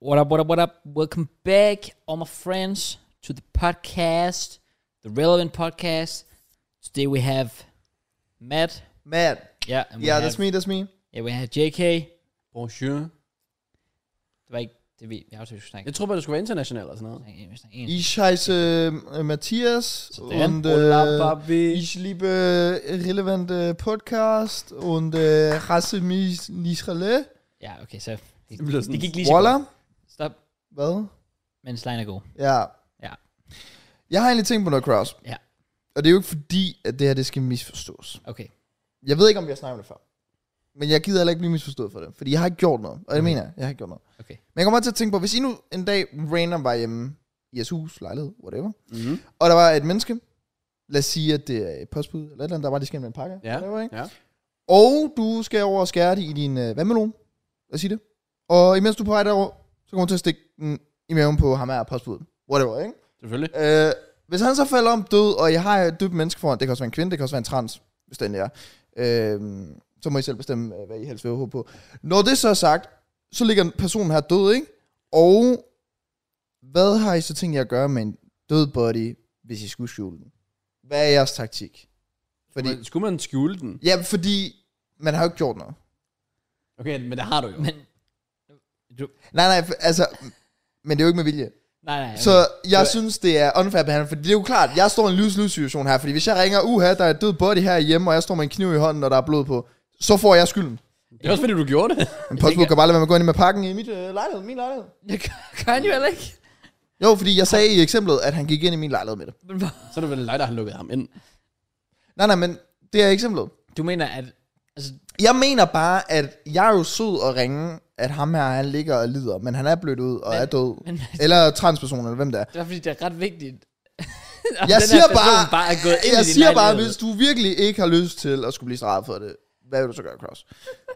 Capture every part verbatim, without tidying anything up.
What up, what up, what up? Welcome back, all my friends, to the podcast, the Relevant Podcast. Today we have Matt. Matt. Yeah, and we yeah, have, that's me, that's me. Yeah, we have J K. Bonjour. Det var ikke det, vi jeg også snakke. Jeg tror bare, det skulle være internationalt eller sådan noget. Ich heiße uh, Matthias und uh, ich liebe Relevant uh, Podcast und uh, hasse mich Israel. Ja, okay, så det, det, det gik lige så Voila. godt. Stop. Hvad? Men slime er god. Ja. Ja. Jeg har egentlig tænkt på noget, Kraus. Ja. Og det er jo ikke fordi, at det her det skal misforstås. Okay. Jeg ved ikke, om vi har snakket om det før. Men jeg gider heller ikke blive misforstået for det. Fordi jeg har ikke gjort noget. Og det okay. mener jeg, jeg har ikke gjort noget. Okay. Men jeg kommer til at tænke på, hvis I nu en dag random var hjemme i jeres hus, lejlighed, whatever. Mm-hmm. Og der var et menneske. Lad os sige, at det er et postbud, eller et eller andet, der var lige skal med en pakke. Ja. Whatever, ikke? Ja. Og du skal over og skære det i din øh, vandmelon. Lad os sige det. Og imens du er på vej derover, så kommer du til at stikke den i maven på ham her postbuddet. Whatever, ikke? Selvfølgelig. Øh, hvis han så falder om død, og jeg har et døbt menneske foran, det kan også være en kvinde, det kan også være en trans, hvis den er. Øh, så må I selv bestemme, hvad I helst vil håbe på. Når det så er sagt, så ligger personen her død, ikke? Og hvad har I så tænkt jer at gøre med en død body, hvis I skulle skjule den? Hvad er jeres taktik? Fordi, men, skulle man skjule den? Ja, fordi man har jo ikke gjort noget. Okay, men det har du jo. Men, du... Nej, nej, altså, men det er jo ikke med vilje. Nej, nej. Okay. Så jeg du... synes, det er unfair behandling, for det er jo klart, jeg står i en lys-lys-situation her, fordi hvis jeg ringer, uha, der er et død body her hjemme, og jeg står med en kniv i hånden, og der er blod på, så får jeg skylden. Det er også fordi, du gjorde det. Men postbud kan bare lade være med at gå ind med pakken i mit øh, lejlighed, min lejlighed. Det kan han jo heller ikke. Jo, fordi jeg sagde i eksemplet, at han gik ind i min lejlighed med det. Så er det vel dig, der har lukket ham ind. Nej, nej, men det er eksemplet. Du mener, at... Altså... Jeg mener bare, at jeg er jo sød at ringe, at ham her, han ligger og lider, men han er blødt ud og men, er død. Men, eller transperson, eller hvem det er. Det er fordi, det er ret vigtigt. jeg siger bare, bare er gået ind jeg i din siger bare, hvis du virkelig ikke har lyst til at skulle blive straffet for det, hvad vil du så gøre, Kraus?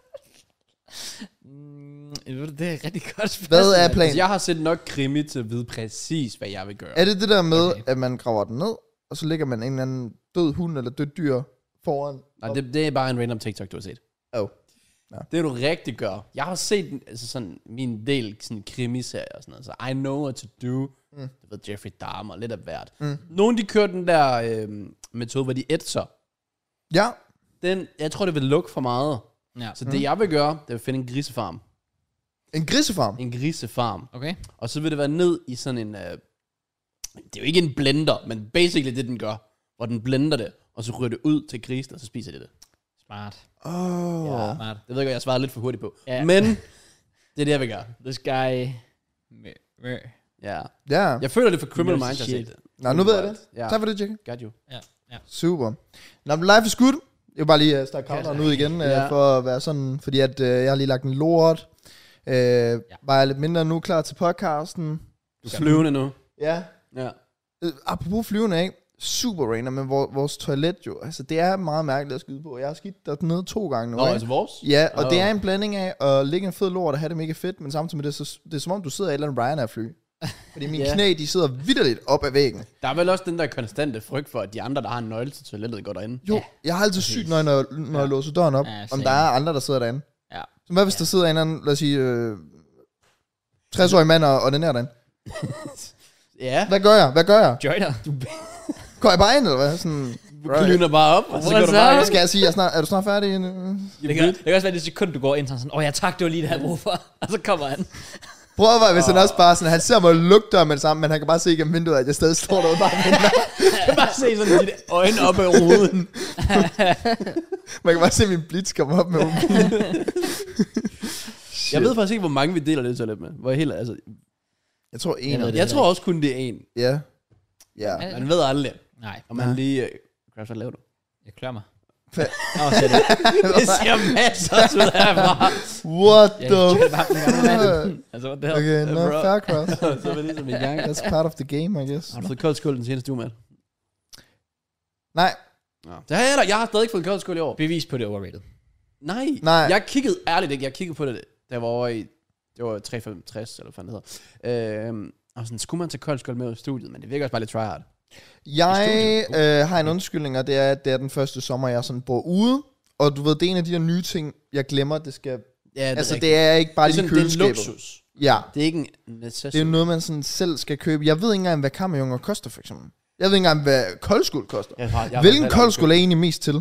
mm, det er rigtig godt spørgsmål. Hvad er planen? Altså, jeg har set nok krimi til at vide præcis, hvad jeg vil gøre. Er det det der med, okay. at man graver den ned, og så lægger man en eller anden død hund eller død dyr foran? Nej, det, det er bare en random TikTok, du har set. Oh. Ja. Det du rigtig gør. Jeg har set altså sådan, min del sådan krimiserier og sådan noget, så I know what to do. Mm. Jeg ved, Jeffrey Dahmer, lidt af hvert. Mm. Nogle de kører den der øh, metode, hvor de ætser. Ja. Den, jeg tror, det vil lukke for meget. Ja. Så mm. det jeg vil gøre, det er at finde en grisefarm. En grisefarm? En grisefarm. Okay. Og så vil det være ned i sådan en... Øh, det er jo ikke en blender, men basically det den gør. Hvor den blender det, og så ryger det ud til grisen, og så spiser de det. Smart. Oh. Ja, smart. Det ved jeg, jeg svarede lidt for hurtigt på. Ja. Men det er det, jeg vil gøre. This guy... Ja. Ja. Jeg føler det for Criminal Minds, jeg har set det. Nå, nu ved jeg det. Ja. Tak for det, Jack. Got you. Ja. Ja. Super. Nå, life is good. Jeg vil bare lige uh, starte counteren ud igen, uh, ja. for at være sådan, fordi at, uh, jeg har lige lagt en lort. Uh, ja. Bare lidt mindre nu, klar til podcasten. Du er flyvende nu. Ja. Ja. Uh, apropos flyvende, ikke? Super random, men vores, vores toilet jo, altså det er meget mærkeligt at skyde på. Jeg har skidt dernede to gange nu. Nå, altså vores? Ja, og oh. det er en blanding af at ligge en fed lort og have det mega fedt, men samtidig med det, så det er som om du sidder i et eller andet Ryanair-fly. Fordi mine yeah. knæ, de sidder vitterligt op ad væggen. Der er vel også den der konstante frygt for, at de andre, der har en nøgle til toilettet, går derinde. Jo, ja. Jeg har altid sygt, når jeg, når, når ja. jeg låser døren op, ja, om der er andre, der sidder derinde. Ja. Så hvad hvis ja. der sidder en eller anden, lad os sige, øh, tres-årig mand og, og den er derinde? Ja. Hvad gør jeg? Hvad gør jeg? Joiner. Du går jeg bare ind, eller hvad? Sådan, du klyner bare op, og så går du bare ind. Skal jeg sige, er, snart, er du snart færdig? Det kan, det kan også være det sekund, du går ind, sådan, åh, oh, ja tak, det var lige det her brug for. Og så kommer han. Prøv at være, hvis oh. han også bare sådan, han ser mig lugter med det samme, men han kan bare se igennem vinduet, at jeg stadig står derude bare venter. Jeg kan bare se sådan de øjne op ad ruden. Man kan bare se min blitz komme op med mobilen. Jeg ved faktisk ikke, hvor mange vi deler det toilet med. Hvor jeg helt, altså... Jeg tror en. Jeg, jeg, jeg tror også kun det er en. Ja. Ja. Man ved aldrig. Nej. Og man lige... Uh, Crash, hvad laver du? Jeg klør mig. Åh, oh, det. Det siger masser ud herfra. What the fuck? Altså, what the hell? Okay, no, fair cross. Så var det ligesom i gang. That's part of the game, I guess. Har du fået kold skål den seneste uge, Matt? Nej. Ja. Det har jeg da. Jeg har stadig ikke fået kold skål i år. Bevis på det overrated. Nej. Nej. Jeg kiggede ærligt ikke. Jeg kiggede på det, da jeg var over i... Det var tre komma femogtres, eller hvad det hedder. Øhm, og sådan, skulle man tage kold skål med i studiet, men det virker også bare lidt tryhard. Jeg øh, har en undskyldning, og det er, at det er den første sommer, jeg sådan bor ude. Og du ved, det er en af de der nye ting, jeg glemmer, det skal... Ja, det altså, er det er ikke bare lige køleskabet. Det er luksus. Ja. Det er ikke en Det necessity. er jo noget, man sådan selv skal købe. Jeg ved ikke engang, hvad kammerjunger koster, for eksempel. Jeg ved ikke engang, hvad koldskål koster. Jeg har, jeg Hvilken koldskål er egentlig mest til? Uh,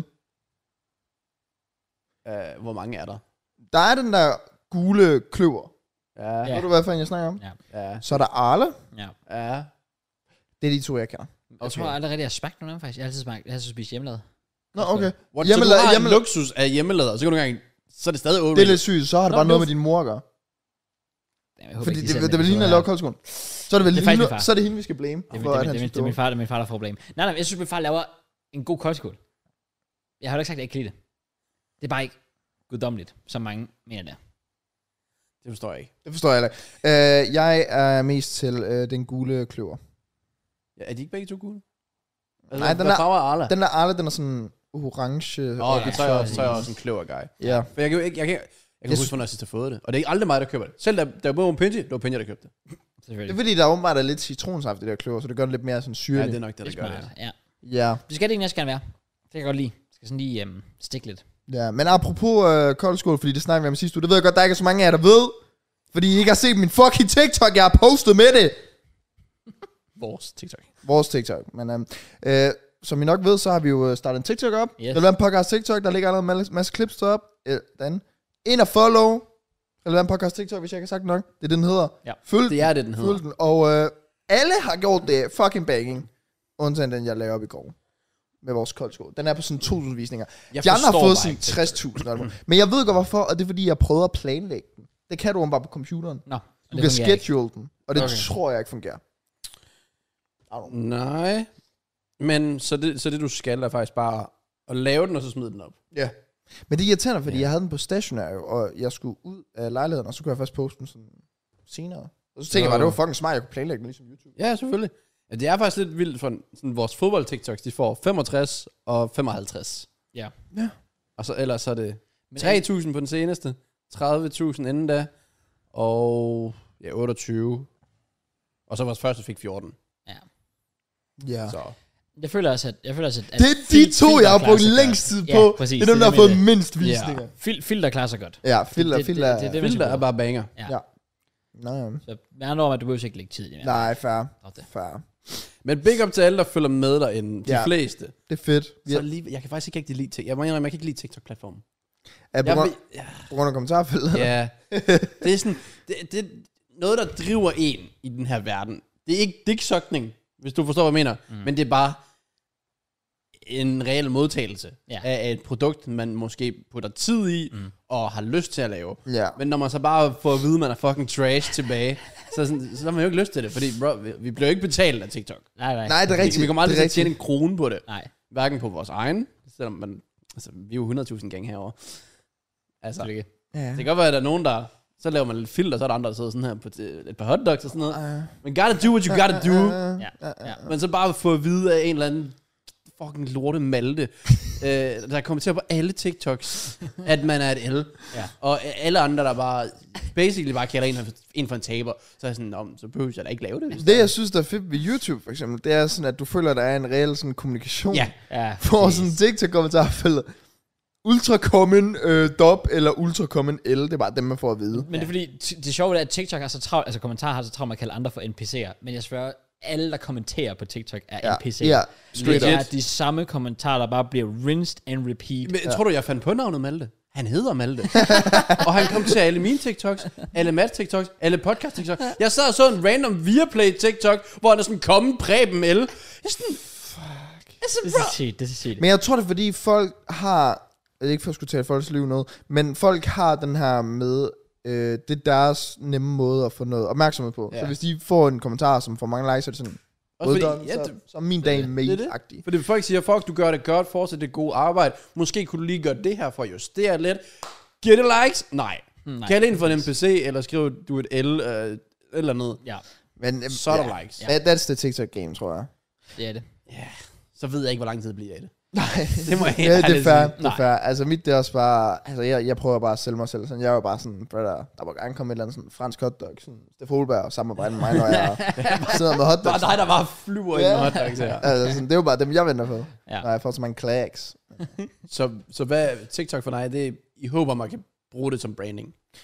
hvor mange er der? Der er den der gule kløver. Ja. Ja. Ja. Ved du, hvad fanden jeg snakker om? Ja. Ja. Så er der Arle. Ja. ja. Det er de to, jeg kender. Jeg Okay. tror aldrig rigtig, jeg har smagt nogen af dem, faktisk. Jeg har altid smagt, jeg har altid spist hjemmelavet. Nå, okay. What, Hjemmelavet- så du har hjemmelavet- en luksus af hjemmelader, så kan du engang... Så er det stadig Det er overrated. lidt sygt. Så har det Nå, bare men noget det med din mor at gøre. Jeg håber Fordi ikke, de det, sender det, det vil episode ligne at her. lave koldskål. Så er det vel Det er faktisk min hende, far. så er det hende, vi skal blame. Det er, for, det, at det, han det, synes, det, det, er min far, det er min far, der får problem. Nej, nej, jeg synes, min far laver en god koldskål. Jeg har jo ikke sagt, at jeg ikke kan lide det. Det er bare ikke guddommeligt, som mange mener det. Det forstår jeg ikke. Det forstår jeg ikke. Uh, jeg er mest til uh, den gule kløver. Ja, er de ikke begge to gule? Altså, Nej, den hvad er- farve er Arla? Den der Arle, den er sådan orange. Åh, oh, ja, så er jeg ja, også, så er jeg ja. også en kløver guy. Ja. For jeg kan jo ikke, jeg kan, jeg kan Jeg huske, sy- hvornår jeg sidst har fået det. Og det er ikke aldrig mig, der køber det. Selv da, da jeg boede med Pinji, det var Pinji, der købte det. Det Selvfølgelig. er fordi, der åbenbart er lidt citronsaft i det der kløver, så det gør det lidt mere sådan Ja, syrligt. det er nok det, Det der er gør det. smart, ja. Ja. Det skal det egentlig også gerne være. Det kan jeg godt lide. Det skal sådan lige øhm, stikke lidt. Ja, men apropos øh, koldskål, fordi det snakker vi om sidste uge, det ved jeg godt, der ikke er så mange af jer, der ved, fordi I ikke har set min fucking TikTok, jeg har postet med det. Vores TikTok. Vores TikTok. Men øhm, øh, som I nok ved, så har vi jo startet en TikTok op. Yes. Relevant Podcast TikTok, der ligger allerede en masse, masse clips derop. Øh, den. Ind og follow. Relevant Podcast TikTok, hvis jeg ikke har sagt nok. Det er det, den hedder. Ja. Følg Det er det, den hedder. Følg den. Og øh, alle har gjort det fucking banging. Undtagen den, jeg lavede op i går. Med vores koldskål. Den er på sådan to tusind visninger. Jeg De andre har forstår fået bare sådan ikke tres tusind. Men jeg ved godt hvorfor, og det er fordi, jeg prøvede at planlægge den. Det kan du bare på computeren. Nå, Du det kan fungerer ikke. schedule den. Og det Okay. tror jeg ikke fungerer. I don't know. Nej. Men så det, så det du skal er faktisk bare at lave den, og så smide den op. Ja. Men det er irriterende, fordi Ja. jeg havde den på stationary, og jeg skulle ud af lejligheden, og så kunne jeg først poste den sådan senere. Og så tænkte jeg bare, det var fucking smart, jeg kunne planlægge den ligesom YouTube. Ja, selvfølgelig. Ja, det er faktisk lidt vildt, for sådan, vores fodbold-TikToks, de får femogtres og femoghalvtreds. Ja. Ja. Og så ellers så er det Men tre tusind på den seneste, tredive tusind inden da, og ja, otteogtyve. Og så vores første fik fjorten. Ja. Så Jeg føler også, at... Jeg føler også, at Det er de to, jeg har brugt længst tid på. Ja, præcis. Det er dem, Det der er har fået det. mindst visninger. Fil, filter klarer sig godt. Ja, filter, Det- det- filter. det- det- det- man skal filter er bruge. bare banger. Ja. Ja. Nej, Så med andre ord, at du behøver ikke lægge tid i det. nej, fair. Drop det. Fair. Men big up til alle, der følger med derinde. De Ja. fleste. Det er fedt. Vi Så er, lige, jeg kan faktisk ikke rigtig lide TikTok. Jeg må indrømme, jeg kan ikke lide TikTok-platformen. er på, Jeg grund, ved- ja. på grund af kommentarfeltet. Ja, det er sådan, det, det er noget, der driver en i den her verden. Det er ikke diksokning, hvis du forstår, hvad jeg mener. Mm. Men det er bare en reel modtagelse Ja. af et produkt, man måske putter tid i, mm. og har lyst til at lave. Ja. Men når man så bare får at vide, at man er fucking trash tilbage, så, sådan, så har man jo ikke lyst til det, fordi bro, vi, vi bliver jo ikke betalt af TikTok. Nej, nej. Nej, det er Vi, rigtigt. vi kommer aldrig det er til at tjene rigtigt. en krone på det. Nej, Hverken på vores egen, selvom man, altså, vi er jo hundrede tusind gange herovre. Altså, det er ikke. Ja. det kan godt være, at der er nogen, der... Så laver man lidt filter, så er der andre, der sidder sådan her på et par hotdogs og sådan noget. Men gotta do what you gotta do. Uh, Ja, ja. Men så bare få at vide af en eller anden fucking lorte Malte, øh, der kommenterer på alle TikToks, at man er et L. Ja. Og alle andre, der bare basically bare kalder en for, en for en taber, så er jeg sådan, om, så behøver jeg da ikke lave det. Hvis Det, jeg synes, der er fedt ved YouTube, for eksempel, det er sådan, at du føler, at der er en reel sådan, kommunikation. Ja. Ja, For præcis. sådan en TikTok-kommentarfelt. Ultra common øh, dop eller ultra common L, det er bare dem, man får at vide. Men det er fordi, t- det sjove er, at TikTok har så travlt, altså kommentarer har så travlt med at kalde andre for N P C'er. Men jeg spørger, alle der kommenterer på TikTok er Ja, N P C'er. ja, straight det er up. de samme kommentarer, der bare bliver rinsed and repeat. Men, tror du, jeg fandt på navnet Malte? Han hedder Malte. Og han kom til alle mine TikToks, alle Mads TikToks, alle podcast TikToks. Jeg sad og så en random Viaplay TikTok, hvor han er sådan kommet Preben L. Jeg er sådan, altså, Det bro. er så sygt, det er så sygt. Men jeg tror det er fordi folk har, det er ikke for at skulle tale folks liv noget, men folk har den her med, øh, det er deres nemme måde at få noget opmærksomhed på. Ja. Så hvis de får en kommentar, som får mange likes, så er det sådan, Også fordi, well done, ja, så, det- så er min dag det er made-agtig. Fordi folk siger, fuck, du gør det godt, fortsæt det gode arbejde. Måske kunne du lige gøre det her for at justere lidt. Giv det likes? Nej. Nej. Kald ind for en N P C, eller skriv du et L, øh, eller noget. Ja, Men, øh, Så er der ja, likes. Ja. That's the TikTok game, tror jeg. det er det. Så ved jeg ikke, hvor lang tid det bliver af det. Nej, Det må jeg helt ja, det er ærligt fair, sige. det er fair. Altså mit, det er også bare, altså jeg, jeg prøver bare at sælge mig selv. Sådan, jeg er jo bare sådan, brother, der må gerne komme et eller andet sådan fransk hotdog, sådan Steff Holberg og samarbejde med mig, når jeg sidder med Bare hotdogs. dig, der bare flyver Ja. i en hotdogs her. Altså, sådan, det er jo bare dem, jeg venter på. Ja. Når jeg får så mange clags. Så, så hvad TikTok for dig, det er i håber, man kan bruge det som branding.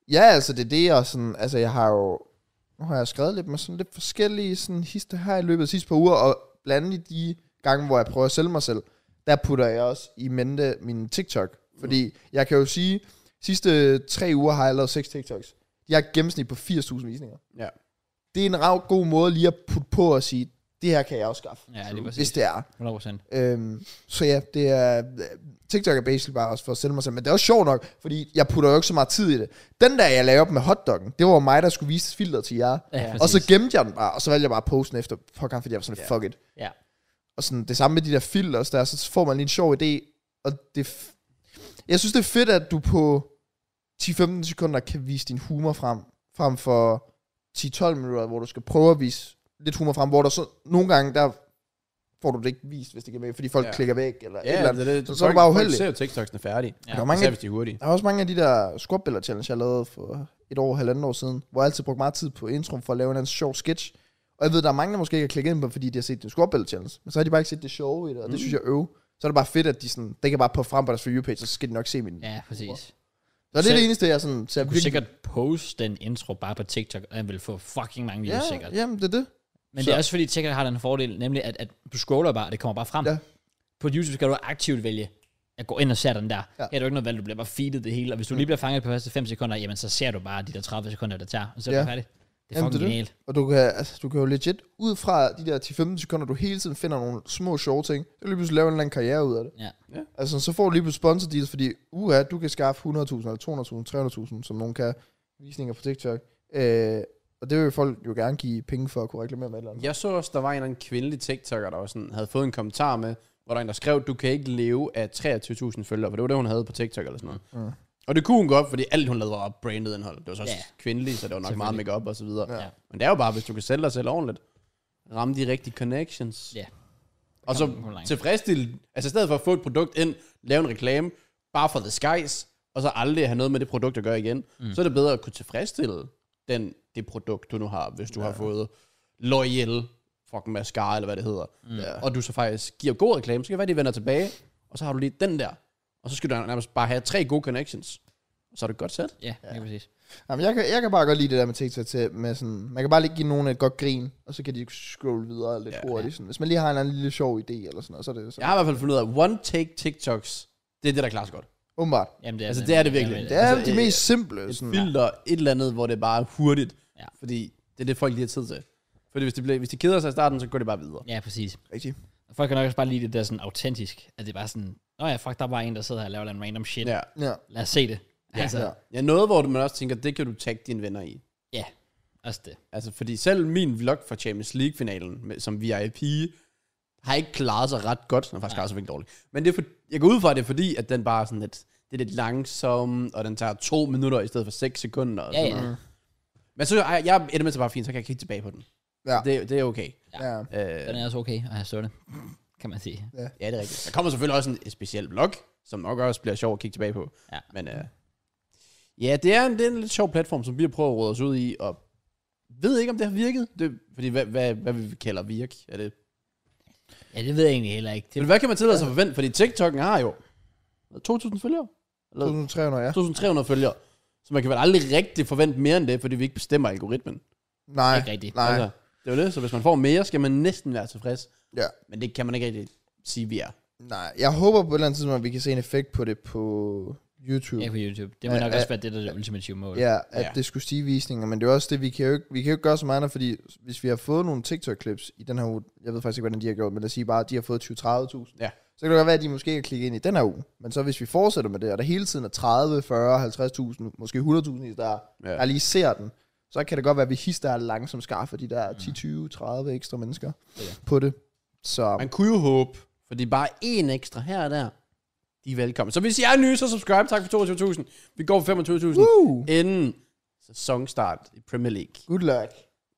Ja, altså det er det, og sådan, altså jeg har jo, nu har jeg skrevet lidt med sådan lidt forskellige sådan hister her i løbet af sidste par uger, og blandt andet i de gange, hvor jeg prøver at sælge mig selv, der putter jeg også i mente min TikTok. Fordi mm. jeg kan jo sige, sidste tre uger har jeg lavet seks TikToks. De har et gennemsnit på firs tusind visninger. Ja. Det er en rav god måde lige at putte på og sige, det her kan jeg også skaffe, Ja, det er hvis det er. hundrede procent. Øhm, så ja, det er, TikTok er basically bare også for at sælge mig selv, men det er også sjovt nok, fordi jeg putter jo ikke så meget tid i det. Den der, jeg lavede op med hotdoggen, det var mig, der skulle vise filteret til jer. Ja, Og så gemte jeg den bare, og så valgte jeg bare at poste den efter podcast, fordi jeg var sådan, Ja. fuck it. Ja. Og sådan det samme med de der filters der, så får man lige en sjov idé, og det f- jeg synes, det er fedt, at du på ti til femten sekunder kan vise din humor frem, frem for ti til tolv minutter, hvor du skal prøve at vise lidt humor frem, hvor der så nogle gange, der får du det ikke vist, hvis det ikke er med, fordi folk Ja. klikker væk, eller et Ja, eller det, andet. det, Så, så, så er du folk, bare folk uheldig. ser jo TikToksene færdige. Ja. Der er mange Især af- hvis de er hurtige. Der er også mange af de der squat challenge, jeg lavede for et år, halvanden år siden, hvor jeg altid brugte meget tid på intro for at lave en anden sjov sketch. Og jeg ved, der er mange, der måske ikke har klikket ind på, fordi de har set den squat challenge. Men så har de bare ikke set det sjove i det, og det Mm. synes jeg øv. Så er det bare fedt, at de sådan, det kan bare på frem på deres For You page, så skal de nok se min. Ja, præcis. Så det er Så- det eneste, jeg sådan ser Du kunne sikkert poste den intro bare på TikTok, og den vil få fucking mange views ja, sikkert. jamen, det er det. Men Så- det er også fordi TikTok har den fordel, nemlig at, at du scroller bare, og det kommer bare frem. Ja. På YouTube skal du aktivt vælge at gå ind og se den der. Ja. Ja. Her er du ikke noget valg, du bliver bare feedet det hele. Og hvis du lige bliver fanget på første fem sekunder, jamen så ser du bare de der tredive sekunder, der tager. Og så er Ja. du færdig. Det er Jamen, fucking det er det. genialt. Og du kan, altså, du kan jo legit, ud fra de der ti til femten sekunder, du hele tiden finder nogle små sjove ting, så lige pludselig lave en eller anden karriere ud af det. Ja. Ja. Altså, så får du lige pludselig sponsor deals, fordi, uha, du kan skaffe hundrede tusind, eller to hundrede tusind, tre hundrede tusind, som nogen kan, visninger på TikTok. Øh, og det vil folk jo gerne give penge for at kunne reklamere med et eller andet. Jeg så også, der var en eller anden kvindelig TikToker, der var sådan, havde fået en kommentar med, hvor der en, der skrev, du kan ikke leve af treogtyve tusind følgere, for det var det, hun havde på TikTok eller sådan noget. Mm. Og det kunne hun godt, fordi alt hun lavede var branded indhold. Det var så også Ja. kvindelig, så det var nok meget Selvfølgelig. makeup og så videre. Ja. Ja. Men det er jo bare, hvis du kan sælge dig selv ordentligt, ramme de rigtige connections. Ja. Og så Kom- kom langt. tilfredsstille, altså i stedet for at få et produkt ind, lave en reklame, bare for the skies, og så aldrig have noget med det produkt at gøre igen, mm. så er det bedre at kunne tilfredsstille den, det produkt, du nu har, hvis du ja. har fået L'Oreal, fucking mascara, eller hvad det hedder. Mm. Ja. Og du så faktisk giver god reklame, så kan det være, de vender tilbage, og så har du lige den der. Og så skal du nærmest bare have tre gode connections. Og så er det et godt sæt. Ja, det er præcis. Jamen, jeg, kan, jeg kan bare godt lide det der med TikTok til, med sådan, man kan bare lige give nogen et godt grin, og så kan de scrolle videre lidt Ja. ja, hurtigt. Sådan. Hvis man lige har en anden lille sjov idé, eller sådan noget, så er det sådan. Jeg har i hvert fald fundet ud af, at one-take TikToks, det er det, der klarer sig godt. Åbenbart. Jamen, det er, Altså, den- det er det virkelig. jamen, Det er Altså, de øh, mest simple. Et Sådan. filter, et eller andet, hvor det bare er hurtigt. Ja. Fordi det er det, folk lige har tid til. Fordi hvis de, bliver, hvis de keder sig i starten, så går de bare videre. Ja, præcis. Rigtigt. Og folk kan nok også bare lide det der sådan autentisk, at det er bare sådan, nå ja, fuck, der er bare en, der sidder her og laver en random shit. Ja. Ja. Lad os se det. Ja. Altså, Ja. ja. Ja, noget, hvor man også tænker, det kan du tagge dine venner i. Også det. Altså, fordi selv min vlog fra Champions League-finalen, med, som V I P, har ikke klaret sig ret godt. Den har faktisk klaret sig virkelig dårligt. Men det er for, jeg går ud fra, at det er fordi, at den bare er sådan lidt, det er lidt langsom, og den tager to minutter i stedet for seks sekunder. Og Ja, sådan ja. noget. Men så jeg, jeg ender med til bare fint, så kan jeg kigge tilbage på den. Ja. Det, det er okay. Ja. Øh, Den er også okay at have stået, kan man sige. ja, det er rigtigt. Der kommer selvfølgelig også en, en speciel vlog, som nok også bliver sjov at kigge tilbage på. Ja. Men øh, ja, det er, en, det er en lidt sjov platform, som vi har prøvet at råde os ud i, og ved ikke, om det har virket. Det, fordi hvad, hvad, hvad vi kalder virke? Er det, Ja, det ved jeg egentlig heller ikke. Det, men hvad kan man tillade sig at forvente? Fordi TikTok'en har jo to tusind følgere. Eller to tusind tre hundrede, ja. to tusind tre hundrede følgere. Så man kan vel aldrig rigtig forvente mere end det, fordi vi ikke bestemmer algoritmen. Nej, Ikke rigtigt. nej. Altså, det er jo det. Så hvis man får mere, skal man næsten være tilfreds. Ja. Men det kan man ikke rigtig sige, vi er. Nej, jeg håber på et eller andet tidspunkt, at vi kan se en effekt på det på YouTube. ja, på YouTube. Det må Ja, nok ja. også være det, der er det ultimative mål. Ja, at Ja. det skulle stige visninger, men det er også det, vi kan jo ikke, vi kan jo ikke gøre så meget, fordi hvis vi har fået nogle TikTok-clips i den her uge, jeg ved faktisk ikke, hvordan de har gjort, men lad os sige bare, at de har fået tyve til tredive tusind, Ja. så kan det godt være, at de måske kan klikke ind i den her uge, men så hvis vi fortsætter med det, og der hele tiden er tredive, fyrre, halvtreds tusind, måske hundrede tusind, der, Ja. der lige ser den, så kan det godt være, at vi hister er langsomt skaffer de der ti, tyve, tredive ekstra mennesker Ja. på det. Så Man kunne jo håbe, fordi bare en ekstra her og der, de er velkommen. Så hvis I er nye, så subscribe. Tak for toogtyve tusind. Vi går for femogtyve tusind Woo! inden sæsonstart i Premier League. Good luck.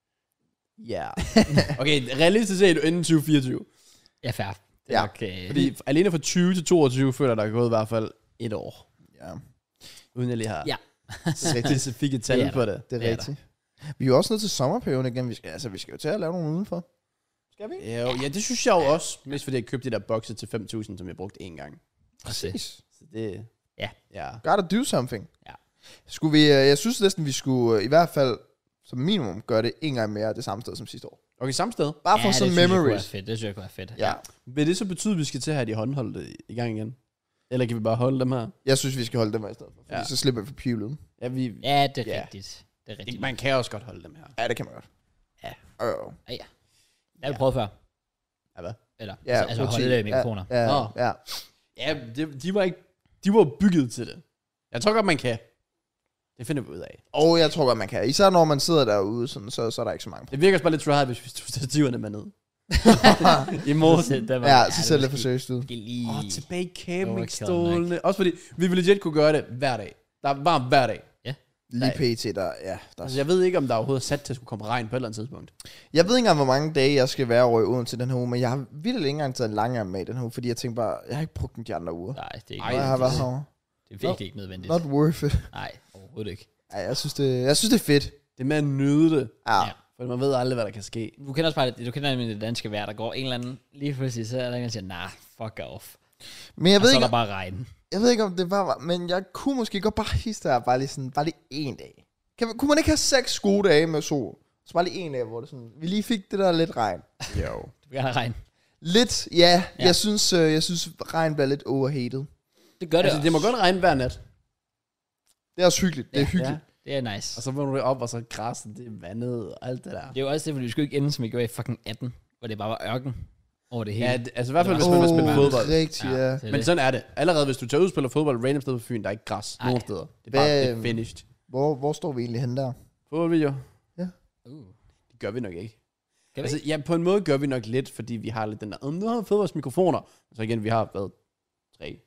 Ja. Yeah. Okay, realistisk set inden tyve fireogtyve. Ja, fair. Det er Ja. nok, øh, Fordi alene fra tyve til toogtyve føler jeg, der er gået i hvert fald et år. Ja, Uden jeg lige har Ja. specifikke tal Det er på det. det er Det er rigtigt. Vi er jo også nødt til sommerperioden igen. Vi skal, altså, vi skal jo til at lave nogle udenfor. Skal vi? Ja, jo, ja, det synes jeg jo også. Mest fordi jeg købte de der bokse til fem tusind, som jeg brugte én gang. Præcis. Så det... Ja. Ja. Gotta do something. Ja. Skulle vi, øh, jeg synes næsten, vi skulle øh, i hvert fald som minimum gøre det en gang mere det samme sted som sidste år. Okay, samme sted. Bare for ja, sådan det synes jeg kunne være memories. fedt. Det synes jeg kunne være fedt. Ja. Vil det så betyde, at vi skal til at have de håndholdte i gang igen? Eller kan vi bare holde dem her? Jeg synes, vi skal holde dem her i stedet for. Fordi Ja. så slipper vi for pivlet. Ja, vi, Ja, det er Ja. rigtigt. Det er rigtigt. man kan også godt holde dem her. Ja, det kan man godt. Ja. Øh. Det har vi prøvet før. Ja, hvad? Eller, Ja, altså, altså politi. holde mikrofoner. Ja, ja, Nå. ja. Ja, det, de var ikke... De var bygget til det. Jeg tror godt, man kan. Det finder vi ud af. Og jeg tror godt, man kan. Især når man sidder derude, sådan, så, så er der ikke så mange. Det virker også bare lidt try hvis vi tog stativerne med ned. I morgen. Det var- Ja, det så ser var det måske- forsøgt ud. måske lige... Åh, tilbage i Overkill campingstolene. Også fordi, vi ville legit kunne gøre det hver dag. Der er varmt hver dag. Lige pt. Der, ja, der. Altså, jeg ved ikke, om der overhovedet er sat til at skulle komme regn på et eller andet tidspunkt. Jeg ved ikke engang, hvor mange dage jeg skal være over i Odense den her uge, men jeg har virkelig ikke engang taget en lang med i den her uge, fordi jeg tænkte bare, jeg har ikke brugt den de andre uger. Nej, det er ikke Ej, Når jeg har været nødvendigt. herovre. Det er virkelig ikke nødvendigt. Not worth it. Nej, overhovedet ikke. Ej, jeg synes, det, jeg synes, det er fedt. Det er med at nyde det. Ja. Ja. For man ved aldrig, hvad der kan ske. Du kender også bare det, du kender nemlig det danske vejr, der går en eller anden, lige pludselig, så er der en, der siger, nah, fuck off. Men jeg Og ved, så er ikke, der bare regn. jeg ved ikke, om det var, men jeg kunne måske godt bare hisse der bare lige sådan, bare lige en dag. Kan, man- kunne man ikke have seks gode dage med sol? Så bare lige en dag, hvor det sådan, vi lige fik det der lidt regn. Jo. Du vil gerne have regn. Lidt, ja. Ja. Jeg synes, øh, jeg synes regn bliver lidt overhated. Det gør det Altså, også. det må godt regne hver nat. Det er også hyggeligt. Det er Ja. hyggeligt. Det er nice. Og så vågner du op, og så græsset, det er vandet og alt det der. Det er jo også det, fordi vi skulle ikke ende, som vi gjorde i fucking atten, hvor det bare var ørken over det hele. Ja, det, altså i hvert fald, Det hvis var man så vil spille varmt. fodbold. Rigtigt, ja. det er Men det. sådan er det. Allerede hvis du tager ud og spiller fodbold random sted på Fyn, der er ikke græs Ej. nogen steder. Det er bare Hvad, det er finished. Hvor, hvor står vi egentlig henne der? Fodboldvideo? Uh. Det gør vi nok ikke. Kan vi Altså, ja, på en måde gør vi nok lidt, fordi vi har lidt den der, "Åh, nu har vi fået vores mikrofoner. Så igen, vi har været tre,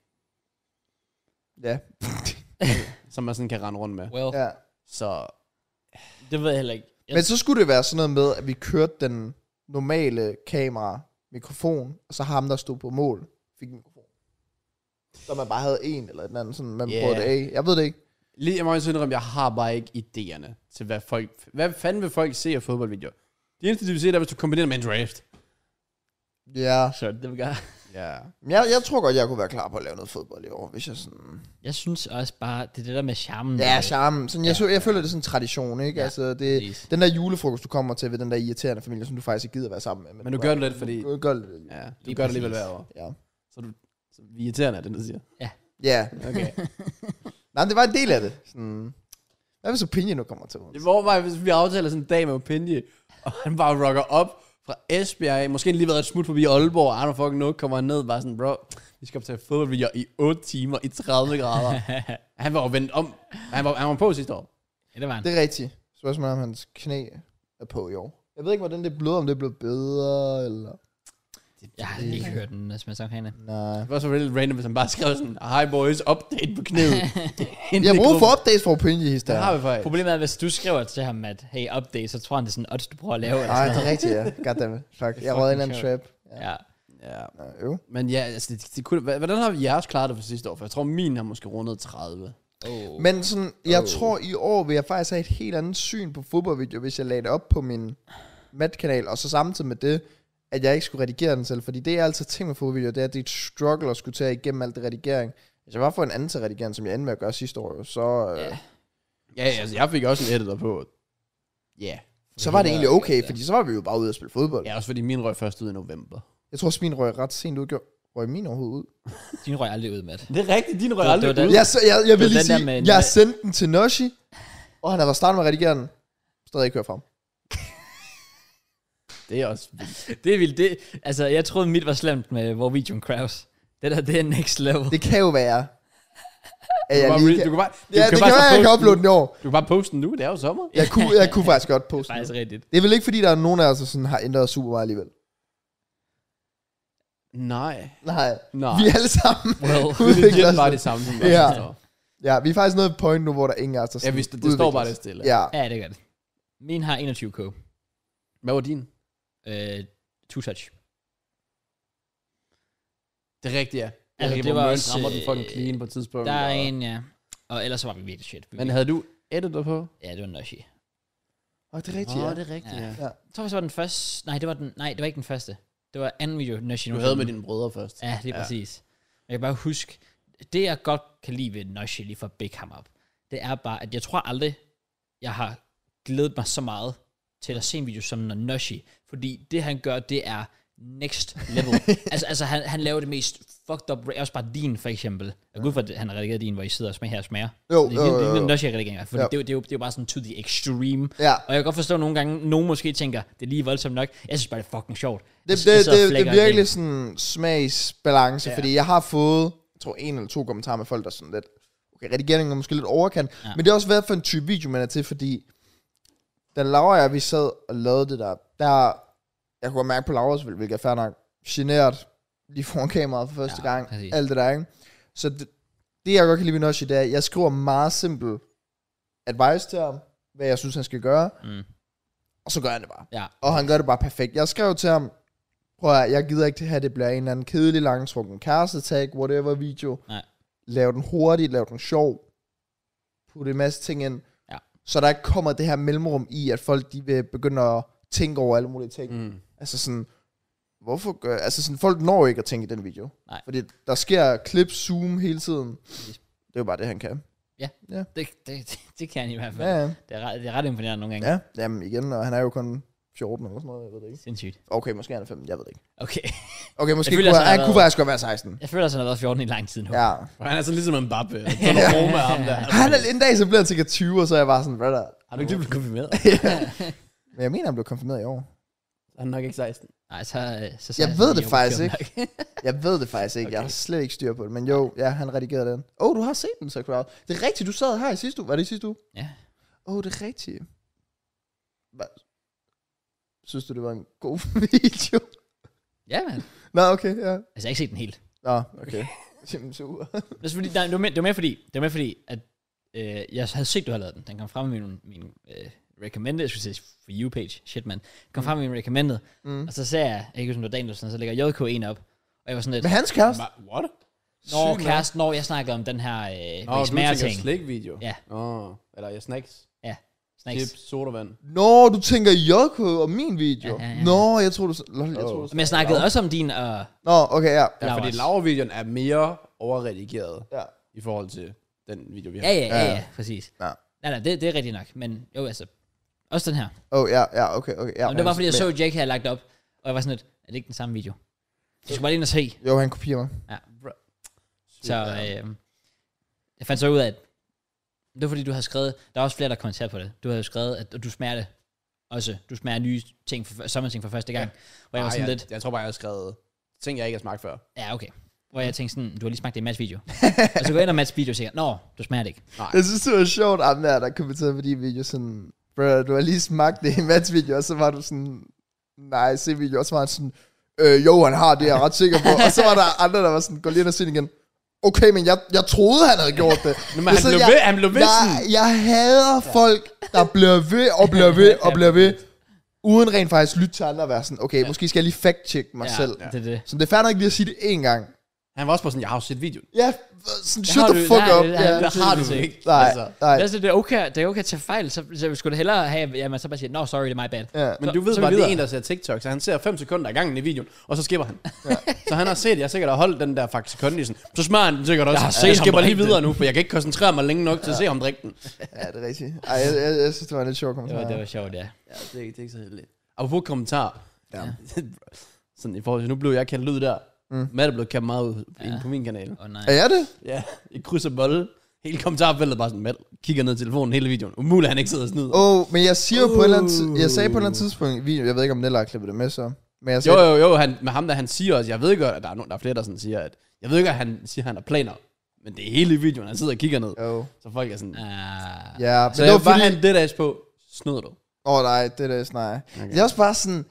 Ja. som man sådan kan rende rundt med. Well, ja. Så det ved jeg heller ikke. Jeg, Men så skulle det være sådan noget med, at vi kørte den normale kamera, mikrofon, og så ham, der stod på mål, fik en mikrofon. Så man bare havde en eller et andet, sådan man Yeah. yeah. prøvede det af. Jeg ved det ikke. lige, jeg må også indrømme, jeg har bare ikke idéerne til, hvad folk... Hvad fanden vil folk se af fodboldvideoer? Det eneste, de vil se, det er, hvis du kombinerer med en draft. Ja. så det vil gøre. Ja. Men jeg, jeg tror godt, jeg kunne være klar på at lave noget fodbold i år, hvis jeg sådan... Jeg synes også bare, det er det der med charmen. Ja, charmen. Sådan, jeg, så, jeg føler, det er sådan en tradition, ikke? Ja, Altså, det, præcis. den der julefrokost, du kommer til ved den der irriterende familie, som du faktisk ikke gider være sammen med. Men du gør det lidt, fordi... Du gør det lidt. Ja, du Lige gør det alligevel præcis. hver år. Ja. Så, du, så vi er irriterende, er det, du siger. Ja. Okay. Nej, men det var en del af det. Sådan, hvad hvis Opinion nu kommer til Det os? var bare, hvis vi aftaler sådan en dag med Opinje, og han bare rocker op fra Esbjerg, måske lige været et smut forbi Aalborg, I don't fucking know, kommer han ned, bare sådan, bro, vi skal optage fodboldvideoer i otte timer i tredive grader. Han var jo vendt om, han var, han var på sidste år. Ja, det var han. Det er rigtigt. Spørgsmålet er, om hans knæ er på i år. Jeg ved ikke, hvordan det er blevet, om det er blevet bedre, eller... Jeg har ikke hørt den sms omkring Nej. Det var så lidt random, hvis han bare skrev sådan, hi boys, update på knæet. Jeg har brug for updates fra Opinion Det har vi faktisk. Problemet er, hvis du skriver til ham, at hey, update, så tror han, det er sådan odds, du prøver at lave. Eller Nej, sådan det er rigtigt, ja. Goddammit. Fuck. Jeg rådede en eller anden trap. noget. Ja. Ja. Ja, jo. Men ja, altså, det, det kunne, hvordan har jeres klaret det for sidste år? For jeg tror, min har måske rundet tredive. Oh. Men sådan, jeg Oh. tror i år vil jeg faktisk have et helt andet syn på fodboldvideo, hvis jeg lagde det op på min Mat-kanal, og så samtidig med det, at jeg ikke skulle redigere den selv, fordi det er altid ting med fodboldvideo, det er, at det er et struggle at skulle tage igennem alt det redigering. Hvis jeg bare får en anden til redigering, som jeg endte med at gøre sidste år, så, øh, Ja. Ja, altså, jeg fik også en editor på. Ja. Yeah. så var det egentlig okay, fordi så var vi jo bare ude at spille fodbold. Ja, også fordi min røg først ud i november. Jeg tror også, min røg ret sent ud. Gjorde- Røg min overhovedet ud? Din røg aldrig ud med det. Det er rigtigt, din røg Det- aldrig det var ud. den- Jeg, så, jeg, jeg vil Det lige var den der sige, med- jeg sendte den til Noshi, og han har været startet med at redigere den. Stadig ikke hørt fra ham. Det er også vildt. Det er vildt. Det, altså, jeg troede, mit var slemt med hvor videoen crash. Det der, det er next level. Det kan jo være, at Du kan jeg bare, lige re- kan... du kan bare, du Ja, det kan bare være, så at jeg kan poste uploade den. den i år. Du kan bare poste den nu, det er jo sommer. Jeg kunne, jeg kunne faktisk godt Det er poste den. faktisk rigtigt. Det er vel ikke, fordi der er nogen af os, der sådan har ændret super meget alligevel. Nej. Nej. Nej. Vi er alle sammen Well, udvikler Det os. var det samme, som Ja. der står. Ja, vi er faktisk nået på point nu, hvor der er ingen af os, der Ja, sådan hvis det, det udvikler står bare os. lidt stille. Ja. ja, det gør det. Min har enogtyve k. Hvad var din? Øh, two touch. Det er rigtigt, ja. Det, er Altså, rigtigt, det hvor var Mørn også, rammer den øh, fucking clean på et tidspunkt. Der er og- en, ja. Og ellers så var vi virkelig shit. Vi Men havde du editor på? Ja, det var Noshi. Og det er rigtigt, Åh, ja. det er rigtigt, Ja. ja. Ja. Jeg tror, det var den første. Nej, det var, den, nej, det var ikke den første. Det var anden video, Noshi. Du havde med dine brødre først. Ja, det er Ja. præcis. Jeg kan bare huske, det jeg godt kan lide ved Noshi, lige for at big ham op, det er bare, at jeg tror aldrig, jeg har glædet mig så meget til at se en video som Noshi, fordi det han gør, det er next level. altså, altså han, han laver det mest fucked up, også bare din for eksempel. Jeg er god for, at han har redigeret din, hvor I sidder og smager her og smager. Jo, det, jo, jo, jo. det, Noshi er redigeringer, for Ja. det, det, det, er jo, det er jo bare sådan to the extreme. Ja. Og jeg kan godt forstå, at nogle gange, nogen måske tænker, det er lige voldsomt nok. Jeg synes bare, det er fucking sjovt. Det, Jeg- det, jeg det, sidder og det, det flækker er virkelig det. sådan smagsbalance, Ja. ja. fordi jeg har fået, jeg tror en eller to kommentarer med folk, der er sådan lidt, okay, redigeringen er måske lidt overkant, Ja. ja. men det er også hvad for en type video, man er til, fordi da Laura og jeg, vi sad og lavede det der, der, jeg kunne godt mærke på Laura, selvfølgelig, hvilket er fair nok, generet lige foran kameraet for første Ja, gang, præcis. alt det der, ikke? Så det, det jeg godt kan lide ved Noshi, det er, at jeg skriver meget simpel advice til ham, hvad jeg synes, han skal gøre, Mm. og så gør han det bare. Ja. Og han gør det bare perfekt. Jeg skrev til ham, prøv at, jeg gider ikke til at have, det bliver en eller anden kedelig, langtrukken kærestetag, whatever video. Nej. Lav den hurtigt, lav den sjov. Putte en masse ting ind. Ja. Så der ikke kommer det her mellemrum i, at folk de vil begynde at tænke over alle mulige ting. Mm. Altså sådan, hvorfor gør, altså sådan, folk når ikke at tænke i den video. Nej. Fordi der sker klip, zoom hele tiden. Det er jo bare det, han kan. Det, det, det, det kan han i hvert fald. Ja, ja. Det, er ret, det er ret imponerende nogle gange. Ja, jamen igen, og han er jo kun fjorten eller sådan noget, jeg ved det ikke. Sindssygt. Okay, måske han er femten, jeg ved det ikke. Okay. Okay, måske Jeg føler, kunne altså, han, han han har kunne været- faktisk godt være seksten. Jeg føler, at han har været fjorten i lang tid nu. Ja. Og han er sådan ligesom en Mbappe. Sådan en Roma ham der. Han er en dag, så bliver han sikkert tyve, og så er jeg bare sådan, brother. Har du ikke lige blevet konfirmeret? Men jeg mener, han blev konfirmeret i år. Han er nok ikke seksten. Nej, så, øh, så, så Jeg ved det jo, faktisk sjovt ikke. nok. Jeg ved det faktisk ikke. Okay. Jeg har slet ikke styr på det. Men jo, ja, han redigerede den. Åh, oh, du har set den, så Crowd. Det er rigtigt, du sad her i sidste uge. Var det i sidste uge? Ja. Åh, oh, det er rigtigt. Hvad? Synes du, det var en god video? Ja, man. Nå, okay, ja. Altså, jeg har ikke set den helt. Nå, okay. Jamen, super. Det er fordi, nej, det var med, det var med fordi, det var med fordi, at øh, jeg havde set, du havde lavet den. Den kom frem i min, min øh, recommended, jeg skulle sige for you page, shit man. Den kom mm. frem i min recommended, Mm. og så ser jeg, jeg kan ikke huske, om det var Daniel, så ligger J K en op, og jeg var sådan lidt, Men hans kæreste? Ma- What? når Sygt, kæresten, når jeg snakker om den her, øh, Nå, oh, du smager tænker ting. slik-video. Ja. Åh, oh, eller ja, snacks. Snacks. Chips, sodavand. Nå, du tænker J K og min video. Ja, ja, ja. Nå, jeg tror du... Lol, jeg Oh. tror, du Men jeg snakkede også om din, og Nå, okay, ja. Ja, fordi Lauras. Laura-videoen er mere overredigeret Ja. i forhold til den video, vi har. ja, ja, ja, Ja. ja, præcis. Ja. Nej, nej, det, det er rigtigt nok, men jo, altså, også den her. Åh, oh, ja, ja, okay, okay. Ja, Ja, det var fordi, jeg men- så, at Jake havde lagt op, og jeg var sådan lidt, er det ikke den samme video? Så skulle bare lige ind og se. Jo, han kopierer mig. Så øh, jeg fandt så ud af, at det var fordi, du havde skrevet, der er også flere, der kommenterede på det. Du havde jo skrevet, at du smager det også. Du smager nye ting, for, samme ting for første gang. Ja. Hvor jeg var Ej, sådan jeg, lidt, jeg tror bare, jeg har skrevet ting, jeg ikke har smagt før. ja okay. Hvor jeg tænkte sådan, du har lige smagt det i Mads video. og så går jeg ind og Mads video og siger, nå, du smager det ikke. Nej. Jeg synes, det var sjovt, ham der, der kommenterede på de video, sådan, bro, du har lige smagt det i Mats video, og så var du sådan, nej, se video, og så var han sådan, øh, jo, han har det, jeg er ret sikker på, og så var der andre, der var sådan, gå lige ind og se det igen. Okay, men jeg, jeg troede, han havde gjort det. Men Det er han sådan, blev jeg- ved, han blev ved sådan. Jeg, jeg hader folk, der bliver ved og bliver ved og bliver ved, uden rent faktisk lytte til andre og være sådan, okay, måske skal jeg lige fact-check mig ja, selv. det er det. Så det er fair nok lige at sige det én gang. Han var også bare sådan, jeg har jo set videoen. Ja, sådan, Det shut har the du- fuck nej, up. det- Ja. det- Det har du det- ikke. Nej, Altså. nej. Altså, det er okay, det er okay at tage fejl, så, så skulle det hellere have, ja, man så bare siger, no, sorry, det er my bad. Ja. Men Så- du ved så bare, vi det er videre. en, der ser TikTok, så han ser fem sekunder i gangen i videoen, og så skipper han. Ja. Så han har set, jeg sikkert har holdt den der faktisk kondisen. Så smager han den sikkert også. Jeg har Jeg, set jeg ham skipper lige drikke videre nu, for jeg kan ikke koncentrere mig længe nok til at se ham drikke den. Ja, det er rigtigt. Ej, jeg, jeg, jeg synes, det var en lidt sjov Det kommentar. var, det var sjovt, ja. Ja, det er, ikke- det er ikke så heldigt. Apropos kommentar. Ja. Sådan i forhold til, nu blev jeg kaldt ud der. Mm. Mm. Matt er blevet kaldt meget ud Ja. ja. på min kanal. Åh oh, nej. Er jeg det? Ja, i kryds og bolle. Hele kommentarfeltet bare sådan, Matt kigger ned i telefonen hele videoen. Umuligt, han ikke sidder og snyder. Åh, oh, men jeg siger jo på et eller andet tid, jeg sagde på et eller andet tidspunkt i videoen, jeg ved ikke om Nella har klippet det med så, men jeg Jo, sagde, jo, jo, han, med ham der, han siger også, jeg ved ikke, at der er, nogen, der er flere, der sådan siger, at jeg ved ikke, at han siger, at han har planer, men det er hele videoen, han sidder og kigger ned. jo, Så folk er sådan, Uh, ja, men så det jeg var vil bare fordi, have en det dags på, snyder du. åh oh, nej, det er det, nej. Okay. Det er også bare sådan,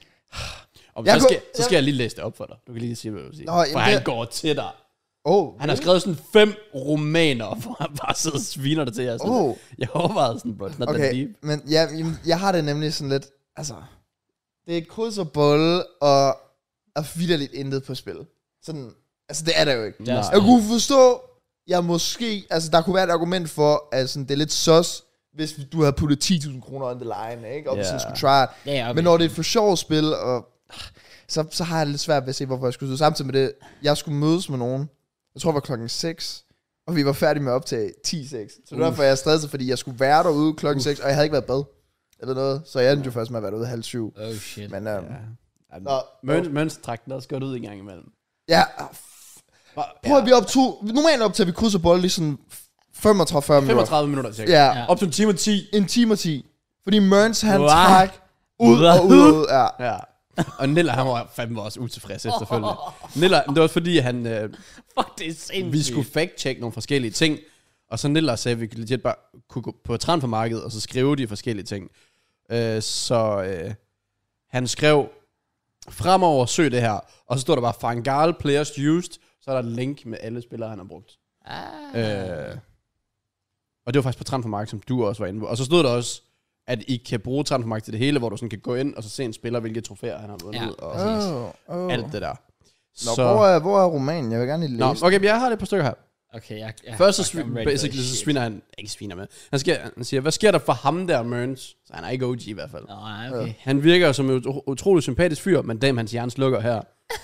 Og Jeg så, skal, kunne- så skal jeg lige læse det op for dig. Du kan lige sige, hvad jeg vil sige. Nå, For jamen, han det- går til dig. åh, oh, Han har skrevet sådan fem romaner, hvor han bare sidder og sviner det til jer. Sådan. oh, Jeg overvejede sådan, bro, it's not that okay, deep. men ja, jamen, jeg har det nemlig sådan lidt, altså, det er kryds og bolle, og er vildt intet på spil. Sådan, altså det er der jo ikke. Nej. Jeg kunne forstå, jeg måske, altså der kunne være et argument for, at sådan, det er lidt sus, hvis du havde puttet ti tusind kroner on the line, ikke? Og hvis Ja. yeah. skulle try it. ja, ja, okay. Men når det er et for sjovt spil, og, så, så har jeg det lidt svært ved at se, hvorfor jeg skulle. Så samtidig med det, jeg skulle mødes med nogen, jeg tror det var klokken seks, og vi var færdige med at optage ti seks. Så det var derfor, jeg stressede, fordi jeg skulle være derude klokken seks, og jeg havde ikke været bad. Eller noget. Så jeg endte jo først med at være derude halv syv. Oh shit. Men, øhm, ja. Møns, Møns trak den også godt ud en gang imellem. Ja. Prøv at vi optog... Normalt optager vi kryds og bold lige sådan femogtredive fyrre minutter. femogtredive minutter cirka. Ja. ja. Op til en time og ti. En time og ti. Fordi Mørns, han Wow. trak ud og ud og ud. Ja. Ja. Og Niller, han var fandme også utilfreds efterfølgende. Niller, det var også fordi, han... Øh, Fuck, det er sindssygt. vi skulle fact-check nogle forskellige ting. Og så Niller sagde, at vi legit bare kunne gå på transfermarkedet, og så skrive de forskellige ting. Øh, så øh, han skrev, fremover søg det her. Og så stod der bare, Fangal players used. Så er der et link med alle spillere, han har brugt. Ah. Øh, og det var faktisk på transfermarkedet, som du også var inde på. Og så stod der også, at I kan bruge transfermarkedet til det hele, hvor du sådan kan gå ind og så se en spiller, hvilke trofæer han har vundet. Ja. Og sådan, Oh, oh. alt det der. Nå, så, hvor, er, hvor er romanen? Jeg vil gerne lige læse. Nå, okay, men jeg har det på stykker her. Okay, jeg... jeg Først så, fuck, I'm svi- ready for basically, this så shit. sviner han, ikke sviner med, han, skal, han siger, hvad sker der for ham der, Mørns? Så han er ikke O G i hvert fald. Nå, okay. Han virker som en ut- utrolig sympatisk fyr, men damn, hans hjerne slukker her.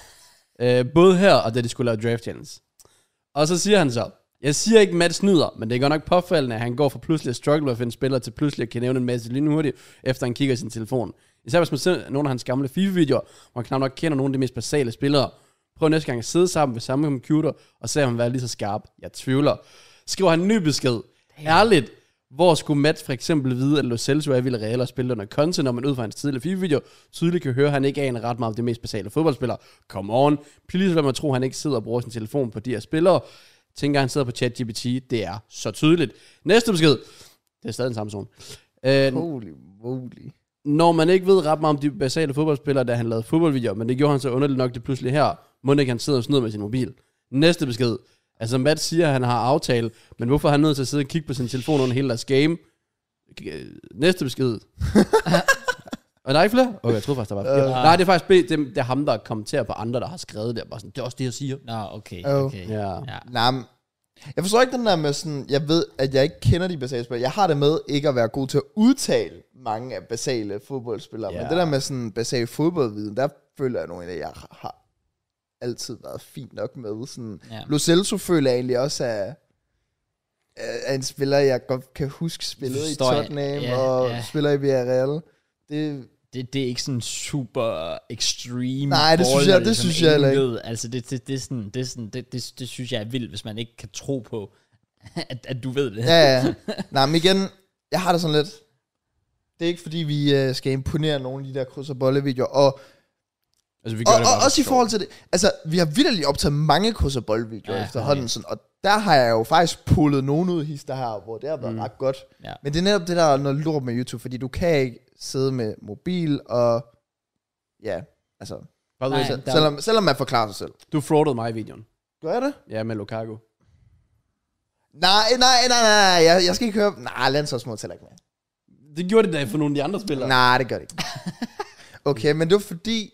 uh, både her, og da de skulle lave draft challenge. Og så siger han så, jeg siger ikke, Matt snyder, men det er godt nok påfaldende, at han går fra pludselig at struggle at finde spillere, til pludselig at kan nævne en masse lynhurtigt, efter han kigger i sin telefon. Især hvis man ser nogle af hans gamle FIFA-videoer, hvor han knap nok kender nogle af de mest basale spillere. Prøv næste gang at sidde sammen ved samme computer, og se ham være lige så skarp. Jeg tvivler. Skriver han en ny besked. Ærligt. Hvor skulle Matt for eksempel vide, at Lo Celso er Villarreal og spiller under content, når man ud fra hans tidligere FIFA-video tydeligt kan høre, at han ikke aner ret meget om de mest basale fodboldspillere. Come on. Please lad mig tro, at han ikke sidder og bruger sin telefon på de her spillere. Tænker, han sidder på ChatGPT. Det er så tydeligt. Næste besked. Det er stadig en samme zone. Uh, Holy moly. når man ikke ved ret meget om de basale fodboldspillere, da han lavede fodboldvideoer, men det gjorde han så underligt nok det pludselig her, må ikke han sidder og snyder med sin mobil. Næste besked. Altså Matt siger, at han har aftale, men hvorfor er han nødt til at sidde og kigge på sin telefon under hele deres game? Næste besked. Og der er ikke flere? Okay, jeg troede faktisk, der var flere. Uh, Nej, det er faktisk B, det, det er ham, der kommenterer på andre, der har skrevet det. Bare sådan, det er også det, jeg siger. Nå, okay, Oh. okay. Ja. Ja. Nej, men jeg forstår ikke den der med sådan, jeg ved, at jeg ikke kender de basale spillere. Jeg har det med ikke at være god til at udtale mange af basale fodboldspillere. Ja. Men det der med sådan basal fodboldviden, der føler jeg nogle af, jeg har altid været fint nok med. Sådan, Ja. Lo Celso føler jeg egentlig også er, er en spiller, jeg godt kan huske spillet i Forstår jeg. Tottenham Ja, og ja. spiller i Villarreal. Det, Det, det er ikke sådan super extreme. Nej, det ball, synes jeg- når det er sådan synes jeg heller ingen ikke. ved. Altså, det, det, det, er sådan, det, er sådan, det, det, det synes jeg er vildt, hvis man ikke kan tro på, at, at du ved det. ja, ja. Nej, men igen, jeg har det sådan lidt. Det er ikke fordi, vi uh, skal imponere nogen af de der kryds- og bollevideoer. Og, Altså, vi og, gør det og bare også i for forhold til det. Altså, vi har vitterligt optaget mange kryds- og bollevideoer Ja, ja, efterhånden. okay. Sådan, og der har jeg jo faktisk pullet nogen ud hister her, hvor det har været Mm. mm. ret godt. Ja. Men det er netop det der noget lort med YouTube, fordi du kan ikke sidde med mobil og... Ja, altså... By the way, Nej. så- der- Selvom, selvom man forklarer sig selv. du fraudede mig i videoen. Gør jeg det? Ja, med Lukaku. Nej, nej, nej, nej, nej. Jeg, jeg skal ikke høre... Nej, landsholdsmål tæller ikke med. Det gjorde det da for nogle af de andre spillere. Nej, det gør det ikke. Okay, men det var fordi...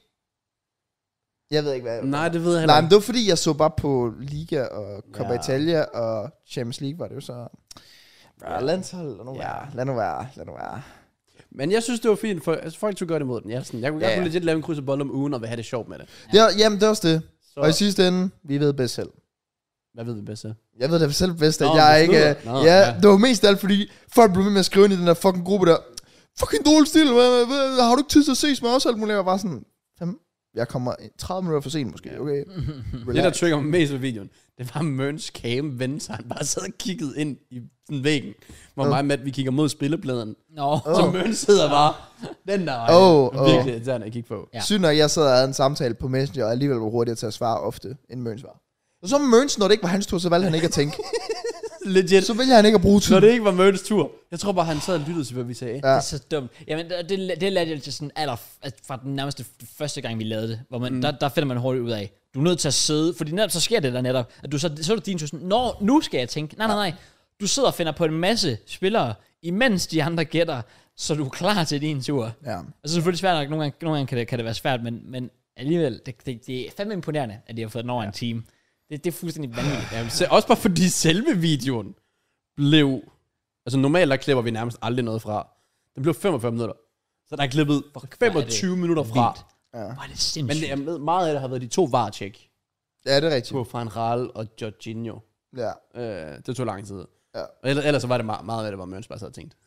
Jeg ved ikke, hvad jeg Nej, det ved jeg heller Nej, men ikke. det var fordi, jeg så bare på Liga og Coppa Ja. Italia og Champions League, var det jo så... Ja, landshold, lad nu Ja. være, lad nu være, lad nu være. Men jeg synes, det var fint, for altså, folk tog godt imod den. Jeg, er sådan, jeg, kunne, Ja, jeg kunne ja. legit lave en kryds og bold om ugen, og vil have det sjovt med det. Det er, jamen, det er også det. Så, Og i sidste ende, vi ved bedst selv. hvad ved vi bedst så? Jeg ved da selv bedst, at Nå, jeg du ikke... snyder. Nå, ja, ja. det var mest af alt, fordi folk blev ved med at skrive ind i den der fucking gruppe der. Fucking dårlig stil, hvad, hvad, har du ikke tid til at ses med os alt muligt? Jeg var bare sådan, fem, jeg kommer tredive minutter for sent måske, okay? Det, der trigger mig mest ved videoen, det var Mørns cam vendte sig. Han bare sad og kiggede ind i sådan væggen, hvor Oh. mig og Matt, vi kigger mod spillepladen. Nå, Oh. Så Mørns sidder bare, den der var Oh, oh. virkelig irriterende at kigge på. Ja. Sygt nok, jeg sad og havde en samtale på Messenger, og alligevel var hurtigere til at svare ofte, end Mørns var. Og så Mørns, når det ikke var hans tur, så valgte han ikke at tænke. Legit. Så vælger han ikke at bruge tid. Når det ikke var Mørns tur. Jeg tror bare, han sad og lyttede til, hvad vi sagde. det er så dumt. Jamen, det, det, det lærte jeg til sådan aller, at fra den nærmeste første gang, vi lavede det, hvor man, mm. der, der finder man hurtigt ud af, du er nødt til at sidde, fordi netop så sker det der netop, at du så, så er det din tur sådan, nå, nu skal jeg tænke, nej, nej, nej, du sidder og finder på en masse spillere, imens de andre gætter, så du er klar til din tur. Ja. Og så er det selvfølgelig svært nok, nogle gange, nogle gange kan, det, kan det være svært, men, men alligevel, det, det, det er fandme imponerende, at de har fået den over ja. en team. Det, det er fuldstændig vanvittigt. Ja, så også bare fordi selve videoen blev... Altså normalt der klipper vi nærmest aldrig noget fra. Den blev femogfyrre minutter. Så der er klippet femogtyve minutter fra. Ja. Hvor er det Men sindssygt. det er, meget af det har været de to var-check Ja, det er rigtigt. på Van Raal og Jorginho. Ja. Øh, det tog lang tid. Ja. Og ellers, ellers så var det meget, meget af det, hvor Mørns bare sad og tænkt.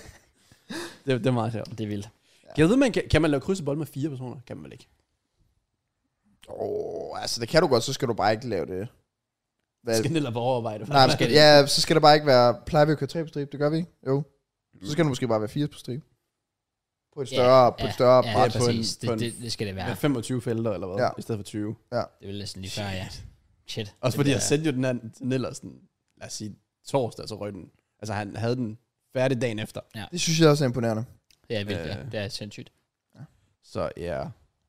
det, det er meget sjovt. Det er vildt. Ja. Kan, jeg vide, man, kan, kan man lave kryds og bold med fire personer? Kan man vel ikke? Åh, oh, altså det kan du godt, så skal du bare ikke lave det. Hvad? Skal Nilla bare overveje det? Nej, skal, ja, så skal der bare ikke være... Plejer vi at køre tre på strip? Det gør vi ikke? Jo. Så skal det måske bare være fire på strip. På et større, ja, på et større ja, bræt. ja, præcis. på en- Det, det, det skal det være. Med femogtyve felter, eller hvad? Ja. I stedet for tyve. Ja. Det er vel næsten lige før, ja. Shit. Også det fordi bliver- jeg sendte jo den her til Nilla sådan, lad os sige, torsdag, så røg den. Altså han havde den færdig dagen efter. Det synes jeg også er imponerende. Det er vildt, ja. Øh. Det er sindssygt. Så ja.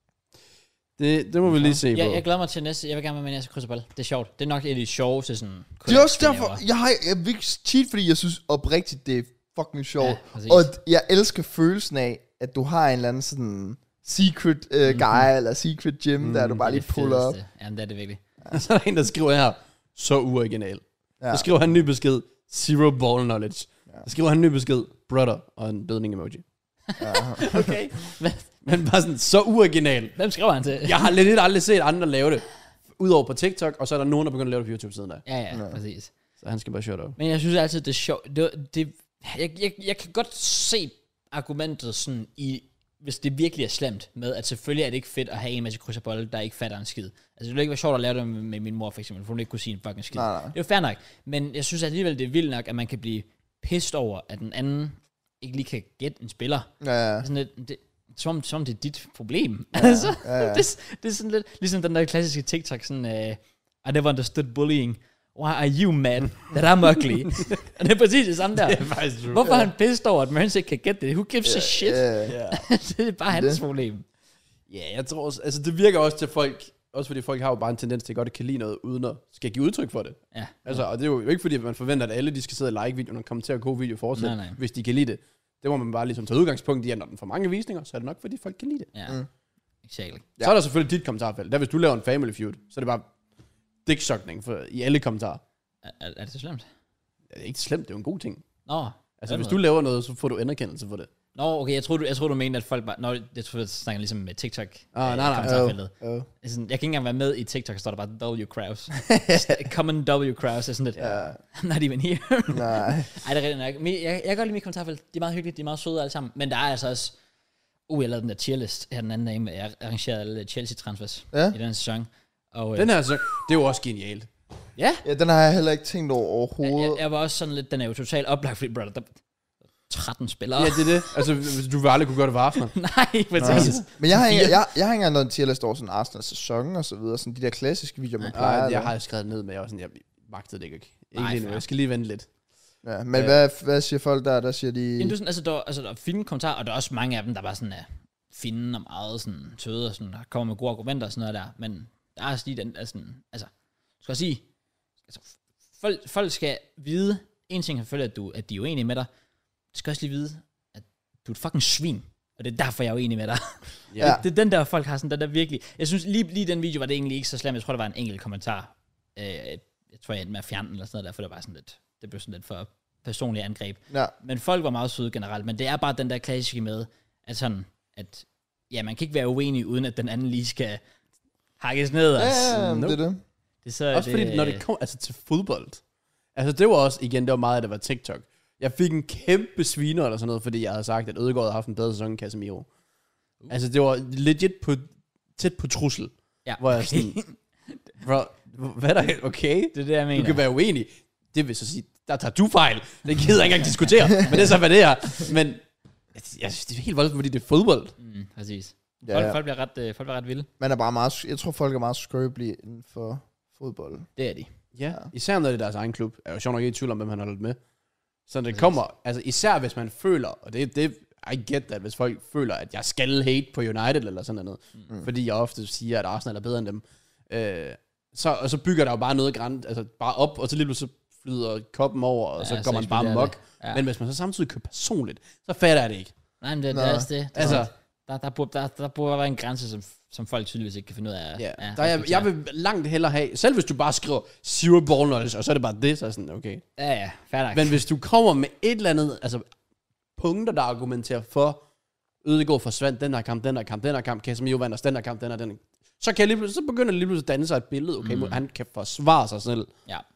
Det, det må vi lige se Ja, på. jeg glæder mig til næste. Jeg vil gerne være med i næste krydsebold. Det er sjovt. Det er nok et af de sjoveste sådan... Det er også collabs, vi derfor, laver. jeg, har, jeg vil ikke cheat, fordi jeg synes oprigtigt, det er fucking sjovt. Ja, præcis. Og jeg elsker følelsen af, at du har en eller anden sådan secret uh, guy, mm-hmm. eller secret gym, mm, der du bare Det er lige det puller op. fedeste. Jamen, det er det virkelig. Så er der en, der skriver her, så uoriginal. Ja. Så skriver han en ny besked, zero ball knowledge. Ja. Så skriver han en ny besked, brother, og en bedning emoji. Ja. Okay. Men, Men bare sådan, så uoriginal. hvem skriver han til? Jeg har lidt aldrig set andre lave det. Udover på TikTok, og så er der nogen, der begynder at lave det på YouTube siden af. Ja, ja, Ja. præcis. Så han skal bare shut up. Men jeg synes altid, det er sjovt. Det, det, jeg, jeg, jeg kan godt se argumentet sådan i, hvis det virkelig er slemt med, at selvfølgelig er det ikke fedt at have en masse kryds og bold, der ikke fatter en skid. Altså det ville ikke være sjovt at lave det med, med min mor for eksempel, for hun ikke kunne sige en fucking skid. Nej, nej. Det er jo fair nok, men jeg synes alligevel, det er vildt nok, at man kan blive pissed over, at den anden ikke lige kan gætte en spiller. Ja, ja. Sådan lidt, det, som, som det er dit problem. Ja, altså, ja, ja. det, det er sådan lidt, ligesom den der klassiske TikTok, sådan, uh, I never understood bullying. Why are you mad that I'm ugly? Og det er præcis det samme der. Det er faktisk true. Hvorfor er han pissed over, at Mørns ikke kan gætte det? Who gives a shit? Ja, Ja. Det er bare hans Det. problem. Ja, jeg tror også, altså det virker også til folk, også fordi folk har jo bare en tendens til at godt kan lide noget, uden at skal give udtryk for det. Ja. Altså, og det er jo ikke fordi, at man forventer, at alle de skal sidde og like videoen og kommentere gode video fortsat, Nej, nej. hvis de kan lide det. Det må man bare ligesom tage udgangspunkt i, at når den får mange visninger, så er det nok, fordi folk kan lide det. Ja, Mm. exactly. Ja. Så er der selvfølgelig dit kommentarfelt. Der hvis du laver en family feud, så er det bare dicksugning for, i alle kommentarer. Er, er, er det så slemt? Det er ikke slemt, det er jo en god ting. Nå, Altså, den hvis måde. du laver noget, så får du anerkendelse for det. Nå, okay, jeg tror du, jeg tror, du mener, at folk bare... Nå, jeg tror, jeg snakker ligesom med TikTok. Ah, øh, nej, nej. kommentarfeltet. Oh, oh. Sådan, jeg kan ikke engang være med i TikTok, så står der bare W. Kraus. Common W. Kraus er sådan lidt, Ja. I'm not even here. Nej. Ej, det er rigtigt nok. Men jeg, jeg kan godt lide mit kommentarfelt. De er meget hyggelige, de er meget søde alle sammen. Men der er altså også... Uh, jeg lavede den der tierlist her den anden dag, med jeg arrangerede alle Chelsea-transfers Ja. i den sæson. Og, øh, Den her, så, det er jo også genialt. ja, Ja, den har jeg heller ikke tænkt over jeg, overhovedet. jeg, jeg var også sådan lidt, den er jo totalt oplagt, fordi brother, der tretten spillere. Ja, det er det. Altså, hvis du vil aldrig kunne gøre det for Arsenal. Nej, præcis. Men jeg har, ikke, Fire. jeg, jeg har ikke engang noget en tierlist over sådan Arsenal sæson og så videre. Sådan de der klassiske videoer, man plejer. Nej, at jeg lave. har skrevet ned, men jeg var sådan, jeg magtede det ikke. Ikke Nej, lige nu. fair. Jeg skal lige vente lidt. Ja, men Ja. hvad, hvad siger folk der? Der siger de... Jamen, du er sådan, altså, der, er- altså, der er fine kommentarer, og der er også mange af dem, der bare sådan er fine og meget sådan søde, og sådan, der kommer med gode argumenter og sådan noget der. Men der er også lige den, altså, altså skal jeg sige, altså, folk, folk skal vide, en ting er selvfølgelig, at, du, at de er uenige med dig, de skal også lige vide, at du er et fucking svin, og det er derfor, jeg er uenig med dig. Ja. Ja. Det er den der, folk har sådan, den der virkelig, jeg synes lige, lige den video var det egentlig ikke så slemt, jeg tror, der var en enkelt kommentar, øh, jeg tror, jeg endte med at fjerne den eller sådan noget der, for det var sådan lidt, det blev sådan lidt for personligt angreb. Ja. Men folk var meget søde generelt, men det er bare den der klassiske med, at sådan, at ja, man kan ikke være uenig, uden at den anden lige skal hakkes ned. Ja, Altså. ja, Nope. det er det. Det er så, Også det, fordi, når det kom altså, til fodbold, altså det var også, igen, det var meget, at det var TikTok. Jeg fik en kæmpe sviner eller sådan noget, fordi jeg havde sagt, at Ødegaard havde haft en bedre sæson end Casemiro. Uh. Altså det var legit på, tæt på trussel, ja, hvor jeg sådan, bro, hvad er der, okay? det er det, jeg mener. Du kan være uenig. Det vil så sige, der tager du fejl. Det gider jeg ikke engang diskutere. Men det er så, hvad det er. Men jeg, jeg synes, det er helt voldsomt, fordi det er fodbold. Mm, præcis. Ja, Folk, ja. folk, bliver ret, øh, folk bliver ret vilde. Man er bare meget... Jeg tror, folk er meget skrøbelige inden for fodbold. Det er de. Ja. Især når det er deres egen klub. Jeg er jo sjovt nok ikke i tvivl om, hvem han har holdt med. Så det kommer, altså især hvis man føler, og det, det I get that, hvis folk føler, at jeg skal hate på United eller sådan noget, mm. fordi jeg ofte siger, at Arsenal er bedre end dem, øh, så, og så bygger der jo bare noget grænt, altså bare op, og så lige pludselig så flyder koppen over, og Ja, så så går man bare eksploderer mok. det. Ja. Men hvis man så samtidig kører personligt, så fatter jeg det ikke. Nej, men det, Nå. det er også det. det er Altså- sådan, der, der, burde, der, der burde være en grænse, som, som folk tydeligvis ikke kan finde ud af. Ja. ja, Der er, jeg vil langt hellere have, selv hvis du bare skriver zero ball knowledge, og så er det bare det, så er sådan, okay. Ja, ja, fair nok. Men hvis du kommer med et eller andet, altså punkter, der argumenterer for, Ødegaard forsvandt den her kamp, den her kamp, den her kamp, Casemiro vandt os den her kamp, den her, den her. Så, kan jeg lige, pludselig- så begynder det lige pludselig at danne sig et billede, okay, mm. han kan forsvare sig selv. Ja.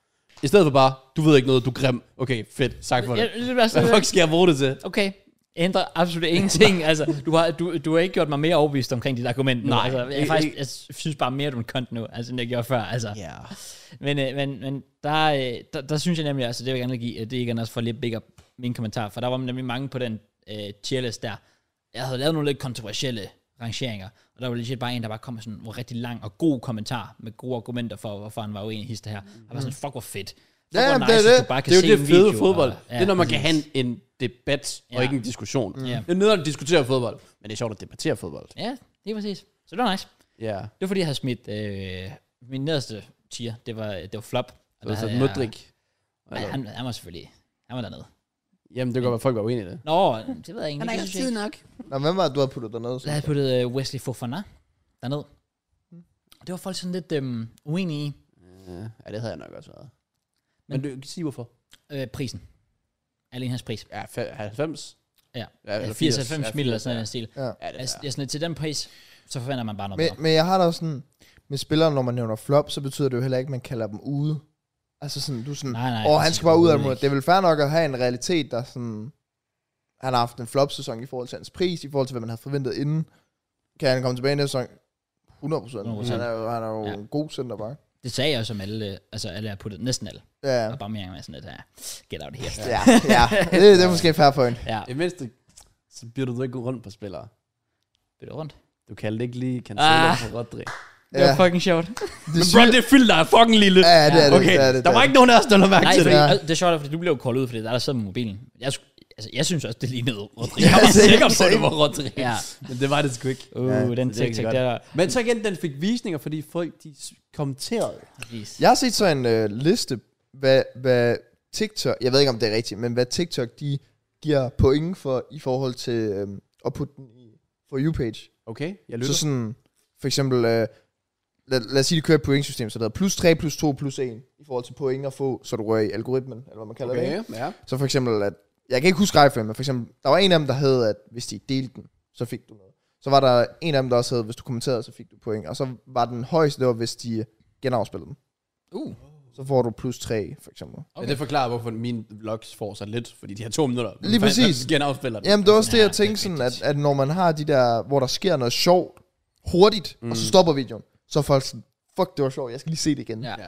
I stedet for bare, du ved ikke noget, du er grim. Okay, fedt, sagt for det. Ja, det er sådan, Hvad fuck skal jeg bruge det til? okay, ændrer absolut ingenting. altså, du har, du, du har ikke gjort mig mere overbevist omkring dit argument nu. Nej, altså, jeg, ikke- faktisk, jeg synes bare mere, du er en kont nu, altså, end jeg gjorde før. Altså. Ja. Men, øh, men, men der, øh, der, der, synes jeg nemlig, altså det vil jeg gerne give, at det ikke er også for lidt big up min kommentar, for der var nemlig mange på den øh, tierlist der. Jeg havde lavet nogle lidt kontroversielle rangeringer, og der var legit bare en, der bare kom med sådan en rigtig lang og god kommentar, med gode argumenter for, hvorfor han var uenig i hister her. Jeg var sådan, fuck hvor fedt. Fuck, Ja, hvor det er nice, det. at du bare kan Det er se jo det en fede video, fodbold. Og, det er, når man kan have en, en debat, og Ja. ikke en diskussion. Ja. Det er nederen at diskutere fodbold, men det er sjovt at debattere fodbold. Ja, det er præcis. Så det var nice. Ja. Det var fordi, jeg havde smidt øh, min nederste tier, det var, det var flop. Og Det er havde så jeg- Modric. Nej, han, han var selvfølgelig, han var dernede. Jamen, det kan godt være, folk var uenige i det. Nå, det ved jeg egentlig. Det synes jeg ikke. nok. Nå, hvem var det, du havde puttet dernede? Jeg havde puttet uh, Wesley Fofana derned. Og det var folk sådan lidt um, uenige i. Ja, det havde jeg nok også været. Men, men du kan sige, hvorfor? Uh, prisen. Alene hans pris. Ja, fe- halvfems. Ja, Ja, eller firs firs, halvfems ja, mil eller firs, sådan ja. en stil. Ja. Ja, det Altså, er. jeg sådan lidt, til den pris, så forventer man bare noget Men, bedre. men jeg har da også sådan, med spillere, når man nævner flop, så betyder det jo heller ikke, at man kalder dem ude. Altså sådan, du er sådan, Nej, nej. åh, han præcis, skal bare ud af overhovedet det. Det er vel fair nok at have en realitet, der sådan, han har haft en flop-sæson i forhold til hans pris, i forhold til, hvad man havde forventet inden. Kan han komme tilbage i næste sæson? hundrede procent. hundrede procent. Han er jo, han er jo Ja. en god centerback. Det sagde jeg jo som alle, altså alle har puttet, næsten alle. Ja, Og bare mere med sådan lidt, ja, get out here. ja, ja. Det, det er måske fair point. Ja, I mindste, så bliver du ikke rundt på spillere. bytte rundt. Du kaldte ikke lige Cancelo Ah. for Rodri. Det var Ja. fucking sjovt. Det Men syge- bro, det er fyldt, der er fucking lille. Ja, det er det. Okay, det er det, der det var er ikke nogen af os, der lå mærke Nej, til fordi, det. Ja. det er sjovt, fordi du blev koldet ud, fordi der er der sad med mobilen. Jeg, sk- altså, jeg synes også, det lignede Rodri. Jeg var Same, sikker på, at same. det var Rodri. Ja. Men det var det sgu ikke. Uh, Ja, den det er ikke så TikTok godt. der. Men så igen, den fik visninger, fordi folk de s- kommenterede. Præcis. Jeg har set så en øh, liste, hvad, hvad TikTok, jeg ved ikke om det er rigtigt, men hvad TikTok de giver point for i forhold til øh, at putte den i for you-page. Okay, jeg Så lytter. sådan, for eksempel, øh, lad, lad os sige, det kører et pointsystem, så der er plus tre, plus to, plus en, i forhold til point at få, så du rører i algoritmen, eller hvad man kalder det. Okay, Ikke? ja. Så for eksempel, at, jeg kan ikke huske rækkefølgen, men for eksempel, der var en af dem, der havde, at hvis de delte den, så fik du noget. Så var der en af dem, der også havde, hvis du kommenterede, så fik du point. Og så var den højeste, det var, hvis de genafspillede den. Uh, Så får du plus tre, for eksempel. Okay. Ja, det forklarer, hvorfor mine vlogs får så lidt, fordi de har to minutter. Lige præcis. Genafspiller den. Jamen, det er også det, Ja, jeg det tænker er sådan, rigtigt. at, at når man har de der, hvor der sker noget sjovt, hurtigt, mm. og så stopper videoen, så er folk sådan, fuck, det var sjovt, jeg skal lige se det igen. ja. Ja.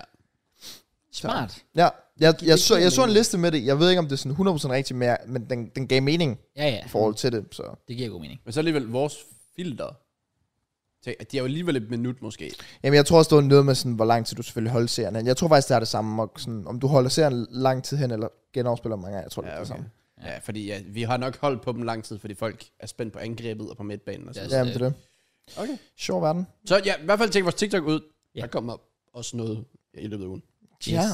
Smart. Ja, jeg, jeg, så, jeg så en liste med det, jeg ved ikke, om det er sådan hundrede procent rigtigt, men, jeg, men den, den gav mening Ja, ja. i forhold til det, så... Det giver god mening. Men så alligevel vores filter. Tænk, de er jo alligevel et minut måske. Jamen, jeg tror også, det var noget med sådan, hvor lang tid du selvfølgelig holder serien hen. Jeg tror faktisk, det er det samme, og sådan, om du holder serien lang tid hen, eller genafspiller mange gange, jeg tror, det er Ja, det okay. samme. Ja, ja fordi ja, vi har nok holdt på dem lang tid, fordi folk er spændt på angrebet og på midtbanen. Og så. Ja, Ja. Jamen, det er det. Okay. Sjov verden. Så ja, i hvert fald tjek vores TikTok ud. Ja. Der kommer også noget i løbet af ugen. Ja.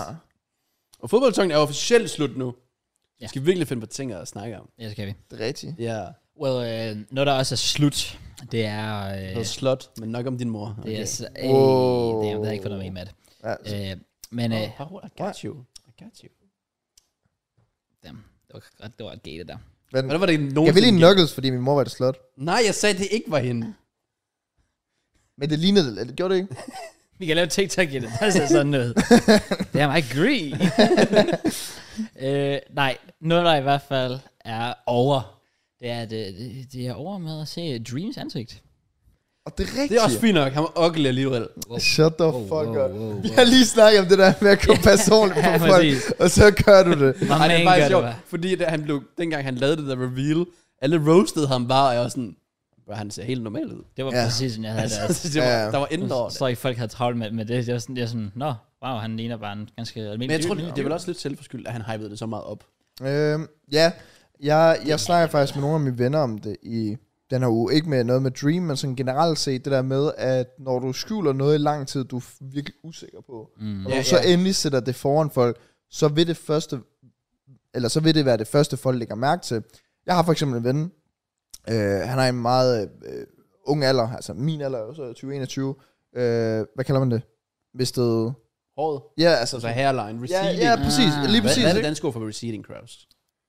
Og fodboldsæsonen er officielt slut nu. Ja. Vi skal virkelig finde på ting at snakke om. Ja, det kan vi. Det er rigtigt. Ja. Well, øh, noget der også er slut, det er... Øh, Noget slot, men nok om din mor. det er... Så, øh, Wow. det, det har jeg ikke fået noget med, Matt. Ja, Øh, men... Øh, Oh, I got you. I got you. damn, det var ret, det var et gate der. men, Hvordan var det jeg nogensinde? vil lige Knuckles, fordi min mor var det slot. Nej, jeg sagde, det ikke var hende. Men det lignede det, det gjorde det ikke? Vi kan lave TikTok i det. Der ser sådan noget. Damn, I agree. øh, nej, noget der i hvert fald er over, det er, det, det, det er over med at se Dreams ansigt. Og det er rigtigt. Det er også fint nok. Han var ugly alligevel. Shut the Wow, fuck wow, up. wow, wow. Vi har lige snakket om det der med at komme personligt Ja, på folk, præcis. og så gør du det. My Nej, det man er gør faktisk det sjovt, bare. fordi da han blev, dengang han lavede det der reveal, alle roastede ham bare, og jeg var sådan, bro, han ser helt normal ud. Det var Ja. præcis, sådan jeg havde det. Altså. det var, Ja. der var inden over Så det. tror jeg ikke, folk havde travlt med, med det. Det var sådan, det var sådan, nå, wow, han ligner bare en ganske almindelig Men jeg tror, dude. det, det er vel også lidt selvforskyldt, at han hypede det så meget op. Øhm, ja, jeg, jeg snakker faktisk med nogle af mine venner om det i den her uge. Ikke med noget med Dream, men sådan generelt set det der med, at når du skjuler noget i lang tid, du er virkelig usikker på. Mm. Og når Ja, du så ja. endelig sætter det foran folk, så vil det første, eller så vil det være det første, folk lægger mærke til. Jeg har for eksempel en ven, øh, han har en meget øh, ung alder, altså min alder er jo så tyve enogtyve. Øh, hvad kalder man det? Mistet... Håret. Ja, altså... Altså hairline, ja, receding. ja, præcis. Ah. Lige Hvad, præcis. hvad er det ikke? danske ord for receding, Kraus?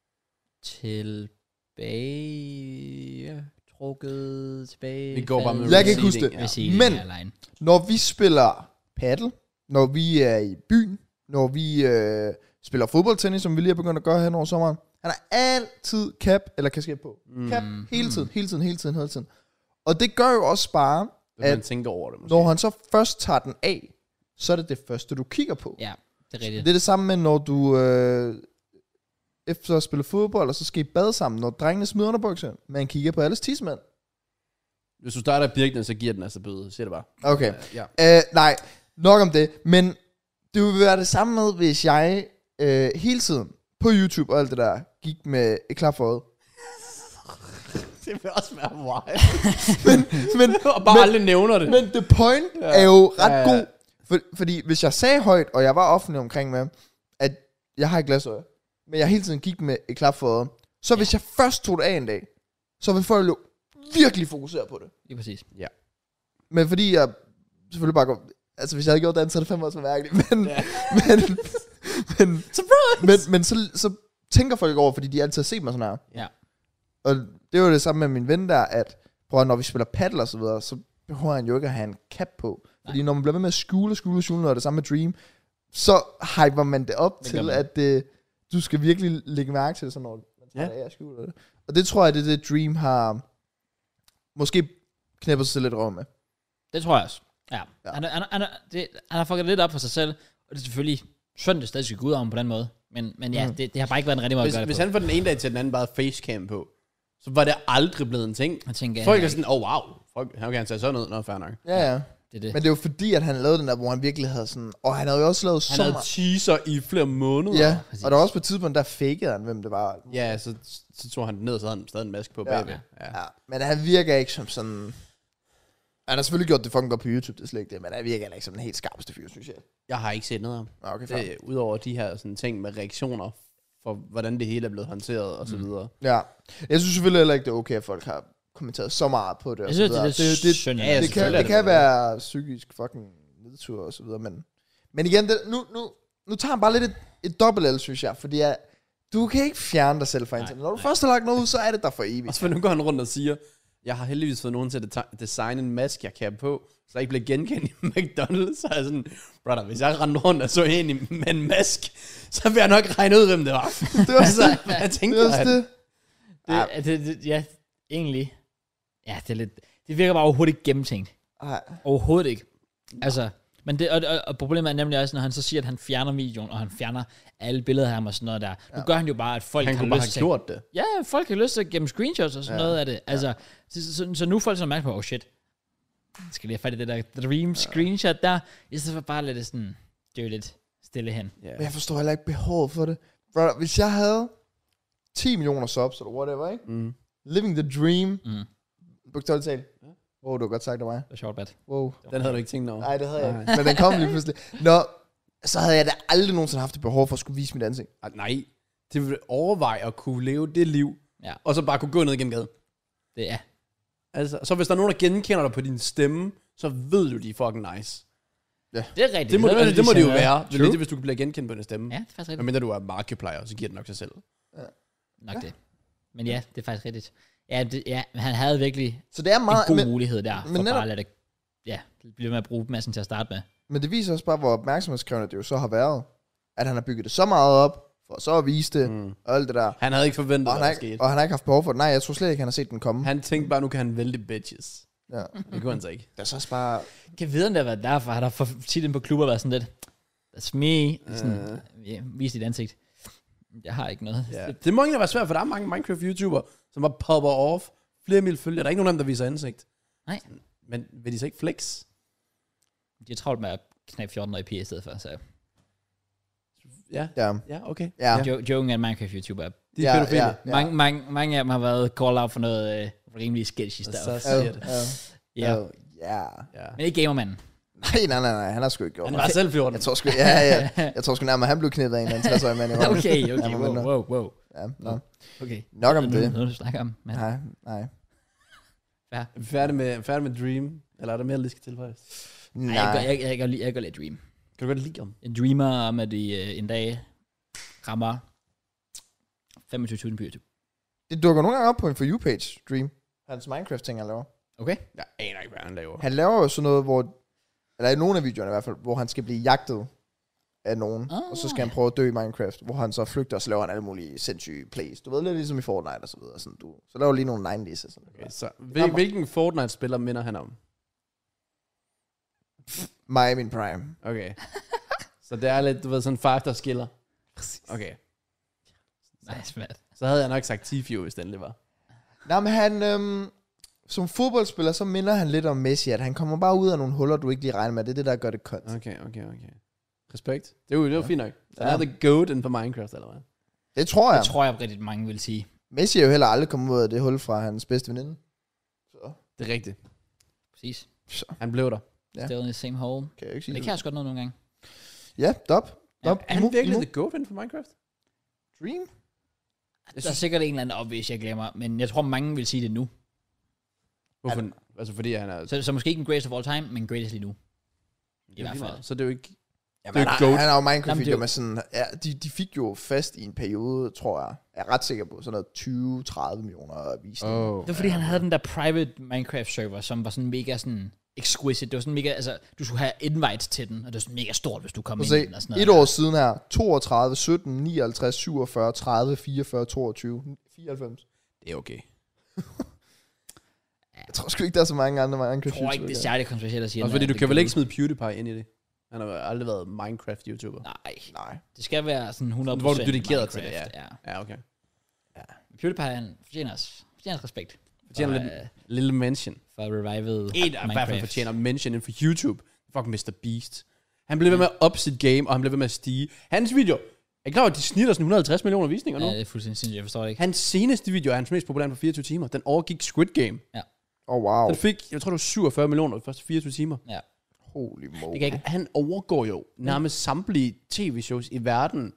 Tilbage... Trukket tilbage... Vi går bare med Jeg kan ikke huske receding, det. ja. Receding Men- airline. Når vi spiller paddle, når vi er i byen, når vi øh, spiller fodboldtennis, som vi lige har begyndt at gøre hen over sommeren. Han har altid cap eller kasket på. Mm. Cap hele tiden, hele tiden, hele tiden, hele tiden. Og det gør jo også bare, at man tænker over det, måske. Når han så først tager den af, så er det det første, du kigger på. Ja, det er rigtigt. Det er det samme med, når du øh, efter at spille fodbold, og så skal I bade sammen, når drengene smider underbukser. Man kigger på alles tidsmænd. Hvis du starter Birken, så giver den altså bøde. Siger det bare. Okay. Ja. ja. Øh, nej, nok om det. Men det vil være det samme med, hvis jeg øh, hele tiden på YouTube og alt det der, gik med et klap for øjet. Det vil også være wild. men, men, og bare men, aldrig nævner det. Men the point ja. er jo ret ja, ja. god. For, fordi hvis jeg sagde højt, og jeg var offentlig omkring med, at jeg har et glasøje, men jeg hele tiden gik med et klap for øjet, så ja. hvis jeg først tog det af en dag, så vil folk jo virkelig fokusere på det. Lige præcis. Ja. Men fordi jeg selvfølgelig bare går, altså hvis jeg havde gjort det, så er det fandme også mærkeligt. Men, ja. men, men, Surprise! men, men så, så tænker folk over, fordi de altid har set mig sådan her. Ja. Og det var det samme med min ven der, at prøv, når vi spiller paddle og så videre, så behøver han jo ikke at have en cap på. Fordi Nej. når man bliver ved med at skjule, skjule, skjule, og det samme med Dream, så hyper man det op det til, at det, du skal virkelig lægge mærke til det, sådan når man tager ja. det af og skjuler det. Og det tror jeg, det er det, Dream har måske knæppet sig lidt røv med. Det tror jeg også. Ja. ja. Han, han, han, det, han har fucket lidt op for sig selv, og det er selvfølgelig synd, det stadig skal gå ud af ham på den måde. Men, men ja, mm. det, det har bare ikke været en rigtig måde hvis, at gøre det Hvis på. han fra den ene dag til den anden bare facecam på, så var det aldrig blevet en ting. Jeg tænker, folk er sådan, åh oh, wow, folk, han kan han tage sådan noget, nå fair nok. Ja, ja. Det er det. Men det er jo fordi, at han lavede den der, hvor han virkelig havde sådan, og han havde jo også lavet han så havde teaser i flere måneder. Ja, præcis. Og der var også på et tidspunkt, der fakede han, hvem det var. Ja, så, så tog han den ned, og så havde han stadig en maske på ja. bagved. Ja. Ja. Men han virker ikke som sådan... Han har selvfølgelig gjort det fucking godt på YouTube, det er slet ikke det, men han virker ikke som den helt skarpeste fyr, synes jeg. Jeg har ikke set noget af ham. Okay, det, udover de her sådan, ting med reaktioner, for hvordan det hele er blevet håndteret, og så videre. Ja, jeg synes selvfølgelig heller ikke, det er okay, at folk har kommenteret så meget på det. Jeg synes, det er det, det, det, synd. Ja, det, det kan, det kan være psykisk fucking nedtur og så videre, men, men igen, det, nu, nu, nu tager han bare lidt et, et dobbelt L, synes jeg, fordi jeg, du kan ikke fjerne dig selv fra internet. Når du nej. først har lagt noget ud, så er det der for evigt. Og så nu går han rundt og siger, jeg har heldigvis fået nogen til at designe en maske, jeg kan på, så jeg ikke bliver genkendt i McDonald's. Så er jeg sådan, brother, hvis jeg rendte rundt og så en med en mask, så vil jeg nok regne ud, hvem det var. Det var altså, det. Jeg tænkte, det, var det. Det, ja. Det, det, ja, egentlig. Ja, det er lidt, det virker bare overhovedet ikke gennemtænkt. Ej. Overhovedet ikke. Altså, men det, og, og, og problemet er nemlig også, når han så siger, at han fjerner videoen, og han fjerner alle billeder af ham og sådan noget der. Nu ja. gør han jo bare, at folk han har lyst lyst til... Han kunne bare have gjort det. Ja, folk har lyst til at gemme screenshots og sådan ja. noget af det. Altså, ja. så, så, så nu er folk sådan mærke på, oh shit, skal lige have fat i det der Dream ja. screenshot der, i stedet for bare at lade det sådan, det er jo lidt stille hen. Ja. Men jeg forstår heller ikke behovet for det. Brother, hvis jeg havde ti millioner subs, eller whatever, ikke? Mm. Living the dream. Mm. Bogstaveligt talt. Ja. Wow, du har godt sagt af mig. Det er sjovt, bad. Wow. Den havde du ikke tænkt over. Nej, det havde jeg ikke. Men den kom lige pludselig. Nå, så havde jeg da aldrig nogensinde haft det behov for at skulle vise mit ansigt. Ah, nej, det ville overveje at kunne leve det liv, ja. og så bare kunne gå ned igennem gaden. Det er. Altså, så hvis der er nogen, der genkender dig på din stemme, så ved du, de er fucking nice. Ja. Det er rigtigt. Det må, det, altså, det, må det jo være, True. det, hvis du kan blive genkendt på din stemme. Ja, det er faktisk rigtigt. Men mindre du er markiplier, så giver det nok sig selv. Ja. Nok ja. det. Men ja, det er faktisk rigtigt. Ja, det, ja, han havde virkelig så det er meget, en god men, mulighed der, for men netop, bare at lade det, ja, blive med at bruge massen til at starte med. Men det viser også bare, hvor opmærksomhedskrævende det jo så har været. At han har bygget det så meget op, for så at vise det, mm. og alt det der. Han havde ikke forventet, og hvad der skete. Og han har ikke haft behov for det. Nej, jeg tror slet ikke, han har set den komme. Han tænkte bare, nu kan han vælte bitches. Ja. Det kunne han så ikke. Det er så også bare... Kan vide, om det har været derfor, han har for tit ind på klubber været sådan lidt, that's me, sådan, uh. yeah, vis dit ansigt. Jeg har ikke noget. Ja. Det må ikke være svært, for der er mange Minecraft-YouTuber, som bare popper off. Flere mil følger. Der er ikke nogen af dem, der viser ansigt. Nej. Men vil de så ikke flex? De har travlt med at knæppe fjorten i P i stedet for, så... Ja, ja, ja okay. Ja. Jo- Joken er en Minecraft-YouTuber. De er ja, pædofile. ja, ja. Mange, mange, mange af dem har været call out for noget øh, rimelig sketchy stuff. Så siger det. Ja. Ja. Men ikke gamermanden. Nej, nej, nej, nej, han har sgu ikke gjort. Han var selv fjorten. Jeg tror sgu, ja, ja. Jeg tror sgu nærmere, han blev knippet af en eller anden tres-årig mand. Okay, okay, wow, wow, wow. Ja, no. Okay. Nok om det. Noget, du snakker om. Men. Nej, nej. Ja. Færdig med, færdig med Dream? Eller er der mere, der lige skal tilføjes? Nej. Jeg, jeg, jeg, jeg, jeg, jeg går lidt Dream. Kan du godt lide om? En dreamer om, at de uh, en dag rammer femogtyve tusind på YouTube. Det dukker nogle gange op på en For You-page, Dream. Hans Minecraft-ting, han laver. Okay. Jeg aner ikke, hvad han laver. Han laver jo sådan noget, hvor... Eller i nogle af videoerne i hvert fald, hvor han skal blive jagtet af nogen, Oh, og så skal han prøve at dø i Minecraft, hvor han så flygter, og så laver han alle mulige sindssyge plays. Du ved, lidt ligesom i Fortnite og så videre. Sådan, du, så laver du lige nogle nineties og sådan Okay, så hvil, hvilken Fortnite-spiller minder han om? mig i min prime. Okay. Så det er lidt, du ved, sådan en far, der skiller. Okay. Nice, man. Så havde jeg nok sagt Tifio, hvis den det var. Nej, men han, øhm, som fodboldspiller, så minder han lidt om Messi, at han kommer bare ud af nogle huller, du ikke lige regner med. Det er det, der gør det koldt. Okay, okay, okay. Respekt. Det var, det var ja. fint nok. Så Ja. er the goat inden for Minecraft, eller hvad? Det tror jeg. Det tror jeg rigtig mange vil sige. Messi er jo heller aldrig kommet ud af det hul fra hans bedste veninde. Så, Det er rigtigt. Præcis. så Han blev der. Ja. Still in the same hole. kan jeg jo ikke sige Men det kan også godt noget nogle gange. Ja, dop. Ja, Dop. Er han Imo, virkelig Imo. the goat inden for Minecraft? Dream? Der er sikkert en eller anden op, hvis jeg glemmer. Men jeg tror, mange vil sige det nu. Hvorfor? Altså fordi han er... Så, så måske ikke en greatest of all time, men greatest lige nu. I hvert fald. Så det er jo ikke... Jamen, Det er han, goat. han har jo Jamen, Minecraft-videoer det er- med sådan... Ja, de, de fik jo fast i en periode, tror jeg. Jeg er ret sikker på. Sådan noget tyve til tredive millioner visninger. Oh. Det var fordi, han havde den der private Minecraft-server, som var sådan mega sådan exquisite. Det var sådan mega, altså, du skulle have invite til den, og det var sådan mega stort, hvis du kom Prøv ind at i den og sådan se, noget. et år siden her. toogtredive, sytten, nioghalvtreds, syvogfyrre, tredive, fireogfyrre, toogtyve, fireoghalvfems. Det er okay. Jeg tror sgu ikke, der er så mange andre Jeg Minecraft. tror ikke, det er særligt kontroversielt at sige. Også at fordi han du er kan vel the ikke smide PewDiePie ind i det. Han har jo aldrig været Minecraft-YouTuber. Nej, Nej. det skal være sådan hundrede procent Hvor er du dedikeret til det, Minecraft, ja. ja. Ja, okay. PewDiePie, han fortjener os. Fortjener os respekt. Fortjener For, lidt øh, lille mention. for revivet En, der i hvert fald Minecraft. fortjener mention inden for YouTube. Fuck mister Beast. Han blev ved med at up sit game, og han blev ved med at stige. Hans video, er I klar over, at de snitter sådan et hundrede og halvtreds millioner visninger nu? Ja, det er fuldstændig sindssygt, jeg forstår det ikke. Hans seneste video er hans mest populære på fireogtyve timer. Den overgik Squid Game. Oh, wow. Den fik, jeg tror det var syvogfyrre millioner de første fireogtyve timer. Ja. Holy moly. Det kan ikke. Han overgår jo nærmest samtlige tv-shows i verden.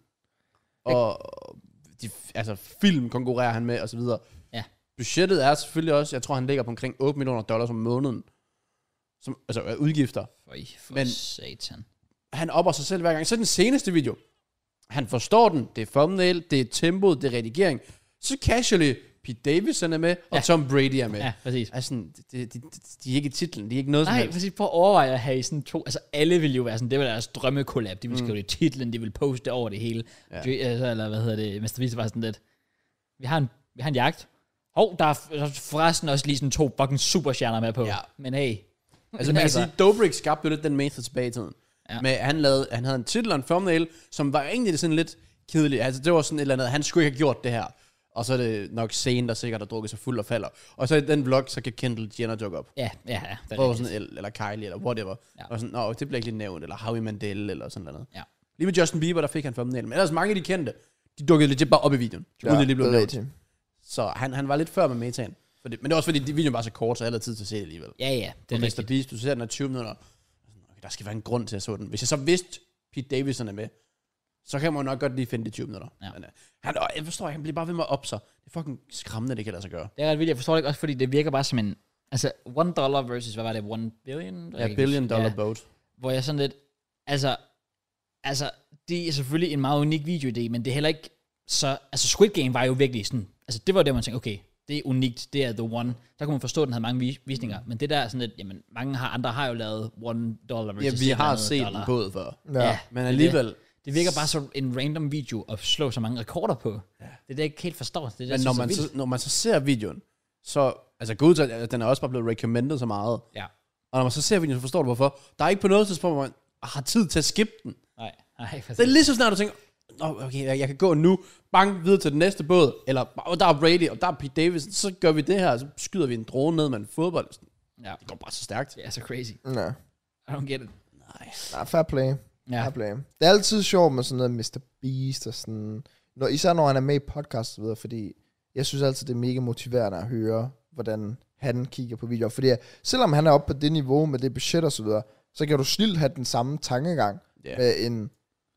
Og de, altså film konkurrerer han med, og så videre. Ja. Budgettet er selvfølgelig også, jeg tror han ligger på omkring otte millioner dollars om måneden. Som, altså er udgifter. For, for Men- satan. Han opper sig selv hver gang. Så den seneste video. Han forstår den. Det er thumbnail, det er tempoet, det er redigering. Så casually, Pete Davidson er med, og Ja. Tom Brady er med. Ja, præcis. Altså, de, de, de, de er ikke i titlen, de er ikke noget som Nej, helst. præcis. Prøv at overveje at have sådan to... Altså, alle vil jo være sådan... Det var deres drømmekollab. De ville skrive det i titlen, de ville poste det over det hele. Ja. Ja. Altså, eller hvad hedder det? mister Beast var sådan lidt... Vi har en, vi har en jagt. Hov, der er f- der er forresten også lige sådan to fucking superstjerner med på. Ja. Men hey... Altså, man kan sige, Dobrik skabte jo lidt den method tilbage i tiden. Ja. Men han, lavede, han havde en titel og en thumbnail, som var egentlig sådan lidt kedelig. Altså, det var sådan et eller andet, han skulle ikke have gjort det her. Og så er det nok Zane, der sikkert har drukket sig fuld og falder. Og så i den vlog, så kan Kendall Jenner dukke op. Ja, ja, ja. Det er Og rigtigt. sådan, eller, eller Kylie, eller whatever. Ja. Og sådan, nå, det bliver ikke lige nævnt, eller Howie Mandel, eller sådan noget. Ja. Lige med Justin Bieber, der fik han thumbnail. Men ellers mange af de kendte, de dukkede legit bare op i videoen. Ja, uden det lige blev det er nævnt. rigtigt. Så han, han var lidt før med metaen. Fordi, men det er også fordi, de videoen var så kort, så alle havde tid til at se det alligevel. Ja, ja. Det Det er mister rigtigt. Beast, du ser den er tyve minutter. Okay, der skal være en grund til at så den. Hvis jeg så vidste, Pete Davidson er med, så kan man nok godt lige finde de tyve minutter. Ja. Men, uh, han, øh, jeg forstår ikke, han bliver bare ved med at op sig. Det er fucking skræmmende, det kan lade sig gøre. Det er ret vildt. Jeg forstår det ikke også, fordi det virker bare som en... Altså, one dollar versus, hvad var det? One billion? Jeg Ja, kan billion huske. dollar Ja. boat. Hvor jeg sådan lidt, altså, altså, det er selvfølgelig en meget unik videoidé, men det er heller ikke så, altså Squid Game var jo virkelig sådan, altså det var det, man tænkte, okay, det er unikt, det er the one, der kunne man forstå, at den havde mange vis- visninger, men det der er sådan lidt, jamen, mange har, andre har jo lavet one dollar Ja, versus vi et har andet set dollar. den båd før. Ja. Ja, Men alligevel, det virker bare som en random video at slå så mange rekorder på. Ja. Det er det, jeg ikke helt forstår. Det er det, men jeg når synes er man, vildt. så, når man så ser videoen, så, altså gud, til, den er også bare blevet recommended så meget. Ja. Og når man så ser videoen, så forstår du hvorfor. Der er ikke på noget tidspunkt, hvor man har tid til at skippe den. Nej, nej, Det er lige så snart, du tænker, Nå, okay, jeg, jeg kan gå nu, bang, videre til den næste båd, eller oh, der er Brady, og der er Pete Davidson, så gør vi det her, og så skyder vi en drone ned med en fodbold. Ja. Det går bare så stærkt. Det er så crazy. Ja. I don't get it. Nej. Nej, fair play. Ja. Fair play. Det er altid sjovt med sådan noget mister Beast og sådan... Når, især når han er med i podcast og så videre, fordi jeg synes altid, det er mega motiverende at høre, hvordan han kigger på videoer. Fordi selvom han er oppe på det niveau med det budget og så videre, så kan du snilt have den samme tankegang Yeah. med en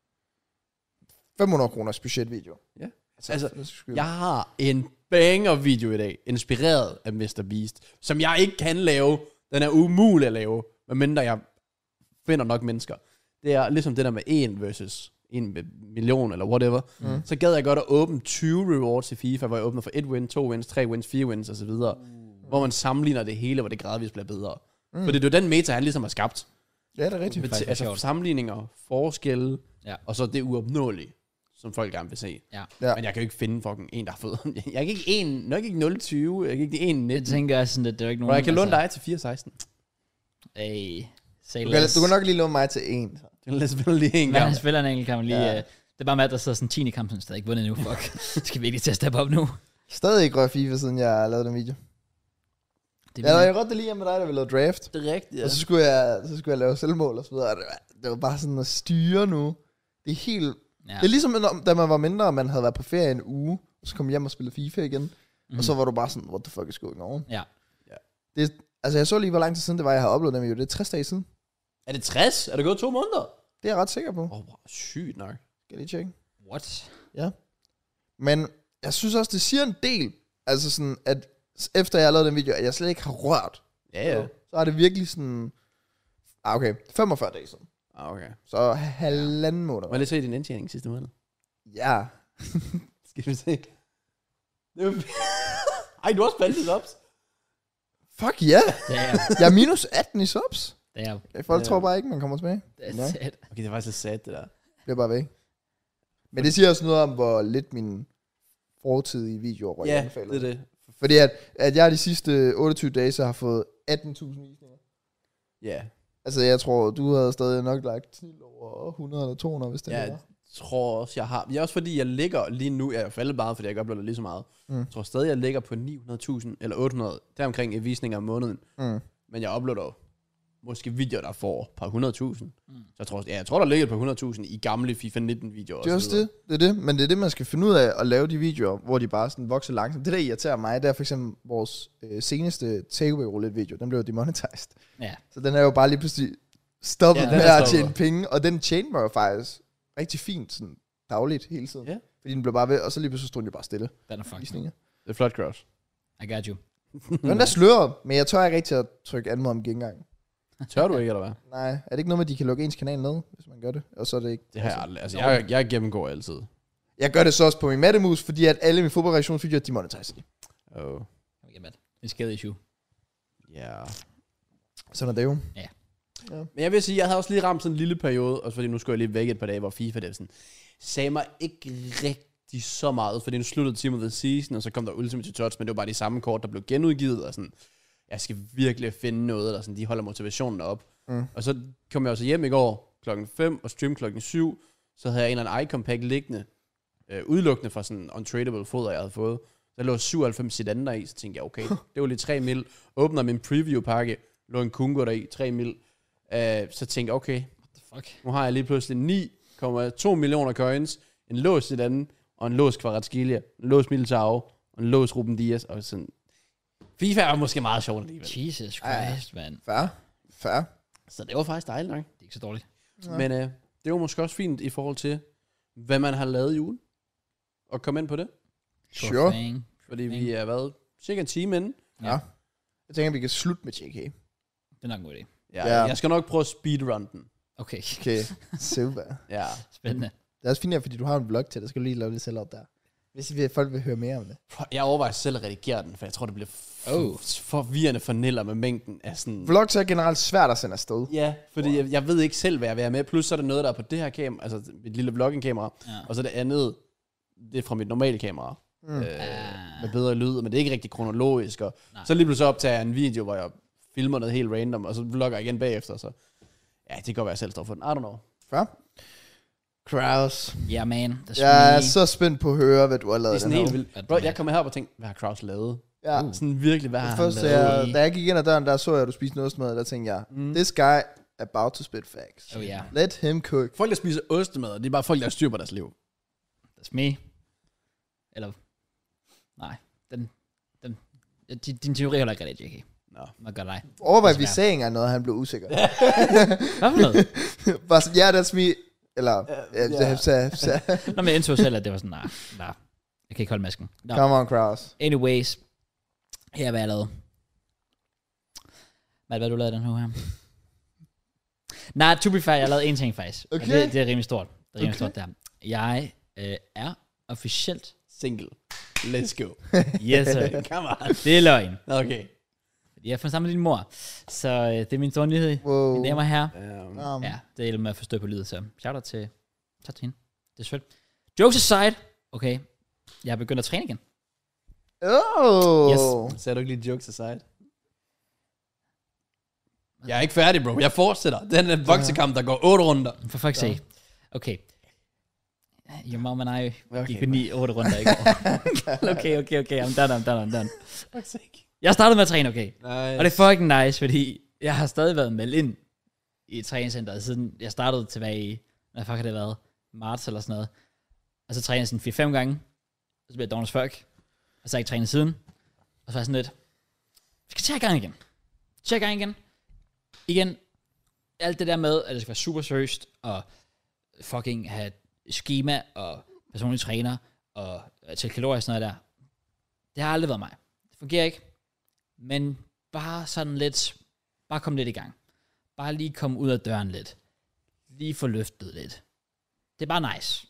fem hundrede kroners budgetvideo. Ja. Altså, Altså, for den sags skyld. Jeg har en banger video i dag, inspireret af mister Beast, som jeg ikke kan lave. Den er umulig at lave, medmindre jeg finder nok mennesker. Det er ligesom det der med en versus en million, eller whatever. Mm. Så gad jeg godt at åbne tyve rewards i FIFA, hvor jeg åbner for et win, to wins, tre wins, fire wins, osv. Mm. Hvor man sammenligner det hele, hvor det gradvist bliver bedre. Mm. For det er jo den meta, han ligesom har skabt. Ja, det er rigtigt. Med faktisk t- altså sjovt. sammenligninger, forskelle, Ja. Og så det uopnåelige, som folk gerne vil se. Ja. Ja. Men jeg kan jo ikke finde fucking en, der har fået... Jeg kan ikke en, nok ikke nul tyve, jeg kan ikke en Jeg nitten. tænker sådan, at det er ikke nogen... Og jeg kan låne dig til fire seksten. Ey, say Du kan, less. du kan nok lige låne mig til en. Det er spille lige en Men gang. han spiller en enkelt kamp lige... Ja. Ja. Det er bare Matt, der sidder sådan tiende kamp, som stadig ikke vundet endnu. Fuck. Skal vi ikke til at steppe op nu? Stadig ikke rørt FIFA, siden jeg lavede den video. Det Ja, jeg rødte det lige med dig, da vi lavede draft. Det er rigtigt, Ja. Og så skulle, jeg, så skulle jeg lave selvmål og så videre. Og det var, det var bare sådan at styre nu. Det er helt... Ja. Det er ligesom, når- da man var mindre, og man havde været på ferie en uge, og så kom hjem og spillede FIFA igen. Mm-hmm. Og så var du bare sådan, what the fuck is going on? Ja. Det, altså, jeg så lige, hvor lang tid siden det var, jeg har uploadet den video. Det er tres dage siden. Er det tres? Er det gået to måneder? Det er jeg ret sikker på. Åh, oh, sygt nok. Skal jeg lige tjekke? What? Ja. Men jeg synes også, det siger en del. Altså sådan, at efter jeg har lavet den video, at jeg slet ikke har rørt. Ja, ja. Så er det virkelig sådan... Ah, okay. femogfyrre dage siden. Ah, okay. Så halvanden måned. Må jeg lige se din indtjening sidste måned? Ja. Skal vi se? Det er jo... Ej, du har også faldet subs. Fuck ja. Det er Jeg er minus atten i subs. det er Folk Ja. tror bare ikke, man kommer tilbage. det er Ja. sad. Okay, det er faktisk lidt sad, det der. Det er bare væk. Men det siger også noget om, hvor lidt min fortidige videoer røg Ja, anbefalet. det er det. Fordi at, at jeg de sidste otteogtyve dage, så har fået atten tusind visninger. Ja. Altså, jeg tror, du havde stadig nok lagt til over hundrede eller to hundrede, hvis det Ja, var. jeg tror også, jeg har... Det er også fordi, jeg ligger lige nu... Jeg er faldet meget, fordi jeg ikke uploader lige så meget. Mm. Jeg tror stadig, jeg ligger på ni hundrede tusind eller otte hundrede, deromkring i visninger om måneden. Mm. Men jeg uploader jo måske videoer, der får et par hundrede tusind. Mm. Så jeg tror, ja, jeg tror, der ligger et par hundrede tusind i gamle FIFA nitten videoer. Det er og så også det. Det er det. Men det er det, man skal finde ud af at lave de videoer, hvor de bare sådan vokser langsomt. Det, der irriterer mig, det er for eksempel vores øh, seneste takeaway roulette video. Den blev jo demonetized. Ja. Så den er jo bare lige pludselig stoppet Ja, ja, den med er at tjene stoppet. penge. Og den tjente mig jo faktisk rigtig fint sådan dagligt hele tiden. Ja. Fordi den blev bare ved, og så lige pludselig stod den jo bare stille. Den er fucking. Visninger. Det er flot, Cross. I got you. Den der sløret, men jeg tør ikke rigtig at trykke anmod om gengang. Tør du ikke, eller hvad? Nej, er det ikke noget med, at de kan lukke ens kanal ned, hvis man gør det? Og så er det ikke... Det har jeg aldrig. Altså, jeg, jeg gennemgår altid. Jeg gør det så også på min mattemus, fordi at alle mine fodboldreaktionsvideoer, de monetiserer. Oh. Okay, Matt. En skade issue. Ja. Sådan er det jo. Men jeg vil sige, jeg havde også lige ramt sådan en lille periode, også fordi nu skulle jeg lige væk et par dage, hvor FIFA det sådan, sagde mig ikke rigtig så meget, fordi nu sluttede Team of the Season, og så kom der Ultimate Touch, men det var bare de samme kort, der blev genudgivet, og sådan, jeg skal virkelig finde noget, der sådan, de holder motivationen op. Mm. Og så kom jeg også hjem i går klokken fem og stream klokken syv, så havde jeg en eller anden icon pack liggende, øh, udelukkende fra sådan untradable foder, jeg havde fået. Der lå syvoghalvfems sedander der i, så tænkte jeg, okay, det var lige tre mil. Åbner min preview-pakke, lå en Kungo der i, tre mil. Uh, så tænkte jeg, okay, What the fuck? nu har jeg lige pludselig ni komma to millioner coins, en lås sedan, og en lås Kvaratskhelia, en lås Militao, og en lås Ruben Dias, og sådan. FIFA er måske meget sjovt alligevel. Jesus Ja. Christ, man. Fair. Fair. Så det var faktisk dejligt nok. Det er ikke så dårligt. Ja. Men uh, det var måske også fint i forhold til, hvad man har lavet i ugen. Og komme ind på det. Sure. Fang. Fordi vi har været cirka en time inde. Ja. Jeg tænker, vi kan slutte med J K. Det er nok en god idé. Ja, Ja. Jeg skal nok prøve at speedrun den. Okay, Okay, super. Ja. spændende. Det er også fint, fordi du har en vlog til det. Så skal du lige lave det selv op der. Hvis vi, folk vil høre mere om det. Jeg overvejer selv at redigere den, for jeg tror, det bliver f- Oh. forvirrende for Niller med mængden af sådan... Vlogs er generelt svært at sende afsted. Ja, fordi wow. jeg, jeg ved ikke selv, hvad jeg vil have med. Plus så er der noget, der er på det her kamera, altså mit lille vlogging-kamera, Ja. og så det andet, det er fra mit normale kamera. Mm. Øh, Ah. med bedre lyd, men det er ikke rigtig kronologisk. Og Nej. så lige pludselig optager jeg en video, hvor jeg filmer noget helt random, og så vlogger jeg igen bagefter. Så ja, det kan godt være, jeg selv står for den. I don't know. Fair. Kraus. Ja, man. That's Jeg er me. så spændt på at høre, hvad du har Det lavet er sådan den helt her. vildt. Bro, jeg kommer herop og tænkte, hvad har Kraus lavet? Ja. Uh. Sådan virkelig, hvad har Det han første, lavet? jeg, da jeg gik ind ad døren, der så jeg, at du spiste noget ostemad, der tænkte jeg, Mm. this guy about to spit facts. Oh yeah, Let him cook. Folk, der spiser ostemad, det er bare folk, der har styr på deres liv. that's me. Eller, nej, den, den, din, din teori holder ikke rigtig, J K. Nå. Hvad gør dig? Overvej, Desværre. vi sagde ikke engang noget, han blev usikker. Hvad for noget? Bare sådan, yeah, that's me. Eller, Ja, ja, ja. yeah. Nå, men jeg indså selv, at det var sådan, nej, nej, jeg kan ikke holde masken. Nå. Come on, Kraus. Anyways, her er, hvad jeg lavede. Hvad hvad har du lavet den her uge her? Nej, to be fair, jeg lavede en ting faktisk. Og Okay. Det, det er rimelig stort. Det er rimelig Okay. stort, der. Jeg øh, er officielt... Single. Let's go. Yes, sir. Come on. Det er løgn. Okay. Jeg har fundet sammen med din mor. Så øh, det er min store nyhed. Wow. Mine damer og herrer. Um, Um, Ja, det er med at forstå på livet, så shout out til, Tak til hende. Det er sødt. Jokes aside. Okay. Jeg har begyndt at træne igen. Oh. Yes. Sagde du ikke lige jokes aside? Jeg er ikke færdig, bro. Jeg fortsætter. Den er boksekamp, der går otte runder. For fuck's sake. Okay. Your mom and I Okay, gik ni otte runder i går. okay, okay, okay. I'm done, I'm done, I'm done. Jeg startede med at træne, okay. Nice. Og det er fucking nice, fordi jeg har stadig været meldt ind i træningscenteret, siden jeg startede tilbage i, hvad fuck har det været, marts eller sådan noget. Og så træner jeg sådan fire fem gange, og så bliver jeg doven as fuck. Og så har jeg ikke trænet siden. Og så er jeg sådan lidt, vi skal tage i gang igen. Tage i gang igen. Igen, alt det der med, at det skal være super seriøst, og fucking have schema, og personlig træner, og til kalorier og sådan noget der. Det har aldrig været mig. Det fungerer ikke. Men bare sådan lidt, bare kom lidt i gang. Bare lige komme ud af døren lidt. Lige få løftet lidt. Det er bare nice.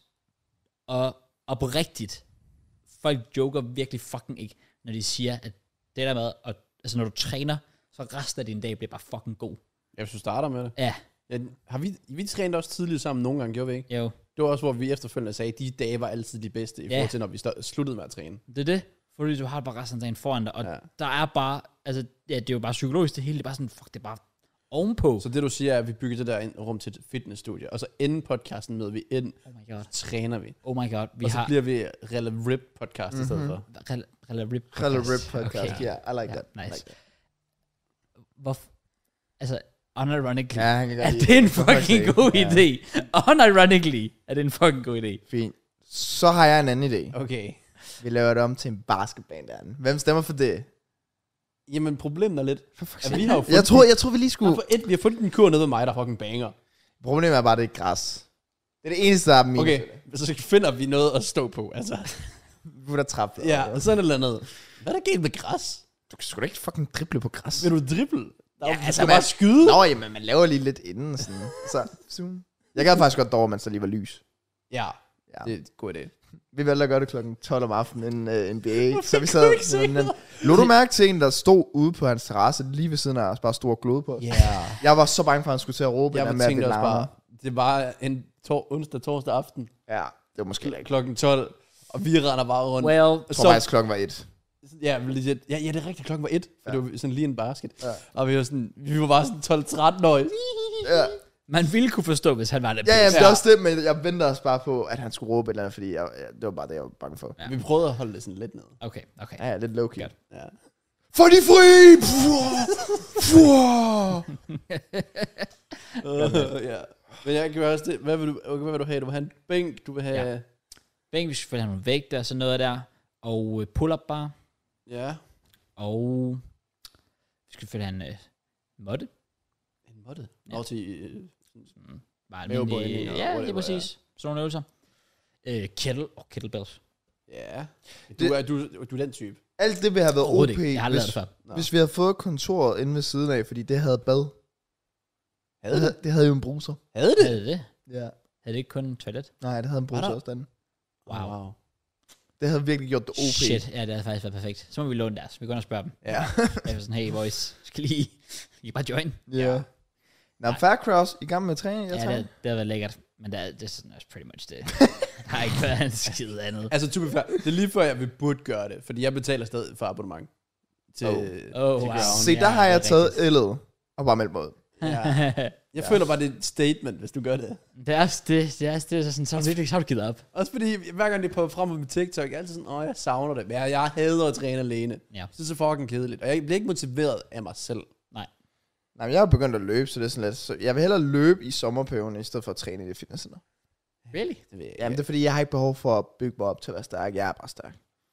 Og oprigtigt, folk joker virkelig fucking ikke, når de siger, at det der med, at, altså når du træner, så resten af din dag bliver bare fucking god. Ja, hvis du starter med det. Ja. Ja, har vi, vi trænede også tidligt sammen nogle gange, gjorde vi ikke? Jo. Det var også, hvor vi efterfølgende sagde, at de dage var altid de bedste, i Ja. forhold til, når vi stod, sluttede med at træne. Det er det. Fordi du har bare resten af dagen foran dig. Og Ja. ja. der er bare, altså, ja, det er jo bare psykologisk det hele. Det er bare sådan, fuck, det er bare ovenpå. Så det du siger er, at vi bygger det der ind, rum til et fitnessstudie, og så inden podcasten møder vi ind, Oh my god. træner vi. Oh my god. Vi og så har bliver vi Rella Rip podcast mm-hmm. i stedet for. Rel- Rel- Rip Rel podcast. Rip podcast. Okay. Yeah, I like Ja, that. nice. I like that. Hvor, altså, unironically, Ja, han kan er godt lide det en det. For fuck's fucking sake. god Ja. idé. Unironically, er det en fucking god idé. Fint. Så har jeg en anden idé. Okay. Vi laver det om til en basketball derinde. Hvem stemmer for det? Jamen, problemet er lidt, For fuck's at sake. vi har jo fundet, Jeg tror, jeg tror vi lige vi skulle... har, fået et, vi har fundet en kur nede ved mig, der fucking banger. Problemet er bare, at det er græs. Det er det eneste, der er minus. Okay, så finder vi noget at stå på, altså. Vi burde trappe. Ja, og sådan et eller andet. Hvad er der galt med græs? Du kan sgu da ikke fucking drible på græs. Vil du drible? Der, Ja, ja, altså, altså, skal man- bare skyde. Nå, jamen, man laver lige lidt inden, sådan. Så, zoom. Jeg gad faktisk godt dog, mens der lige var lys. Ja, Ja. det er en god idé. Vi valgte at gøre det klokken tolv om aftenen inden uh, N B A. Hvorfor Så vi kunne du ikke sad... se Men, lå du mærke til en, der stod ude på hans terrasse, lige ved siden af os, bare stod og glode på os? Ja. Yeah. Jeg var så bange for, at han skulle til at råbe. Jeg den der med, at tænkte det også larmer. bare, det var en tor- onsdag, torsdag aften, Ja, det var måske kl- ikke. klokken tolv, og vi render bare rundt. Well, Jeg tror faktisk, klokken var et. Ja, men legit. ja, ja, det er rigtigt, klokken var et, for Ja. det var sådan lige en basket. Ja. Og vi var sådan, vi var bare sådan tolv tretten år. Ja, man ville kunne forstå, hvis han var der. ja, ja, det er Ja. også det, men jeg venter også bare på, at han skulle råbe et eller andet, fordi jeg, ja, det var bare det, jeg var bange for. Ja. Vi prøvede at holde det sådan lidt ned. Okay, okay. Ja, ja, lidt low-key. Godt. Ja. Få de fri! Fuh! Uh, ja. Men jeg kan også det. Hvad vil du, okay, hvad vil du have? Du vil have en bænk, du vil have... Ja. Bænk, vi skal selvfølgelig have nogle vægte og sådan noget der. Og øh, pull-up bar. Ja. Og vi skal selvfølgelig have en øh, måtte. En måtte. Ja. Og til... Øh, Mm, bare Mavebøjninger almindelig, og ja, whatever, lige præcis. Sådan nogle øvelser. Øh, kettle og kettlebells. ja. Du, Det- er, du, du er den type. Alt det vil have været O P, Overhovedet ikke. Jeg har aldrig hvis, lavet det før. Nå. hvis vi havde fået kontoret inde ved siden af, fordi det havde bad. Havde Det det? havde, det havde jo en bruser. Havde det? Havde det det? Ja. Havde det ikke kun en toilet? Nej, det havde en bruser der? også derinde. Wow. wow. Det havde virkelig gjort det O P. Shit, ja, det havde faktisk været perfekt. Så må vi låne deres. Vi går ind og spørge dem. Ja. Jeg er sådan, hey boys, skal lige, I bare join? Ja. Ja. Yeah. Nå, Fair Cross, i gang med træning. Jeg Ja, tager. det, det har været lækkert. Men det er, det er sådan også pretty much det. Der har ikke været en skid andet. Altså, to be fair, det er lige før, jeg vil burde gøre det, fordi jeg betaler stadig for abonnement. Til, Oh. Oh, til wow. ground. Se, der Ja, har det er jeg taget rigtigt. L'et og bare meldt mig ud. Ja. Jeg Ja. føler bare, det er et statement, hvis du gør det. Det er også det, det er, også det er sådan, så har du virkelig så har du givet op. Også fordi, hver gang det er på frem med TikTok, jeg er altid sådan, åh, jeg savner det. Men jeg, jeg hader at træne alene. Ja. Så det er så fucking kedeligt. Og jeg bliver ikke motiveret af mig selv. Nej, men jeg har begyndt at løbe, så det er sådan lidt. Så jeg vil hellere løbe i sommerperioden, i stedet for at træne i det fitnesscenter. Really? Det ved jeg Jamen, ikke. det er fordi, jeg har ikke behov for at bygge mig op til at være stærk. Jeg er bare stærk.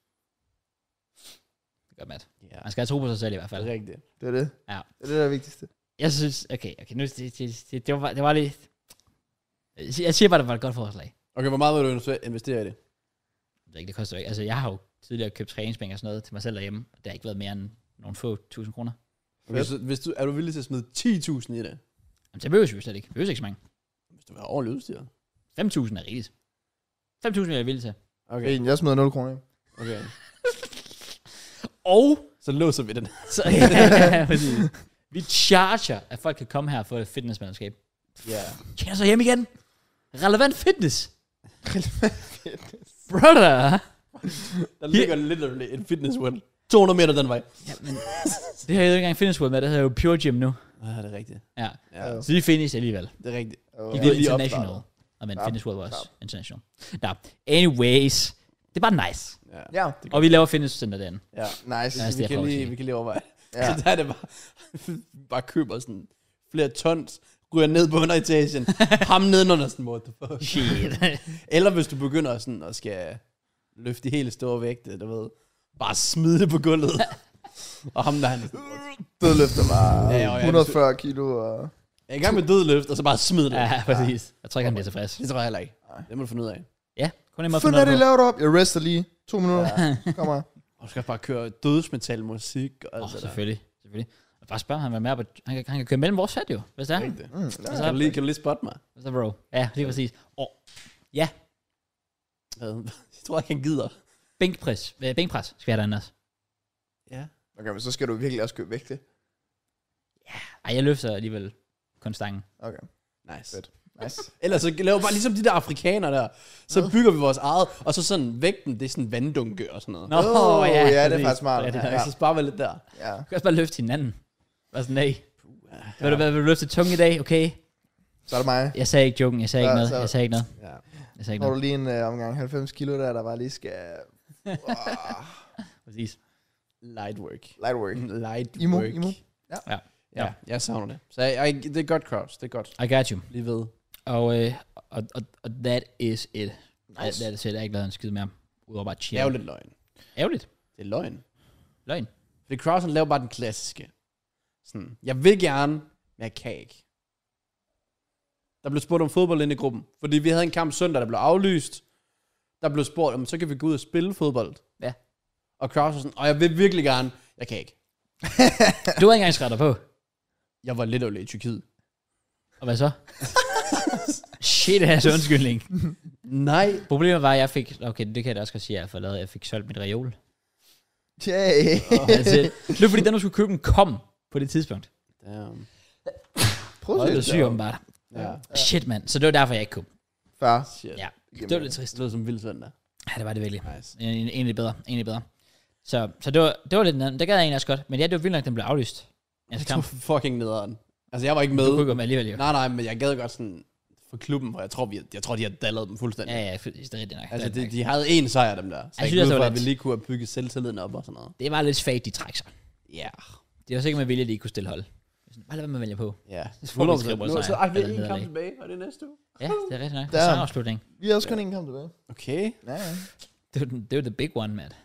Det gør Matt. Ja, Man skal have tro på sig selv i hvert det fald. er rigtigt. Det er det. Ja. Det er det, der er vigtigste. Jeg synes, okay, okay, nu, det, det, det, det, var, det var lidt... Jeg siger bare, det var et godt forslag. Okay, hvor meget vil du investere i det? Det, er ikke, det koster jo ikke. Altså, jeg har jo tidligere købt træningspenge og sådan noget til mig selv derhjemme. Det har ikke været mere end nogle få tusind kroner. Okay, så hvis du, er du villig til at smide ti tusind i det? Jamen, det behøver jo slet ikke. Det behøver ikke så mange. Hvis du vil have ordentligt udstyr. fem tusind er rigeligt. fem tusind er jeg villig til. Okay, Okay. Jeg smider nul kroner. okay. Og Så låser vi den. så, ja, præcis. Vi charger, at folk kan komme her og få et fitnessmedlemskab. Ja. Tjener sig hjem igen. Relevant fitness. Relevant fitness. Brother. Der ligger literally en fitness world. to hundrede meter den vej. Ja, men det har jeg jo ikke engang finish with med, det hedder jo Pure Gym nu. Ja, det er rigtigt. Ja, Ja, så de finish alligevel. det er rigtigt. Oh. De er går lige international. opstartet. Og men Ja, Fitness World var også klart. international. Nå, anyways. Det er bare nice. Ja. Ja, Og vi laver fitness center derinde. Ja. nice. Ja, Vi det er kan, for lige, sige. vi kan lige overveje. Ja. Ja. Så der er det bare, bare køber sådan flere tons, ryger ned på underetagen, ham nedenunder sådan, what the fuck. Shit. Eller hvis du begynder sådan at skal løfte de hele store vægte, du ved, bare smide det på gulvet. Og ham der, han er sådan, Dødløfter bare Ja, ja, ja, et hundrede og fyrre kilo. Og... jeg er i gang med dødløft, og så bare smide det. Ja, præcis. Jeg tror ikke, han bliver tilfreds. Det tror jeg heller ikke. Det må du finde ud af. Ja, kun en måde at Find finde er det noget på. lavet op. Jeg rester lige. To minutter. Ja. Kom her. Og du skal bare køre dødsmetal musik og alt Åh, det der. selvfølgelig. Selvfølgelig. Og bare spørg ham, hvad med op. Han kan, han kan køre mellem vores fat jo, hvis det er. Rigtigt. Mm, ja. Så- Kan du lige, kan du lige spotte mig? Så bro. Ja, lige præcis. Og ja, Hvad? Jeg tror ikke, han gider. bænkpres. Øh, Bænkpres skal vi have derinde også. Ja. Okay, men så skal du virkelig også købe vægte. Ej, jeg løfter alligevel kun stangen. Okay, Nice. fedt. Nice. Ellers så laver vi bare ligesom de der afrikanere der. Så bygger vi vores eget, og så sådan vægten, det er sådan vanddunke og sådan noget. Nå, Åh, ja, det er præcis. faktisk smart. Det er det, Ja. Så sparer vi lidt der. Ja. Du kan også bare løfte hinanden. Bare sådan, hey, Ja. vil du, hvad, vil du løfte tunge i dag? Okay. Så er det mig. Jeg sagde ikke joken, jeg sagde Så- ikke noget. så- Jeg sagde ikke noget. Ja. Jeg sagde ikke Får noget. du lige en uh, omgang halvfems kilo der, der bare lige skal... Wow. Præcis. Light work. Light work. Light Imo, work. imo. Ja. Ja, jeg savner det. Så jeg, jeg, det er godt, Kraus. Det er godt. I got you. Lige ved. Og, øh, og, og, og that is it. That, Nice. that is it. Jeg har ikke lavet en skid mere. Udover bare Det chill. er jo lidt løgn. Ærgerligt. Det er løgn. Løgn. Fordi Kraus han laver bare den klassiske. Sådan, jeg vil gerne, men jeg kan ikke. Der blev spurgt om fodbold inde i gruppen. Fordi vi havde en kamp søndag, der blev aflyst. Der blev spurgt, om så kan vi gå ud og spille fodbold. Ja. Og Kraus var sådan, og jeg vil virkelig gerne, jeg kan ikke. Du har ikke engang skrevet dig på. Jeg var lidt over i Tyrkiet. Og hvad så? Shit, det er så undskyldning. Nej. Problemet var, at jeg fik... Okay, det kan jeg da også godt sige, at jeg har fået lavet. Jeg fik solgt mit reol. Yay. That's it. Det var fordi, den, du skulle købe den, kom på det tidspunkt. Damn. Prøv Og det at var se. syg åbenbart. Ja. Shit, mand. Så det var derfor, jeg ikke kunne. Fair. Shit. Ja, Jamen, det var lidt trist. Det lyder som vild søndag. Ja, det var det virkelig. Nice. En- Egentlig bedre. Egentlig bedre. Så, så det, var, det var lidt nederen. Det gad jeg egentlig også godt. Men ja, det var vildt nok, den blev aflyst. Altså, Det var kamp. fucking nederen. Altså, jeg var ikke Du kunne med. gå med alligevel, jo. Nej, nej, men jeg gad godt sådan for klubben, for jeg tror, vi, jeg tror de har dallet dem fuldstændig. Ja, ja, det er rigtigt nok. Altså, Det er de, nok. de havde en sejr, dem der. Så Jeg jeg, synes jeg også, ud det fra, var at vi lidt- lige kunne have bygget selvtilliden op og sådan noget. Det var lidt svagt, de trækker sig. Ja. Det var sikkert med vilje, at de ikke kunne stille hold. Bare lad være med at vælge på. Ja. Så får vi skrive Nu, vores så sejr, ej, vi har eller en kamp nederlag. tilbage, og det er næste uge. Ja, det er rigtigt nok. Der- Sæsonafslutning. Vi har også kun en kamp tilbage. Okay. Ja, ja. Det var, den- det var the big one, Matt.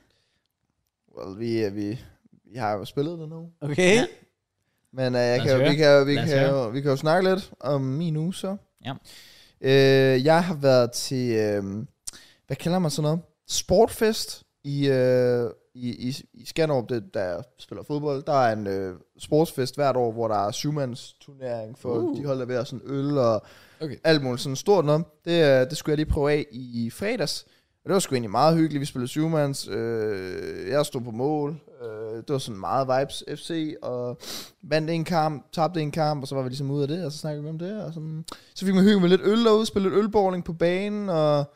Well, vi, øh, vi, vi har jo spillet det nu. Okay. Ja. Men uh, jeg os kan, jo- høre. vi, kan, jo- vi, Lad os kan, høre. jo- vi kan jo snakke lidt om min uge så. Ja. Øh, jeg har været til, øh, hvad kalder man sådan noget? Sportfest i, øh, i, i, i Skanderup, det, der jeg spiller fodbold. Der er en øh, sportsfest hvert år, hvor der er syvmands turnering for Uh. de holder ved at sådan øl og Okay. alt muligt sådan stort noget. Det, øh, det skulle jeg lige prøve af i fredags. Og det var sgu egentlig meget hyggeligt. Vi spillede syvmands. Øh, jeg stod på mål. Øh, det var sådan meget vibes F C. Og vandt en kamp, tabte en kamp, og så var vi ligesom ude af det, og så snakkede vi om det. Og sådan. Så fik vi hygge med lidt øl derude, spille lidt ølbowling på banen, og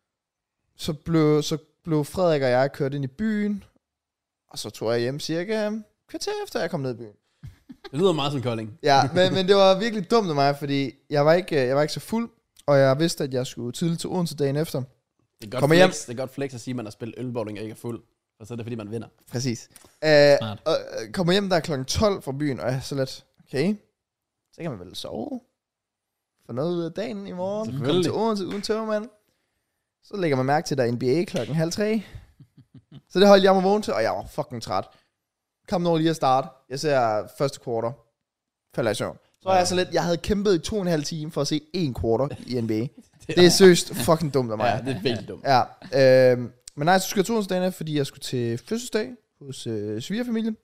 så blev, så blev Frederik og jeg kørt ind i byen, og så tog jeg hjem cirka kvarter efter, jeg kom ned i byen. Det lyder meget som Kolding. Ja, men, men det var virkelig dumt af mig, fordi jeg var, ikke, jeg var ikke så fuld, og jeg vidste, at jeg skulle tidligt til Odense dagen efter. Det er godt Kommer flex, det er godt flex at sige, at man har spillet ølbowling og ikke er fuld. Og så er det, fordi man vinder. Præcis. Uh, Smart. og øh, kommer hjem der klokken tolv fra byen, og jeg er så lidt, okay, så kan man vel sove. For noget ud af dagen i morgen. Kom Selvfølgelig. til Odense uden tømmermand. Så lægger man mærke til, at der er N B A klokken halv tre. Så det holdt jeg mig vågen til, og jeg var fucking træt. Kom når lige at starte. Jeg ser første kvartal. Falder i søvn. Så er jeg så lidt, jeg havde kæmpet i to og en halv time for at se en kvartal i N B A. Det er seriøst fucking dumt af mig. Ja, det er virkelig dumt. Ja, øh, men nej, så skulle jeg to onsdagen, fordi jeg skulle til fødselsdag hos øh, svigerfamilien.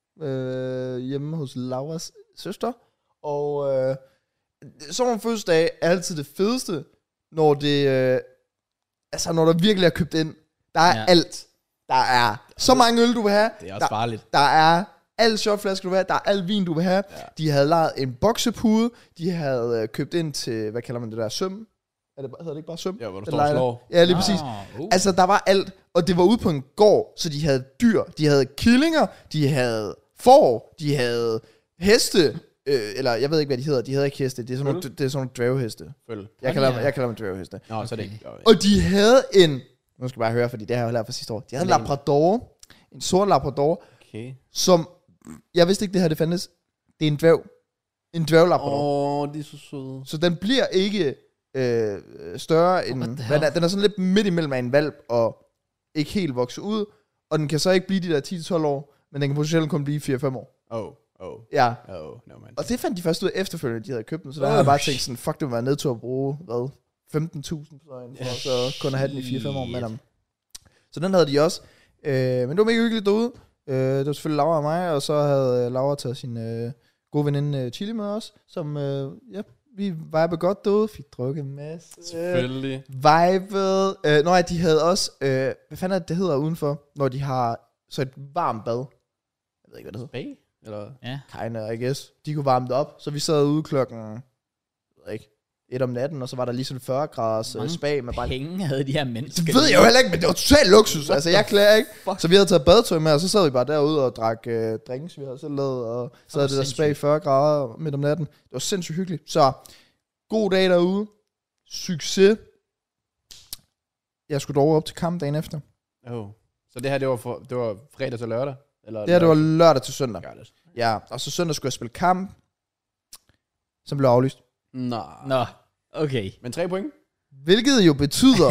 Øh, hjemme hos Lauras søster. Og øh, sådan en fødselsdag er altid det fedeste, når det, øh, altså når der virkelig er købt ind. Der er Ja. ja. alt. Der er så mange øl, du vil have. Det er også der, farligt. der er alle shotflasker, du vil have. Der er al vin, du vil have. Ja. De havde lejet en boksepude. De havde øh, købt ind til, hvad kalder man det der, søm? Er det, hedder det ikke bare søm? Ja, hvor du Den står og lejer. slår. Ja, lige præcis. Oh, uh. Altså, der var alt, og det var ude på en gård, så de havde dyr, de havde killinger, de havde får, de havde heste, øh, eller jeg ved ikke, hvad de hedder, de hedder ikke heste, det er sådan nogle, det er sådan nogle dværgheste. Følg. Jeg kalder, dem, jeg kalder dem dværgheste. Nå, okay. Så er det ikke. Og de havde en, nu skal jeg bare høre, fordi det har jeg jo lært fra sidste år, de havde en labrador, en sort labrador, Okay. som, jeg vidste ikke, det her det fandtes, det er en dværg, en dværglabrador. Åh, oh, de er så søde. Så den bliver ikke øh, større end... What the Hvad, hell? den er sådan lidt midt imellem af en valp og ikke helt vokse ud. Og den kan så ikke blive de der ti til tolv år, men den kan potentielt kun blive fire fem år. Oh, oh, Ja. oh, no man. Og det fandt de først ud af efterfølgende, de havde købt den. Så der Oh, havde jeg bare tænkt sådan, fuck, det var nødt til at bruge, hvad, femten tusind for en, for så kun at have den i fire fem år med dem. Så den havde de også. Øh, men det var mega hyggeligt derude. Øh, det var selvfølgelig Laura og mig, og så havde Laura taget sin øh, gode veninde øh, Chili med os, som, øh, ja, vi vibede godt derude, fik drukket en masse. Selvfølgelig. Vibet. Øh, nå ja, de havde også, øh, hvad fanden er det, det hedder udenfor, når de har så et varmt bad. Jeg ved ikke, hvad det hedder. Bag? Eller? Ja. Kinda, I guess. De kunne varme det op, så vi sad ude klokken, jeg ved ikke, et om natten, og så var der lige sådan fyrre graders øh, Mange spag med bare... penge havde de her mennesker. Det ved jeg jo heller ikke, men det var totalt luksus. Altså, jeg klager ikke. Så vi havde taget badetøj med, og så sad vi bare derude og drak øh, drinks, vi havde selv lavet, og så havde det der spag i fyrre grader midt om natten. Det var sindssygt hyggeligt. Så, god dag derude. Succes. Jeg skulle dog op til kamp dagen efter. Oh. Så det her, det var, for, det var fredag til lørdag? Eller Det her, det var lørdag til søndag. Got it. Ja, og så søndag skulle jeg spille kamp, som blev aflyst. Nå. Nå, okay. Men tre point? Hvilket jo betyder,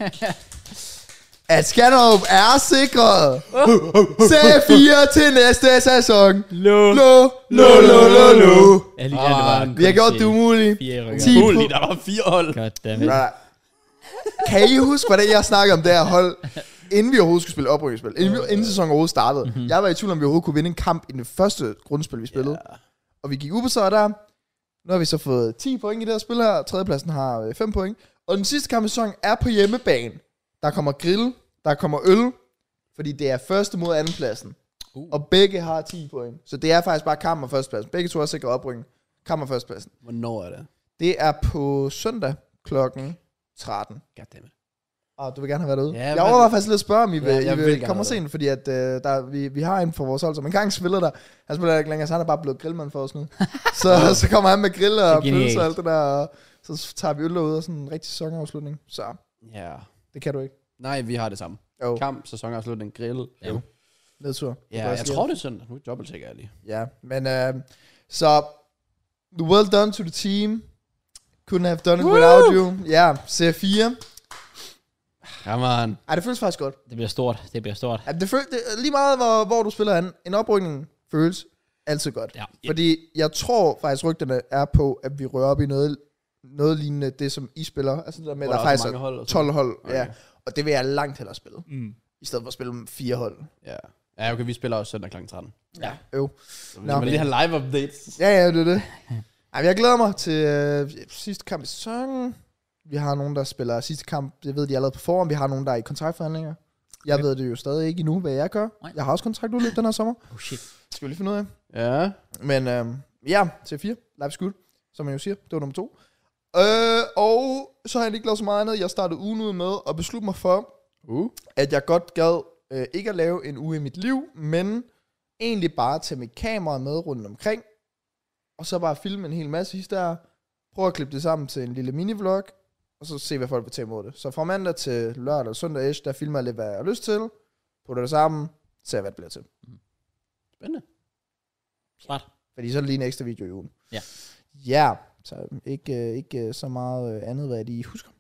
at Skanderup er sikret serie fire til næste sæson. Lå. Lå, lå, lå, lå, lå. Ja, lige der, det var Ah, Vi har gjort det umuligt. Fire rykker. ti Holy, der var fire hold. Goddammit. Nej. Kan I huske, hvordan jeg snakkede om det her hold, inden vi overhovedet skulle spille oprykningsspil? Inden, vi, inden sæsonen overhovedet startede. Mm-hmm. Jeg var i tvivl om, vi overhovedet kunne vinde en kamp i det første grundspil, vi spillede. Yeah. Og vi gik ubesejret der. Nu har vi så fået ti point i det her spil her. Tredjepladsen har fem point. Og den sidste kamp i sæsonen er på hjemmebane. Der kommer grill, der kommer øl, fordi det er første mod andenpladsen. Uh. Og begge har ti point. Så det er faktisk bare kamp og førstepladsen. Begge to er sikret oprykning. Kamp og førstepladsen. Hvornår er det? Det er på søndag klokken tretten. Goddammit. Ah, du vil gerne have været ude? Ja, jeg men- overvejer faktisk lidt at spørge, om I Ja, vil, jeg I vil vil gerne komme og have se den, fordi at, uh, der, vi, vi har en for vores hold, som engang spiller der. Han spiller ikke længere, så han er bare blevet grillmand for os nu. så, så kommer han med grill og genialt. pølser og alt det der, og så tager vi øl ud og sådan en rigtig sæsonafslutning. Så Ja. det kan du ikke. Nej, vi har det samme. Jo, Kamp, sæsonafslutning, grill. Jo. nedtur. Ja, jeg tror det er søndag. Nu dobbelttjekker jeg lige. Ja, men uh, så well done to the team. Couldn't have done it Woo! without you. Ja, serie fire. Come on. Ej, det føles faktisk godt. Det bliver stort. Det bliver stort. Ja, det føles, det, lige meget, hvor, hvor du spiller an. En oprykning føles altid godt. Ja. Fordi jeg tror faktisk, rygterne er på, at vi rører op i noget, noget lignende det, som I spiller. Altså det der med, Hvor der, der der også faktisk er mange hold er og sådan. tolv hold. Okay. Ja. Og det vil jeg langt hellere spille. Mm. I stedet for at spille med fire hold. Ja. Ja, okay, vi spiller også søndag klokken tretten. Ja. Jo. Så vi Nå, skal men- lige have live updates. Ja, ja, det er det. Ej, men jeg glæder mig til øh, sidste kamp i sæsonen. Vi har nogen, der spiller sidste kamp. Det ved de allerede på forhånd. Vi har nogen, der er i kontraktforhandlinger. Jeg Okay. ved det jo stadig ikke endnu, hvad jeg gør. Nej. Jeg har også kontraktudløb den her sommer. Oh shit. Det skal vi lige finde ud af. Ja. Men øh, ja, til fire. Life's good, som man jo siger. Det var nummer to. Øh, og så har jeg ikke lavet så meget andet. Jeg startede ugen ud med at beslutte mig for, Uh. at jeg godt gad øh, ikke at lave en uge i mit liv, men egentlig bare tage mit kamera med rundt omkring, og så bare filme en hel masse historier, prøve at klippe det sammen til en lille mini-vlog, og så se, hvad folk vil tage imod det. Så fra mandag til lørdag og søndag, der filmer jeg lidt, hvad jeg har lyst til, putter det sammen, ser hvad det bliver til. Spændende. Smart. Fordi så er det lige en ekstra video i ugen. Ja. Ja, så ikke, øh, ikke så meget øh, andet, hvad de husker.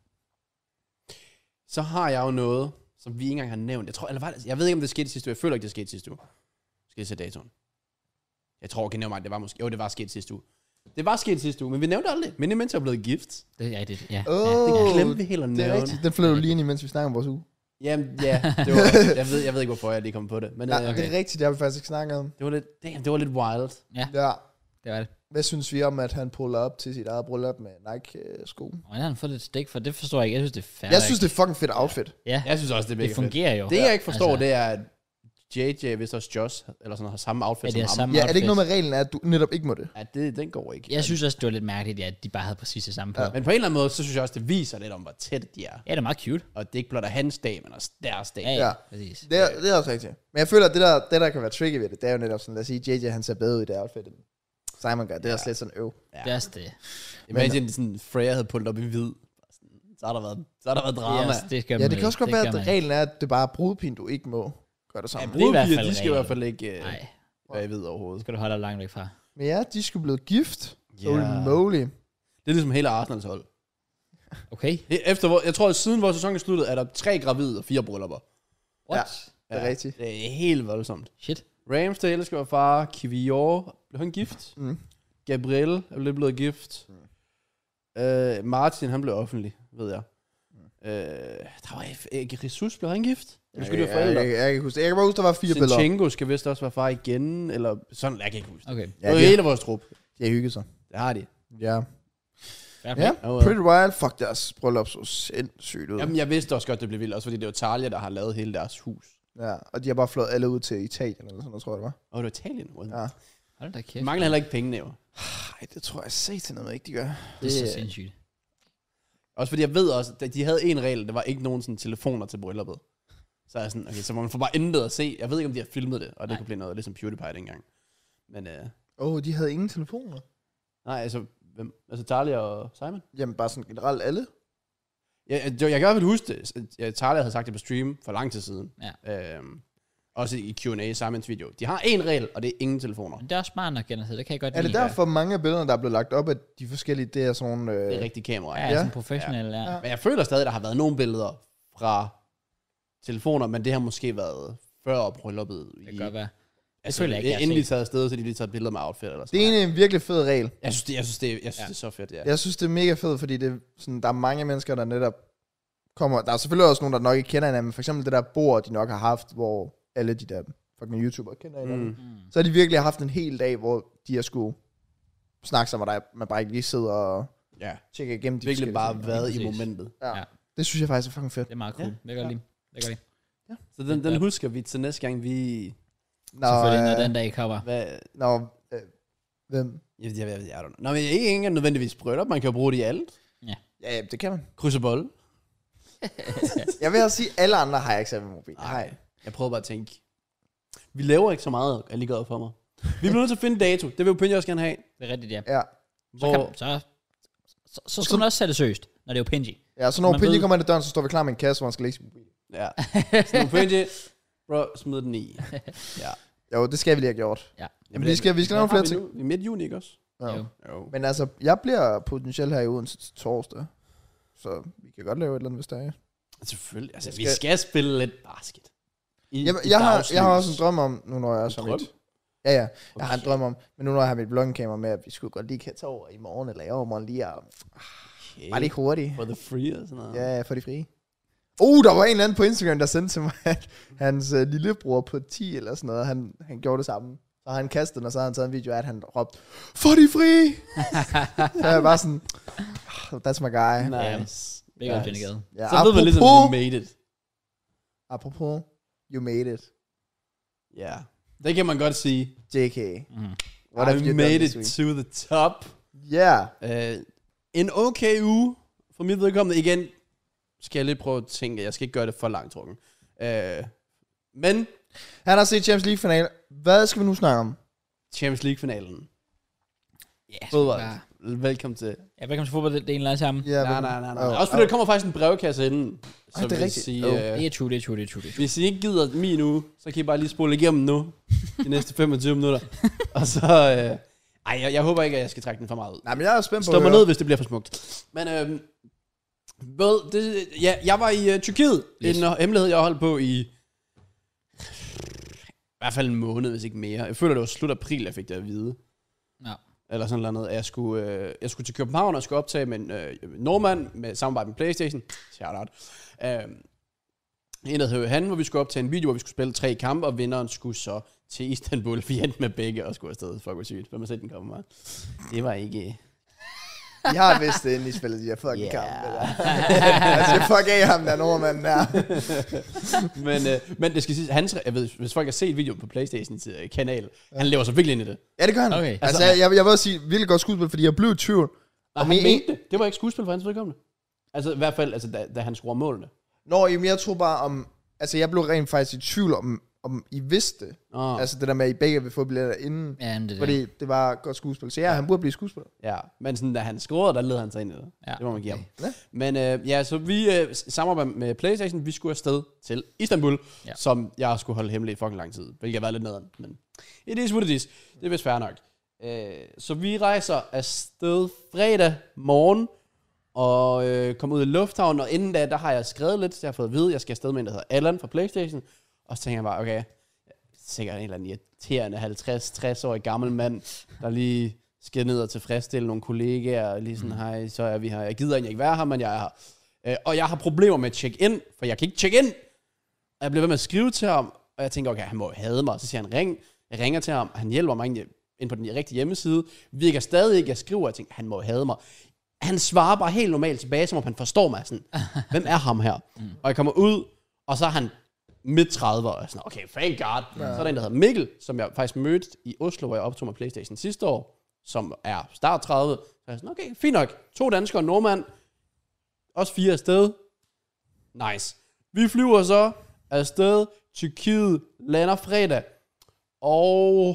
Så har jeg jo noget, som vi ikke engang har nævnt. Jeg tror, eller var det, jeg ved ikke, om det skete i sidste uge. Jeg føler ikke, det skete sidste uge. Skal jeg se datoen? Jeg tror, okay, mig, det var måske... Jo, det var sket sidste uge. Det var sket sidste uge, men vi nævnte aldrig. Mine mennesker er blevet gift. Det er det. Ja. Åh, ja. Det glemte vi helt at det er nævne. rigtigt. Den flytter du lige ind i, mens vi snakker om vores uge. Jamen, ja. Det var, jeg, ved, jeg ved ikke, hvorfor jeg lige kom på det. Men Ja, øh, okay. Det er rigtigt, det har vi faktisk ikke snakket om. det var lidt... Damn, det var lidt wild. Ja, Ja. det var det. Hvad synes vi om, at han puller op til sit eget bryllup med Nike-sko? Og han har fået lidt stik for det, forstår jeg ikke. Jeg synes, det er fair. Jeg synes, det er fucking fedt outfit. Ja, Jeg synes også, det er mega det fungerer jo. fedt. Det, jeg ikke forstår, Altså- det er, at J J, hvis også Josh, eller sådan noget, har samme outfit Ja, som det er ham. samme Ja, er det ikke outfit. noget med reglen, at du netop ikke må det? Ja, det, den går ikke. Jeg synes også, det var lidt mærkeligt, at de bare havde præcis det samme på. Ja, Men på en eller anden måde, så synes jeg også, det viser lidt om, hvor tæt de er. ja det er meget cute. Og det er ikke blot er hans dag, men også deres dag. Ja, ja, Ja. præcis. Det er, det er også rigtigt. Men jeg føler, at det der, det der kan være tricky ved det, det er jo netop sådan, lad os sige, J J han ser bedre ud i det outfit, end Simon gør. Det er Ja. også lidt sådan øv. Ja. Det er også det. Imagine, sådan Freya havde puttet op i hvid. Så har der været, så har der været drama. Yes, det gør Ja, man det kan også godt det være, gør at man. reglen er, at det bare er brudepin, du ikke må gøre det Ja, sammen. det er i hvert brudpiger, fald de skal i reglen. hvert fald ikke uh, Nej, være i hvid overhovedet. skal du holde dig langt væk fra. Men ja, de skulle blive gift. Ja. Holy moly. Det er ligesom hele Arsenals hold. Okay. Efter, hvor- jeg tror, at siden vores sæson er sluttet, er der tre gravide og fire bryllupper. What? Det er rigtigt. Det er helt voldsomt. Shit. Ramsdale skal være far. Kivior, blev han gift? Mm. Gabriel er lidt blevet gift. Mm. Uh, Martin, han blev offentlig, ved jeg. Mm. Uh, der var ikke Jesus, blev han gift? Eller skulle det være Jeg, forældre? jeg, jeg, jeg, kan ikke huske det. Jeg kan bare huske, der var fire billeder. Sinchenko skal vist også være far igen, eller sådan, jeg kan ikke huske det. Okay. Det var de, hele vores trup. de har hygget sig. Det har de. Ja. Fair Ja, play. Okay. Pretty Wild. Fuck, deres bryllup så sindssygt ud. Jamen, jeg vidste også godt, det blev vildt, også fordi det var Talia, der har lavet hele deres hus. Ja, og de har bare flået alle ud til Italien, eller sådan noget, tror jeg det var. Og det var Italien. Ja. Ja. Hold da De kæft. mangler heller ikke pengene, jo. Ej, det tror jeg sagde til noget, ikke de gør. Det er så Det- sindssygt. Også fordi jeg ved også, at de havde en regel, der var ikke nogen sådan telefoner til brylluppet. Så er jeg sådan, okay, så må man få bare intet at se. Jeg ved ikke, om de har filmet det, og det Nej. kunne blive noget, ligesom PewDiePie dengang. Men øh, Åh, oh, de havde ingen telefoner. nej, altså, hvem? Altså Talia og Simon? Jamen, bare sådan generelt alle. Jeg, jeg, jeg kan i hvert fald huske det. Jeg- Talia havde sagt det på stream for lang tid siden. Ja. Øhm, også i Q and A, Simons video. De har en regel, og det er ingen telefoner. Men det er også smart nok, Kenneth. Det kan jeg godt Er det lide. derfor mange af billederne, der er blevet lagt op, at de forskellige, det er sådan nogle... Øh, Det er rigtige kameraer. Ja, Ja. ja. Ja. Sådan professionel, ja. Ja. ja. Men jeg føler stadig, der har været nogle billeder fra telefoner, men det har måske været før brylluppet. Det kan godt være. Altså, føler jeg ikke, jeg har inden de set. taget afsted, så de lige taget billeder med outfit eller det sådan er egentlig en virkelig fed regel. Jeg synes, det, jeg synes, det, jeg synes Ja. det er så fedt, ja. Jeg synes, det er mega fedt, fordi det, er sådan, der er mange mennesker, der netop kommer... Der er selvfølgelig også nogen, der nok ikke kender hinanden, men for eksempel det der bord, de nok har haft, hvor alle de der fucking YouTubere kender hinanden. Mm. Mm. Så har de virkelig haft en hel dag, hvor de har skulle snakke sammen, og der man bare ikke lige sidder og Ja, tjekker igennem de virkelig forskellige bare ting. været i Præcis. momentet. Ja. Ja. Det synes jeg faktisk er fucking fedt. Det er meget cool. Ja. Det kan jeg godt lide. Det kan jeg godt lide. Så den, den husker vi til næste gang, vi... Nå, Selvfølgelig, når øh, den dag kommer. Hvad, Nå, øh, hvem? jeg, jeg, jeg, jeg, Nå, men ikke engang nødvendigvis bryllup, man kan jo bruge det i alt. Ja, ja, det kan man. Kryds og bold. Jeg vil også sige, at alle andre har jeg ikke selv med mobil. Nej, jeg prøver bare at tænke. Vi laver ikke så meget, er lige gået op for mig. Vi bliver nødt til at finde dato. Det vil jo Pinja også gerne have. Det er rigtigt, ja. Ja. Så, Hvor, kan, så, så, så skal man også sætte det seriøst, når det er jo Pinji. Ja, så når Man Pinji ved- kommer ind ad døren, så står vi klar med en kasse, hvor han skal lægge sin mobil. ja. Så nu Pinja, bro, smid den i. Ja. Jo, det skal vi lige have gjort. Jamen, vi skal- vi skal lave hvad flere har ting. nu? Vi er midt juni, ikke også? Ja. Jo. Jo. Men altså, jeg bliver potentielt her i Odense til torsdag. Så vi kan godt lave et eller andet, hvis der er. Selvfølgelig. Altså, Jeg vi skal- skal spille lidt basket. I, Jamen, i jeg, har, dagslys. jeg har også en drøm om, nu når jeg er så drøm? mit... Ja, ja. Jeg har en Okay. drøm om, men nu når jeg har mit vloggingkamera med, at vi skulle godt lige kan tage over i morgen, eller i overmorgen lige, og Okay. bare lige hurtigt. For the free og sådan noget. Ja, for de frie. Uh, der var en eller anden på Instagram, der sendte til mig, at hans øh, lillebror på ti eller sådan noget, han, han gjorde det samme. Så har han kastet den, og så har han taget en video af, at han råbte, for de frie! Så jeg var sådan, "Ah, that's my guy. Nice. Det er godt finde gade. Ja, Så ved man ligesom, apropos- you made it. Apropos, you made it. Ja. Det kan man godt sige. J K. Mm. What have I you done made this it week? to the top. Yeah. Uh, en okay uge for mit vedkommende. Igen skal jeg lidt prøve at tænke, jeg skal ikke gøre det for langt trukken. Uh, men Han har set Champions League-finale. Hvad skal vi nu snakke om? Champions League-finalen. Ja, Fodbold. bare- Velkommen til. Ja, velkommen til fodbold, det er en eller anden sammen. Ja, Nej, men- nej, nej, nej. Åh, Også fordi åh. der kommer faktisk en brevkasse inden. Så det er vil rigtigt. sige, Åh. øh, Det er true, det er true, det er true, det er true. hvis I ikke gider min uge, så kan I bare lige spole igennem nu. De næste femogtyve minutter. Og så... Øh, ej, jeg, jeg håber ikke, at jeg skal trække den for meget ud. Nej, men jeg er spændt på Slå at mig høre. ned, hvis det bliver for smukt. Men øhm, hvad, det, ja, jeg var i uh, Tyrkiet. Yes. En hemmelighed, jeg har holdt på i... I hvert fald en måned, hvis ikke mere. Jeg føler, det var slut april, jeg fik det at vide. Ja. Eller sådan noget. At jeg skulle, øh, jeg skulle til København, og jeg skulle optage med en øh, nordmand med samarbejde med PlayStation. Shout out. Øhm, en, der hed han, hvor vi skulle optage en video, hvor vi skulle spille tre kampe, og vinderen skulle så til Istanbul. Vi endte med begge og skulle afsted. Fuck, hvor sygt. Hvem har set den komme, var? Det var ikke... I har vist det, inden I spillede de her fucking Yeah. kampe der. altså, fuck af ham der, nordmanden der. men, øh, men det skal sige, hans, jeg ved, hvis folk har set videoen på PlayStation's øh, kanal, ja. han lever så virkelig ind i det. Ja, det gør han. Okay. Altså, jeg, jeg, jeg vil også sige, virkelig godt skuespil, fordi jeg blev i tvivl. Og han mente det. Det var ikke skuespil for hans vedkommende. Altså i hvert fald, altså, da, da han scorer målene. Nå, jamen, jeg tror bare om... Altså, jeg blev rent faktisk i tvivl om, om I vidste det. Oh. Altså, det der med, at I begge vil få billetter inden. Ja, det er Fordi det. det var godt skuespil. Så ja, ja. han burde blive skuespiller. Ja, men sådan, da han scorede, der led han sig ind i det. Ja, Det må man give okay. ham. Ja. Men øh, ja, så vi øh, samarbejder med PlayStation. Vi skulle afsted til Istanbul, Ja. som jeg skulle holde hemmeligt i fucking lang tid. Hvilket har været lidt nederen, men it is what it is. Det er vist fair nok. Øh, så vi rejser afsted fredag morgen, og øh, kommer ud i lufthavnen, og inden da, der har jeg skrevet lidt, så jeg har fået at vide, at jeg skal afsted med en, der hedder Allan fra PlayStation, og så tænker jeg bare, okay, sikkert en eller anden irriterende halvtreds til tres-årig gammel mand, der lige skal ned og tilfredsstille nogle kollegaer, og lige sådan, hej, så er vi her. Jeg gider egentlig ikke være her, men jeg er her. Øh, og jeg har problemer med at check in, for jeg kan ikke check in. Og jeg bliver ved med at skrive til ham, og jeg tænker, okay, han må hade mig. Så siger han, ring. Jeg ringer til ham, han hjælper mig egentlig ind på den rigtige hjemmeside. Virker stadig ikke, jeg skriver, og jeg tænker, han må hade mig. Han svarer bare helt normalt tilbage, som om han forstår mig sådan, hvem er ham her? Mm. Og jeg kommer ud, og så er han midt trediver, og jeg er sådan, okay, thank God. Ja. Så er der en, der hedder Mikkel, som jeg faktisk mødte i Oslo, hvor jeg optog med PlayStation sidste år, som er start tredive. Så jeg er sådan, okay, fint nok. To danskere og nordmand. Også fire afsted. Nice. Vi flyver så afsted. Tyrkiet lander fredag. Og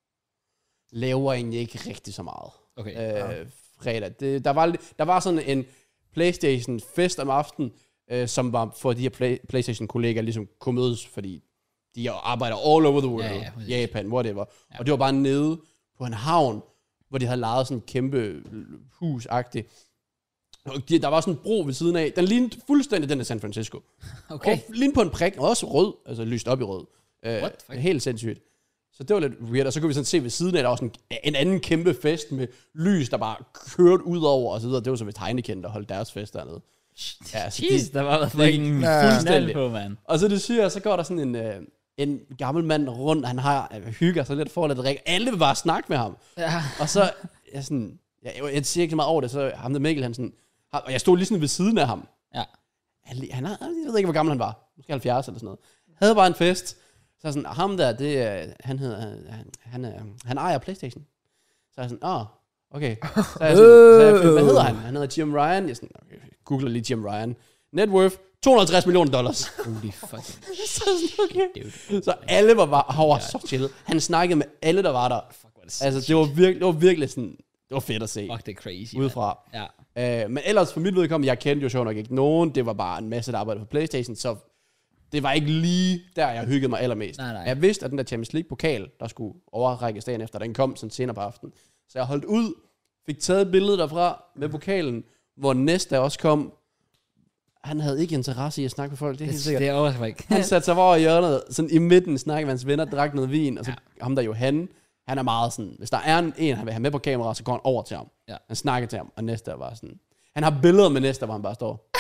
laver egentlig ikke rigtig så meget. Okay. Øh, fredag. Det, der, var, der var sådan en PlayStation fest om aftenen, øh, som var for de her play, PlayStation-kollegaer ligesom kunne mødes, fordi de arbejder all over the world. Ja, ja, Japan, whatever. Ja. Og det var bare nede på en havn, hvor de havde lejet sådan en kæmpe hus-agtigt. Og de, der var sådan en bro ved siden af. Den lignede fuldstændig den af San Francisco. Okay. Og lignede på en prik, og også rød, altså lyst op i rød. Øh, What? helt sindssygt. Så det var lidt weird, og så kunne vi sådan se ved siden af, der var sådan en anden kæmpe fest med lys, der bare kørte ud over, og så videre. Det var så ved Heineken, der holdt deres fest dernede. Ja, så Jeez, de, der var fucking Ja. fuldstændig på, mand. og så det siger jeg, så går der sådan en, øh, en gammel mand rundt, han har øh, hygger sig lidt, får lidt drik. Alle vil bare snakke med ham. Ja. Og så, jeg sådan, jeg, jeg siger ikke så meget over det, så ham der Mikkel, han sådan, og jeg stod lige sådan ved siden af ham. Ja. Han, han, jeg ved ikke, hvor gammel han var. Måske halvfjerds eller sådan noget. Havde bare en fest. Så er sådan, ham der, det er, han hedder, han, han, er, han ejer PlayStation. Så er jeg sådan, åh, oh, okay. Så er jeg sådan, så er jeg, hvad hedder han? Han hedder Jim Ryan. Jeg er sådan, okay, googler lige Jim Ryan. Net worth, to hundrede og halvtreds millioner dollars. Holy fucking Så er jeg sådan, okay. dude. Så alle var bare, han var så chill. Han snakkede med alle, der var der. Fuck, hvor er det Altså, det var virkelig, det var virkelig sådan, det var fedt at se. Fuck, det er crazy. Udefra. Ja. Øh, men ellers for mit vedkommende, jeg kendte jo sjovt nok ikke nogen. Det var bare en masse, der arbejdede på PlayStation, så det var ikke lige der, jeg hyggede mig allermest. Nej, nej. Jeg vidste, at den der Champions League-pokal, der skulle overrækkes dagen efter, den kom sådan senere på aftenen. Så jeg holdt ud, fik taget et billede derfra med pokalen, hvor næste også kom. Han havde ikke interesse i at snakke med folk, det er helt Det, sikkert. det overrasker mig ikke. Han satte sig over i hjørnet, sådan i midten, snakkede med hans venner, drak noget vin, og så ja. ham der Johan, han er meget sådan, hvis der er en, en han vil have med på kamera, så går han over til ham. Ja. Han snakker til ham, og næste var sådan, han har billeder med næste, hvor han bare står.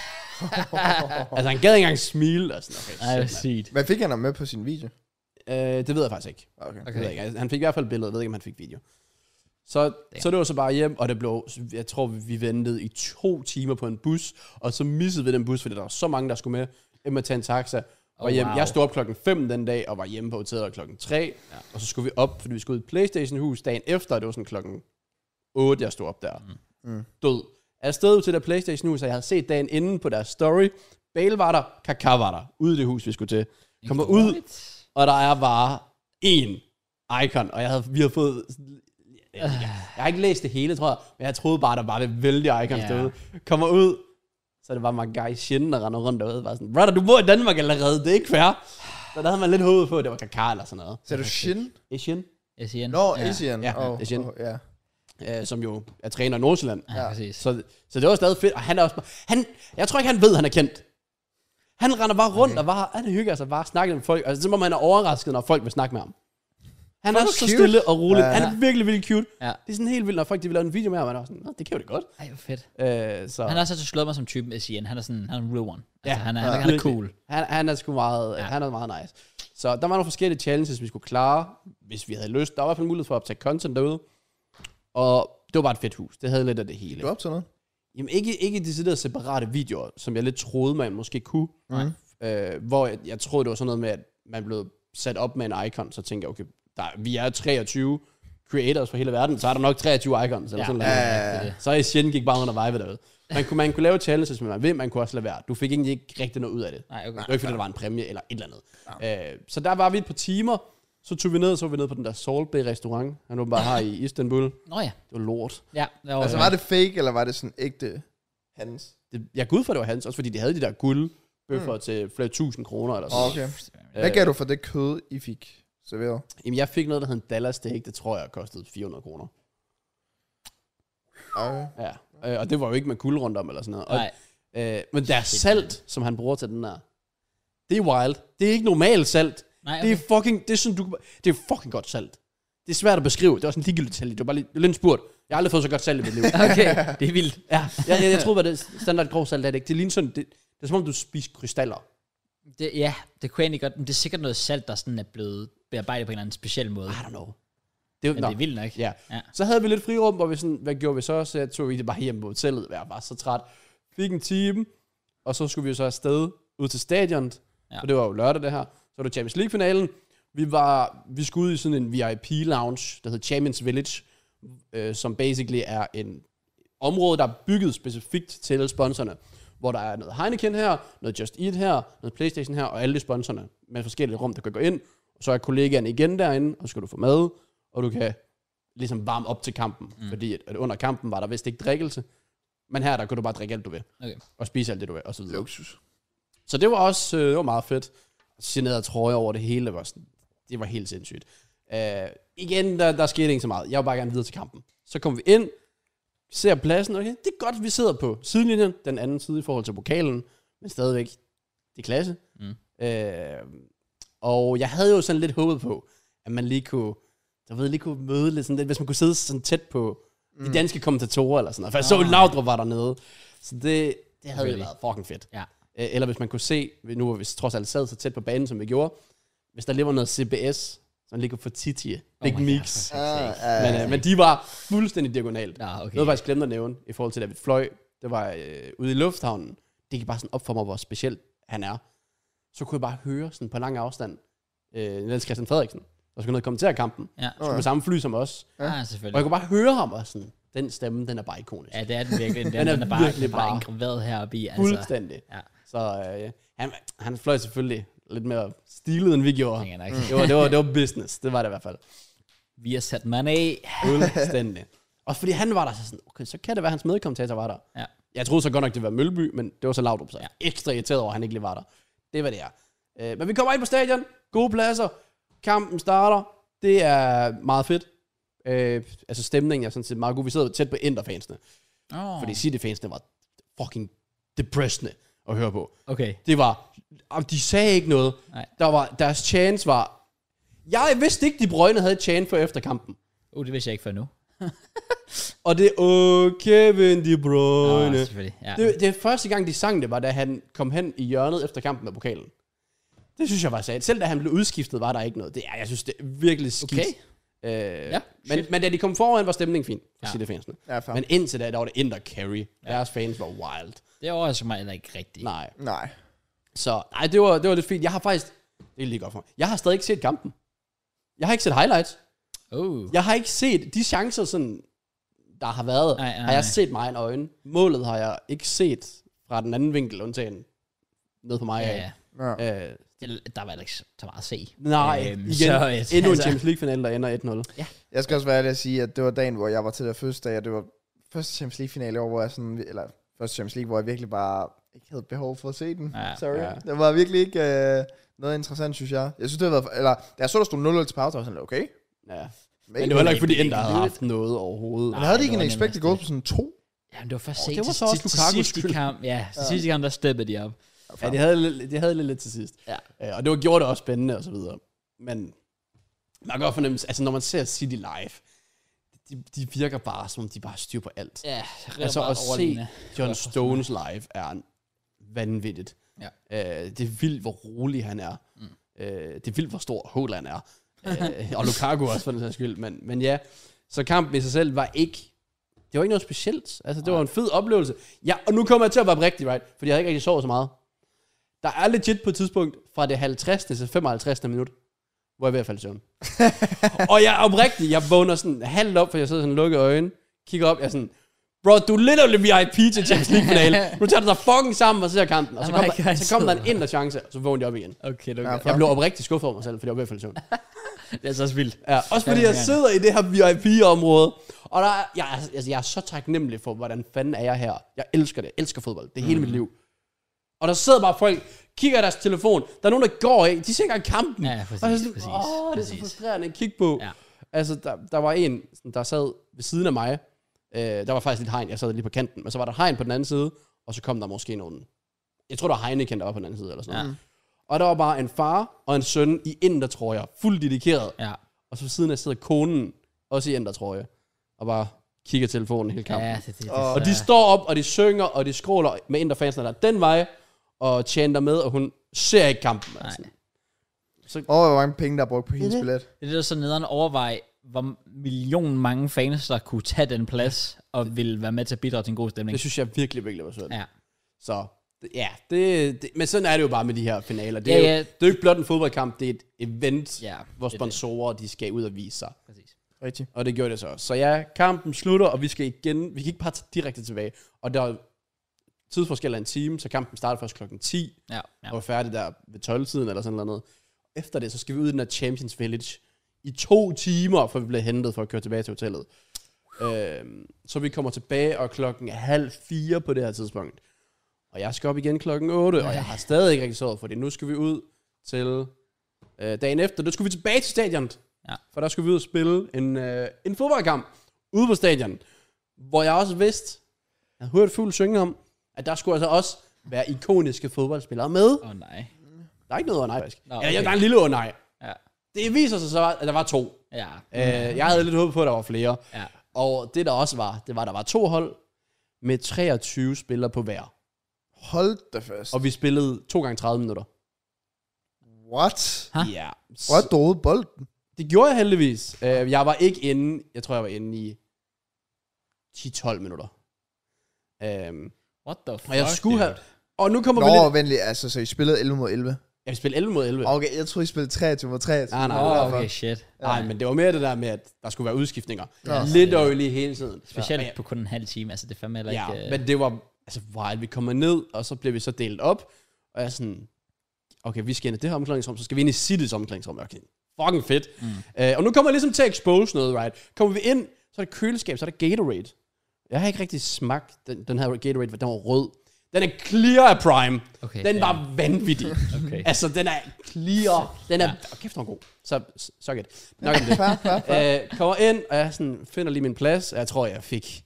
Altså han gad ikke engang smile, og sådan, okay, Ej, det er shit, sygt. Hvad fik han ham med på sin video? øh, det ved jeg faktisk ikke. Okay. Okay. Jeg ved ikke. Han fik i hvert fald billeder, jeg ved ikke, om han fik video. Så, så det var så bare hjem, og det blev, jeg tror, vi ventede i to timer på en bus, og så missede vi den bus, fordi der var så mange, der skulle med, med at tage en taxa. Og Oh, hjem, wow. jeg stod op klokken fem den dag, og var hjemme på hotellet klokken tre, ja. Og så skulle vi op, fordi vi skulle ud i PlayStation-hus dagen efter, og det var sådan klokken otte, jeg stod op der. Mm. Mm. Død. Jeg stod ud til det PlayStation-hus, og jeg havde set dagen inden på deres story. Bale var der, Kaká var der, ude i det hus, vi skulle til. Kommer ud, og der er bare én icon, og jeg havde, vi havde fået... Jeg, jeg, jeg har ikke læst det hele, tror jeg, men jeg troede bare, der var det vældige icons yeah. derude. Kommer ud, så det var Magai Shin, der rendte rundt derude. Var sådan, brother, du bor i Danmark allerede, det er ikke fair. Så der havde man lidt hovedet på, at det var Kaká eller sådan noget. Så du Shin? Asian, Asian. Nå, ja. Asian. Ja, Oh, Asian. oh, ja. øh, som jo er træner i Nordsjælland. Ja, præcis. Så, så det var stadig fedt, og han er også bare, han, jeg tror ikke, han ved, han er kendt. Han render bare rundt, okay. og bare, han hygger sig bare snakker med folk, altså som om han er overrasket, når folk vil snakke med ham. Han Fuck, er hvor så cute. stille og rolig. Ja. Han er virkelig, virkelig cute. Ja. Det er sådan helt vildt, når folk de vil lave en video med ham, og man er sådan, Nå, det kan jo det godt. Ej, hvor fedt. Øh, så. Han har også slået mig som typen Asian. Han er sådan, han er en real one. Altså, Ja. han, er, Ja. han, er, han er cool. Han, han er sgu meget, ja. han er meget nice. Så der var nogle forskellige challenges, vi skulle klare, hvis vi havde lyst. Der var i hvert fald mulighed for at optage content derude. Og det var bare et fedt hus. Det havde lidt af det hele. Du op til noget? Jamen ikke, ikke deciderede separate videoer, som jeg lidt troede, man måske kunne. Mm. Øh, hvor jeg, jeg troede, det var sådan noget med, at man blev sat op med en icon, så tænkte jeg, okay, der, vi er treogtyve creators for hele verden, så er der nok treogtyve icons, eller Ja. sådan noget. Ja, ja. Så i sjældent gik bare under vibe derude. Man kunne, man kunne lave challenges, hvis man vil, man kunne også lade være. Du fik egentlig ikke rigtig noget ud af det. Nej, okay. Det var ikke, fordi der var en præmie eller et eller andet. Øh, så der var vi et par timer, så tog vi ned, så var vi ned på den der Salt Bay restaurant, han var bare her i Istanbul. Nå ja. Det var lort. Ja, det var, Altså, var det fake, eller var det sådan ægte hans? Det, jeg går ud for, det var hans, også fordi de havde de der guldbøffer mm. til flere tusind kroner eller sådan. Okay. Hvad gav du for det kød, I fik serveret? Jamen, jeg fik noget, der hed en Dallas steak, det tror jeg kostede fire hundrede kroner. Okay. Ja, øh, og det var jo ikke med guld rundt om eller sådan noget. Og, Nej. øh, men der er salt, som han bruger til den der. Det er wild. Det er ikke normalt salt. Nej, Det okay. er fucking, det er sådan, du, det er fucking godt salt. Det er svært at beskrive. Det er også en ligegyldigt salt. Det var bare lige, lidt en spurt. Jeg har aldrig fået så godt salt i mit liv. Okay, det er vildt. Ja, jeg, jeg, jeg troede, at det standard grov salt er det ikke. Det er lige sådan, det, det er som om, du spiser krystaller. Det, ja, det kunne jeg egentlig godt, men det er sikkert noget salt, der sådan er blevet bearbejdet på en eller anden speciel måde. I don't know. Det, er- Men nå. det er vildt nok. Ja. Ja. Så havde vi lidt frirum, hvor vi sådan, hvad gjorde vi så? Så jeg tog vi det bare hjem på hotellet, jeg var bare så træt. Fik en time, og så skulle vi jo så afsted ud til stadionet, Ja. og det var jo lørdag det her. Så var det Champions League-finalen. Vi var, vi skulle ud i sådan en V I P-lounge, der hedder Champions Village, øh, som basically er en område, der er bygget specifikt til sponsorerne, hvor der er noget Heineken her, noget Just Eat her, noget PlayStation her, og alle de sponsorerne med forskellige rum, der kan gå ind. Og så er kollegaerne igen derinde, og så skal du få mad, og du kan ligesom varme op til kampen, mm. fordi at under kampen var der vist ikke drikkelse, men her der kunne du bare drikke alt du vil, Okay. og spise alt det du vil, og så videre. Luksus. Så det var også øh, det var meget fedt. Generet trøje over det hele, det var, sådan, det var helt sindssygt. Uh, igen, der, der skete ikke så meget. Jeg vil bare gerne videre til kampen. Så kom vi ind, ser pladsen, okay, det er godt, vi sidder på sidelinjen, den anden side i forhold til pokalen, men stadigvæk, det er klasse. Mm. Uh, og jeg havde jo sådan lidt håbet på, at man lige kunne, der ved, lige kunne møde lidt sådan lidt, hvis man kunne sidde sådan tæt på mm. de danske kommentatorer eller sådan noget. For jeg så, Oh. Laudrup var dernede. Så det, det havde jo Really? været fucking fedt. Ja. Øh, Eller hvis man kunne se, nu hvor vi trods alt sad så tæt på banen, som vi gjorde, hvis der lige var noget C B S, så man lige kunne få Titi, Big Oh my Mix. God. Ah, Men, øh, men de var fuldstændig diagonalt. Nå, okay. Noget, jeg faktisk glemte at nævne, i forhold til, da vi fløj, det var øh, ude i lufthavnen. Det gik bare sådan op for mig, hvor specielt han er. Så kunne jeg bare høre sådan på lang afstand, øh, Niels Christian Frederiksen, der skulle ned og kommentere kampen. Ja. Skulle på samme fly som os. Ja, Og jeg selvfølgelig. kunne bare høre ham, og sådan, den stemme, den er bare ikonisk. Ja, det er den virkelig. Den, Den er den er bare, virkelig den er bare bare- indgraveret heroppe i. Altså. Fuldstændig. Ja. Så øh, han, han fløj selvfølgelig lidt mere stilet, end vi gjorde. Tænker jeg nok. Det var, det, var, det var business, det var det i hvert fald. Vi har sat money. Fuldstændig. Også fordi han var der så sådan, okay, så kan det være, hans medkommentator var der. Ja. Jeg troede så godt nok, det var Mølby, men det var så Laudrup, så Ja. jeg er ekstra irriteret over, at han ikke lige var der. Det var det her. Øh, men vi kommer ind på stadion, gode pladser, kampen starter, det er meget fedt. Øh, altså stemningen er sådan set meget god. Vi sidder tæt på Inter-fansene, Oh. fordi City-fansene var fucking depressende at høre på. Okay. Det var, de sagde ikke noget. Nej. Der var, deres chance var, jeg vidste ikke, de Bruyne havde et chance for efter kampen. Uh, det vidste jeg ikke før nu. Og det er, åh, Kevin De Bruyne. Åh, selvfølgelig. Ja. Det, det er første gang, de sang det, var da han kom hen i hjørnet efter kampen med pokalen. Det synes jeg var sat. Selv da han blev udskiftet, var der ikke noget. Det er, jeg synes, det er virkelig skidt. Okay. Øh, Ja, men, shit. men da de kom foran, var stemningen fin for Ja. City-fansene. Ja, fair. Men indtil da, der var det Inter carry. Ja. Deres fans var wild. Det overrasker mig heller ikke rigtigt. Nej. Nej. Så nej, det var, det var lidt fint. Jeg har faktisk, det er lige godt for mig, jeg har stadig ikke set kampen. Jeg har ikke set highlights. Oh. Jeg har ikke set de chancer, sådan, der har været, Nej, nej, har jeg nej. set mig en øjne. Målet har jeg ikke set fra den anden vinkel, undtagen ned på mig. Ja, af. Ja. Øh, Det, der var heller ikke så meget at se. nej, Øhm, igen, så, så, et- endnu en altså- Champions League-finale, der ender et nul. Jeg skal også være ærlig at sige, at det var dagen, hvor jeg var til der første dag, og det var første Champions League-finale år, hvor jeg sådan, eller første Champions League, hvor jeg virkelig bare ikke havde behov for at se den. Ja. Sorry. Ja. Det var virkelig ikke øh, noget interessant, synes jeg. Jeg synes, det har været, eller da jeg så, der stod nul nul til pause, var jeg sådan, okay. Ja. Men Men det var heller ikke, fordi det er Inter havde ikke haft noget overhovedet. Men havde de det ikke en var expected nemmest goal det. på sådan to? Jamen, det var først Åh, sent det var til, så også til, til Lukaku's sidste skyld. kamp. Ja, til sidste kamp, der steppede de op. Ja, de havde, lidt- de havde lidt, lidt til sidst. Ja. Øh, og det var, gjorde det også spændende og så videre. Men man kan godt fornemme, altså når man ser City live, de, de virker bare, som om de bare styrer på alt. Ja, Altså at se John Stones live er vanvittigt. Ja. Øh, det er vildt, hvor rolig han er. Mm. Øh, det er vildt, hvor stor Haaland er. øh, og Lukaku også, for den sags skyld. Men, men ja, så kampen i sig selv var ikke det var ikke noget specielt. Altså, det var en fed oplevelse. Ja, og nu kommer jeg til at være rigtig, right? Fordi jeg havde ikke rigtig sovet så meget. Der er legit på et tidspunkt, fra det halvtreds til femoghalvtreds minut, hvor jeg er ved at falde i søvn. Og jeg er oprigtig, jeg vågner sådan halvt op, for jeg sidder sådan lukket øjne, kigger op, jeg er sådan, bro, du er literally V I P til Champions League-finale. Nu tager du dig fucking sammen og ser kampen. Og så kommer der, så kom der en indre chance, og så vågnede jeg op igen. Okay, okay. Ja, Jeg blev oprigtig skuffet over mig selv, fordi jeg var ved at falde i søvn. Det er så også vildt. Ja, også fordi jeg sidder i det her V I P-område, og der er, jeg, er- altså, jeg er så taknemmelig for, hvordan fanden er jeg her. Jeg elsker det, jeg elsker fodbold. Det er hele mm. mit liv. Og der sidder bare folk, kigger i deres telefon. Der er nogen, der går af. De ser ikke engang kampen. Ja, præcis, og jeg er sådan, præcis, åh, det er præcis. så frustrerende at kigge på. Ja. Altså, der, der var en, der sad ved siden af mig. Øh, der var faktisk lidt hegn. Jeg sad lige på kanten. Men så var der hegn på den anden side. Og så kom der måske nogen. Jeg tror, der var Heineken, der var på den anden side. Eller sådan Ja. noget. Og der var bare en far og en søn i indertrøjer. Fuldt dedikeret. Ja. Og så ved siden af sidder konen. Også i indertrøje. Og bare kigger telefonen hele kampen. Ja, det, det, det, Og Og de står op, og de synger, og de skråler med interfansene der den vej, og chanter med, og hun ser ikke kampen. Altså. Og hvor mange penge, der er brugt på hendes billet. Det er det, der så nederen overvej, hvor million mange fans, der kunne tage den plads, og ville være med til at bidrage til en god stemning. Det synes jeg virkelig, virkelig var sødt. Ja. Så, ja, det, det, men sådan er det jo bare med de her finaler. Det er, Ja, jo, ja. det er jo ikke blot en fodboldkamp, det er et event, Ja, hvor det er det. sponsorer, de skal ud og vise sig. Præcis. Rigtig. Og det gjorde det så også. Så ja, kampen slutter, og vi skal igen, vi kan ikke bare tage direkte tilbage. Og der er tidsforskel af en time, så kampen starter først klokken ti, Ja, ja. og er færdig der ved tolv-tiden eller sådan noget. Efter det, så skal vi ud i den der Champions Village i to timer, for vi bliver hentet for at køre tilbage til hotellet. Øhm, så vi kommer tilbage, og klokken er halv fire på det her tidspunkt. Og jeg skal op igen klokken otte, og jeg har stadig ikke rigtig sovet, fordi nu skal vi ud til øh, dagen efter. Der skulle vi tilbage til stadionet, Ja. for der skulle vi ud og spille en, øh, en fodboldkamp ude på stadion, hvor jeg også vidste, jeg havde hørt fuld synge om, at der skulle altså også være ikoniske fodboldspillere med. Åh oh, nej. Der er ikke noget under nej, faktisk. Nå, Eller, okay. der er en lille under nej. Ja. Det viser sig så, at der var to. Ja. Øh, jeg havde lidt håbet på, at der var flere. Ja. Og det der også var, det var, at der var to hold med treogtyve spillere på hver. Hold da fast. Og vi spillede to gange tredive minutter. What? Ha? Ja. Hvor er dårlig bolden? Det gjorde jeg heldigvis. Øh, jeg var ikke inde, jeg tror, jeg var inde i ti til tolv minutter. Um, What the fuck, og jeg skulle dude? have... Og nu kommer vi Nå, lidt... venlig, altså, så I spillede elleve mod elleve? Jeg spillede elleve mod elleve. Okay, jeg troede, I spillede treogtyve mod treogtyve. Nej, nej, Åh, nej. oh, okay, shit. Nej, men det var mere det der med, at der skulle være udskiftninger. Ja. Lidt øjelig hele tiden. Specielt Ja. på kun en halv time, altså det er fandme heller Ja, ikke... øh, men det var, altså, wild. Vi kommer ned, og så bliver vi så delt op, og jeg er sådan, okay, vi skal ind i det her omklædningsrum, så skal vi ind i Citys omklædningsrum. Okay, fucking fedt. Mm. Uh, og nu kommer jeg ligesom til at expose noget, right? Kommer vi ind, så er der køleskab, så er der Gatorade. Jeg har ikke rigtig smagt den, den her Gatorade, for den var rød. Den er clear af Prime. Okay, den ja. var vanvittig. Okay. Altså, den er clear. Den er... Ja. Oh, kæft, den var god. Så, så it. Nok om det. Fair, fair, fair. Uh, kommer ind, og jeg sådan, finder lige min plads. Jeg tror, jeg fik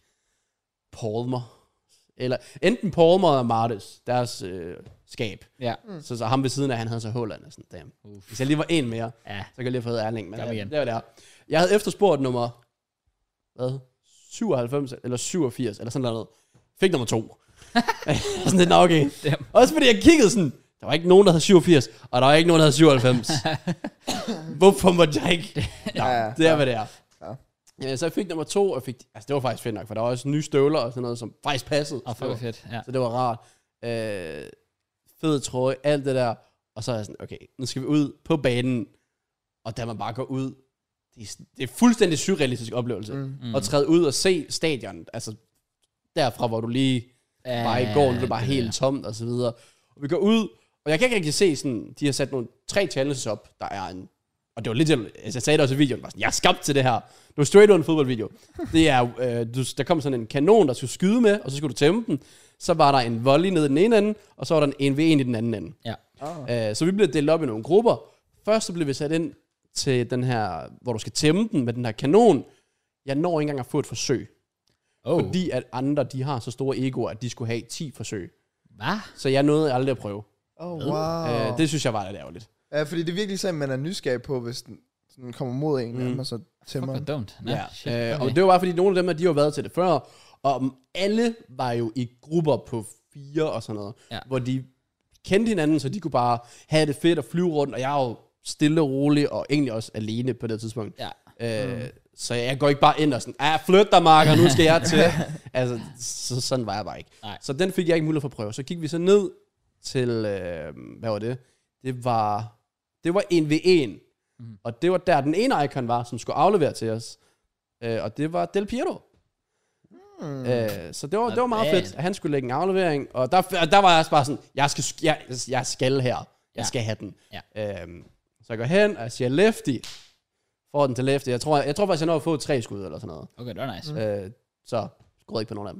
Palmer. Eller enten Palmer eller Martes, deres øh, skab. Ja. Mm. Så, så ham ved siden af, han havde så Holland. Sådan, damn. Uf. Hvis jeg lige var en mere, Ja. så kan jeg lige have fået Erling. Men Kom ja, igen. det var der. Jeg havde efterspurgt nummer hvad? syvoghalvfems eller syvogfirs, eller sådan noget. Fik nummer to. sådan lidt, nå, okay. Damn. Også fordi jeg kiggede sådan, der var ikke nogen, der havde syvogfirs, og der var ikke nogen, der havde syvoghalvfems. Hvorfor måtte jeg ikke? Nå, Ja, ja, det er, ja. hvad det er. Ja. Ja, så jeg fik nummer to, og fik, altså det var faktisk fedt nok, for der var også nye støvler og sådan noget, som faktisk passede. Og fuck, fedt. Ja. Så det var rart. Øh, fed trøje, alt det der. Og så er jeg sådan, okay, nu skal vi ud på banen. Og da man bare går ud, det er, det er fuldstændig surrealistisk oplevelse. Mm. Mm. At træde ud og se stadion, altså derfra, hvor du lige Ja, var i går, det var bare det helt der. tomt og så videre. Og vi går ud, og jeg kan ikke rigtig se sådan, de har sat nogle tre challenges op, der er en, og det var lidt, altså jeg sagde det også i videoen, bare sådan, jeg er skabt til det her. Det var straight on en fodboldvideo. Det er, øh, du, der kom sådan en kanon, der skulle skyde med, og så skulle du tæmme den. Så var der en volley nede i den ene ende, og så var der en en ved en i den anden ende. Ja. Oh. Øh, så vi blev delt op i nogle grupper. Først så blev vi sat ind til den her, hvor du skal tæmme den med den her kanon. Jeg når ikke engang at få et forsøg. Oh. Fordi at andre, de har så store egoer, at de skulle have ti forsøg. Hvad? Så jeg nåede aldrig at prøve. Oh, wow. Øh, det synes jeg var lidt ærgerligt. Ja, fordi det er virkelig sådan, man er nysgerrig på, hvis den sådan kommer mod en, Mm. mm. og så Fuck, tæmmer. hvor dumt. Nå, Ja, shit, øh, okay. og det var bare fordi, nogle af dem, her, de har jo været til det før, og alle var jo i grupper på fire og sådan noget, Ja. hvor de kendte hinanden, så de kunne bare have det fedt og flyve rundt, og jeg er jo stille og rolig, og egentlig også alene på det tidspunkt. Ja. Øh, Mm. Så jeg går ikke bare ind og sådan, ah, flyt dig, Mark, og nu skal jeg til. Altså, så, sådan var jeg bare ikke. Nej. Så den fik jeg ikke mulighed for at prøve. Så gik vi så ned til, øh, hvad var det? Det var, det var en ved en. Mm. Og det var der, den ene icon var, som skulle aflevere til os. Øh, og det var Del Piero. Mm. Øh, så det var, det var meget fedt, at han skulle lægge en aflevering. Og der, der var jeg bare sådan, jeg skal, jeg, jeg skal her. Jeg ja. skal have den. Ja. Øh, så jeg går hen, og jeg siger lefty. Får den til lefty. Jeg tror, jeg, jeg tror faktisk, jeg når at få tre skud eller sådan noget. Okay, det var nice. Mm. Øh, så skruede ikke på nogen af dem.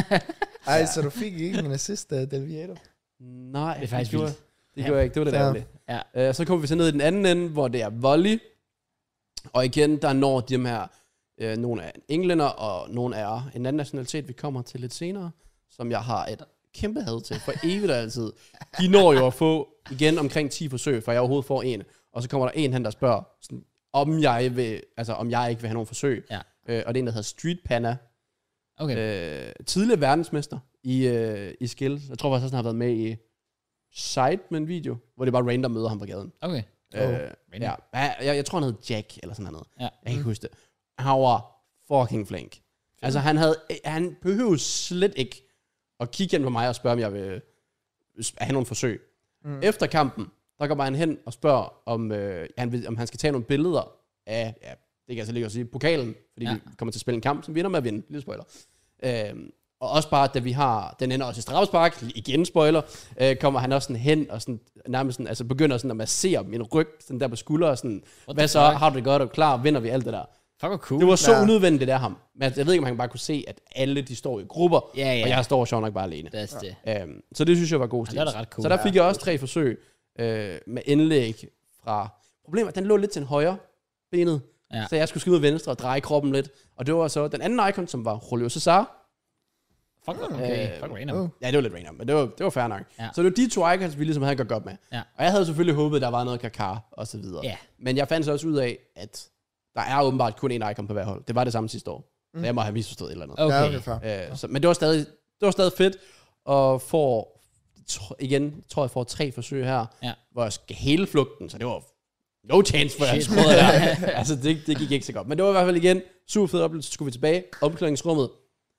Ej, så du fik ikke en assist af Del Piero? Nej, det er faktisk det gjorde, vildt. det gjorde jeg ikke. Det var det ærgerlige. Ja. Øh, så kommer vi så ned i den anden ende, hvor det er volley. Og igen, der når de her, øh, nogle af englænder og nogle af en anden nationalitet, vi kommer til lidt senere, som jeg har et kæmpe had til for evigt og altid. De når jo at få igen omkring ti forsøg, for jeg overhovedet får en. Og så kommer der en hen, der spørger, sådan, om jeg vil, altså om jeg ikke vil have nogen forsøg. Ja. Øh, og det er en, der hedder Street Panda. Okay. Øh, tidligere verdensmester i, øh, i skill. Jeg tror faktisk også, han har været med i Sidemen video, hvor det bare random møder ham på gaden. Okay. Øh, oh, ja. jeg, jeg, jeg tror, han hed Jack, eller sådan noget. Ja. Jeg kan ikke mm. huske det. Han var fucking flink. Fint. Altså, han havde, han behøvede slet ikke at kigge ind på mig og spørge, om jeg vil have nogle forsøg. Mm. Efter kampen, der går han hen og spørger, om, øh, han vil, om han skal tage nogle billeder af, ja, det kan jeg så lige at sige, pokalen, fordi ja. vi kommer til at spille en kamp, som vi ender med at vinde. Lille spoiler. Øhm, og også bare, da vi har, den ender også i straffespark, igen spoiler, øh, kommer han også sådan hen og sådan, nærmest sådan, altså begynder sådan at massere min ryg, sådan der på skulder, og sådan, hvad så, har du det godt, og klar, vinder vi alt det der. Fuck, cool. Det var så ja. unødvendigt, det der ham. Men jeg ved ikke, om han bare kunne se, at alle de står i grupper, ja, ja. og jeg står sjovt nok bare alene. Det er det. Øhm, så det synes jeg var god stil. Ja, det er ret cool. Så der fik jeg også tre forsøg øh, med indlæg fra, problemet er, at den lå lidt til en højre benet, ja. så jeg skulle skrive venstre og dreje kroppen lidt. Og det var så den anden icon, som var Julio César. Fuck, okay. Øh, Fuck random. Uh. Ja, det var lidt random, men det var, det var fair nok. Ja. Så det var de to icons, vi ligesom havde godt godt med. Ja. Og jeg havde selvfølgelig håbet, at der var noget kakar og så videre. Ja. Men jeg fandt så også ud af, at der er åbenbart kun en icon på hver hold. Det var det samme sidste år. Mm. Så jeg må have misforstået et eller andet. Okay. okay øh, så, men det var, stadig, det var stadig fedt. Og for, igen, tror jeg får tre forsøg her, ja. hvor jeg skal hele flugten, så det var no chance for, at jeg skruede der. Altså, det, det gik ikke så godt. Men det var i hvert fald igen super fed oplevelse. Så skulle vi tilbage, omklædningsrummet.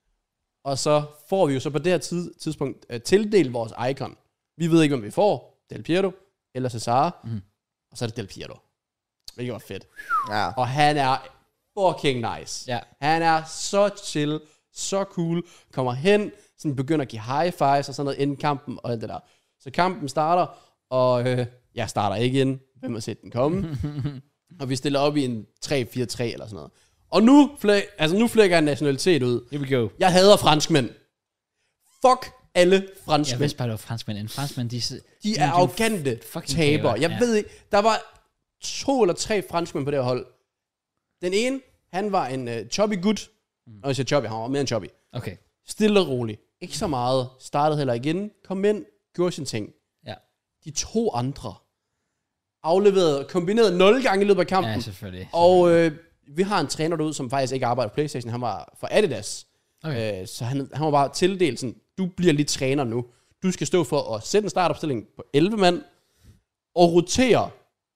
Og så får vi jo så på det her tid, tidspunkt uh, tildelt vores icon. Vi ved ikke, om vi får Del Piero eller César. Mm. Og så er det Del Piero. Hvilket var fedt. Ja. Og han er fucking nice. Ja. Han er så chill, så cool. Kommer hen, sådan begynder at give high fives og sådan noget inden kampen og alt det der. Så kampen starter, og øh, jeg starter ikke ind. Hvem har set den komme? Og vi stiller op i en tre fire tre eller sådan noget. Og nu, flæ- altså nu flækker jeg en nationalitet ud. Here we go. Jeg hader franskmænd. Fuck alle franskmænd. Jeg vidste bare, det var franskmænd. En franskmænd, de, de, de er arrogante taber. Jeg ja. ved ikke, der var to eller tre franskmænd på det her hold. Den ene, han var en uh, chubby gut. Mm. Og jeg siger chubby, han var mere en chubby. Okay. Stille og rolig. Ikke så meget. Startede heller igen. Kom ind, gjorde sin ting. Ja. De to andre afleverede, kombineret nul gange i løbet af kampen. Ja, selvfølgelig. Og øh, vi har en træner derude, som faktisk ikke arbejder på PlayStation. Han var fra Adidas. Okay. Øh, så han, han var bare tildelt sådan, du bliver lige træner nu. Du skal stå for at sætte en startopstilling på elleve mand, og rotere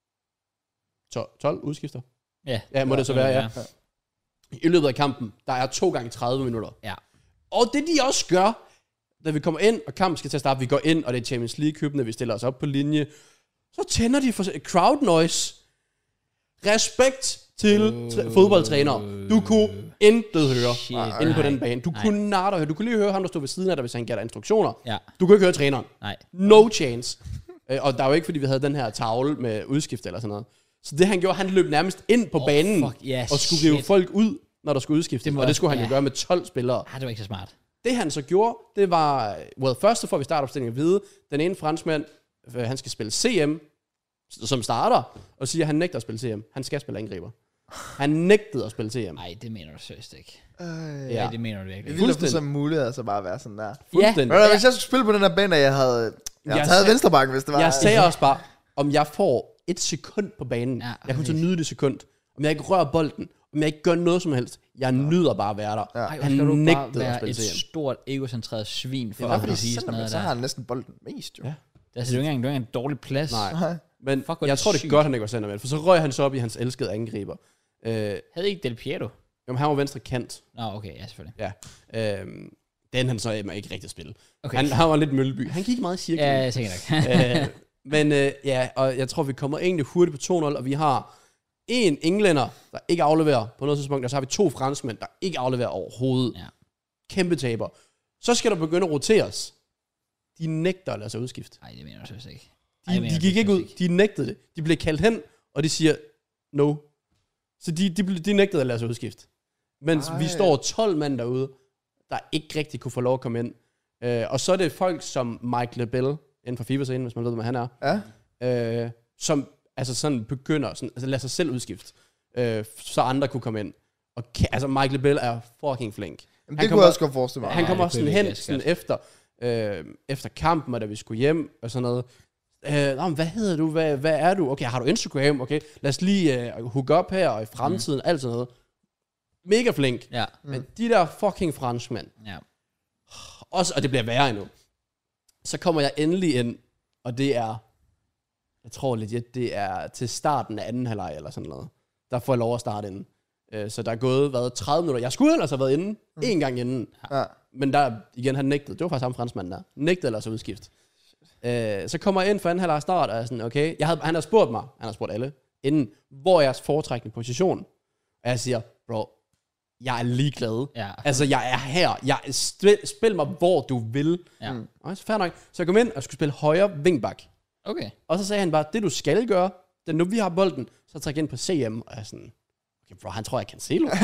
tolv udskifter. Ja, ja må det så være, ja. I løbet af kampen, der er to gange tredive minutter. Ja. Og det de også gør, da vi kommer ind, og kampen skal til at starte, vi går ind, og det er Champions League-købene, vi stiller os op på linje, så tænder de for crowd noise. Respekt til uh, fodboldtrænere. Du kunne intet høre shit, inde på den bane. Du nej. kunne nada høre. Du kunne lige høre ham, der stod ved siden af dig, hvis han gav dig instruktioner. Ja. Du kunne ikke høre træneren. Nej. No chance. uh, og der var ikke, fordi vi havde den her tavle med udskift eller sådan noget. Så det han gjorde, han løb nærmest ind på oh, banen yeah, og skulle rive folk ud, når der skulle udskiftes. Det og det skulle han yeah. jo gøre med tolv spillere. Ah, det var ikke så smart. Det han så gjorde, det var, well, først så får vi startopstillingen at vide, den ene franskmand, han skal spille C M, som starter, og siger, at han nægter at spille C M. Han skal spille angriber. Han nægtede at spille C M. Nej, det mener du seriøst ikke. Øh, ja, det mener du virkelig. Det ville få sådan mulighed, altså bare være sådan der. Fuldstændig. Ja. Hvis jeg skulle spille på den her bane, jeg havde, jeg havde taget venstrebakken, hvis det var. Jeg sagde også bare, om jeg får et sekund på banen, ja, okay. jeg kunne så nyde det sekund. Om jeg ikke rører bolden, om jeg ikke gør noget som helst, jeg nyder bare at være der. Ja. Ej, han nægtede at spille et C M. Stort egocentreret svin for at sige sådan noget der. Så har han næsten bolden mest, jo. Ja. Det er altså ikke engang en dårlig plads. Nej. Men fuck, jeg tror, det er godt, han ikke var center med. For så røg han så op i hans elskede angriber. Øh, Havde ikke Del Piero? jamen, han var venstre kant. Nå, okay, ja, selvfølgelig. Ja. Øh, den han så ikke rigtig spille. Okay. Han, han var lidt Mølleby. Han gik meget i cirklen. Ja, jeg tænker nok. øh, men øh, ja, og jeg tror, vi kommer egentlig hurtigt på to nul, og vi har en englænder, der ikke afleverer på noget tidspunkt, og så har vi to franskmænd, der ikke afleverer overhovedet. Ja. Kæmpe taber. Så skal der begynde at roteres. De nægter at lade sig udskifte. Nej, det mener jeg så ikke. De, Ej, jeg mener de gik det ikke ud. faktisk De nægtede det. De blev kaldt hen, og de siger no. Så de, de, blev- de nægtede at lade sig udskifte. Mens Ej. vi står tolv mand derude, der ikke rigtig kunne få lov at komme ind. Øh, og så er det folk som Mike LeBell, inden for FIFA-scenen, hvis man ved, hvad han er, Ja. øh, som altså sådan begynder, sådan, altså lade sig selv udskifte, øh, så andre kunne komme ind. Og ka- altså Mike LeBell er fucking flink. Jamen, Han det kunne kommer- jeg også godt forestille mig. Han Ja, kom det også kunne sådan jeg hen virkelig sådan godt. efter, øh, efter kampen, og da vi skulle hjem, og sådan noget. Øh, Nå, men hvad hedder du? Hvad, hvad er du? Okay, har du Instagram? Okay, lad os lige uh, hook op her, og i fremtiden, mm. alt sådan noget. Mega flink. Ja, Mm. Men de der fucking franskmænd, ja. også, og det bliver værre endnu. Så kommer jeg endelig ind, og det er, jeg tror legit, det er til starten af anden halvleg eller sådan noget. Der får jeg lov at starte inden. Øh, Så der er gået, hvad, tredive minutter. Jeg skulle ellers have været inde, mm. en gang inden. Ja. Men der, igen, han nægtede. Det var faktisk ham franskmanden der. Nægtede ellers at udskifte. Øh, så kommer jeg ind for anden halvleg start, og jeg er sådan, okay. Jeg havde, han har spurgt mig, han har spurgt alle, inden, hvor er jeres foretrækkende position? Og jeg siger, bro, jeg er ligeglad. Ja. Altså, jeg er her. Jeg spil, spil mig, hvor du vil. Ja. Mm. Og så fair nok. Så jeg kom ind og skulle spille højre vingbak. Okay. Og så sagde han bare, det du skal gøre, det nu vi har bolden, så træk ind på C M. Og jeg er sådan, okay bro, han tror, jeg kan se Lucas.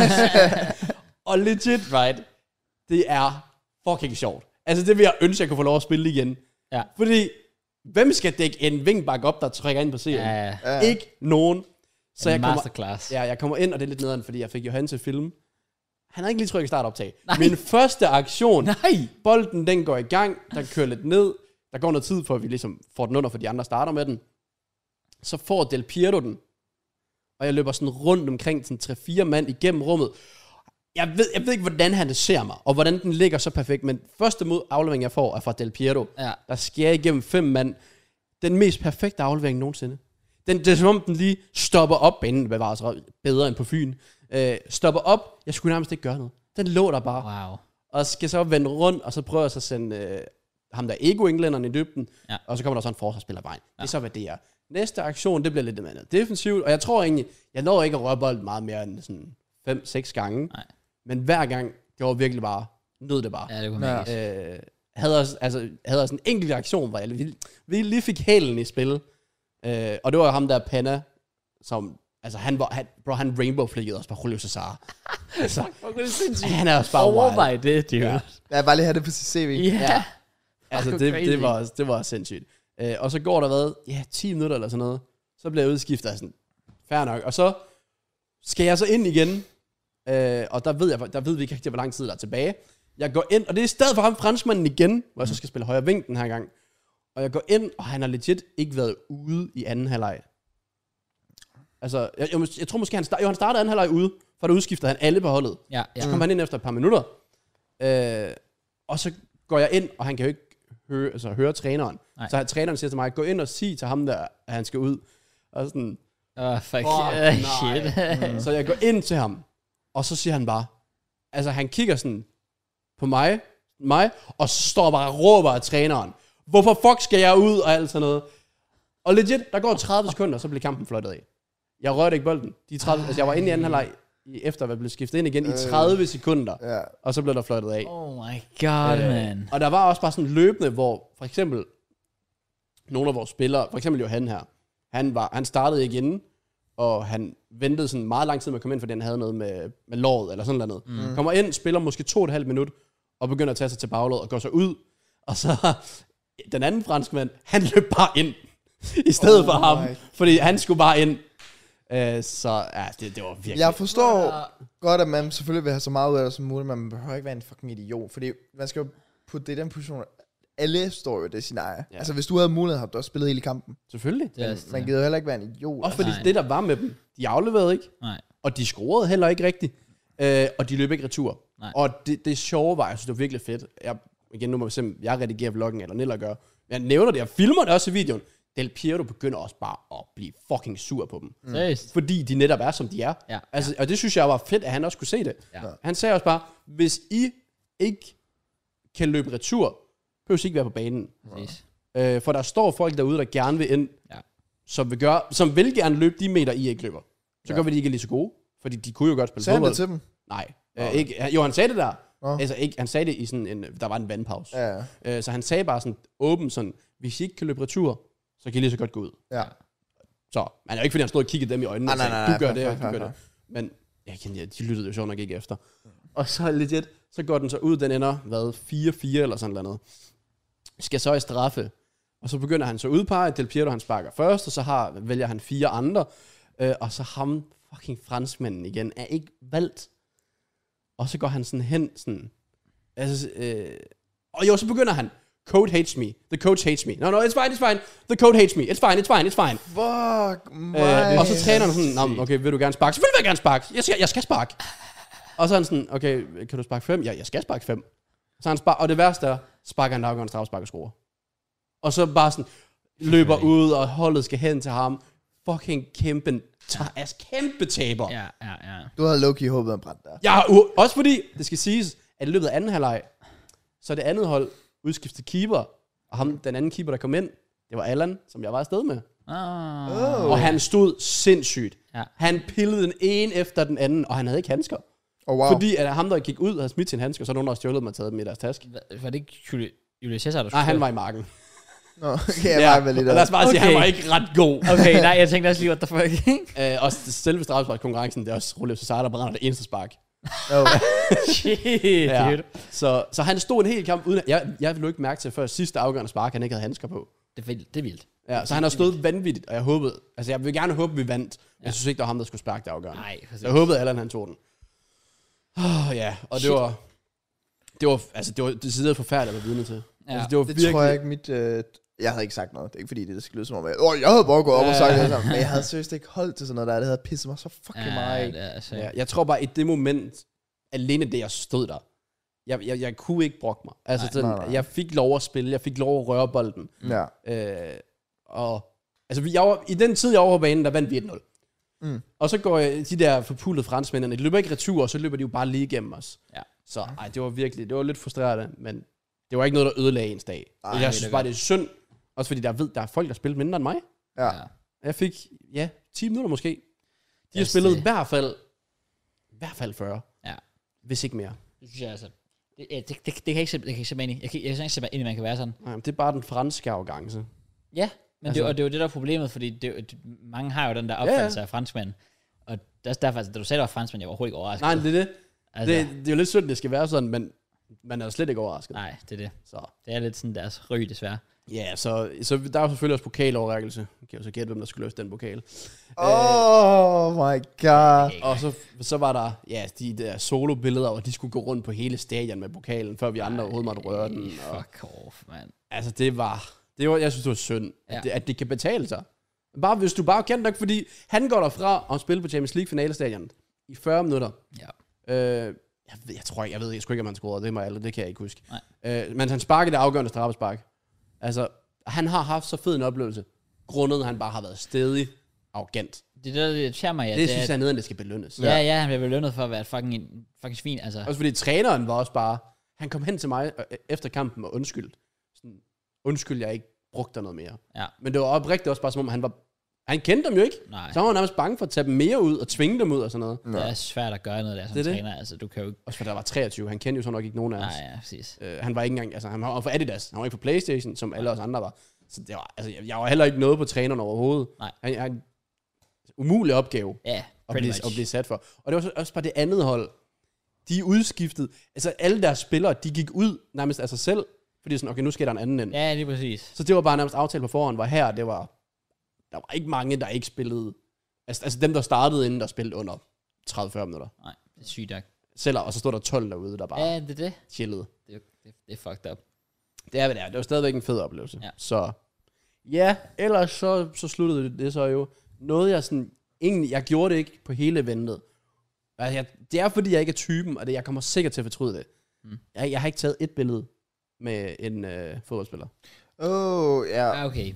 Og legit, right, det er fucking sjovt. Altså, det vil jeg ønske, jeg kunne få lov at spille igen. Ja. Fordi, hvem skal dække en vingbak op, der trækker ind på C M? Ja, ja. Ja. Ikke nogen. Så Så jeg kommer, masterclass. ja, jeg kommer ind, og det er lidt nederen, fordi jeg fik Johan til film. Han har ikke lige trykket startoptag. Min første aktion, Nej. bolden den går i gang, der kører lidt ned, der går noget tid, for at vi ligesom får den under, for de andre starter med den. Så får Del Piero den, og jeg løber sådan rundt omkring sådan tre fire mand igennem rummet. Jeg ved, jeg ved ikke, hvordan han ser mig, og hvordan den ligger så perfekt, men første mod aflevering, jeg får, er fra Del Piero. Ja. Der skærer igennem fem mand. Den mest perfekte aflevering nogensinde. Den, det er som om, den lige stopper op, inden det bevares bedre end på Fyn. Øh, stopper op, jeg skulle nærmest ikke gøre noget. Den lå der bare. Wow. Og skal så vende rundt, og så prøver jeg så at sende øh, ham der ego-englænderen i dybden, Ja. og så kommer der så en forsvarsspiller vejen. Ja. Det er så, hvad det er. Næste aktion, det bliver lidt mere defensivt, og jeg tror egentlig, jeg når ikke at røre bolden meget mere end sådan fem seks gange. Nej. Men hver gang gjorde jeg virkelig bare, nød det bare. Ja, det kunne Ja. man ikke. Øh, havde også, altså, havde også en enkelt aktion, hvor jeg lige, vi lige fik hælen i spil. Øh, og det var ham der Panna, som, altså han var, han, bro, han rainbow-flikkede også bare Julio Cesar. altså, han er også bare Overvej wild. det, dude. Ja. Ja. Jeg vil bare lige have det på sit C V. Ja. Altså, Fuck, det, crazy. det, var, også- det var sindssygt. Øh, og så går der hvad, ja, ti minutter eller sådan noget. Så bliver jeg udskiftet, sådan, fair nok. Og så skal jeg så ind igen, øh, og der ved, jeg, der ved vi ikke rigtig, hvor lang tid der er tilbage. Jeg går ind, og det er i stedet for ham franskmanden igen, hvor jeg så skal spille højre ving den her gang. Og jeg går ind, og han har legit ikke været ude i anden halvleg. Altså, jeg, jeg, jeg tror måske, han, start, jo, han startede anden halvleg ude, for der udskiftede han alle på holdet. Ja, ja. Så kom han ind efter et par minutter. Øh, og så går jeg ind, og han kan jo ikke høre, altså, høre træneren. Nej. Så træneren siger til mig, gå ind og sig til ham der, at han skal ud. Og sådan, Åh, oh, fuck. Fuck, Uh, nej. shit. mm. Så jeg går ind til ham, og så siger han bare, altså han kigger sådan på mig, mig og så står bare og råber af træneren, hvorfor fuck skal jeg ud, og alt sådan noget. Og legit, der går tredive sekunder, så bliver kampen fløjtet af. Jeg rørte ikke bolden. De tredive, altså jeg var inde i anden halvleg, i- efter at jeg blev skiftet ind igen, i tredive sekunder, Ja. og så blev der fløjtet af. Oh my god, Øh, man. Og der var også bare sådan løbende, hvor for eksempel nogle af vores spillere, for eksempel Johan her, han, var, han startede ikke inden, og han ventede sådan meget lang tid med at komme ind, fordi han havde noget med, med låret eller sådan noget. Mm. Kommer ind, spiller måske to og et halvt minut, og begynder at tage sig til baglåret og går så ud. Og så den anden franskmand, han løb bare ind, i stedet Oh for ham, my. fordi han skulle bare ind. Uh, så ja, det, det var virkelig... Jeg forstår godt, at man selvfølgelig vil have så meget ud af det som muligt, men man behøver ikke være en fucking idiot, fordi man skal jo putte det i den position. Alle står jo det scenarie. Ja. Altså, hvis du havde mulighed, har du også spillet hele kampen. Selvfølgelig. Det er Men også man det. gider jo heller ikke være en idiot. Også fordi Nej. det, der var med dem, de afleverede ikke. Nej. Og de scorede heller ikke rigtigt. Øh, og de løb ikke retur. Nej. Og det, det sjove var, jeg synes, det var virkelig fedt. Jeg, igen, nu må vi se, om jeg redigerer vloggen, eller Nilla gør. Jeg nævner det, jeg filmer det også i videoen. Del Piero begynder også bare at blive fucking sur på dem. Mm. Seriøst? Fordi de netop er, som de er. Ja. Altså, og det synes jeg var fedt, at han også kunne se det. Ja. Han sagde også bare, hvis I ikke kan løbe retur, behøver I ikke være på banen. Præcis. Øh, for der står folk derude, der gerne vil ind, Ja. som, vil gøre, som vil gerne løbe de meter, I ikke løber. Så Ja. gør vi, de ikke er lige så gode. Fordi de kunne jo godt spille Sagde han fodbold. det til dem? Nej. Øh, ikke, jo, han sagde det der. Nå. Altså, ikke, han sagde det i sådan en, der var en vandpause. Ja, ja. Øh, så han sagde bare sådan åben sådan, hvis I ikke kan løbe retur, så kan I lige så godt gå ud. Ja. Så, men det er jo ikke, fordi han stod og kiggede dem i øjnene Nej, og nej, sagde, nej, du gør nej, det, fair, og du fair, gør fair. det. Men jeg kan, ja, de lyttede jo sjovt nok ikke efter. Og så legit, så går den så ud, den ender, hvad, fire fire eller sådan noget. Skal så i straffe. Og så begynder han så at udpege, at Del Piero han sparker først, og så har, vælger han fire andre. Øh, og så ham, fucking franskmanden igen, er ikke valgt. Og så går han sådan hen, sådan, altså, øh, og jo, så begynder han, Code hates me, the coach hates me. No, no, it's fine, it's fine, the code hates me, it's fine, it's fine, it's fine. Fuck mig. Øh, og så træner han sådan, Nå, okay, vil du gerne sparke? Selvfølgelig vil jeg gerne sparke, jeg skal, jeg skal sparke. Og så er han sådan, okay, kan du sparke fem? Ja, jeg skal sparke fem. Så han spark, og det værste er, sparker han afgørende strafspark og scorer. Og så bare sådan, løber ud, og holdet skal hen til ham. Fucking kæmpe, altså kæmpe taber. Ja, ja, ja. Du havde low-key håbet en brand der. Ja, u- også fordi, det skal siges, at i løbet af anden halvleg, så det andet hold udskiftede keeper, og ham, den anden keeper, der kom ind, det var Allan, som jeg var afsted med. Ah. Oh. Og han stod sindssygt. Ja. Han pillede den ene efter den anden, og han havde ikke handsker. Oh, wow. Fordi at ham, der gik ud, havde smidt sin handsker, så nogen, der stjålet mig og taget dem i deres taske. Hva- Var det ikke Julie- Julius Cæsar, der Nej, skulle han spille? var i marken. Nå, okay, jeg var vel lige og lad os der. bare sige, Okay. at han var ikke ret god. Okay, nej, jeg tænkte også lige, what the fuck, ikke? Øh, og selve straffesparkskonkurrencen, det er også Rolef Cesar, der brænder det eneste spark. Oh. Shit, Ja. dude. Så, så han stod en hel kamp uden... Jeg, jeg ville jo ikke mærke til før sidste afgørende spark, han ikke havde handsker på. Det er vildt. Det er vildt. Ja, så han har stået vanvittigt, og jeg håbede... Altså, jeg vil gerne håbe, vi vandt. Ja. Jeg synes ikke, det var ham, der skulle sparke det afgørende. Nej, præcis. Jeg håbede, Allan han tog den. Oh, ja, og det Shit. var... Det var, altså, det var decideret forfærdeligt at være vidne til. Ja. Altså, det var Det virkelig... tror jeg ikke mit... Øh, jeg havde ikke sagt noget. Det er ikke fordi, det skal lyde som om, at åh, jeg havde bare gået op og sagt det sammen. Men jeg havde seriøst ikke holdt til sådan noget der. Det havde pisset mig så fucking Ja, meget af. det er altså... Ja, jeg tror bare, i det moment, alene det, jeg stod der, jeg, jeg, jeg kunne ikke brokke mig. Altså, Nej, sådan, nej, nej. jeg fik lov at spille, jeg fik lov at røre bolden. Ja. Øh, og altså, vi- jeg var, i den tid, jeg var på banen, der vandt vi et nul. Mm. Og så går jeg, de der forpulede franskmændene, de løber ikke retur, og så løber de jo bare lige igennem os. Ja. Så ej, det var virkelig, det var lidt frustrerende, men det var ikke noget, der ødelagde ens dag. Ej, jeg det synes er bare, godt. det er synd, også fordi der, ved, der er folk, der spiller mindre end mig. Ja. Ja. Jeg fik, ja, ti minutter måske. De har Yes, spillet det- i hvert fald, i hvert fald fyrre. Ja. Hvis ikke mere. Det synes jeg altså... Det, ja, det, det, det, kan jeg ikke se, det kan jeg ikke se mig ind i. Jeg kan, jeg kan ikke se mig ind i, man kan være sådan. Nej, men det er bare den franske arrogance. Ja, men Altså- det, og det er jo det, der er problemet, fordi det, det, mange har jo den der ja. opfattelse af franskmænd. Og det er derfor, altså, da du sagde, at du var franskmænd, jeg var overhovedet ikke overrasket. Nej, det er det. altså, det. Det er jo lidt synd, det skal være sådan, men man er jo slet ikke overrasket. Nej, det er det. Så. Det er lidt sådan deres ry, desværre. Ja, så, så der er jo selvfølgelig også pokaloverrækkelse. Jeg kan jo så gætte, hvem der skulle løse den pokal. Oh my god. Og så, så var der ja, de der solo-billeder, hvor de skulle gå rundt på hele stadion med pokalen, før vi andre overhovedet måtte røre den. Og, Fuck off, mand. altså, det var, det var... Jeg synes, det var synd, Ja. at, det, at det kan betale sig. Bare hvis du bare kendt nok, fordi han går derfra og spiller på Champions League finalestadion i fyrre minutter. Ja. Øh, jeg, ved, jeg tror ikke, jeg ved jeg sgu ikke, om han scorede. Det må alle, det kan jeg ikke huske. Nej. Øh, men han sparkede det afgørende straffespark. Altså, han har haft så fed en oplevelse, grundet han bare har været stedig arrogant. Det er det, der irriterer mig, ja. Det, det synes er, jeg er nederen, det skal belønnes. Ja, ja, han bliver belønnet for at være et fucking, en fucking svin, altså. Også fordi træneren var også bare, han kom hen til mig øh, efter kampen og undskyld. Sådan, undskyld, jeg ikke brugte dig noget mere. Ja. Men det var oprigtigt også bare som om, han var, han kendte dem jo ikke. Nej, Så var han nærmest bange for at tage dem mere ud og tvinge dem ud og sådan noget. det er svært at gøre noget der som Det er det. træner, altså. Du kan jo ikke... Også fordi der var treogtyve, han kendte jo så nok ikke nogen af os. Nej, ja, præcis. Øh, han var ikke engang, altså han var for Adidas, han var ikke på PlayStation, som alle os andre var. Så det var, altså jeg, jeg var heller ikke noget på træneren overhovedet. Nej. Han, han, umulig opgave Ja, at pretty blive, much. at blive sat for. Og det var så også bare det andet hold. De er udskiftet. Altså alle deres spillere, de gik ud nærmest af sig selv. Fordi sådan, okay, nu skal der en anden ind. Ja, lige præcis. Så det var bare nærmest aftalt på forhånd, hvor her, det var, der var ikke mange, der ikke spillede. Altså, altså dem, der startede inden, der spillede under tredive til fyrre minutter. Nej, det er sygt nok. Selv, og så stod der tolv derude, der bare Ja, det er det. chillede. Det er, det, det er fucked up. Det er, hvad det er. Det var stadigvæk en fed oplevelse. Ja. Så ja, ellers så, så sluttede det, det så jo. Noget jeg sådan, egentlig, jeg gjorde det ikke på hele eventet. Altså, jeg, det er fordi, jeg ikke er typen, og det, jeg kommer sikkert til at fortryde det. Mm. Jeg, jeg har ikke taget et billede med en øh, fodboldspiller. Oh, ja. Ja, okay.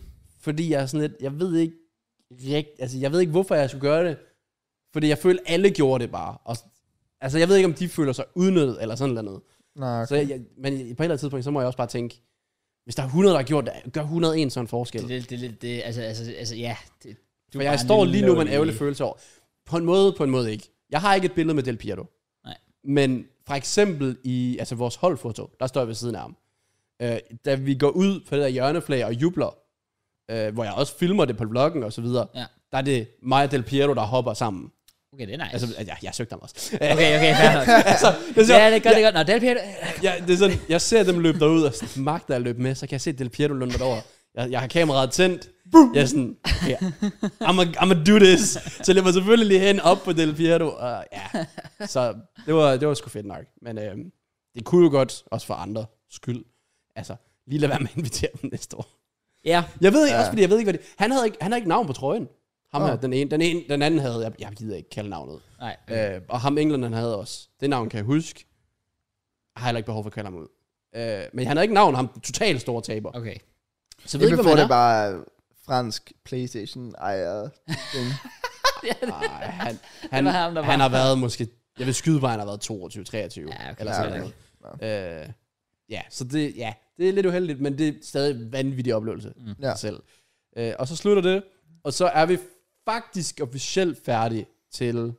Fordi jeg er sådan lidt, jeg ved ikke rigt, altså jeg ved ikke, hvorfor jeg skulle gøre det. Fordi jeg føler, alle gjorde det bare. Og, altså jeg ved ikke, om de føler sig udnyttet, eller sådan noget. Nej, okay. Så jeg, jeg, men på et eller andet tidspunkt, så må jeg også bare tænke, hvis der er hundrede, der har gjort det, gør hundrede og en sådan en forskel. Det, det, det, det, det altså, altså, altså, ja. Det, For jeg står lige nu med en ærgerlig følelse over. På en måde, på en måde ikke. Jeg har ikke et billede med Del Piero. Nej. Men for eksempel i altså vores holdfoto, der står jeg ved siden af ham. Øh, da vi går ud på det der hjørneflag og jubler, øh, hvor jeg også filmer det på vloggen og så videre, ja. der er det mig og Del Piero, der hopper sammen. Okay, det er nice. Altså, jeg, jeg søgte ham også. Okay, okay, fair nok. altså, det er ja, det er godt, det er godt. Nå, Del Piero... Ja, det er sådan, jeg ser dem løbe derud, og sådan, magter at løbe med, så kan jeg se Del Piero løbe derover. Jeg, jeg har kameraet tændt. Jeg er sådan, okay, I'm a, I'm a do this. Så jeg løber selvfølgelig lige hen op på Del Piero. Og ja, så det var, det var sgu fedt nok. Men øh, det kunne jo godt, også for andre skyld. Altså, lige lade være med at invitere dem næste år. Ja. Jeg ved ikke, Ja. også fordi jeg ved ikke, hvad det... Han havde ikke, han havde ikke navn på trøjen. Ham Oh. her, den ene, den ene, den anden havde, jeg, jeg gider ikke kalde navnet. Nej. Øh, og ham englænderen havde også. Det navn kan jeg huske. Jeg har heller ikke behov for at kalde ham ud. Øh, men han havde ikke navn, ham totalt store taber. Okay. Så ved Jeg ikke, vil hvad få man det er. bare fransk PlayStation ejer ting. Ej, han, Det han, var ham, der var- han har været måske... Jeg vil skyde på, at han har været toogtyve, treogtyve. Ja, okay. Eller Ja, sådan okay. noget. Øh, ja, så det, ja, det er lidt uheldigt, men det er stadig en vanvittig oplevelse mm. Ja. selv. Øh, og så slutter det, og så er vi faktisk officielt færdige til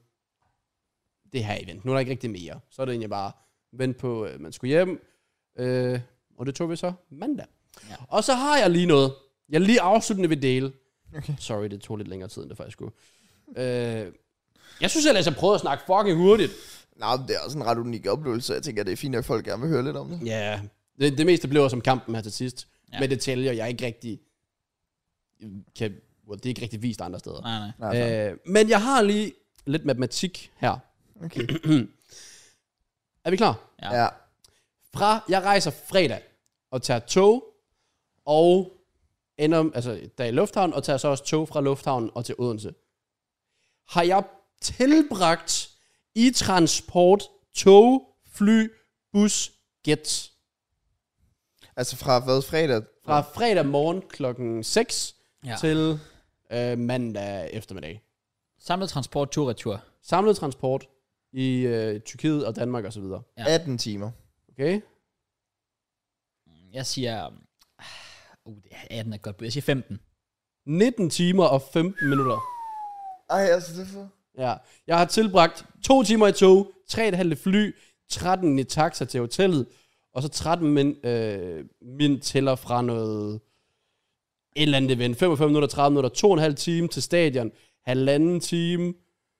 det her event. Nu er der ikke rigtig mere. Så er det egentlig bare vent på, at man skulle hjem. Øh, og det tog vi så mandag. Ja. Og så har jeg lige noget. Jeg lige afsluttende vil dele. Okay. Sorry, det tog lidt længere tid, end det faktisk skulle. Øh, jeg synes ellers, jeg prøvede at snakke fucking hurtigt. Nå, det er også en ret unik oplevelse. Jeg tænker, det er fint, at folk gerne vil høre lidt om det. Ja, det, det meste blev som kampen her til sidst. Ja. Ja. Med detaljer, jeg ikke rigtig kan... Well, det er ikke rigtig vist andre steder. Nej, nej. Nej, fair. Øh, men jeg har lige lidt matematik her. Okay. Er vi klar? Ja. Ja. Fra, jeg rejser fredag og tager tog, og ender, altså, der er i lufthavn, og tager så også tog fra lufthavnen og til Odense. Har jeg tilbragt i transport, tog, fly, bus, jet. Altså fra hvad, fredag? Fra fredag morgen klokken seks Ja. ja. til øh, mandag eftermiddag. Samlet transport, tur-retur. Samlet transport i øh, Tyrkiet og Danmark og så videre. Ja. atten timer. Okay? Jeg siger... Uh, det er atten er godt bud. Jeg siger femten. nitten timer og femten minutter. Ej, altså det er for... Ja. Jeg har tilbragt to timer i tog, tre og et halvt fly, tretten i taxa til hotellet, og så tretten min, øh, min tæller fra noget et eller andet event. femogfyrre minutter, tredive minutter, to og en halv time til stadion, halvanden time,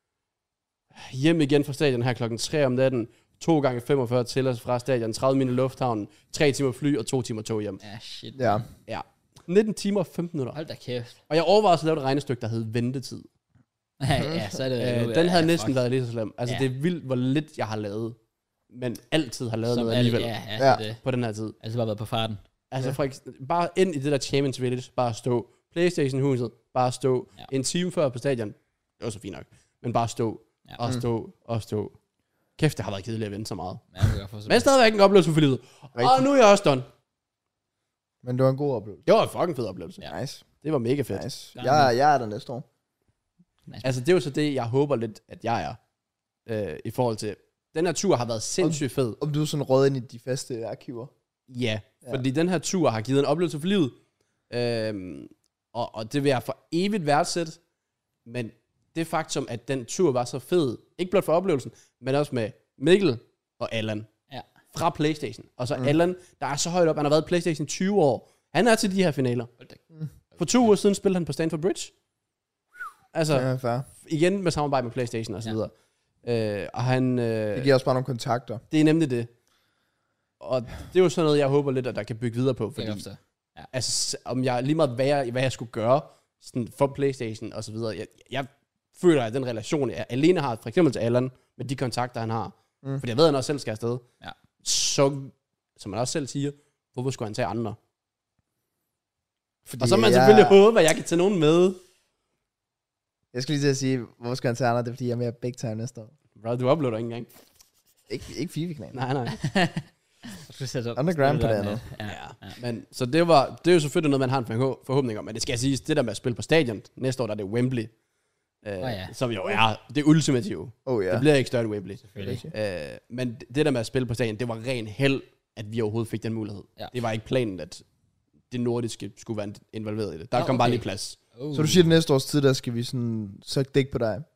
hjem igen fra stadion her klokken tre om natten, to gange femogfyrre tæller fra stadion, tredive minutter i lufthavnen, tre timer fly og to timer tog hjem. Ja, shit. Ja. Ja. nitten timer og femten minutter. Hold da kæft. Og jeg overvejede at lave et regnestykke, der hed ventetid. Ja, ja, så er det... Øh, nu er- den havde ja, næsten fuck. været lige så slem. Altså, Ja. ja. det er vildt, hvor lidt jeg har lavet. Men altid har lavet Som noget alle- alligevel. Ja, ja, Ja. det er det. På den her tid. Altså bare været på farten. Altså, Ja. for eksempel, bare ind i det der Champions Village, bare stå. Playstation-huset, bare stå. Ja. En time før på stadion. Det var så fint nok. Men bare stå. Ja. Og stå. Og stå. Kæft, det har været kedeligt at vente så meget. Ja, det kan jeg godt forstå. Men stadigvæk en oplevelse for livet. Og Rigtigt. nu er jeg også done. Men det var en god oplevelse. Det var en fucking fed oplevelse. Ja. Nice. Det var mega fedt. Nice. Ja, Jeg, jeg er der næste år. Nice. Altså, det er jo så det, jeg håber lidt, at jeg er. Øh, I forhold til... Den her tur har været sindssygt fed. Om du er sådan røget ind i de faste arkiver. Ja, Ja. fordi den her tur har givet en oplevelse for livet. Øhm, og, og det vil jeg for evigt værdsætte. Men det faktum, at den tur var så fed, ikke blot for oplevelsen, men også med Mikkel og Allan Ja. fra PlayStation. Og så Mm. mm. Allan, der er så højt op, han har været i PlayStation tyve år. Han er til de her finaler. Hold da- For to uger siden spillede han på Stanford Bridge. Altså, Ja, fair. igen med samarbejde med PlayStation og så Ja. videre. Øh, og han... Øh, Det giver også bare nogle kontakter. det er nemlig det. Og det er jo sådan noget, jeg håber lidt, at der kan bygge videre på. Det kan Fordi, jeg godt forstå. altså, s- om jeg lige meget, hvad jeg, hvad jeg skulle gøre sådan for PlayStation og så videre. Jeg, jeg føler, at den relation, jeg alene har, for eksempel til Allan, med de kontakter, han har. Mm. Mm. Fordi jeg ved, at han også selv skal afsted. Ja. Så, som man også selv siger, hvorfor skulle han tage andre? Fordi Og så må man jeg, selvfølgelig håbe, at jeg kan tage nogen med. Jeg skulle lige til at sige, hvorfor skal han tage andre? Det er fordi, jeg er mere big time næste år. Bro, du uploader ikke engang. Ikke, ikke FIFA-kanalen. Nej, nej. Underground på det andet. Ja. Ja. Men, så det, var, det er jo selvfølgelig noget, man har en forhå- forhåbning om. Men det skal siges, det der med at spille på stadion, næste år der er det Wembley. Øh, oh, ja. Som jo er det ultimative. Oh, ja. Det bliver ikke større end Wembley. Selvfølgelig. Øh, men det der med at spille på stadion, det var ren held, at vi overhovedet fik den mulighed. Ja. Det var ikke planen, at det nordiske skulle være involveret i det. Der Nå, kom okay. bare lige plads. Oh. Så du siger, at næste års tid, der skal vi sådan så dække på dig?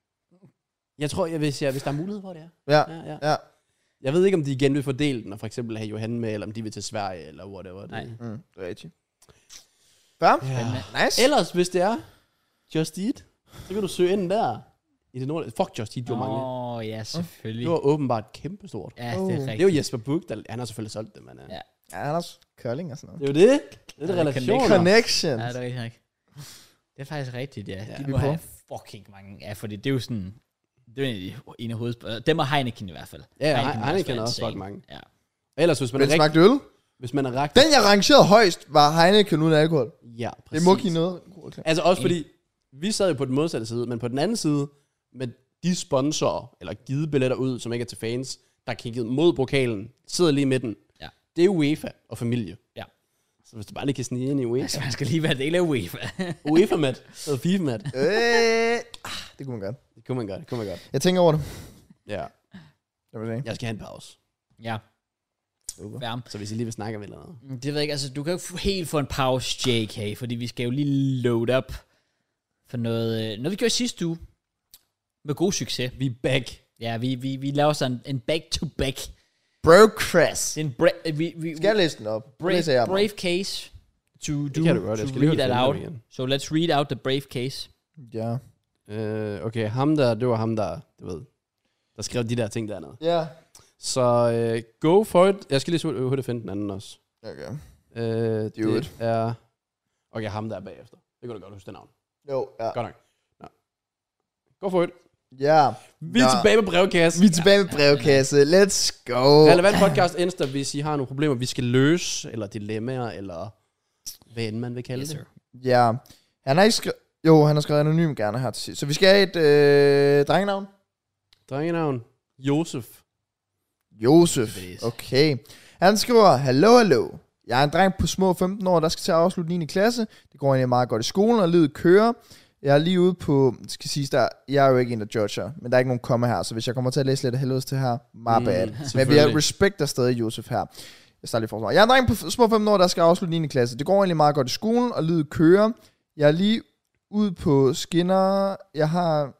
Jeg tror, jeg, hvis, jeg, hvis der er mulighed for det, ja. Ja, ja, ja. ja. Jeg ved ikke, om de igen vil fordele den, og for eksempel have Johan med, eller om de vil til Sverige, eller whatever. Nej. Det. Mm, det er rigtigt. Fair. Ja. Nice. Ellers, hvis det er Just Eat, så kan du søge ind der. I det nordlige. Fuck Just Eat, jo mange. Åh, oh, ja, selvfølgelig. Det var åbenbart kæmpestort. Ja, det er Oh. rigtigt. Det er jo Jesper Buch, der, han har selvfølgelig solgt det, men... Uh, Ja. Ja, han er også curling og sådan noget. det er jo det. Det er det Ja, relationer. Connection. Ja, det er rigtigt nok. Det er faktisk rigtigt, ja. Ja. De Vi må på. have fucking mange. Ja, fordi det er jo sådan... Det er jo en af hovedspørgsmålene. Dem og Heineken i hvert fald. Ja, Heineken, må Heineken være er også insane. fucking mange. Ja. Ellers, hvis man, Men er rigtig, smagte øl? hvis man er ragt... Den, jeg rangerede højst, var Heineken uden alkohol. Ja, præcis. Det må give noget. Altså også fordi, vi sad jo på den modsatte side, men på den anden side, med de sponsorer, eller givet billetter ud, som ikke er til fans, der kiggede mod pokalen, sidder lige i midten. Ja. Det er UEFA og familie. Ja. Så hvis du bare lige kan snige ind i UEFA. Altså, man skal lige være del af UEFA. UEFA-mat, så FIFA-mat. Øh, ah, det kunne man godt. Det kunne man godt, det kunne man godt. Jeg tænker over det. Ja, Jeg vil sige. jeg skal have en pause. ja. Super. Færm. Så hvis I lige vil snakke om et eller andet. Det ved jeg ikke, altså du kan jo ikke helt få en pause, J K, fordi vi skal jo lige load up for noget, øh, noget vi gjorde sidste uge, med god succes. Vi er back. Ja, vi, vi, vi laver sådan en back-to-back. Brocrest. Det er en bra- vi, vi, Skal jeg læse den op? brave, Læser jeg brave case to, do, kan du godt, jeg to skal lige read høre that det out. igen. So let's read out the brave case. Ja. Øh, okay, ham der, det var ham der, du ved, der skrev de der ting dernede. Ja. Så øh, go for it. Jeg skal lige så hurtigt finde den anden også. Okay. Øh, det Do it. er... Okay, ham der er bagefter. Det kan du godt huske det navn. Jo, ja. Godt nok. Ja. Go for it. Ja. Vi er Nå. tilbage på brevkassen. Vi er tilbage med brevkasse. Let's go. Relevant podcast Insta, hvis I har nogle problemer, vi skal løse, eller dilemmaer, eller hvad end man vil kalde Yes, det. sir. Ja. Han har ikke skrevet... Jo, han har skrevet anonym gerne her til sidst. Så vi skal have et øh, drengenavn. Drengenavn. Josef. Josef. Yes. Okay. Han skriver, hallo, hallo. Jeg er en dreng på små femten år, der skal til at afslutte niende klasse. Det går egentlig meget godt i skolen, og livet kører. Jeg er lige ude på, det skal siges der, jeg er jo ikke en, der judger, men der er ikke nogen komma her, så hvis jeg kommer til at læse lidt af helvedes til her, my Mm, bad. Men vi selvfølgelig. respekter stadig Josef her. Jeg starter lige for. Jeg er en dreng på små femten år, der skal afslutte niende klasse. Det går egentlig meget godt i skolen, og livet kører. Jeg er lige ude på skinner. Jeg har...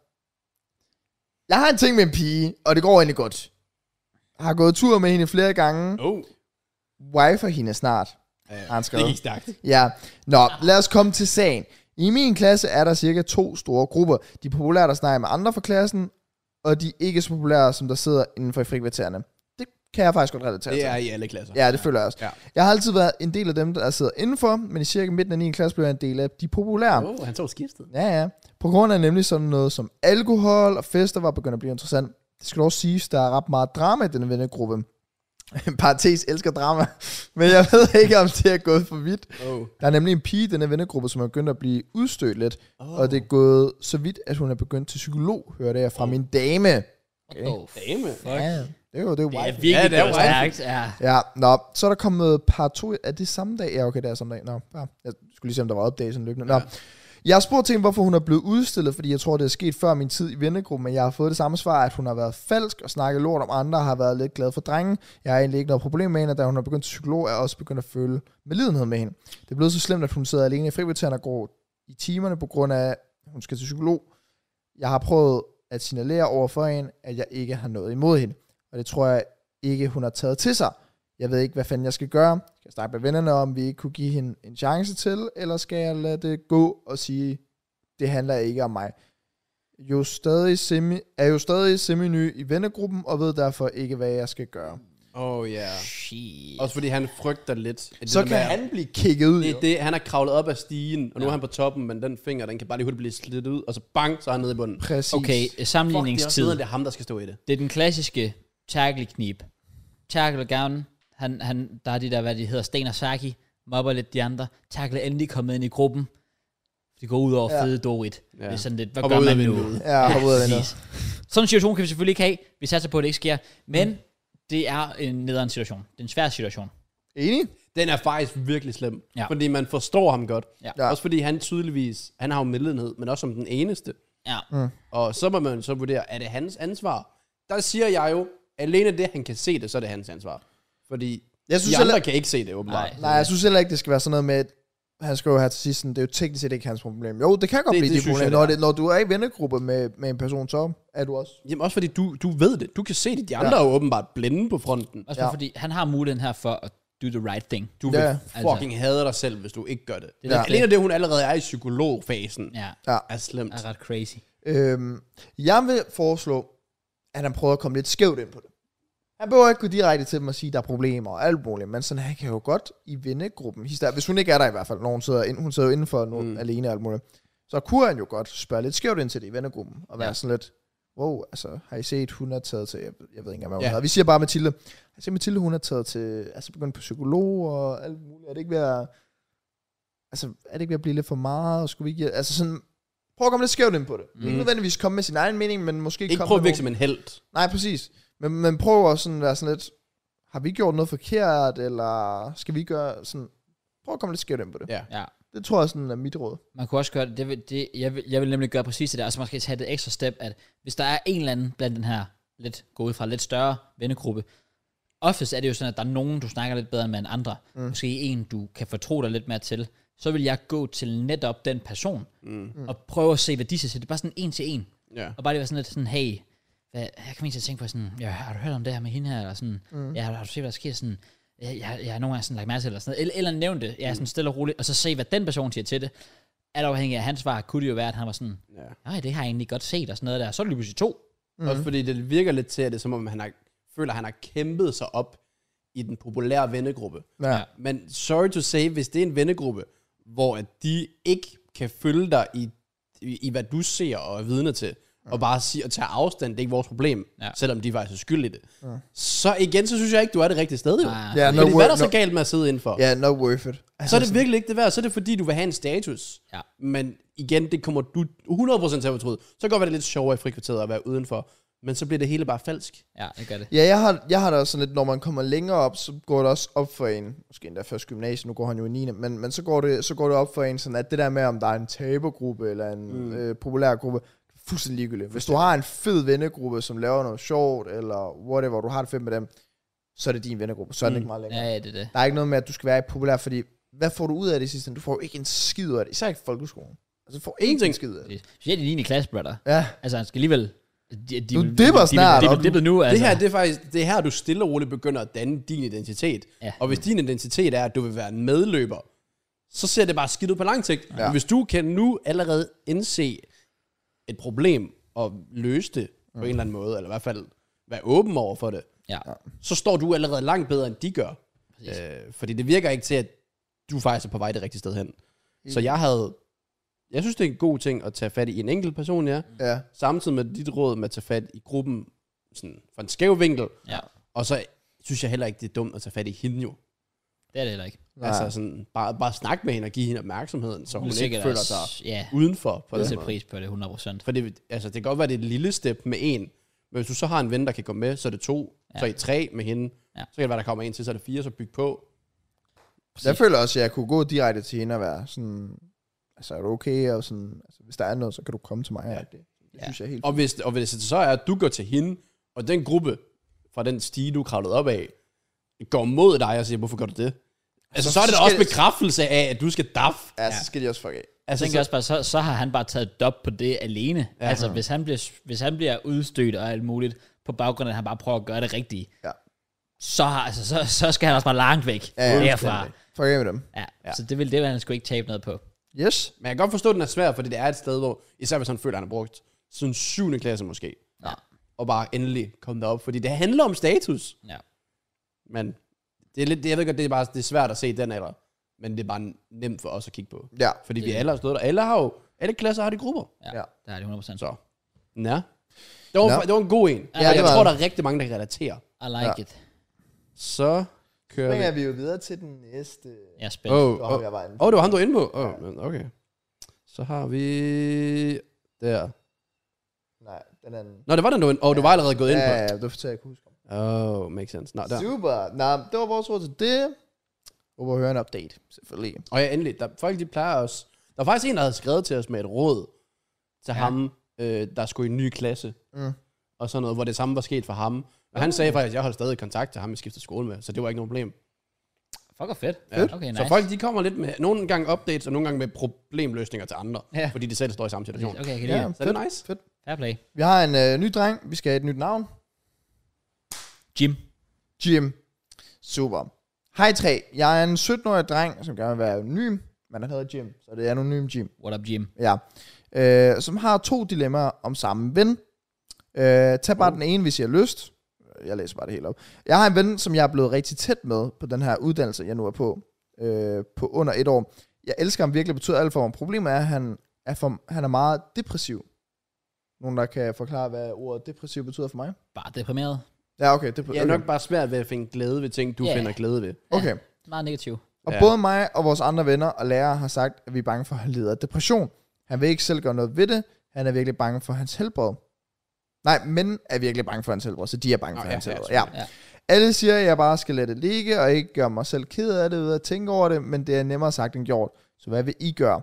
Jeg har en ting med en pige, og det går egentlig godt. Jeg har gået tur med hende flere gange. Oh. Wifer hende snart. Ja, Har han det skrevet. gik stærkt. Ja, nå, lad os komme til sagen. I min klasse er der cirka to store grupper. De er populære, der snakker med andre fra klassen, og de ikke så populære, som der sidder inden for i frikvartererne. Det kan jeg faktisk godt relatere Det til. er i alle klasser. Ja, det føler jeg også. Ja. Jeg har altid været en del af dem, der sidder indenfor, men i cirka midten af niende klasse blev jeg en del af de populære. Oh, han tog skiftet. Ja, ja. På grund af nemlig sådan noget som alkohol og fester var begyndt at blive interessant. Det skal dog siges, der er ret meget drama i denne vennegruppe. Parentes elsker drama, men jeg ved ikke, om det er gået for vidt. Oh. Der er nemlig en pige i denne vennegruppe, som er begyndt at blive udstødt lidt, Oh. og det er gået så vidt, at hun er begyndt til psykolog, hørte jeg fra Oh. min dame. Okay. Oh, Dame. fuck. Ja, det er jo det er Det er wife. virkelig Ja, det er godt wife. stærkt. Ja. Ja, nå, så er der kommet par to, er det samme dag? Ja, okay, det er samme dag. Nå, ja. Jeg skulle lige se, om der var update sådan løbende. Nå. Ja. Jeg har spurgt til hende, hvorfor hun er blevet udstillet, fordi jeg tror, det er sket før min tid i vennegruppen, men jeg har fået det samme svar, at hun har været falsk og snakket lort om andre, og har været lidt glad for drengen. Jeg har egentlig ikke noget problem med hende, og da hun er begyndt til psykolog, er jeg også begyndt at føle medlidenhed med hende. Det er blevet så slemt, at hun sidder alene i frikvarteren og går i timerne på grund af, at hun skal til psykolog. Jeg har prøvet at signalere over for hende, at jeg ikke har noget imod hende, og det tror jeg ikke, hun har taget til sig. Jeg ved ikke, hvad fanden jeg skal gøre. Skal jeg snakke med vennerne om, vi ikke kunne give hende en chance til, eller skal jeg lade det gå og sige, det handler ikke om mig. Jo stadig semi, er jo stadig semi-ny i vennegruppen, og ved derfor ikke, hvad jeg skal gøre. Oh, ja. Yeah. Shit. Også fordi han frygter lidt. at det Så der kan med- han blive kigget ud. Det jo. er det, han er kravlet op ad stigen, og nu Ja. er han på toppen, men den finger, den kan bare lige hurtigt blive slidt ud, og så bang, så er han nede i bunden. Præcis. Okay, Fuck, det er også sammenligningstid. nederen, det er ham, der skal stå i det. Det er den klassiske tackle-knib. Tackle gerne. Han, han, der er de der, hvad de hedder, Sten og Saki. Mobber lidt de andre. Tackle er endelig kommet ind i gruppen. Det går ud over Ja. ja. fede Dorit. Ja. Det er sådan lidt, hvad Hopper gør ud af man nu? vinduet. Ja, hopper ud af præcis. Sådan en situation kan vi selvfølgelig ikke have. Vi satser på, at det ikke sker. Men det er en nederen situation. Det er en svær situation. Enig? Den er faktisk virkelig slem. Ja. Fordi man forstår ham godt. Ja. Ja. Også fordi han tydeligvis, han har jo medlidenhed, men også som den eneste. Ja. Mm. Og så må man så vurdere, er det hans ansvar? Der siger jeg jo, alene det, han kan se det, så er det hans ansvar. Fordi Jeg synes de andre heller, kan ikke se det, åbenbart. Nej. nej, jeg synes heller ikke, det skal være sådan noget med, at han skal jo her til sidst, sådan, det er jo teknisk set ikke hans problem. Jo, det kan godt Det- blive det dit synes problem. jeg, Når, det er. det, når du er i vennegruppe med, med en person, så er du også. Jamen også fordi du, du ved det. Du kan se det. De andre Ja. er jo åbenbart blinde på fronten. Også Ja. ja. fordi han har muligheden her for at do the right thing. Du Ja. vil fucking hade dig selv, hvis du ikke gør det. Det er Ja. det, Alene det, hun allerede er i psykologfasen, Ja, Ja. er slemt. er ret crazy. Øhm, jeg vil foreslå, at han prøver at komme lidt skævt ind på det. Han behøver ikke gå direkte til dem og sige, at der er problemer og alt muligt, men sådan, han kan jo godt i vennegruppen, hvis hun ikke er der i hvert fald, når hun sidder, ind, hun sidder jo indenfor nu, mm. alene og alt muligt, så kunne han jo godt spørge lidt skævt ind til det i vennegruppen, og være Ja. sådan lidt, wow, altså, har I set, hun er taget til, jeg, jeg ved ikke engang, hvad hun Ja. hedder. Vi siger bare Mathilde, har I set Mathilde, hun er taget til, altså begyndt på psykolog og alt muligt, er det ikke ved at, altså, er det ikke ved at blive lidt for meget, og skulle vi ikke, altså sådan, prøv at komme lidt skævt ind på det. Mm. Ikke nødvendigvis komme med sin egen mening, men måske Ikke komme prøve at med virke som en held. Nej, præcis. Men, men prøv også sådan at være sådan lidt, har vi gjort noget forkert, eller skal vi gøre sådan, prøv at komme lidt skævt ind på det. Ja. Ja. Det tror jeg sådan er mit råd. Man kunne også gøre det, det, vil- det jeg, vil, jeg vil nemlig gøre præcis det der, altså man skal tage det ekstra step, at hvis der er en eller anden blandt den her, lidt gå ud fra lidt større vennegruppe, oftest er det jo sådan, at der er nogen, du snakker lidt bedre med end andre, mm. måske en, du kan fortro dig lidt mere til, så vil jeg gå til netop den person, Mm. og prøve at se, hvad de siger til det, bare sådan en til en, Ja. og bare det var sådan lidt sådan, hey, hvad, jeg kan ikke tænke på sådan, ja, har du hørt om det her med hende her, eller sådan, mm. ja, har, har du set, hvad der sker, sådan, jeg, jeg, jeg har nogle gange sådan lagt mærke til, eller sådan noget, eller, eller nævnt det, ja, sådan stille og roligt, og så se, hvad den person siger til det. Alt afhængig af hans svar, kunne det jo være, at han var sådan, Ja. nej, det har jeg egentlig godt set, og sådan noget der. Så er det lige pludselig to. Mm. Også fordi det virker lidt til, at det er som om, han har, føler, at han har kæmpet sig op i den populære vennegruppe. Ja. Ja. Men sorry to say, hvis det er en vennegruppe, hvor at de ikke kan følge dig i, i, i hvad du ser og er vidne til, mm. og bare sige og tage afstand, det er ikke vores problem, Ja. selvom de faktisk er skyld i det. Mm. Så igen, så synes jeg ikke, du er det rigtige sted, jo. Nej. Ja, no Fordi hvad er der wor- så no- galt med at sidde indenfor? Ja, not worth it. Altså, Så er det virkelig ikke det værd, så er det fordi, du vil have en status. Ja. Men igen, det kommer du hundrede procent til at fortryde. Så kan det være lidt sjovere i frikvarteret at være udenfor, men så bliver det hele bare falsk. Ja, det gør det. Ja, jeg har, jeg har da også sådan lidt, når man kommer længere op, så går det også op for en, måske endda først gymnasiet, nu går han jo i niende, men, men så, går det, så går det op for en sådan, at det der med, om der er en tabergruppe eller en mm. øh, populær gruppe, fuldstændig ligegyldigt. Hvis du har en fed vennegruppe, som laver noget sjovt, eller whatever, du har det fedt med dem, så er det din vennegruppe, så er det Mm. ikke meget længere. Ja, ja, det er det. Der er ikke noget med, at du skal være populær, fordi hvad får du ud af det sidste? Du får jo ikke en skid ud af det, især ikke i folkeskolen. Altså, du får ingenting skid ud af det. det er specielt i niende klasse, brother. Ja, Altså, han skal alligevel... De, de, Du de, dipper de, snart, De, de, og de, du- dippet nu, altså. Det her, det er faktisk, det er her, du stille og roligt begynder at danne din identitet. Ja. Og hvis din identitet er, at du vil være en medløber, så ser det bare skidt ud på lang sigt. Ja. Ja. Hvis du kan nu allerede indse et problem og løse det på mm. en eller anden måde, eller i hvert fald være åben over for det, Ja, så står du allerede langt bedre, end de gør. præcis. Øh, fordi det virker ikke til, at du faktisk er på vej det rigtige sted hen. Så jeg havde... Jeg synes, det er en god ting at tage fat i en enkelt person, ja. ja. Samtidig med dit råd med at tage fat i gruppen sådan, fra en skæv vinkel. Ja, Og så synes jeg heller ikke, det er dumt at tage fat i hende jo. det er det heller ikke. Nej. Altså sådan, bare, bare snakke med hende og give hende opmærksomheden, så hun vil ikke sikkert føler også- sig Ja, udenfor på jeg den sætter måde. pris på det hundrede procent. For det, altså, det kan godt være, det er et lille step med en, men hvis du så har en ven, der kan gå med, så er det to, Ja. så er I tre med hende, Ja. så kan det være, der kommer en til, så er det fire, så byg på. Jeg føler også, at jeg kunne gå direkte til hende og være sådan, altså er du okay, og sådan, altså, hvis der er noget, så kan du komme til mig. Ja. Det, det Ja. synes jeg er helt Og hvis, og hvis det så er, at du går til hende, og den gruppe fra den stige, du kravlede op af, går mod dig og siger, hvorfor gør du det? Altså, Så- så er det så da også skal- bekræftelse af, at du skal daf. Ja, så skal de også fuck af. Jeg Altså, tænker så, også bare, så, så har han bare taget dop på det alene. Ja. Altså, hvis han, bliver, hvis han bliver udstødt og alt muligt, på baggrund af, at han bare prøver at gøre det rigtige, Ja. så, har, altså, så, så skal han også bare langt væk Ja, ja, derfra. Fuck af med dem. Ja. Ja. Ja. Så det vil det, vil han sgu ikke tabe noget på. Yes. men jeg kan godt forstå, at den er svær, fordi det er et sted, hvor, især hvis han føler, at han har brugt sådan syvende klasse måske, Ja. og bare endelig komme derop, fordi det handler om status. Ja. Men det er lidt, jeg ved godt, det er bare det er svært at se i den alder, men det er bare nemt for os at kigge på. Ja. Fordi Det- vi alle har stået der. Alle har jo, alle klasser har de grupper. Ja, Ja. ja. Der er det hundrede procent. Så, ja. Det var, Nå. det var en god en. Ja, Ja, det jeg var tror, det. der er rigtig mange, der kan relatere. I like Ja. it. Så kører Så er vi. vi jo videre til den næste. Jeg er spændt. Åh, Det var ham, oh, jeg var inde. oh, det var han, du var inde på? Åh, oh, okay. Så har vi... Der. Nej, den anden. Nå, det var den, du var inde. Åh, oh, du var allerede gået ind Ja, på. ja, ja, det fortæller jeg ikke huske. Oh, makes sense. Nå, der. Super. Nå, det var vores råd til det. Håber at høre en update, selvfølgelig. Og ja, endelig, der, folk de plejer også... Der var faktisk en, der havde skrevet til os med et råd til ja. ham, øh, der skulle i en ny klasse. Mm. Og sådan noget, hvor det samme var sket for ham. Og han sagde faktisk, at jeg holdt stadig kontakt til ham, jeg skiftede skole med, så det var ikke noget problem. Fuck, fedt. Ja. Okay, nice. Så folk, de kommer lidt med, nogle gange updates, og nogle gange med problemløsninger til andre. Ja. Fordi de selv står i samme situation. Okay, jeg kan Ja, lide det. Så det er nice. Fedt. Fair play. Vi har en øh, ny dreng. Vi skal have et nyt navn. Jim. Jim. Super. Hej tre. Jeg er en sytten-årig dreng, som gerne vil være anonym, men han hedder Jim, så det er anonym Jim. What up, Jim? Ja. Øh, som har to dilemmaer om samme ven. Øh, tag bare oh. den ene, hvis I har lyst. Jeg læser bare det helt op. Jeg har en ven, som jeg er blevet rigtig tæt med på den her uddannelse, jeg nu er på. Øh, på under et år. Jeg elsker ham virkelig, betyder alt for ham. Problemet er, at han er, for, han er meget depressiv. Nogen, der kan forklare, hvad ordet depressiv betyder for mig? Bare deprimeret. Ja, okay. Det, Jeg er nok bare svært ved at finde glæde ved ting, du Ja. finder glæde ved. Okay. Meget negativ. Og Ja. både mig og vores andre venner og lærere har sagt, at vi er bange for, at han lider af depression. Han vil ikke selv gøre noget ved det. Han er virkelig bange for hans helbred. Nej, men er virkelig bange for hans helbred, så de er bange Nå, for ja, hans ja, helbred. Ja. Ja. Alle siger, at jeg bare skal lade det ligge, og ikke gøre mig selv ked af det ved at tænke over det, men det er nemmere sagt end gjort. Så hvad vil I gøre?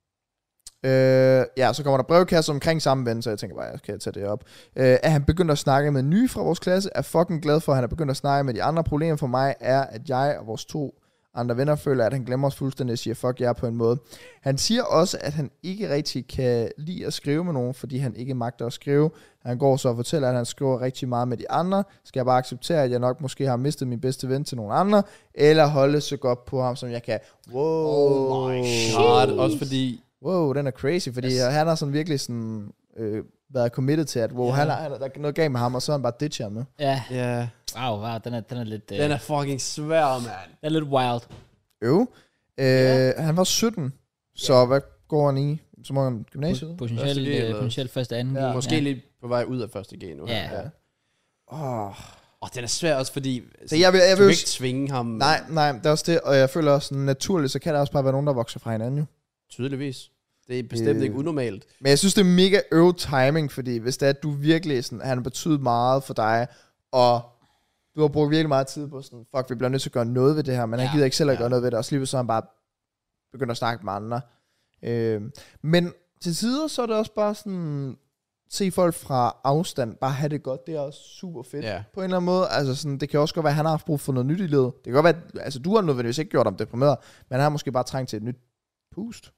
Øh, ja, så kommer der brevkasse omkring samme ven, så jeg tænker bare, jeg skal tage det op. Øh, er han begyndt at snakke med nye fra vores klasse? Er fucking glad for, at han er begyndt at snakke med de andre. Problemer for mig er, at jeg og vores to andre venner føler, at han glemmer os fuldstændig og siger, fuck jer på en måde. Han siger også, at han ikke rigtig kan lide at skrive med nogen, fordi han ikke magter at skrive. Han går så og fortæller, at han skriver rigtig meget med de andre. Skal jeg bare acceptere, at jeg nok måske har mistet min bedste ven til nogle andre, eller holde så godt på ham, som jeg kan? Wow. Oh my god. Også fordi... Wow, den er crazy, fordi Yes. han har sådan virkelig sådan, øh, været committed til, at wow, Ja. han, er, han er, der er noget galt med ham, og så er han bare ditcher med. Ja. Ja, Wow, wow, den er, den er lidt... Uh, den er fucking svær, mand. den er lidt wild. Øv. Øh, Ja. Han var sytten, så hvad går han i? Så må han gymnasiet? Potentielt Første G, uh, eller? potentielt første anden. Ja. G, Måske lige på vej ud af første G nu. Ja. Ja. Åh. Åh, oh, den er svær også, fordi... Så jeg vil, jeg du vil kan ikke tvinge ham. Nej, nej, det er også det, og jeg føler også sådan, naturligt, så kan der også bare være nogen, der vokser fra hinanden jo. Tydeligvis. Det er bestemt Øh. ikke unormalt. Men jeg synes, det er mega øv timing, fordi hvis det er, at du virkelig sådan, han har betydet meget for dig, og du har brugt virkelig meget tid på sådan, fuck, vi bliver nødt til at gøre noget ved det her, men ja, han gider ikke selv at ja. gøre noget ved det, og så så han bare begynder at snakke med andre. Øh, men til tider, så er det også bare sådan, se folk fra afstand, bare have det godt, det er også super fedt. Ja. På en eller anden måde, altså sådan, det kan også godt være, at han har haft brug for noget nyt i livet. Det kan godt være, at, altså du har nødvendigvis ikke gjort ham deprimeret, men han har måske bare trængt til et nyt boost.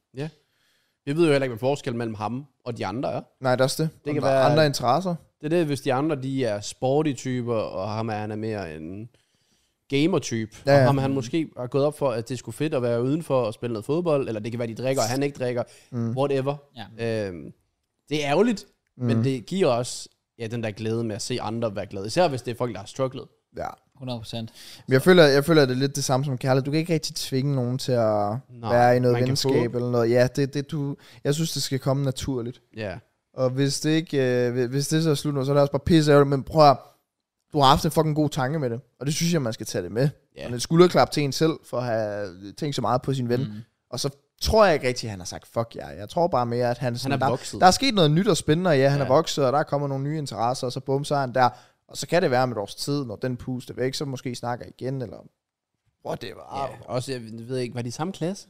Vi ved jo heller ikke, hvad forskellen mellem ham og de andre er. Nej, det er også det. Det Om kan der er være- andre interesser. Det er det, hvis de andre, de er sporty-typer, og ham er, han er mere en gamer-type. Ja, Ja, ja. og ham han måske har gået op for, at det skulle fedt at være udenfor og spille noget fodbold, eller det kan være, de drikker, og han ikke drikker. Mm. Whatever. Ja. Øhm, det er ærgerligt, Mm. men det giver også ja, den der glæde med at se andre være glade. Især hvis det er folk, der har strugglet. Ja. hundrede procent. Men jeg føler, jeg føler, at det er lidt det samme som kærlighed. Du kan ikke rigtig tvinge nogen til at Nej, være i noget man kan venskab håbe. eller noget. Ja, det, det du, jeg synes, det skal komme naturligt. Ja. Og hvis det ikke, øh, hvis det så er slut nu, så er det også bare pisse ærgerligt. Men prøv at, du har haft en fucking god tanke med det. Og det synes jeg, man skal tage det med. Ja. Og et skulderklap til en selv, for at have tænkt så meget på sin ven. Mm. Og så tror jeg ikke rigtig, at han har sagt, fuck jer. Jeg tror bare mere, at han, Han sådan, er der, vokset. der er sket noget nyt og spændende, og ja, han Ja. er vokset, og der kommer nogle nye interesser, og så bum, så er han der. Og så kan det være om et års tid, når den puster væk, så måske I snakker igen, eller whatever. Ja, også, jeg ved ikke, var de i samme klasse?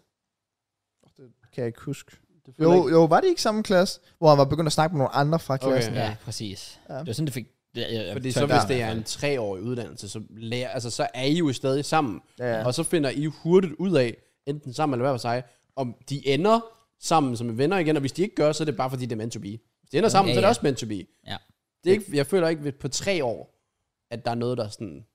Det kan jeg ikke huske. Det føler Jo, ikke. jo, var det ikke samme klasse, hvor han var begyndt at snakke med nogle andre fra Okay. klassen? Ja, præcis. Ja. Det var sådan, det fik... Det, jeg, Fordi jeg, så tør- hvis det er en treårig uddannelse, så, lærer, altså, så er I jo stadig sammen. Ja, ja. Og så finder I hurtigt ud af, enten sammen eller hver for sig, om de ender sammen som venner igen, og hvis de ikke gør, så er det bare fordi, det er meant to be. Hvis de ender sammen, Ja, så er det ja. også meant to be. Ja. Det er ikke, jeg føler ikke på tre år, at der er noget, der sådan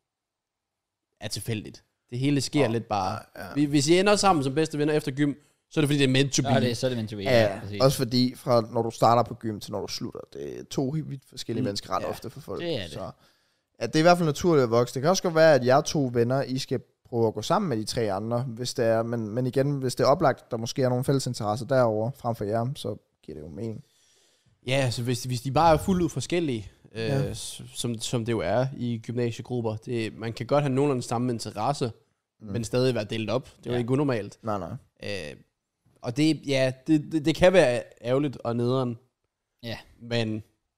er tilfældigt. Det hele sker Oh, lidt bare. ja, ja. Hvis I ender sammen som bedste venner efter gym, så er det fordi, det er meant to be. Så er det, så er det meant to be. Ja, Ja, ja. præcis. Også fordi, fra når du starter på gym til når du slutter, det er to helt vidt forskellige Mm, mennesker ret ja, ofte for folk. det er det. Så, ja, det er i hvert fald naturligt at vokse. Det kan også godt være, at jer to venner, I skal prøve at gå sammen med de tre andre, hvis det er, men, men igen, hvis det er oplagt, der måske er nogle fælles interesser derovre frem for jer, så giver det jo mening. Ja, altså hvis, hvis de bare er fuldt ud forskellige, øh, Ja. som, som det jo er i gymnasiegrupper, det, man kan godt have nogenlunde samme interesse, mm. men stadig være delt op. Det er jo Ja. ikke unormalt. Nej, nej. Øh, og det, ja, det, det, det kan være ærgerligt og nederen. Ja. Men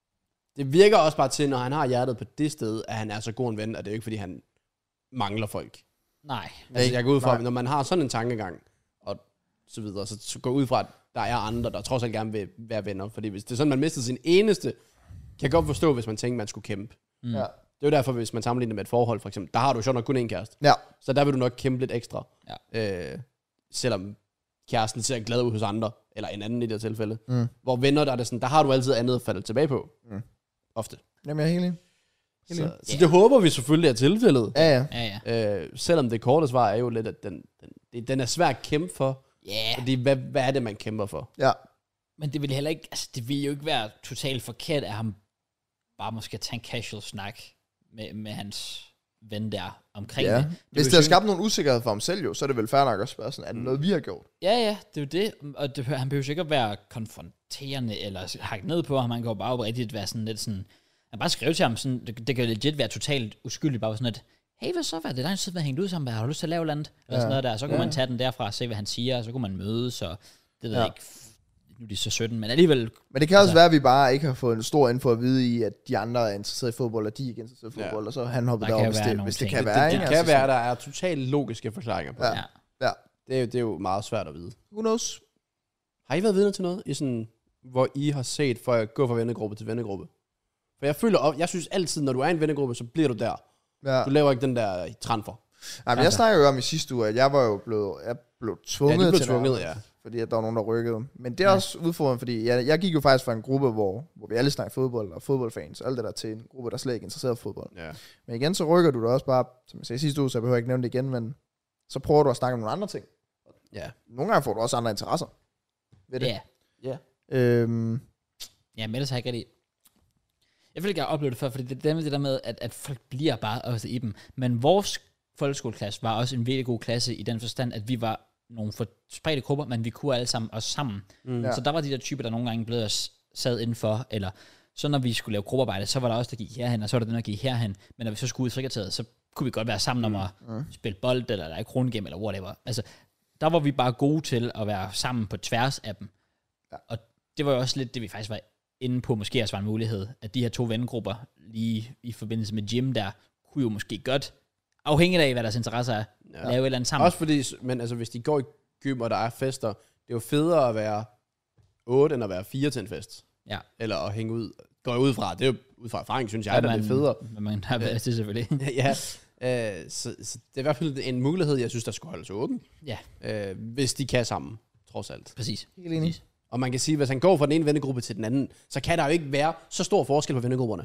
det virker også bare til, når han har hjertet på det sted, at han er så god en ven, og det er jo ikke, fordi han mangler folk. Nej. Altså, jeg går ud fra, Nej. når man har sådan en tankegang, og så videre, så, så går ud fra, at der er andre, der trods alt gerne vil være venner. Fordi hvis det er sådan, man mister sin eneste, kan jeg godt forstå, hvis man tænker, man skulle kæmpe. Mm. Ja. Det er jo derfor, hvis man sammenligner med et forhold, for eksempel, der har du jo nok kun én kæreste. Ja. Så der vil du nok kæmpe lidt ekstra. Ja. Øh, selvom kæresten ser glad ud hos andre, eller en anden i det her tilfælde. Mm. Hvor venner, der er det sådan, der har du altid andet at falde tilbage på. Mm. Ofte. Jamen, jeg er helt enig. Helt Så, enig. så det håber vi selvfølgelig er tilfældet. Ja, ja. Ja, ja. Øh, selvom det korte svar er jo lidt, at den, den, den er svær at kæmpe for. Ja. Yeah. Fordi hvad, hvad er det, man kæmper for? Ja. Men det ville heller ikke, altså det ville jo ikke være totalt forkert af ham bare måske at tage en casual snak med, med hans ven der omkring ja. det. det. Hvis det har skabt nogen usikkerhed for ham selv jo, så er det vel fair nok at spørge sådan, er det noget, vi har gjort? Ja, ja, det er jo det. Og det, han behøver ikke at være konfronterende eller hakke ned på ham. Han kan jo bare oprigtigt være sådan lidt sådan... Han bare skrive til ham sådan... Det, det kan legit være totalt uskyldigt. Bare sådan et... Hey, hvad så? Hvad er det lang tid, hvad hængt ud sammen? Har du lyst til at lave land? Eller Ja. sådan noget der. Så kunne Ja. man tage den derfra og se, hvad han siger. Og så kunne man mødes, og det ved Ja. jeg ikke... Nu er de så sytten, men alligevel... Men det kan også Altså- være, at vi bare ikke har fået en stor info at vide i, at de andre er interesseret i fodbold, og de er ikke interesseret i Ja. fodbold, og så han hopper Der kan derover, jo hvis være det, nogle hvis det ting. kan Det, være. det, ikke? det kan Altså, være, der er totalt logiske forklaringer på Ja. det. Ja. Ja. Det er, jo, det er jo meget svært at vide. Who knows? Har I været vidne til noget, i sådan, hvor I har set for at gå fra vennegruppe til vennegruppe? For jeg føler, op, jeg synes altid, når du er i en vennegruppe, så bliver du der. Ja. Du laver ikke den der transfer. Nej, men jeg snakker jo om i sidste uge, at jeg var jo blevet, jeg blev tvunget Ja, du blev til tvunget, det, ja. fordi at der var nogen, der rykkede. Men det er Ja. også udfordrende, fordi jeg, jeg gik jo faktisk fra en gruppe, hvor, hvor vi alle snakker fodbold og fodboldfans, og alt det der, til en gruppe, der slet ikke er interesseret i fodbold. Ja. Men igen, så rykker du da også bare, som jeg sagde sidste uge, så jeg behøver ikke nævne det igen, men så prøver du at snakke om nogle andre ting. Ja. Nogle gange får du også andre interesser ved det. Ja. Ja. Øhm, Ja, men ellers har jeg ikke rigtig... Jeg vil ikke have oplevet det før, fordi det er det der med, at, at folk bliver bare også i dem. Men vores folkeskoleklasse var også en virkelig god klasse i den forstand, at vi var nogle for spredte grupper, men vi kunne alle sammen også sammen. Mm. Ja. Så der var de der typer, der nogle gange blev os sad indenfor, eller så når vi skulle lave gruppearbejde, så var der også der gik herhen, og så var der den, der gik herhen. Men når vi så skulle ud i frikvarteret, så kunne vi godt være sammen om at mm. spille bold, eller lege kronegame, eller whatever. Altså, der var vi bare gode til at være sammen på tværs af dem. Ja. Og det var jo også lidt det, vi faktisk var inde på, måske også var en mulighed, at de her to vennegrupper, lige i forbindelse med gym der, kunne jo måske godt, afhængigt af, hvad deres interesser er, Ja. ja. lave et eller andet sammen. Også fordi, men altså, hvis de går i gym, og der er fester, det er jo federe at være otte, end at være fire til en fest. Ja. Eller at hænge ud. Går jeg ud fra, det er jo ud fra erfaring, synes jeg, Hvad at det er federe. Hvad man har været til, selvfølgelig. ja, øh, så, så det er i hvert fald en mulighed, jeg synes, der skulle holdes åben. Ja. Øh, hvis de kan sammen, trods alt. Præcis. Helt enig. Og man kan sige, hvis han går fra den ene vennegruppe til den anden, så kan der jo ikke være så stor forskel på vennegrupperne.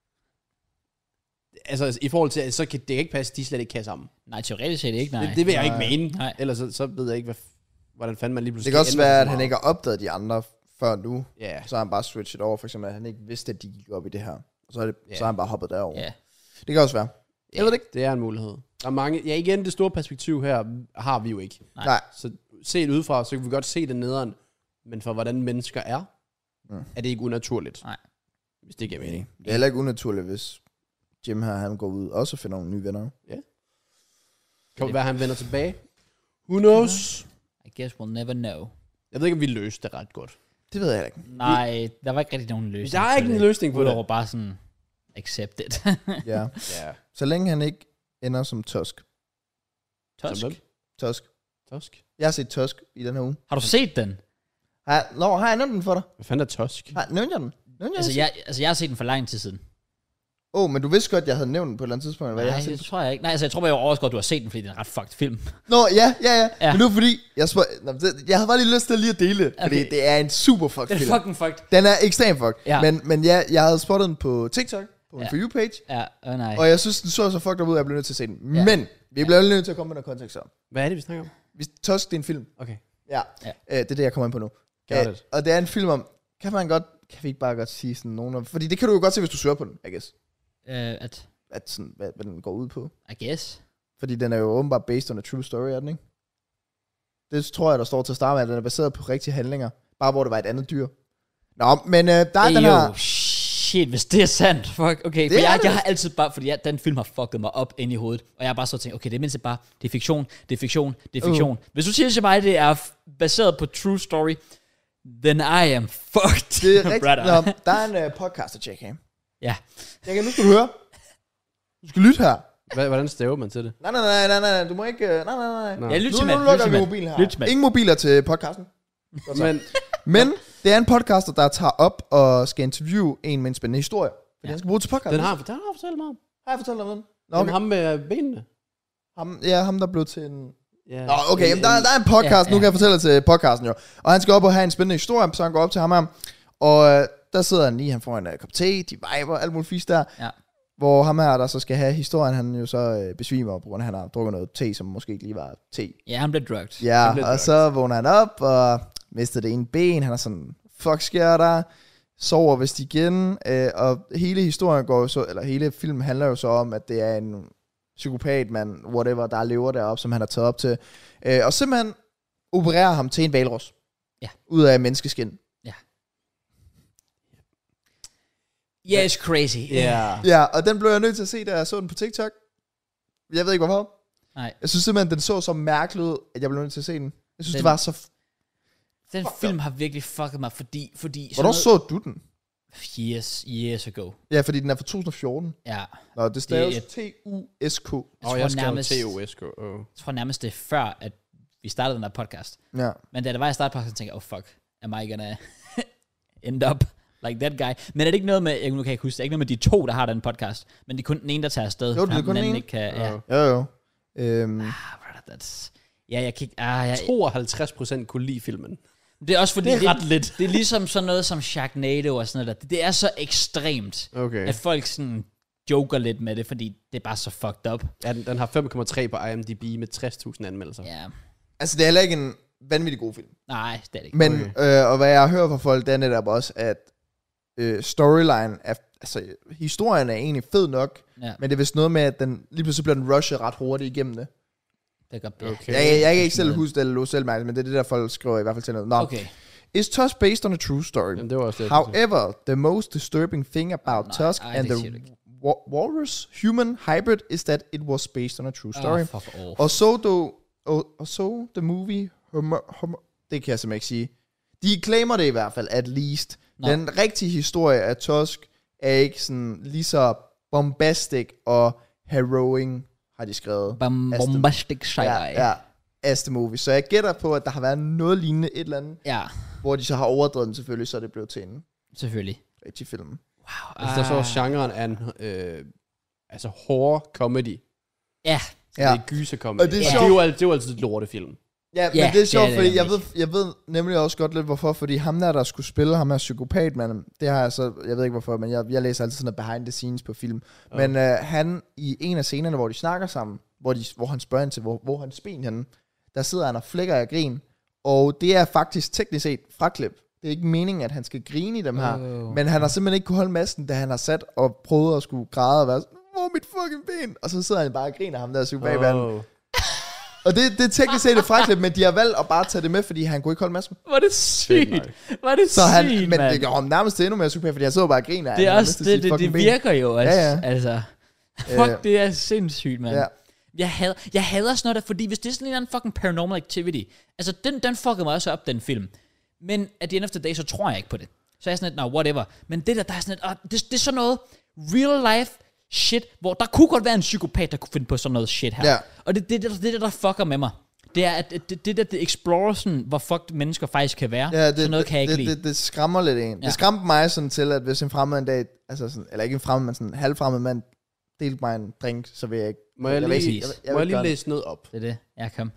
Altså i forhold til, så kan det ikke passe, at de slet ikke kan sammen. Nej, teoretisk set ikke, nej. Det, det vil jeg Nej. ikke mene. Nej. Ellers så, så ved jeg ikke, hvad, hvordan fanden man lige Det pludselig kan også ændre være, så at han meget. ikke har opdaget de andre før nu. Ja, Så har han bare switchet over, for eksempel, at han ikke vidste, at de gik op i det her. Og så, er det, Ja. så har han bare hoppet derover. Ja. Det kan også være. Jeg ved det ikke. det er en mulighed. Der er mange, ja igen, det store perspektiv her har vi jo ikke. Nej. Nej. Så set udefra, så kan vi godt se det nederen, men for hvordan mennesker er, Mm. er det ikke unaturligt. Nej. Hvis det giver mening. Det er heller ikke unaturligt, hvis Jim her, han går ud og så finder nogle nye venner. Kan det være, at han vender tilbage? Who knows? I guess we'll never know. Jeg ved ikke, om vi løste det ret godt. Det ved jeg heller ikke. Nej, der var ikke rigtig nogen løsning. Der er ikke en løsning på det. Udover bare sådan, accept it. Ja. Ja. Så længe han ikke ender som Tusk. Tusk. Som hvem? Tusk. Tusk? Jeg har set Tusk i den her uge. Har du set den? Har, Nå, har jeg nævnt den for dig? Hvad fanden er Tusk? Har, nævnte jeg den? Nævnte jeg Altså den? jeg, altså, jeg har set den for lang tid siden. Åh, oh, men du vidste godt, at jeg havde nævnt den på et eller andet tidspunkt. Eller hvad? Jeg Nej, har det set tror jeg ikke. Nej, altså jeg tror bare, jeg var overrasket, at du har set den, fordi det er en ret fucked film. Nå, ja, ja, ja, Ja. ja. Men nu fordi, jeg, spørg... Nå, det, jeg havde bare lige lyst til lige at dele det, fordi Okay. det er en super fucked Det film. er fucking fucked. Den er ekstremt fucked. Ja. Men, men ja, jeg havde spottet den på TikTok, på en Ja. For You page, Ja, åh oh, nej. og jeg synes, den så så fucked up ud, at jeg blev nødt til at se den. Ja. Men, vi bliver nødt til at komme med noget kontekst så. Hvad er det, vi snakker om? Hvis Tusk, det er en film. Okay. Ja, Ja. ja. Øh, det er det, jeg kommer ind på nu. Got Øh, it. og det er en film om, kan man godt, kan vi ikke bare godt sige sådan nogen af, fordi det kan du jo godt se, hvis du søger på den, I guess. Uh, at, At sådan, hvad, hvad den går ud på. I guess. Fordi den er jo åbenbart based on a true story, er den ikke? Det tror jeg, der står til at starte med, at den er baseret på rigtige handlinger. Bare hvor det var et andet dyr. Nå, men øh, der er Ey, den jo, her... shit, hvis det er sandt. Fuck, okay. For Det er jeg, det. jeg har altid bare, fordi jeg, den film har fucket mig op ind i hovedet. Og jeg har bare så tænkt, okay, det er mindst bare, det er fiktion, det er fiktion, det er fiktion. Uh. Hvis du siger til mig, det er f- baseret på true story, then I am fucked, Det er rigtigt. brother. Nå, der er en uh, podcast at tjekke, Ja. Jeg kan, nu skal du høre. Du skal lytte her. Hvordan staver man til det? Nej, nej, nej, nej, nej, du må ikke... Nej, nej, nej. Nå. Ja, lyt Nu, til nu mand. lukker vi mobilen her. Lyt til mand. Ingen mobiler til podcasten. Men, Men det er en podcaster, der tager op og skal interviewe en med en spændende historie. Fordi Ja. han skal bruge til podcasten. den har, den har fortalt mig om. Har jeg fortalt dig om den? Nå, Okay. okay. Ham med benene. Ham, ja, ham der blev til en... Ja. Nå, okay, jamen, der, der er en podcast, Ja, ja, ja. nu kan jeg fortælle det til podcasten jo. Og han skal op og have en spændende historie, så han går op til ham her. Og øh, der sidder han lige, han får en uh, kop te, de viber, alt muligt fisk der. Ja. Hvor ham her, der så skal have historien, han jo så øh, besvimer, på grund af, at han har drukket noget te, som måske ikke lige var te. Ja, han blev drugged. Ja, Han og blev drugged. så vågner han op og mister det ene ben. Han er sådan, fuck sker der? Sover vist igen. Øh, og hele historien går jo så, eller hele filmen handler jo så om, at det er en psykopat, man, whatever, der lever deroppe, som han har taget op til. Øh, og simpelthen opererer ham til en valros. Ja. Ud af menneskeskin. Yes, crazy. Ja. Ja, og den blev jeg nødt til at se, da jeg så den på TikTok. Jeg ved ikke hvorfor. Nej. Jeg synes simpelthen, den så så mærkelig ud, at jeg blev nødt til at se den. Jeg synes, Den- det var så... F- Den Fuck film har virkelig fucket mig, fordi... fordi Hvornår sådan så du den? noget, Years, years ago. Ja, fordi den er fra to tusind og fjorten. Ja. Nå, det staves Det T U S K. Jeg Og tror jeg skrev nærmest- T O S K. Oh. Jeg tror nærmest, det er før, at vi startede den der podcast. Ja. Men da det var, jeg startede podcasten, tænkte jeg, oh fuck, am I gonna end up like that guy? Men er det ikke noget med, jeg nu kan jeg ikke huske, det er ikke noget med de to, der har den podcast, men det er kun den ene, der tager afsted. Jo, det er ham kun den anden en. ikke kan, ja. Oh. Jo, jo. Øhm, Ah, brother, that's... Ja, jeg kan ikke... Ah, jeg, tooghalvtreds procent kunne lide filmen. det er også fordi... Det er ret lidt. Det er ligesom sådan noget som Sharknado og sådan noget der. Det, det er så ekstremt, Okay. at folk sådan joker lidt med det, fordi det er bare så fucked up. Ja, den, den har fem komma tre på I M D B med tres tusind anmeldelser. Ja. altså, det er heller ikke en vanvittig god film. Nej, det er det ikke. Men, Okay. øh, og hvad jeg har hørt fra folk, det er netop også, at øh, storyline er... Altså, historien er egentlig fed nok, Ja, men det er vist noget med, at den lige pludselig bliver den rushet ret hurtigt igennem det. det kan godt Okay. Jeg, jeg, jeg kan ikke selv huske det, eller låse selv mærke, men det er det, der folk skriver i hvert fald til noget. Nå, Okay. Is Tusk based on a true story? Jamen, det var også det. jeg tænkte. However, the most disturbing thing about Nej, Tusk ej, and det the siger du ikke. wa- walrus human hybrid is that it was based on a true story. Oh, fuck off. Og så do, og, og så the movie, homo, homo, det kan jeg simpelthen ikke sige. De claimer det i hvert fald, at least. Nå. Den rigtige historie af Tusk er ikke sådan lige så bombastic og harrowing, har de skrevet. Bam, Aston- bombastic shy Ja, ja, ja, as the movie. Så jeg gætter på, at der har været noget lignende et eller andet, ja, hvor de så har overdrevet den selvfølgelig, så er det blevet til en selvfølgelig. rigtig film. Wow. Altså, der så også genren af en, øh, altså horror comedy. Ja, Ja. Ja. Det er gyser comedy. Og det er Og sjovt. det er jo altid, det er jo altid et lortefilm. Ja, men Ja, det er sjovt, det er det fordi jeg ved, nemlig. jeg ved nemlig også godt lidt, hvorfor. Fordi ham der, der skulle spille ham er psykopat, man, det har jeg så, jeg ved ikke hvorfor, men jeg, jeg læser altid sådan noget behind the scenes på film. Oh. Men øh, han, i en af scenerne, hvor de snakker sammen, hvor, de, hvor han spørger ind til, hvor, hvor han spen henne, der sidder han og flækker af grin. Og det er faktisk teknisk set fraklip. Det er ikke meningen, at han skal grine i dem her. Oh. Men han har simpelthen ikke kunne holde masken, da han har sat og prøvet at skulle græde og være sådan, hvor er mit fucking ben? Og så sidder han bare og griner ham der psykopat. Oh. Oh. Og det, det er teknisk set et fraklip, men de har valgt at bare tage det med, fordi han kunne ikke holde masken. Hvor er det sygt. nok. Hvor er det Så han, sygt, men mand. det gør ham nærmest til endnu mere psykopat, fordi han sidder bare og griner. af, Det er at han også, mistede det, sit det, det fucking ben. virker jo også. Ja, ja. Altså, Øh, fuck, det er sindssygt, mand. Ja. Jeg hader, jeg hader sådan noget der, fordi hvis det er sådan en eller anden fucking paranormal activity, altså den, den fuckede mig også op, den film. Men at the end of the day, så tror jeg ikke på det. Så er jeg sådan lidt, no, whatever. Men det der, der er sådan lidt, oh, det, det er sådan noget real life shit, hvor der kunne godt være en psykopat, der kunne finde på sådan noget shit her. Ja. Og det er det, det, det, der, der fucker med mig. Det er, at det, det der, det explorer sådan, hvor fucked mennesker faktisk kan være. Ja, det, sådan noget kan jeg ikke det, lide. det, det skræmmer lidt en. Ja. Det skræmte mig sådan til, at hvis en fremmed en dag, altså sådan, eller ikke en fremmed, men sådan en halvfremmed mand, delte mig en drink, så vil jeg ikke. Må jeg vil ikke- lige, jeg, jeg, må jeg vil lige gøre det. læse noget op? Det er det. Ja, kom.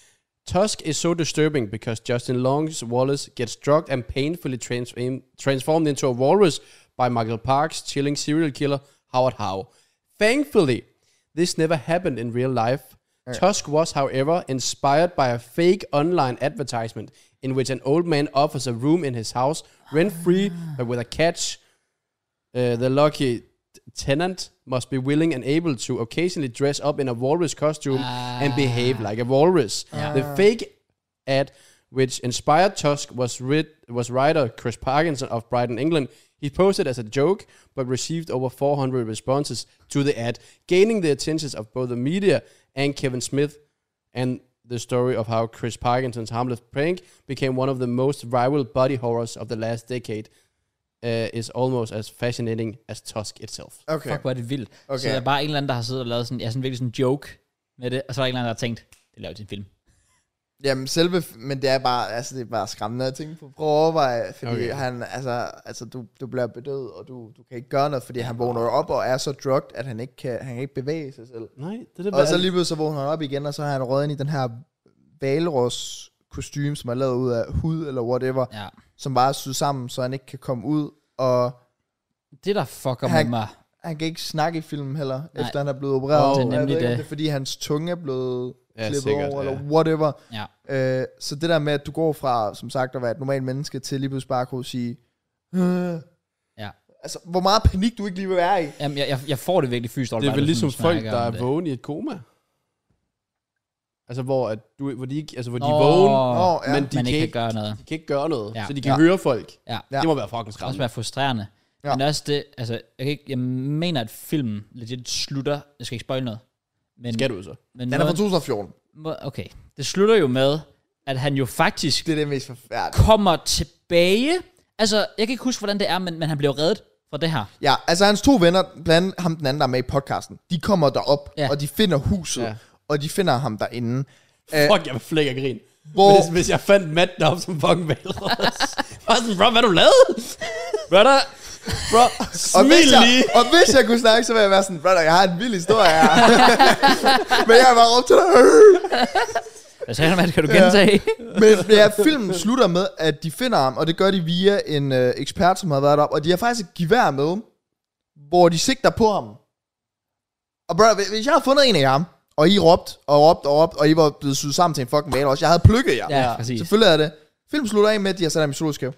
Tusk is so disturbing because Justin Long's Wallace gets drugged and painfully transform, transformed into a walrus by Michael Parks' chilling serial killer Howard Howe. Thankfully, this never happened in real life. Tusk was, however, inspired by a fake online advertisement in which an old man offers a room in his house rent-free, but with a catch. Uh, the lucky tenant must be willing and able to occasionally dress up in a walrus costume and behave like a walrus. The fake ad, which inspired Tusk, was writ- was writer Chris Parkinson of Brighton, England. He posted as a joke, but received over four hundred responses to the ad, gaining the attentions of both the media and Kevin Smith, and the story of how Chris Parkinson's harmless prank became one of the most viral body horrors of the last decade. uh, is almost as fascinating as Tusk itself. Okay. Fuck, hvor er det vildt. Okay. Så der er bare en eller anden, der har siddet og lavet sådan, ja, sådan virkelig sådan en joke med det, og så er der en eller anden, der har tænkt, det laver til en film. Jamen selve, men det er bare, altså det er bare skræmmende at tænke på. Prøv at overveje, fordi Okay. okay. han, altså, altså du, du bliver bedøvet, og du, du kan ikke gøre noget, fordi han vågner op og er så drugged, at han ikke kan, han kan ikke bevæge sig selv. Nej, det er det Og så lige pludselig så vågner han op igen, og så har han røget ind i den her valros kostume, som er lavet ud af hud eller whatever, Ja. som bare er syet sammen, så han ikke kan komme ud, og Det, der fucker Han- med mig, han kan ikke snakke i filmen heller, Nej. efter han er blevet opereret. Oh, det er Jeg nemlig ved ikke, om det. det er fordi hans tunge er blevet Ja, klippet sikkert, over, ja. eller whatever. ja. Øh, så det der med, at du går fra, som sagt, at være et normalt menneske, til lige pludselig bare at kunne sige, øh. Ja. Altså, hvor meget panik du ikke lige vil være i. Jamen, jeg, jeg, jeg får det virkelig fysisk. Det er vel ligesom folk, der er vågne i et koma. Altså, hvor, at du, hvor de ikke, altså, hvor de er vågne, Nå, ja. men de de man kan ikke ikke kan gøre noget. de kan ikke gøre noget, Ja. så de kan Ja. høre folk. Ja. Ja. Det må være fucking Det kan også skræmmende. være frustrerende. Ja. Ja. Men også det, altså, jeg, kan ikke, jeg mener, at filmen legit slutter, jeg skal ikke spoil noget. Men, Skal du så? men Den er fra måden- to tusind og fjorten. må- okay, det slutter jo med, at han jo faktisk Det er det mest forfærdelige. kommer tilbage. Altså, jeg kan ikke huske, hvordan det er, men, men han blev reddet fra det her. Ja, altså hans to venner, blandt andet ham den anden, der er med i podcasten, de kommer derop, Ja. og de finder huset, Ja. og de finder ham derinde. Fuck, jeg vil flække og grin. Hvor- Hvis, hvis jeg fandt Matt deroppe som fucking valros. Bare sådan, bro, hvad har du lavet? Brother, bro, Og smil hvis, lige. jeg, og hvis jeg kunne snakke, så ville jeg være sådan, brother, jeg har en vild historie her. Men jeg er bare råbt til dig. Hvad sagde du, Matt? Kan du gentage? Men ja, filmen slutter med, at de finder ham, og det gør de via en øh, ekspert, som har været deroppe, og de har faktisk et gevær med, hvor de sigter på ham. Og brother, hvis- hvis jeg havde fundet en af ham, og I råbt og råbt og råbt, og I var blevet syet sammen til en fucking valros, jeg havde plukket jer. Ja, præcis. Selvfølgelig er det. Filmen slutter af med, at de har sat ham i zoologisk have.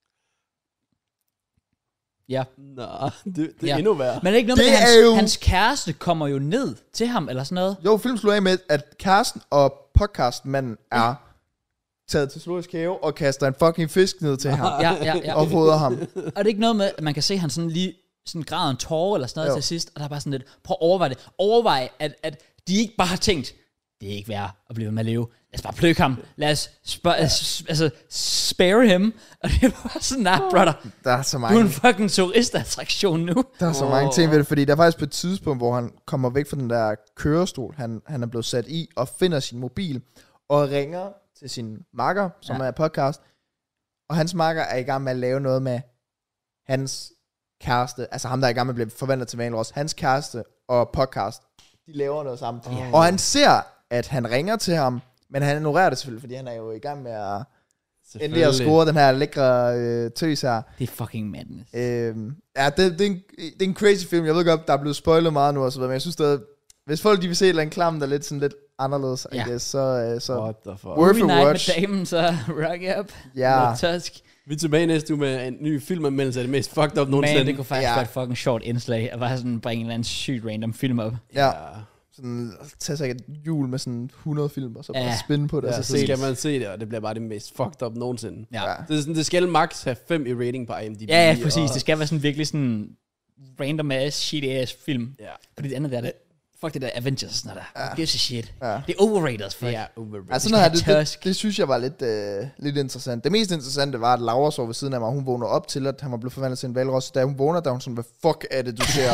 Ja. Nå, det, det er Ja. endnu værre. Men er det ikke noget Det med, at er hans, jo- hans kæreste kommer jo ned til ham, eller sådan noget? Jo, filmen slutter af med, at Karsten og podcastmanden er taget til zoologisk have, og kaster en fucking fisk ned til ham, Ja, ja, ja. og fodrer ham. Og det er ikke noget med, at man kan se, at han sådan lige sådan græder en tårer eller sådan noget Jo. til sidst, og der er bare sådan lidt, prøv at overveje det. Overvej, at, at de ikke bare har tænkt, det er ikke værd at blive ved med at leve. Lad os bare plukke ham. Lad os sp- altså, spare ham. Og det er bare sådan, nej, brother. Der er så Du er mange, en fucking turistattraktion nu. der er så Åh. mange ting ved det, fordi der er faktisk på et tidspunkt, hvor han kommer væk fra den der kørestol, han, han er blevet sat i, og finder sin mobil, og ringer til sin makker, som Ja. er podcast, og hans makker er i gang med at lave noget med hans kæreste, altså ham, der er i gang med at blive forvandlet til Valros, hans kæreste og podcast, de laver noget sammen. Ja. Og han ser, at han ringer til ham, men han ignorerer det selvfølgelig, fordi han er jo i gang med at endelig at score den her lækre øh, tøs her. Det er fucking madness. Øhm, ja, det, det, er en, det er en crazy film. Jeg ved godt, der er blevet spoilet meget nu og så videre, men jeg synes, at hvis folk de vil se et eller andet klam, der er lidt, sådan lidt anderledes, I Ja. guess, så, øh, så What the fuck? Worth Movie a night watch. med damen, så rock up. Ja. Med Tusk. Vi er tilbage næste uge med en ny filmanmeldelse af det mest fucked up nogensinde. Man, det kunne faktisk Ja. være et fucking short indslag, at bare sådan bringe en eller anden sygt random film op. Ja. Sådan, tage sig et jul med sådan hundrede film, og så bare Ja. spinde på det, Ja, og så, så se skal det. man se det, og det bliver bare det mest fucked up nogensinde. Ja. Ja. Det, er sådan, det skal max have fem i rating på I M D B. Ja, ja, præcis. Og, Det skal være sådan virkelig sådan random ass, shitty ass film. ja, Fordi det andet der, det, fuck det der Avengers, sådan der. Ja. Who gives a shit. Ja. Det er overrated, fuck. det er overrated. Altså, Vi sådan her, skal det, have det, Tusk. det, synes jeg var lidt, øh, lidt interessant. Det mest interessante var, at Laura så ved siden af mig, og hun vågnede op til, at han var blevet forvandlet til en valros. Da hun vågner, der hun sådan, hvad fuck er det, du ser?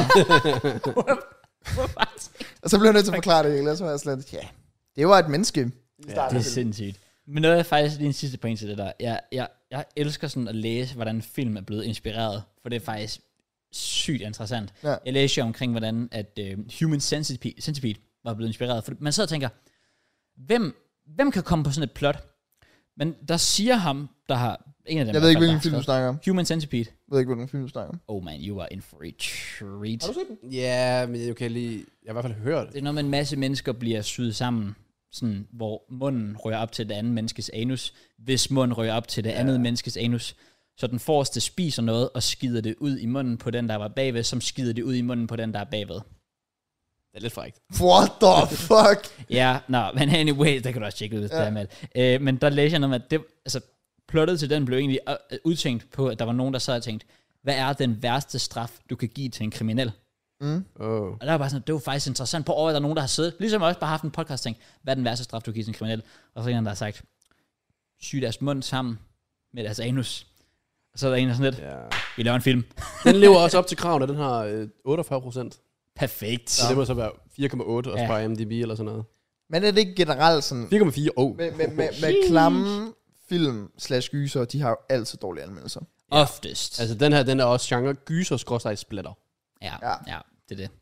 Og så blev jeg nødt til at forklare det hele, og så var jeg slet, ja, det var et menneske. I starten Det af er filmen. sindssygt. Men noget er faktisk lige en sidste point til det der. Jeg, jeg, jeg elsker sådan at læse, hvordan film er blevet inspireret, for det er faktisk sygt interessant. Ja. Jeg læste jo omkring, hvordan at uh, Human Centipede, Centipede var blevet inspireret. For man sidder og tænker, hvem, hvem kan komme på sådan et plot? Men der siger ham, der har en af dem. Jeg ved ikke, i hvert fald, hvilken der film har du snakker om. skrevet Human Centipede. Jeg ved ikke, hvilken film du snakker om. Oh man, you are in for a treat. Har du set den? Ja, men jeg kan lige... Jeg har i hvert fald hørt Det det. er noget med, en masse mennesker bliver syet sammen, sådan, hvor munden rører op til det andet menneskes anus, hvis munden rører op til det Ja. andet menneskes anus. Så den forreste spiser noget, og skider det ud i munden på den, der var bagved, som skider det ud i munden på den, der er bagved. Det er lidt frækt. What the fuck? Ja, nå, men anyway, der kan du også tjekke ud, hvis Ja. ja. det er med. Øh, men der læste jeg noget med, at det, altså, plottet til den blev egentlig øh, udtænkt på, at der var nogen, der sad og tænkte, hvad er den værste straf, du kan give til en kriminel? Mm. Oh. Og der var bare sådan, det var faktisk interessant på over, at der er nogen, der har siddet, ligesom også bare haft en podcast, tænkt, hvad er den værste straf, du giver til en kriminel? Og så er der en, der har sagt, syg deres mund sammen med deres anus. Og så er der en, der sådan lidt, Ja. vi laver en film. Den lever også op til kravene, den har øh, otteogfyrre procent. Perfekt. Så det må så være fire komma otte, også Ja. på I M D B eller sådan noget. Men er det ikke generelt sådan... fire komma fire, oh. Med, med, med, med klamme film slash gyser, de har jo altid dårlige anmeldelser. Ja. Oftest. Altså den her, den er også genre gyser skråstreg splatter. Ja, Ja. ja, det er det.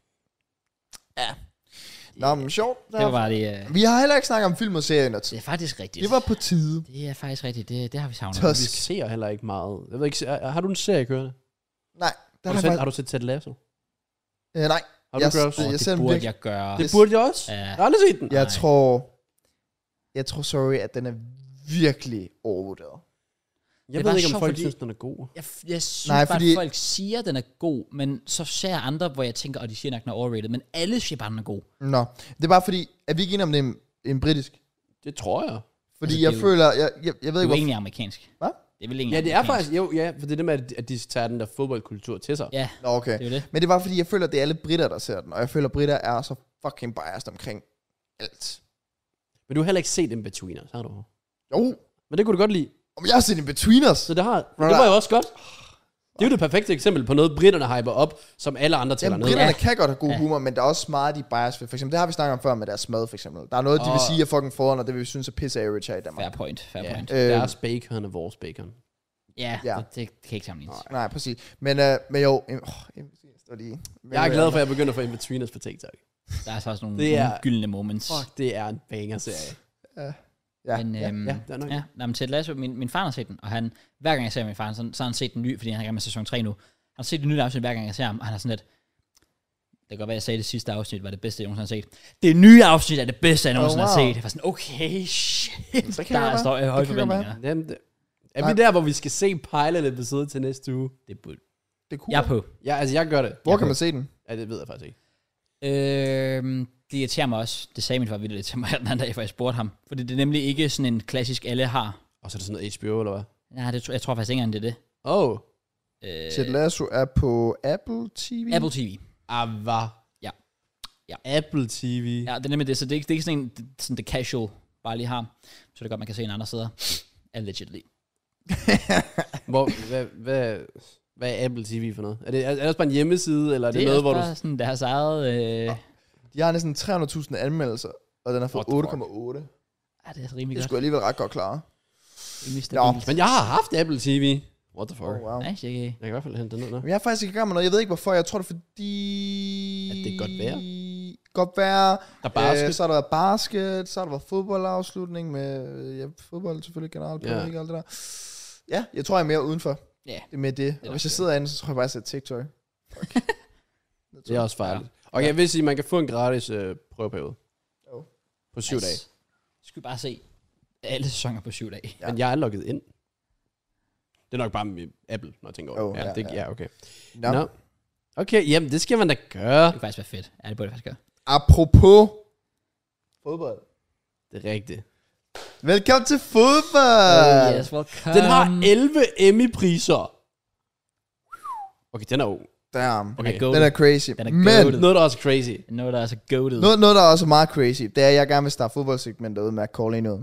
Ja. Nå, men sjovt. Det var bare det. Uh, Vi har heller ikke snakket om film og serier i noget tid. det er faktisk rigtigt. Det var på tide. Det er faktisk rigtigt. Det, det har vi savnet. Tusk. Vi ser heller ikke meget. Jeg ved ikke, er- har du en serie kørende? Nej, der Har du, har set, jeg har du set Ted Lasso? faktisk... Øh, nej, Har du Jeg- Gross? det- Åh, jeg ser det den burde virkelig- jeg gøre. Det burde jeg også. Ja. Jeg har aldrig set den. jeg Nej. tror... Jeg tror, sorry, at den er virkelig overvurderet. Jeg er ved bare ikke, om sjovt, folk fordi- synes, den er god. Jeg, jeg synes Nej, Nej, bare, fordi- at folk siger, at den er god, men så ser jeg andre, hvor jeg tænker, at de siger nok, den er overrated, men alle siger bare, at den er god. Nå, det er bare fordi, at vi ikke enige om det er en, en britisk. Det tror jeg. Fordi Altså, jeg det er jo- føler... Jeg, jeg, jeg ved Det er ikke, jo hvorfor... egentlig amerikansk. Hvad? Det er vel egentlig Ja, det er amerikansk. faktisk, jo, ja, for det er det med, at- at de tager den der fodboldkultur til sig. Ja, Nå, okay. det er jo det. Men det er bare fordi, jeg føler, at det er alle britter, der ser den. Og jeg føler, at britter er så fucking biased omkring alt. Men du har heller ikke set In Betweeners, har du? Jo, Men det kunne du godt lide. om jeg har set In Betweeners. Så det har, Bro, det var jo også godt. Det er jo det perfekte eksempel på noget, britterne hyper op, som alle andre tæller Jamen, ned. britterne Ja. kan godt have god Ja. humor, men der er også meget, de bias ved. For eksempel, det har vi snakket om før med deres mad, for eksempel. Der er noget, de vil Åh. sige er fucking foran, og det vil vi synes er pisse average her i Danmark. Fair point, fair Ja, point. Øh, deres bacon er vores bacon. Ja, ja. Det, det kan ikke sammenlignes. Nej, præcis. Men, øh, men jo, øh, oh, jeg står lige. Men, Jeg er glad for, at jeg begynder at få In Betweeners på TikTok. Der er så også nogle, Det er- nogle gyldne moments. Fuck, det er en banger-serie. Ja, Men, ja. øhm, ja, det er nok. ja, nej, men Ted Lasso, min, min far har set den, og han, hver gang jeg ser min far, så, så har han set den ny, fordi han er i gang med sæson tre nu. Han har set den nye afsnit, hver gang jeg ser ham, og han er sådan lidt, det kan godt være, jeg sagde, at det sidste afsnit var det bedste, jeg nogensinde har set. Det nye afsnit er det bedste, jeg nogensinde Oh, har wow. set. Jeg var sådan, okay, shit, Det kan der godt er være. står høje Det kan godt være. forventninger. Jamen, det, er Nej. vi der, hvor vi skal se pilot-episode til næste uge? Det burde. Det er cool. Jeg er på. Ja, altså jeg gør det. Hvor Jeg kan er man på. se den? Ja, det ved jeg faktisk ikke. Øhm, det irriterer mig også. Det sagde min far vildt til mig den anden dag, for jeg spurgte ham. Fordi det er nemlig ikke sådan en klassisk, alle har. Og så er det sådan noget H B O, eller hvad? Nej, det, tror- jeg tror faktisk ikke engang, det er det. Oh, Øh, Ted Lasso er på Apple T V. Apple T V. Ava. Ja. Ja. Apple T V. Ja, det er nemlig det. Så det er ikke, det er ikke sådan en, det- sådan det casual, bare lige har. Så det er godt, man kan se en andre steder. Allegedly. Hvor, hvad, hvad, hvad er Apple T V for noget? Er det, er, er det også bare en hjemmeside, eller er det, Det er noget, også hvor du... bare sådan deres eget... Øh, De har næsten tre hundrede tusind anmeldelser, og den har fået What the otte fuck? komma otte. ja, det er rimelig Det godt. skulle alligevel ret godt klare. Rimelig Nå. stabilt. Men jeg har haft Apple T V. What the fuck? Oh, wow. Nej, ikke. Jeg kan i hvert fald hente den ned nu. Men jeg er faktisk ikke i gang med noget. Jeg ved ikke hvorfor. Jeg tror det er fordi... At det kan godt være. Godt være. Der er basket. Øh, så har der været basket. Så har der været fodboldafslutning med... Ja, fodbold selvfølgelig generelt. Ja. Ja. Ikke alt det der. Ja, jeg tror jeg er mere udenfor. Ja. Det er med det. er Og hvis nok jeg sidder inde, så tror jeg bare, at jeg ser TikTok. Fuck. Det er også farligt. Okay, jeg vil sige, at man kan få en gratis øh, prøveperiode. Jo. På syv dage. Skal vi bare se alle sæsoner på syv dage. Ja. Men jeg er logget ind. Det er nok bare med Apple, når jeg tænker over det. Oh, ja, ja, det. ja. Ja, okay. Nå. Nå. Okay, jamen det skal man da gøre. Det kunne faktisk være fedt. Ja, det burde det faktisk gøre. Apropos fodbold. Det er rigtigt. Velkommen til fodbold. Oh, yes, welcome. Den har elleve Emmy-priser. Okay, den er jo Damn. Okay. Den er, Den er crazy. Den er Men goated. noget, der er også crazy. Noget, der er så goated. noget, noget, der er også meget crazy, det er, at jeg gerne vil starte fodboldsegmentet ud med at call en ud.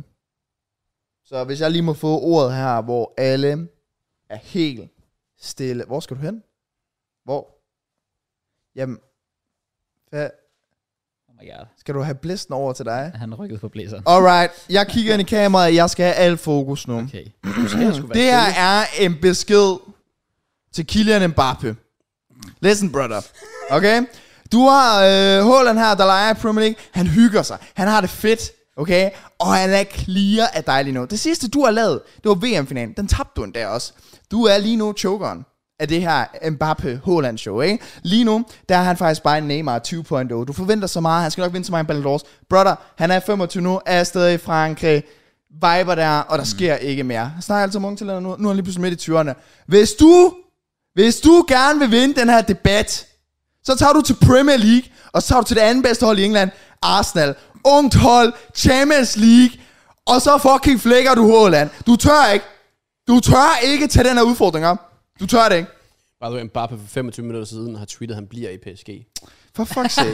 Så hvis jeg lige må få ordet her, hvor alle er helt stille. Hvor skal du hen? Hvor? Jamen, hvad? Oh my god. Skal du have blæsten over til dig? Han rykkede på blæseren. Alright, jeg kigger ind i kameraet, jeg skal have al fokus nu. Okay. Du skal sgu være Det her er en besked til Kylian Mbappé. Listen, brother. Okay? Du har øh, Haaland her, der leger i Premier League. Han hygger sig. Han har det fedt. Okay? Og han er clear af dig lige nu. Det sidste, du har lavet, det var V M-finalen. Den tabte du endda også. Du er lige nu chokeren af det her Mbappé-Haaland show, ikke? Lige nu, der er han faktisk bare en Neymar to punkt nul. Du forventer så meget. Han skal nok vinde så mange Ballon d'Ors. Brother, han er femogtyve nu, er stadig i Frankrig. Viber der, og der sker ikke mere. Jeg snakker altid om unge talenter nu. Nu er han lige pludselig midt i tyverne. Hvis du, hvis du gerne vil vinde den her debat, så tager du til Premier League, og så tager du til det andet bedste hold i England, Arsenal. Ungt hold, Champions League, og så fucking flækker du Haaland. Du tør ikke. Du tør ikke tage den her udfordring op. Du tør det ikke. By the way, Mbappé for femogtyve minutter siden har tweetet, at han bliver i P S G. For fuck's sake.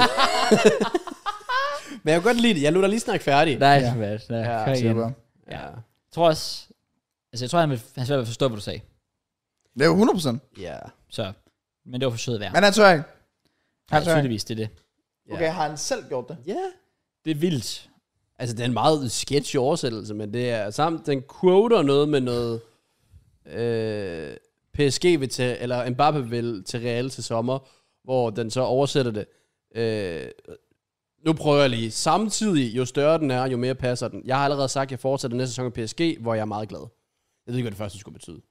Men jeg kan godt lide det. Jeg lukker lige snakke færdig. Nej, Ja. ja. Ja, Ja, ja, igen. Super. Ja. Jeg tror også... Altså, jeg tror, han vil, han vil forstå, hvad du sagde. Det er jo hundrede procent. Ja. Så, men det var for sødt værd. Men han tør ikke. Ja, Han tør ikke. tydeligvis, det er det. Okay, har han selv gjort det? Ja. Det er vildt. Altså, det er en meget sketchy oversættelse, men det er samt, den quoter noget med noget, øh, P S G vil til, eller Mbappé vil til Real til sommer, hvor den så oversætter det. Øh, nu prøver jeg lige. Samtidig, jo større den er, jo mere passer den. Jeg har allerede sagt, at jeg fortsætter næste sæson i P S G, hvor jeg er meget glad. Jeg ved ikke, hvad det første skulle betyde.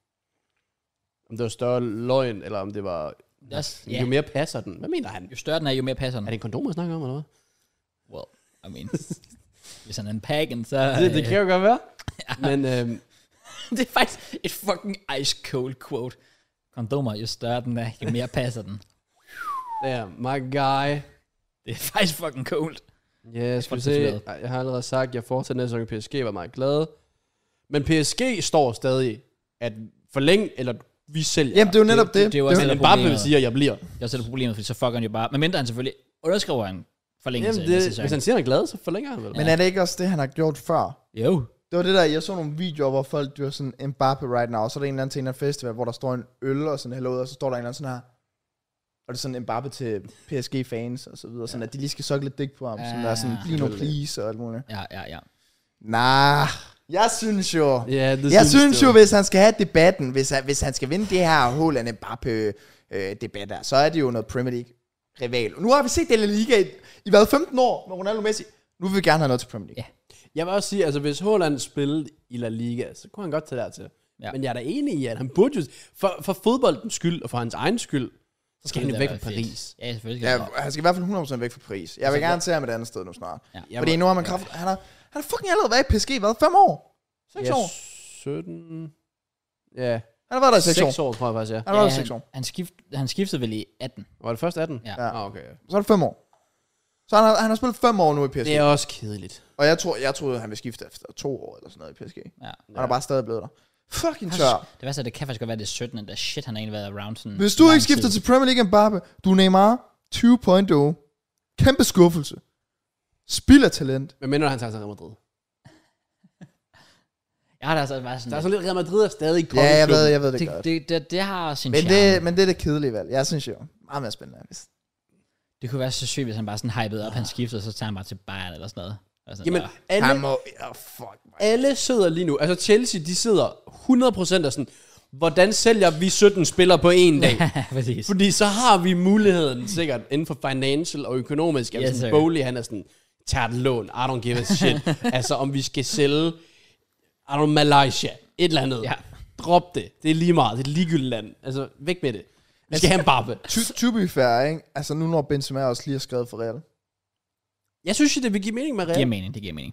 Om det var større løgn, eller om det var... Yes, Jo yeah. mere passer den. Hvad mener han? Jo større den er, jo mere passer den. Er det en kondom, jeg snakker om, eller hvad? Well, I mean, hvis han er en pagan, så... Det, det øh, kan jo godt være. Men øhm, det er faktisk et fucking ice cold quote. Kondomer, jo større den er, jo mere passer den. ja, my guy. Det er faktisk fucking cold. Ja, skal vi Fuck, se. det er Jeg har allerede sagt, at jeg fortsætter næste sæson i P S G, var meget glad. Men P S G står stadig, at forlænge, eller vi sælger. Jamen, det er jo netop Det- det. det- det er jo det, også det, et Men Mbappé problemet. siger, at jeg bliver. Jeg sætter problemet, fordi så fucker han jo bare. Men mindre han selvfølgelig underskriver en forlængelse Jamen, af det, sæson. hvis han siger, at han er glad, så forlænger han vel. men er det ikke også det, han har gjort før? Jo. Det var det der, jeg så nogle videoer, hvor folk dør sådan Mbappé right now, og så er der en eller anden til en eller anden festival, hvor der står en øl og sådan hello, og så står der en eller anden sådan her, og det er sådan Mbappé til P S G-fans og så videre, sådan at de lige skal sukke lidt dik på ham, sådan der er sådan, Ja, bliv nu selvfølgelig. please og alt muligt. Ja, ja, ja. Nah, jeg synes jo, Ja, det jeg synes du. jo, hvis han skal have debatten, hvis han, hvis han skal vinde det her Haaland Mbappé-debat der, så er det jo noget Premier League-rival. Nu har vi set det i La Liga i, i hvad, femten år med Ronaldo Messi. Nu vil vi gerne have noget til Premier League. Ja. Jeg vil også sige, altså hvis Haaland spillede i La Liga, så kunne han godt tage dertil. Ja. Ja. Men jeg er da enig i, at han burde jo, for, for fodboldens skyld og for hans egen skyld, så skal han jo Det væk er fra fedt. Paris. Ja, selvfølgelig. Ja, Ja, han skal i hvert fald hundrede procent væk fra Paris. Jeg vil Altså, gerne se ham et andet sted nu snart. ja. Jeg Fordi var- nu har man kraft... Han har, han har fucking allerede været i P S G, hvad? Fem år? Seks ja, år? sytten... Ja, Han har været der i seks, seks år. år, tror jeg faktisk, ja. Han har været der i han, seks år. han, skift, han skiftede vel i atten. Var det først atten? Ja. Ja. Ah, okay. ja. Så er det fem år. Så han har, han har spillet fem år nu i P S G. Det er også kedeligt. Og jeg, tror, jeg troede, han ville skifte efter to år eller sådan noget i P S G. Ja. Han er bare stadig blevet der. Fucking Det tør. værste er, det kan faktisk godt være, det er sytten, der shit, han har egentlig været around sådan Hvis du lang ikke skifter tid. til Premier League Mbappe, du er Neymar tyve punkt nul. Kæmpe skuffelse. Spild af talent. Men mindre han tager til Real Madrid. Jeg har da altså været sådan... Der er sådan lidt, Real Madrid er stadig Ja, jeg kongeklubben. ved, jeg ved det, det, godt. det, det, det har sin Men charme. det, men det er det kedelige valg. Jeg synes jo, meget mere spændende. Hvis Det kunne være så sygt, hvis han bare sådan hypede op, han skiftede, så tager han bare til Bayern eller sådan noget. Og sådan, Jamen, "Nå, alle, han må... Oh, fuck, man. alle sidder lige nu, altså Chelsea, de sidder hundrede procent af sådan, hvordan sælger vi sytten spillere på en dag? Ja, præcis. Fordi så har vi muligheden sikkert inden for financial og økonomisk. Altså Yes, yes, sir. Bowley, han er sådan, tager et lån, I don't give a shit. altså om vi skal sælge, I don't know, Malaysia, et eller andet. Ja. Drop det. Det er lige meget. Det er et ligegyldigt land. Altså, væk med det. Vi skal have en Mbappé. To, to be fair, ikke? Altså nu når Benzema også lige har skrevet for Real. Jeg synes jo, det vil give mening med Det giver Real. mening, det giver mening.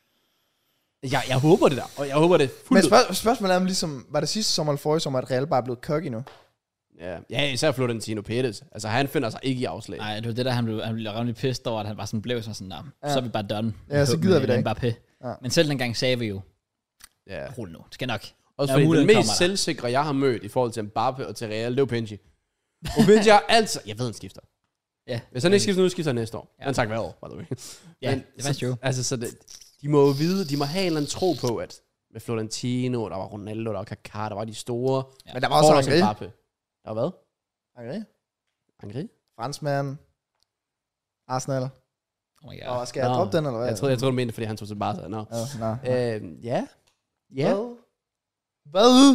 Jeg, jeg håber det der, og jeg håber det Men fuldt ud. spørg- spørgsmålet er om ligesom, var det sidste sommer eller forrige sommer, at Real bare er blevet cocky nu? Ja, ja, især Florentino Pérez. Altså, han finder sig ikke i afslag. Nej, det var det der, han blev, han blev rimelig pissed over, at han bare sådan blev sådan, nah, Ja. så er vi bare done. Ja, så med- gider vi med det ikke. Mbappé. Ja. Men selv dengang sagde vi jo, Ja. rul nu, det skal nok. Også Ja, fordi den muligheden kommer mest der. selvsikre, jeg har mødt i forhold til Mbappé og til Real, det er jo Penji. Og Penji har altid... Jeg ved, han skifter. Ja, Hvis han ikke skifter nu, skifter han næste år. Ja. Ja. Han sagt hver år, by the way. ja Men det er faktisk så, jo. Altså, så det, de må jo vide, de må have en eller anden tro på, at med Florentino, der var Ronaldo, der var Kaká, der var de store. Ja. Men der var også Forholds Henry. Mbappé. Der var hvad? Henry. Angri? Franskmand. Arsenal. Oh my Og God. skal jeg Nå. droppe den, eller hvad? Jeg troede, jeg troede, du mente, fordi han tog til Barca. Nå. Ja, nå. Øh, ja. Ja. Hvad? Hvad?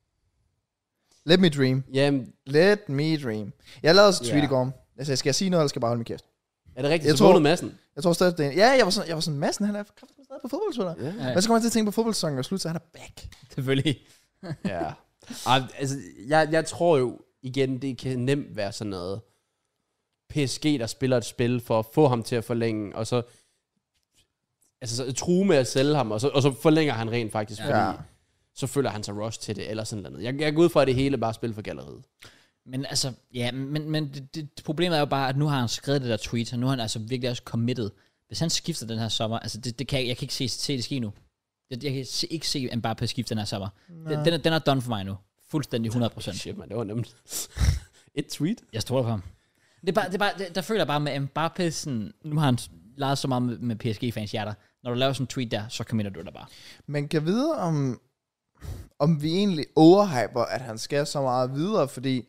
Let me dream. Jamen, Let me dream. Jeg lavede også et tweet Ja. i går. Jeg sagde, skal jeg sige noget, eller skal jeg bare holde min kæft? er det rigtigt? Jeg Så tror- vågnede massen. Jeg tror stadig, det er en... Ja, jeg var sådan, jeg var sådan massen, han er kraftigt stadig på fodboldspiller. Ja. Ja, Men så kommer jeg til at tænke på fodboldsæsonen og slut, så han er back. selvfølgelig. Ja. Ej, altså, jeg, jeg tror jo, igen, det kan nemt være sådan noget P S G, der spiller et spil for at få ham til at forlænge, og så altså så true med at sælge ham, og så, og så forlænger han rent faktisk, fordi Ja. så føler han sig rush til det, eller sådan noget. Jeg, jeg går ud fra, at det hele bare er spil for galleriet. Men altså, ja, men, men det, det, problemet er jo bare, at nu har han skrevet det der tweet, og nu er han altså virkelig også committed. Hvis han skifter den her sommer, altså det, det kan jeg, jeg kan ikke se, se det ske nu. Jeg, jeg kan se, ikke se Mbappé skifte den her sommer. Den, den, er, den er done for mig nu. Fuldstændig hundrede procent. Shit, man, det var nemt. Et tweet? Jeg stoler på ham. Det er bare, det er bare, det, der føler jeg bare med Mbappé, sådan, nu har han leget så meget med, med P S G-fans hjerter. Når du laver sådan en tweet der, så committer du dig bare. Men kan vide, om, om vi egentlig overhyper, at han skal så meget videre, fordi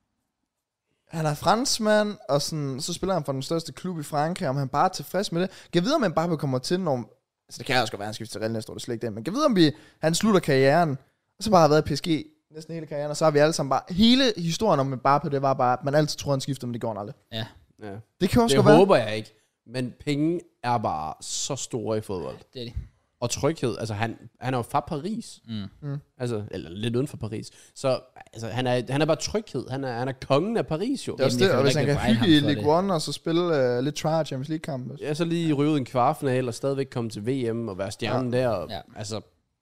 han er franskmand, og sådan, så spiller han for den største klub i Frankrig, om han bare er tilfreds med det. Kan jeg vide, om han bare kommer til, når... Altså, det kan også godt være, han skifter til Real næste år, det er slet ikke det. Men kan jeg vide, om vi, han slutter karrieren, og så bare har været i P S G næsten hele karrieren, og så har vi alle sammen bare... Hele historien om Mbappé, det var bare, at man altid troede, han skifter, men det går han aldrig. Ja. Ja. Det kan også Det godt være. håber jeg ikke. Men penge er bare så store i fodbold. Det er det. Og tryghed. Altså, han, han er jo fra Paris. Mm. Mm. Altså, eller lidt uden for Paris. Så altså, han, er, han er bare tryghed. Han er, han er kongen af Paris, jo. Det er også Jamen, det, jeg og hvis føler han ikke, kan jeg hygge i brænder ham for League det. One, og så spille uh, lidt try Champions League-kamp. Ja, så lige ryge ud en kvartfinale, og stadigvæk komme til V M, og være stjernen ja. der. Og, Ja. Altså,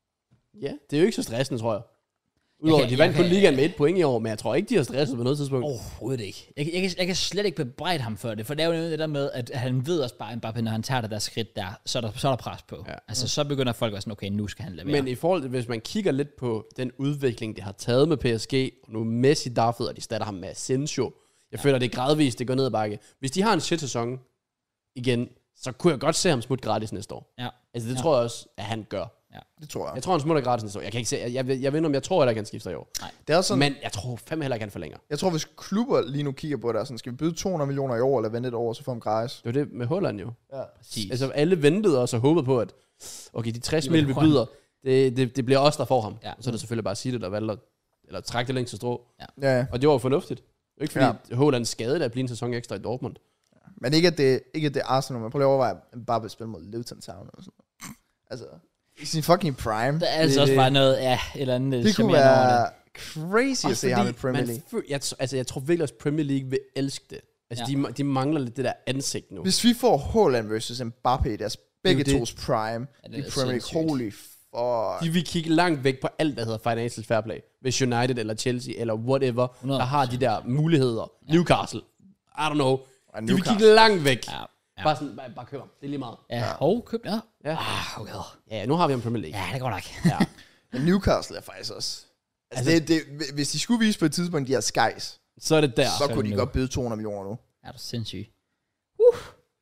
ja, det er jo ikke så stressende, tror jeg. Udover, kan- de vandt jeg kun kan- ligaen med et point i år, men jeg tror ikke, de har stresset på noget tidspunkt. Overhovedet ikke. Jeg, jeg, kan, jeg kan slet ikke bebrejde ham for det, for det er jo noget det der med, at han ved også bare, at Mbappé, når han tager det der skridt der, så er der, så er der pres på. Ja. Altså, så begynder folk at være sådan, okay, nu skal han levere. Men i forhold til, hvis man kigger lidt på den udvikling, det har taget med P S G, og nu Messi daffet, og de starter ham med Asensio, jeg ja. føler, det er gradvist, det går ned ad bakke. Hvis de har en shit sæson igen, så kunne jeg godt se ham smutte gratis næste år. Ja. Altså, det Ja. tror jeg også, at han gør. Det tror jeg. Jeg tror, han smutter gratis næste år. Jeg kan ikke se, jeg, jeg, jeg ved ikke, om jeg tror, at han skifter i år. Det er også sådan, Men jeg tror fandme heller ikke, han forlænger. jeg tror, hvis klubber lige nu kigger på det, er sådan, skal vi byde to hundrede millioner i år, eller vente et år, så får vi gratis. Det var det med Holland jo. Ja. Præcis. Altså, alle ventede også og håbede på, at okay, de tres Det mil, var vi Holland. byder, det, det, det bliver os, der får ham. Ja. Så er det selvfølgelig bare at sige det, der valgte at, eller trække det længst til strå. Ja, ja. Og det var jo fornuftigt. Det er ikke fordi, Ja. ja. Holland skadede at blive en sæson ekstra i Dortmund. Men ikke at det, ikke at det er Arsenal, men prøv lige at overveje, at bare vil spille mod Luton Town. Eller sådan noget. Altså, i sin fucking prime. Der er altså det- også det- bare noget, ja, et eller andet Det kunne charmerende over være crazy at se ham i Premier man League. føl- jeg, t- altså, jeg tror virkelig også, Premier League vil elske det. Altså, Ja. de, de mangler lidt det der ansigt nu. Hvis vi får Haaland versus Mbappé i deres begge det. tos prime Ja, det i er Premier League, sindssygt. holy fuck. De vil kigge langt væk på alt, der hedder financial fair play. Hvis United eller Chelsea eller whatever, hundrede der har de der muligheder. Ja. Newcastle, I don't know. Og De vil Newcastle. kigge langt væk. Ja. Ja. Bare sådan, bare, bare kør ham. Det er lige meget. Ja, ja. Og køb, ja. Ja. Ah, okay. Ja, nu har vi en Premier League. Ja, det går nok. Ja. Men Newcastle er faktisk også... Altså, Altså- det, det, hvis de skulle vise på et tidspunkt, de har skies, Så er det der. så så kunne de nu. godt byde to hundrede millioner nu. Er du sindssyg. Uh.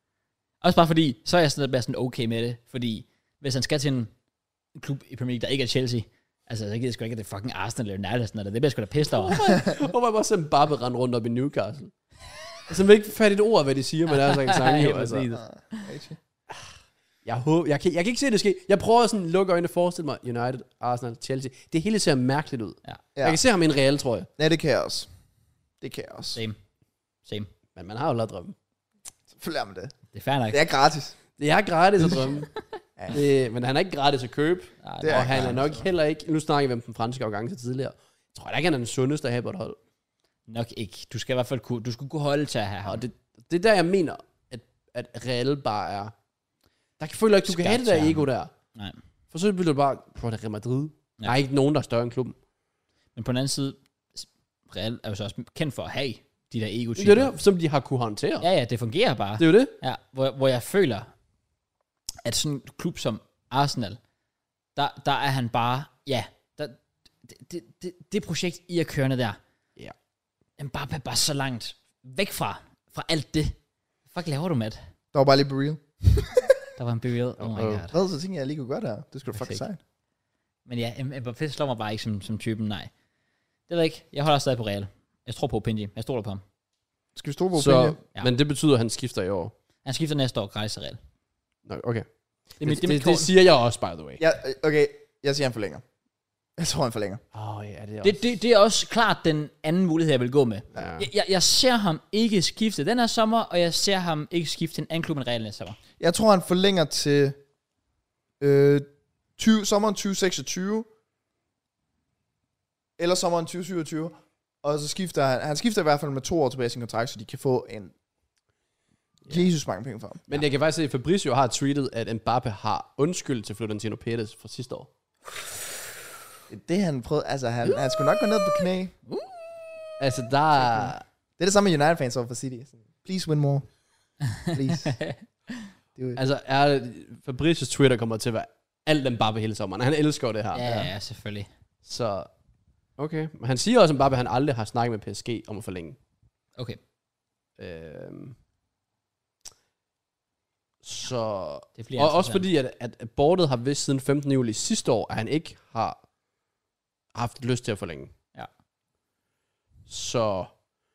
Også bare fordi, så er jeg sådan lidt sådan okay med det, fordi hvis han skal til en klub i Premier League, der ikke er Chelsea, altså, så gider jeg sgu ikke, at det er fucking Arsenal eller United, sådan noget. Det bliver jeg sgu da pissed over. Hvorfor bare se Mbappé rende rundt op i Newcastle? Altså, man ikke fatte et ord, hvad de siger, men det er sådan en sang, jo. Ja, Altså. præcis. Rigtig. Jeg, håber, jeg, kan, jeg kan ikke se det ske. Jeg prøver sådan at lukke øjnene og forestille mig United, Arsenal, Chelsea. Det hele ser mærkeligt ud. Ja. Ja. Jeg kan se ham i en Real, tror jeg. Ja, det kan jeg også. Det kan jeg også. Same. Same. Men man har jo lavet drømme. Selvfølgelig er man det. Det er fair nok. Det er gratis. Det er gratis at drømme. Ja. det, men han er ikke gratis at købe. Nej, Det er Og han er gratis. nok heller ikke... Nu snakker vi om den franske afgang til tidligere. Jeg tror da ikke, han er den sundeste at have på et hold. nok ikke. Du skal i hvert fald kunne, du skulle kunne holde til at have ham. Og det, det er der, jeg mener, at, at Real bare er... Der kan føle ikke, du kan Skabt have det der til ego der. Nej. For så bliver du bare... Prøv at Real Madrid. Ja. Der er ikke nogen, der er større end klubben. Men på den anden side, Real er jo så også kendt for at have de der ego-typer. Det er det, som de har kunne håndtere. Ja, ja, det fungerer bare. Det er jo det. Ja, hvor, hvor jeg føler, at sådan en klub som Arsenal, der, der er han bare, ja, der, det, det, det, det projekt, I er kørende der, Ja. Mbappé er bare så langt væk fra, fra alt det. Hvad fuck laver du, Matt? Der var bare lige Real. Der var en burial. Oh my Uh-oh. god. Hvad, så tænkte jeg, jeg lige kunne gøre der. Det skulle da fucking Perfekt. sejt. Men ja, M- Mbappé slår mig bare ikke som, som typen, nej. Det ved jeg ikke. Jeg holder stadig på Real. Jeg tror på Opinji. Jeg stoler på ham. Skal vi stå på Så, Opinji? Ja. Men det betyder, at han skifter i år. Han skifter næste år gratis til Real. Nå, okay. Det, Det, er mit, det, det, er mit det, det siger jeg også, by the way. Ja, okay. Jeg siger, han forlænger. Jeg tror, han forlænger. Åh, oh, ja, det er det, det, det er også klart den anden mulighed, jeg vil gå med. Ja. Jeg, jeg, jeg ser ham ikke skifte den her sommer, og jeg ser ham ikke skifte til en anden klub end Real næste sommer. Jeg tror, han forlænger til øh, tyve, sommeren tyve seksogtyve. Eller sommeren tyve syvogtyve. Og så skifter han, han skifter i hvert fald med to år tilbage i sin kontrakt, så de kan få en Jesus mange penge for ham. Men jeg kan faktisk se, at Fabrizio har tweetet, at Mbappé har undskyld til Florentino Perez fra sidste år. Det han prøvede, altså han, han skulle nok gå ned på knæ. Altså, der er... Det er det samme med United-fans over for City. Sådan, please win more. Please. Do it. Altså, er, Fabricios Twitter kommer til at være alt Mbappé hele sommeren. Han elsker det her. Ja, ja, ja, selvfølgelig. Så, okay. Men han siger også, at Mbappé, han aldrig har snakket med P S G om at forlænge. Okay. Øhm. Så... Det bliver Og også interessant. fordi, at, at, at boardet har vist siden femtende juli sidste år, at han ikke har haft lyst til at forlænge. Ja. Så...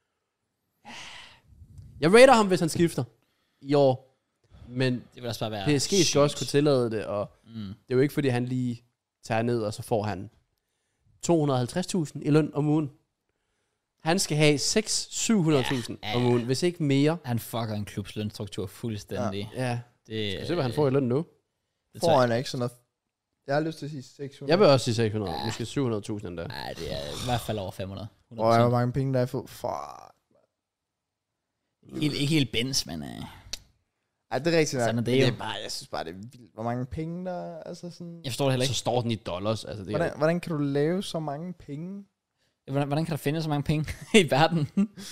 Jeg rater ham, hvis han skifter i år. Men Det vil også bare være P S G skal også kunne tillade det, og mm. det er jo ikke, fordi han lige tager ned, og så får han to hundrede og halvtreds tusind i løn om ugen. Han skal have seks til syv hundrede tusind ja, ja, ja. om ugen, hvis ikke mere. Han fucker en klubs lønstruktur fuldstændig. Ja. ja. Det, skal vi se, hvad han får i løn nu? Får han ikke sådan noget? Jeg har lyst til at sige seks hundrede. Jeg vil også sige seks hundrede, ja. Måske syv hundrede tusind endda. Nej, det er i hvert fald over fem hundrede. Og hvor mange penge der er for? For... Ikke, ikke helt Benz, men... Uh... Ej, det er rigtigt nok. Sådan er det, det jo. er bare, jeg synes bare, det er vildt. Hvor mange penge der er, altså sådan... Jeg forstår det heller ikke. Så står den i dollars. Altså, det hvordan, er... hvordan kan du lave så mange penge? Hvordan, hvordan kan der finde så mange penge i verden?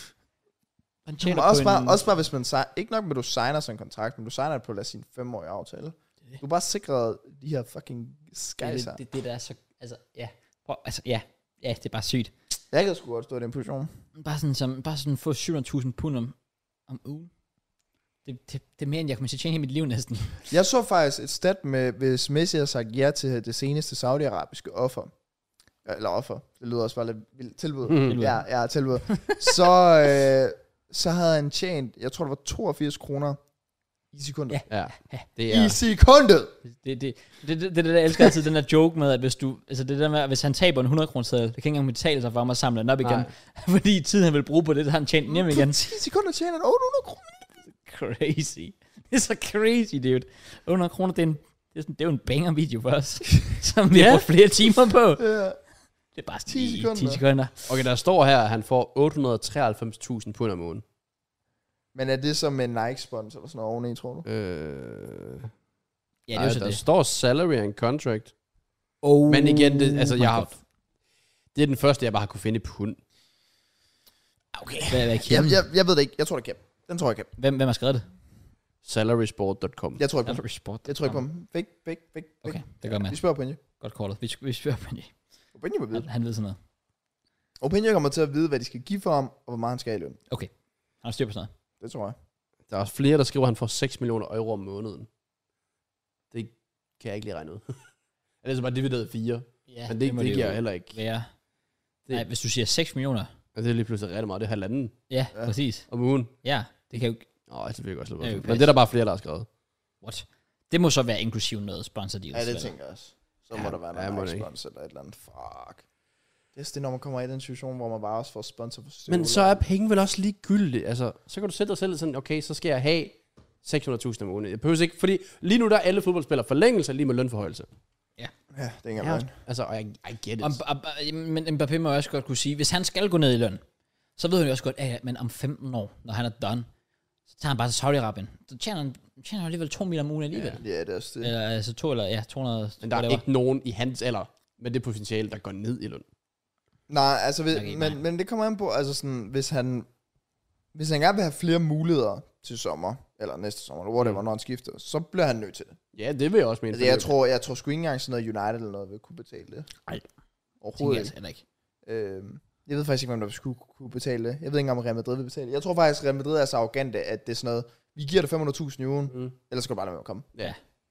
Man tjener også, på bare, en... også bare, hvis man... Ikke nok med, at du signer sådan en kontrakt, men du signer det på, lad os sige, en femårig aftale. Du er bare sikret de her fucking skejser. Det, det, det der er så... Altså, ja. Prøv, altså, ja. Ja, det er bare sygt. Jeg kan sgu godt stå i den position. Bare sådan, som, bare sådan få syv hundrede tusind pund om, om ugen. Det, det, det er mere, end jeg kommer til at tjene i mit liv næsten. Jeg så faktisk et stat med, hvis Messi har sagt ja til det seneste saudiarabiske offer. Eller offer. Det lyder også bare lidt vildt. Tilbud. Mm. Ja, ja, tilbud. så, øh, så havde han tjent, jeg tror det var toogfirs kroner i sekundet. Ja. ja. Det er... I sekundet! Det, det, det, det, det, det der, jeg elsker altid den der joke med, at hvis du, altså det der med, at hvis han taber en hundrede kroner seddel, det kan ikke engang betale sig for ham at samle den op igen. Nej. Fordi tiden han vil bruge på det, der har han tjent den hjem igen. På ti sekunder tjener han otte hundrede kroner. Crazy. Det er så crazy, dude. otte hundrede kroner, det er, en, det, er sådan, det er jo en banger video for os, som vi har brugt flere timer på. Ja. Det er bare ti sekunder. ti sekunder. Okay, der står her, at han får otte hundrede og treoghalvfems tusind pund om ugen. Men er det som en Nike-sponsor eller sådan noget oveni, tror du? Øh... Ja, det er Ej, jo så der det. står salary and contract. Oh, Men igen, det, altså jeg har... Det er den første, jeg bare har kunne finde i pund. Okay. Hvad, hvad jeg, jeg, jeg ved det ikke. Jeg tror, det kan. Den tror jeg kan. hvem, hvem har skrevet det? salarysport punktum com. Jeg tror ikke på Salary Sport. Jeg tror ikke på ham. Væk, væk, væk, væk. Okay, det gør man. Vi spørger Opinje. Godt kortet. Vi, vi spørger Benji. Opinje må vide. Han, han ved sådan noget. Opinje kommer til at vide, hvad de skal give for ham, og hvor meget han skal have i løn. Okay. Han har styr på sådan noget. Det tror jeg. Der er også flere, der skriver, at han får seks millioner euro om måneden. Det kan jeg ikke lige regne ud. Det er så bare divideret fire. Ja, Men det, det, det giver jeg heller ikke. Være. Det- Nej, hvis du siger seks millioner. Altså, det er lige pludselig rigtig meget. Det er halvanden Ja, Ja. ja. præcis. om ugen. Ja, det kan jo... Åh, oh, det virker også lidt Ja, ja, okay. Men det er der bare flere, der har skrevet. What? Det må så være inklusiv noget sponsor deals. Ja, det eller? tænker jeg også. Så Ja, må der være ja, må noget det ikke. sponsor eller et eller andet. Fuck. Det er det, når man kommer i den situation, hvor man bare også får sponsor for Men så er penge vel også ligegyldigt. Altså, så kan du sætte dig selv sådan, okay, så skal jeg have seks hundrede tusind om ugen. Jeg behøver ikke, fordi lige nu der er alle fodboldspillere forlængelse lige med lønforhøjelse. Ja, det er ikke Ja, engang altså, og jeg, I get it. Om, om, men Mbappé må også godt kunne sige, hvis han skal gå ned i løn, så ved han jo også godt, at ja, men om femten år, når han er done, så tager han bare til Saudi-Arabien. Så tjener han, tjener han alligevel to millioner om ugen alligevel. Ja, det er også det. Eller altså to eller ja, to hundrede. Men der er ikke nogen i hans alder med det potentiale, der går ned i løn. Nej, altså, ved, Okay, men, nej. men det kommer an på, altså sådan, hvis han, hvis han gerne vil have flere muligheder til sommer, eller næste sommer, eller whatever, Mm. når han skifter, så bliver han nødt til det. Ja, det vil jeg også mene. Altså, jeg tror, jeg tror sgu ikke engang sådan noget United eller noget vil kunne betale det. Nej. Overhovedet Tænker jeg ikke. altså heller ikke. Øhm, jeg ved faktisk ikke, hvem der skulle kunne betale det. Jeg ved ikke engang, om Real Madrid vil betale det. Jeg tror faktisk, at Real Madrid er så arrogante, at det er sådan noget, vi giver dig fem hundrede tusind i ugen, Mm. ellers skal du bare lade med at komme. Ja.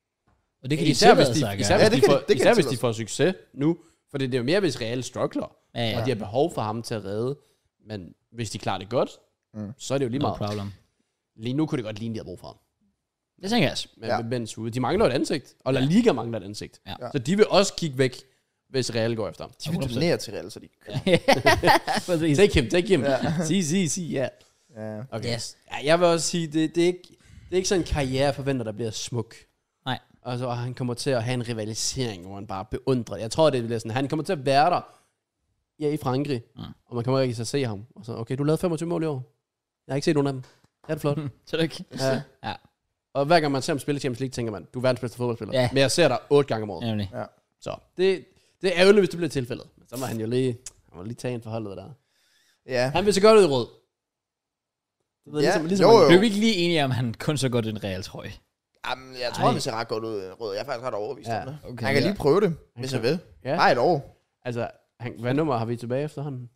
Og det kan de Især hvis tillade de, sig at især, gøre. Ja, hvis det de kan får, de- det kan især de hvis de tillade får succes nu. For det er jo mere, hvis Real struggler, Ja, ja. og de har behov for ham til at redde. Men hvis de klarer det godt, Mm. så er det jo lige No meget. problem. Lige nu kunne det godt ligne, de har brug for ham. Det tænker jeg også. Men Ja. ja. med Benz ude. De mangler et ansigt. Og La Ja. Liga mangler et ansigt. Ja. Ja. Så de vil også kigge væk, hvis Real går efter ham. De vil donere til Real, så de kan Præcis. Take him, take him. Ja. Sig, sig, sig, ja. Ja. Okay. Yes. Ja, jeg vil også sige, det, det, er ikke, det er ikke sådan en karriere forventer, der bliver smuk. Nej. Altså, og han kommer til at have en rivalisering, hvor man bare beundrer. Jeg tror, det bliver sådan, han kommer til at være der ja, i Frankrig, Mm. og man kommer ikke til at se ham. Og så, okay, du lavede femogtyve mål i år. Jeg har ikke set nogen af dem. Det er det flot. Så er det ikke. Ja. Ja. Og hver gang man ser ham spille Champions League, tænker man, du er verdens bedste fodboldspiller. Ja. Men jeg ser dig otte gange om året. Ja, nemlig. Så det, det er ærgerligt, hvis det bliver tilfældet. Men så må han jo lige, han må lige tage en forholdet der. Ja. Han vil så godt ud i rød. Du ved, Ja, ligesom, ligesom jo, man- jo. Blev vi ikke lige enige om, at han kun så godt en real trøje? Jamen, jeg tror, Ej. han ser ret godt ud i rød. Jeg er faktisk ret overbevist Ja, om det. okay, Han kan ja. lige prøve det, hvis kan- han vil. Ja. Bare et år. Altså, han, hvad nummer har vi tilbage efter han?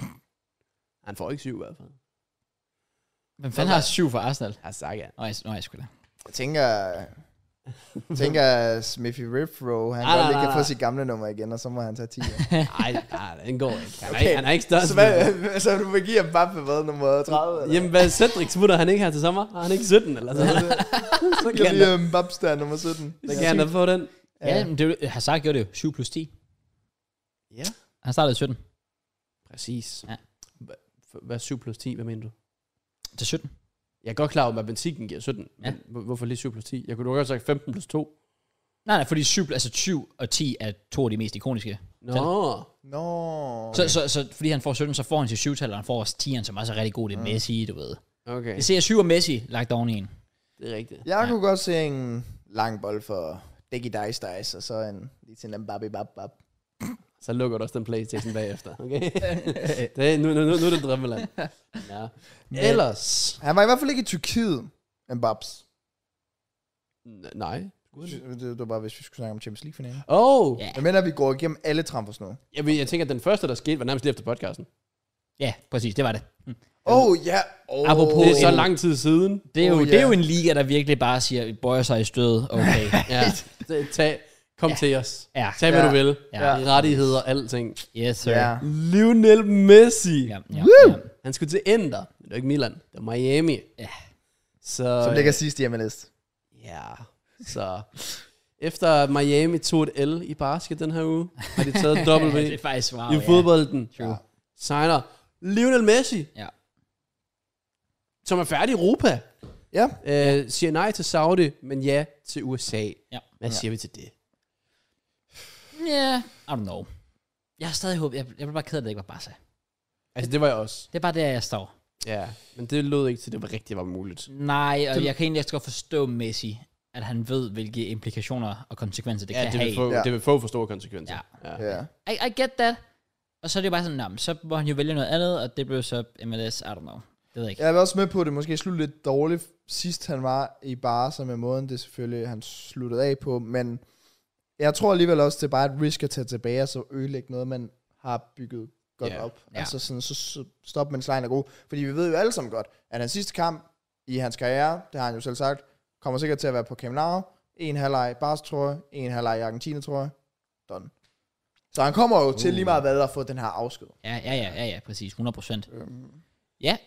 Han får ikke syv i hvert fald. Hvem fanden har syv for Arsenal? Jeg har sagt, ja. Nå, jeg, nå, jeg skulle da. Jeg tænker, Tænker jeg, Smithy Ripfro, han Nej, godt nej, lige kan nej. få sit gamle nummer igen, og så må han tage ti. Nej, nej, den går ikke. Han, Okay. er, han er ikke størst. Så, hvad, så du vil give Mbappe hvad, nummer tredive? Eller? Jamen, hvad Cedric smutter han ikke her til sommer? Har han ikke sytten eller sådan noget? Så Jeg kan han, lige Mbappe der nummer sytten. så kan han da få den. Ja, men det, er jo- Hazard gjorde det jo syv plus ti. Ja. Han startede i sytten. Præcis. Ja. Hva- Hvad er syv plus ti? Hvad mener du? Til sytten. Jeg er godt klar over, at matematikken giver sytten. Ja. Men hvor- hvorfor lige syv plus ti? Jeg kunne godt have sagt femten plus to. Nej, nej, fordi syv, altså syv og ti er to af de mest ikoniske. Nå. Nå. Så, så, så fordi han får sytten, så får han til syv-tal, og han får også tieren, som også er rigtig god. Det er Messi, du ved. Okay. Jeg ser syv og Messi lagt oven i en. Det er rigtigt. Jeg Ja. kunne godt se en lang bold for Diggy Dice Dice, og så en lige til en Mbappe bab bab. Så lukker du også den PlayStation bagefter. Okay? det er, nu, nu, nu, nu er det drømmeland. Ja. Ellers. Han var i hvert fald ikke i Tyrkiet, Mbappes. N- nej. Det, det, det var bare, hvis vi skulle snakke om Champions League-finalen. Oh. Ja, Jeg mener, at vi går igennem alle transfers nu. Jeg, ved- jeg tænker, at den første, der skete, var nærmest lige efter podcasten. ja, præcis, det var det. Mm. Åh, oh, ja. Oh, Apropos- Det er så en- lang tid siden. Det er, jo, Oh, det er jo ja. en liga, der virkelig bare siger, bøjer sig i stødet. Okay. Ja. Det- Tag, kom ja. til os. Ja. Tag, hvad Ja. du vil. Ja. Rettigheder, alting. Yes, sir. Ja. Lionel Messi. Ja, ja, Woo! ja. Han skulle til Inter. Det var ikke Milan. Det var Miami. Ja. Så, Som ligger sidst i M L S. Ja, så... Efter Miami tog et L i basket den her uge, har de taget W det er faktisk wow, i fodbolden. Ja. True. Signer Lionel Messi, Ja. som er færdig i Europa. Ja. Øh, siger nej til Saudi, men ja til U S A. Ja. Hvad siger vi til det? Ja, I don't know. Jeg har stadig håbet, jeg, jeg blev bare ked af, at det ikke var Barca. Altså, det var jeg også. Det er bare der, jeg står. Ja, men det lød ikke til, det var rigtigt var muligt. Nej, og jeg kan egentlig også godt forstå Messi, at han ved, hvilke implikationer og konsekvenser det Ja, kan det have. vil, få, Ja. det vil få for store konsekvenser. Ja. Ja. I, I get that. Og så er det jo bare sådan, nah, så må han jo vælge noget andet, og det blev så M L S, I don't know. Det ved jeg ikke. Jeg er også med på, at det måske sluttede lidt dårligt sidst han var i Barca med måden, det selvfølgelig han sluttede af på, men jeg tror alligevel også, det er bare et risk at tage tilbage og så ødelægge noget, man har bygget godt Ja. op. Ja. Altså sådan, så, så stop, mens lejen er god. Fordi vi ved jo alle sammen godt, at hans sidste kamp i hans karriere, det har han jo selv sagt, kommer sikkert til at være på Camp Nou, en halvleg i Barca, tror jeg, en halvleg i Argentina, tror jeg. Done. Så han kommer jo til lige meget hvad at få den her afsked. Ja, ja, ja, ja, ja, præcis, hundrede procent. Øhm, Ja,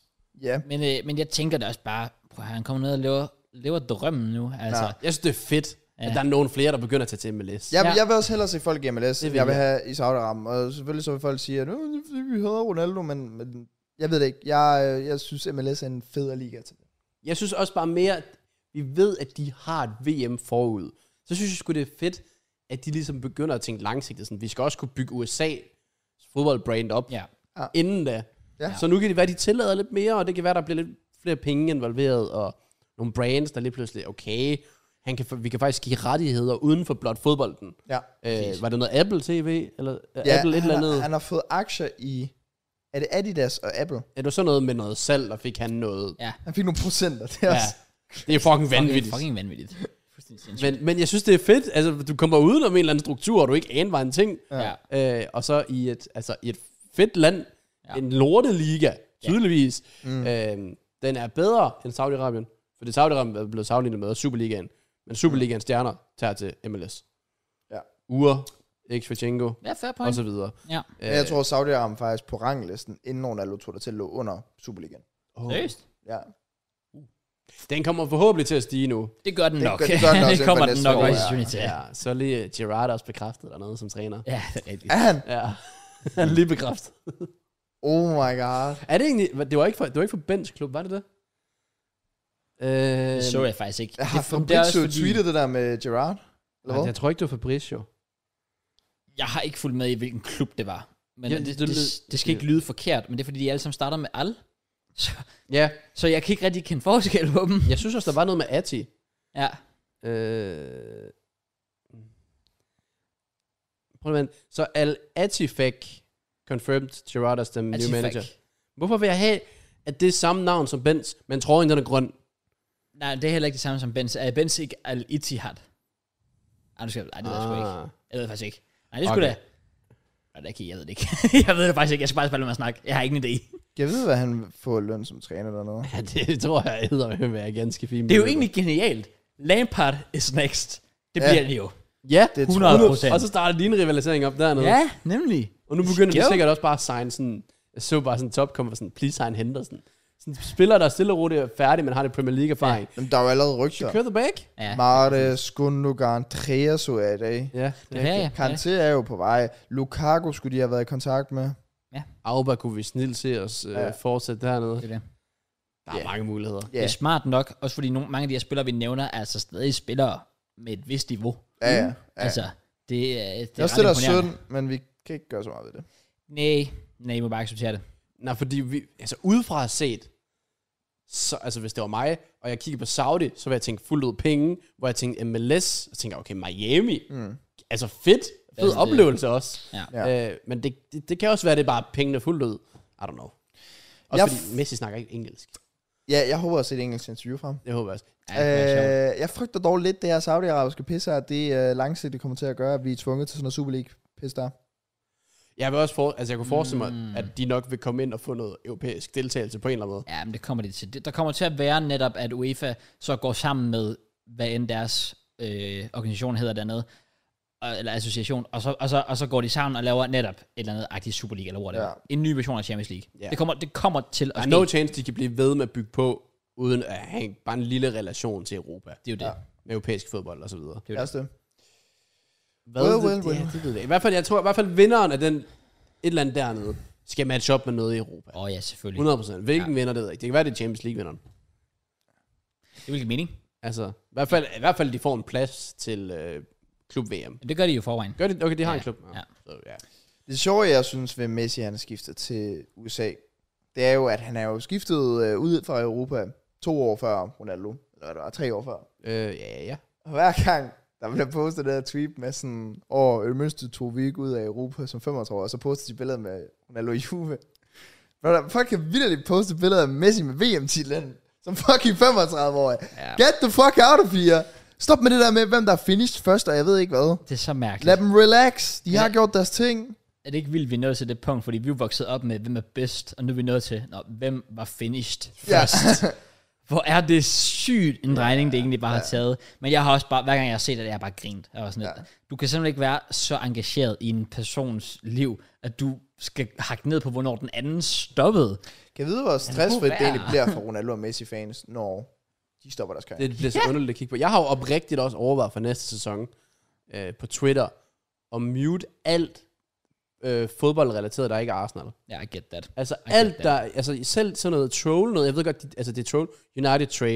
ja. men, øh, men jeg tænker da også bare, prøv, at han kommer ned og lever, lever drømmen nu. Altså, Ja. Jeg synes, det er fedt, Ja. at der er nogen flere, der begynder at tage til M L S. Jeg, Ja. jeg vil også hellere se folk i M L S, Det vil jeg vil jeg. have i Saudi-Arabien. Og selvfølgelig så vil folk sige, at "Nå, det er fordi, vi hader Ronaldo, men, men jeg ved det ikke. Jeg, øh, jeg synes, M L S er en federe liga til det. Jeg synes også bare mere, at vi ved, at de har et V M forud. Så synes jeg sgu, det er fedt, at de ligesom begynder at tænke langsigtet. Sådan, vi skal også kunne bygge U S A's fodboldbrand op ja. inden da. Ja. Så nu kan det være, at de tillader lidt mere, og det kan være, der bliver lidt flere penge involveret, og nogle brands, der lige pludselig, okay, han kan, vi kan faktisk give rettigheder uden for blot fodbolden. Ja. Øh, var det noget Apple T V, eller ja, Ja, Apple et han, eller andet? har, han har fået aktier i, er det Adidas og Apple? Er det så noget med noget salg, der fik han noget? Ja. Han fik nogle procenter. Det er Ja, også, det er fucking Fucking, vanvittigt. fucking vanvittigt. Fuldstændig sindssygt. Men, men jeg synes, det er fedt. Altså, du kommer udenom en eller anden struktur, og du ikke aner, var en ting. Ja. Øh, og så i et, altså, i et fedt land, Ja. ja. en lorteliga, tydeligvis. Mm. Øh, den er bedre end Saudi-Arabien. For det Saudi-Arabien er blevet sammenlignet med Superligaen. Men Superligaens stjerner tager til M L S. Ja. Ure, X-Fachenko, Ja, fair og point. så videre. Ja. men jeg tror, Saudi-Arabien faktisk på ranglisten, inden Ronaldo tog det til, lå under Superligaen. Oh. Seriøst? Ja. Den kommer forhåbentlig til at stige nu. Det gør den Det nok. gør- det gør den også det kommer inden den for nok næste også år, sandsynligt til. Ja, så lige Gerrard også bekræftet dernede som træner. Ja, det er rigtigt. Er han? Ja, han er lige bekræftet. Oh my god. Er det egentlig, det var ikke for, det var ikke for Bench Klub, var det det? Øh, Det så jeg faktisk ikke. Jeg har Det- det er også Fabrizio fordi- tweetet det der med Gerrard? Eller Nej, hvad? jeg tror ikke, det var Fabrizio. Jeg har ikke fulgt med i, hvilken klub det var. Men Ja, det, det- det, det- det, det skal ikke lyde forkert, men det er fordi, de alle sammen starter med al. Så, Ja, så jeg kan ikke rigtig kende forskel på dem. jeg synes også, der var noget med Ati. Ja. Øh... Prøv at vente. Så Al-Ati fik confirmed Gerrard as the new Atifak. manager. Hvorfor vil jeg have, at det er samme navn som Benz, men tror den er grøn? Nej, det er heller ikke det samme som Benz. Er Benz ikke Al-Ittihad? Ej, du skal, ej, det ved jeg sgu ikke. Ah. Jeg ved det faktisk ikke. Nej, det skulle Okay. da. Nej, det er ikke, jeg ved det ikke. jeg ved det faktisk ikke. Jeg skal bare spille med at snakke. Jeg har ingen idé. Jeg ved, hvad han får løn som træner dernede. Ja, det tror jeg, hedder med være ganske fint. Det er jo egentlig genialt. Lampard is next. Det Ja. bliver det jo. Ja, Det det hundrede procent. Og så starter din rivalisering op dernede. Ja, nemlig. Og nu begynder de Jo. sikkert også bare at signe sådan, jeg så bare sådan en top kommer sådan, please sign Henderson. Sådan spiller, der er stille og roligt er færdig, men har det Premier League erfaring. Jamen, der er jo allerede rygter. Secure the bag? Ja. Martes, Gundogan, Trier så jeg i dag. Ja, Det er ja. Kanté er jo på vej. Lukaku skulle de have været i kontakt med. Auba kunne vi snilt se os øh, Ja. fortsætte dernede. Det er det. Der er Ja. mange muligheder. Det er smart nok, også fordi nogle, mange af de her spillere, vi nævner, er altså stadig spillere med et vist niveau. Ja, ja. ja. Altså, det, er- det, Det er også det, der er synd, men vi kan ikke gøre så meget ved det. Nej, nej, I må bare acceptere det. Nej, fordi vi, altså udefra set, så, altså hvis det var mig, og jeg kigger på Saudi, så vil jeg tænke fuldt ud penge, hvor jeg tænkte M L S, så tænker jeg, okay, Miami, Mm. altså fedt, fed Altså, det- oplevelse også. Ja. Ja. Øh, men det, det, det kan også være, det er bare pengene fuldt ud. I don't know. Også Jeg fordi Messi snakker ikke engelsk. Ja, jeg håber at se et engelsk interview frem. Det håber jeg også. Ja, det er sjovt. Øh, jeg frygter dog lidt, det her saudiarabiske pisse, at det øh, langsigtet kommer til at gøre, at vi er tvunget til sådan noget Super League pisse der. Jeg vil også for, altså jeg kunne forestille mig, Mm. at de nok vil komme ind og få noget europæisk deltagelse på en eller anden måde. Ja, men det kommer det til. Det- Der kommer til at være netop, at UEFA så går sammen med, hvad end deres øh, organisation hedder dernede, og- eller association, og så, og, så, og så går de sammen og laver netop et eller andet agtigt Super League, eller whatever. Ja. En ny version af Champions League. Ja. Det, kommer, det kommer til Der at er ske. no chance, de kan blive ved med at bygge på, uden at have bare en lille relation til Europa. Det er jo det. Ja. Med europæisk fodbold og så videre. Det er jo Ja, det. det. Hvad Well, det, well, det, well. ja, det ved jeg. I hvert fald, jeg tror i hvert fald, vinderen af den, et eller andet dernede, skal matche op med noget i Europa. Åh oh, ja, selvfølgelig. hundrede procent. Hvilken Ja. vinder, det ved jeg ikke. Det kan være, det er Champions League-vinderen. Det vil give mening. Altså, i hvert fald, i hvert fald de får en plads til øh, klub-V M. Men det gør de jo i forvejen. Gør de? Okay, de har Ja, en klub. ja. Så, ja. Det sjove, jeg synes ved Messi, han er skiftet til U S A, det er jo, at han er jo skiftet øh, ud fra Europa to år før Ronaldo. Eller hvad det var, tre år før. Øh, ja, ja, ja. Og hver gang, der bliver postet det der tweet med sådan, åh, oh, mindste tog vi ikke ud af Europa som femogtredive år, og så poster de billeder med Ronaldo i Juve. Brother, folk kan vildt poste billeder af Messi med V M-titlen, som fucking femogtredive-årig. Ja. Get the fuck out of here. Stop med det der med, hvem der er finished først, og jeg ved ikke hvad. Det er så mærkeligt. Lad dem relax. De har Ja. gjort deres ting. Er det ikke vildt, vi er nået til det punkt, fordi vi er vokset op med, hvem er bedst, og nu er vi nået til, nå, hvem var finished Ja. først. Hvor er det sygt en drejning, det egentlig bare har taget. Men jeg har også bare, hver gang jeg har set det, jeg har bare grint. Jeg var sådan lidt, du kan simpelthen ikke være så engageret i en persons liv, at du skal hakke ned på, hvornår den anden stoppede. Kan jeg vide, hvor kunne stressfrit det være. egentlig bliver for Ronaldo og Messi-fans, når de stopper deres karriere? Det bliver så ja. underligt at kigge på. Jeg har jo oprigtigt også overvejet for næste sæson øh, på Twitter at mute alt øh, fodboldrelateret, der ikke er Arsenal. Ja, yeah, I get that. Altså I get alt that. der, altså selv sådan noget troll, noget, jeg ved godt, de, altså det er troll, United Trey,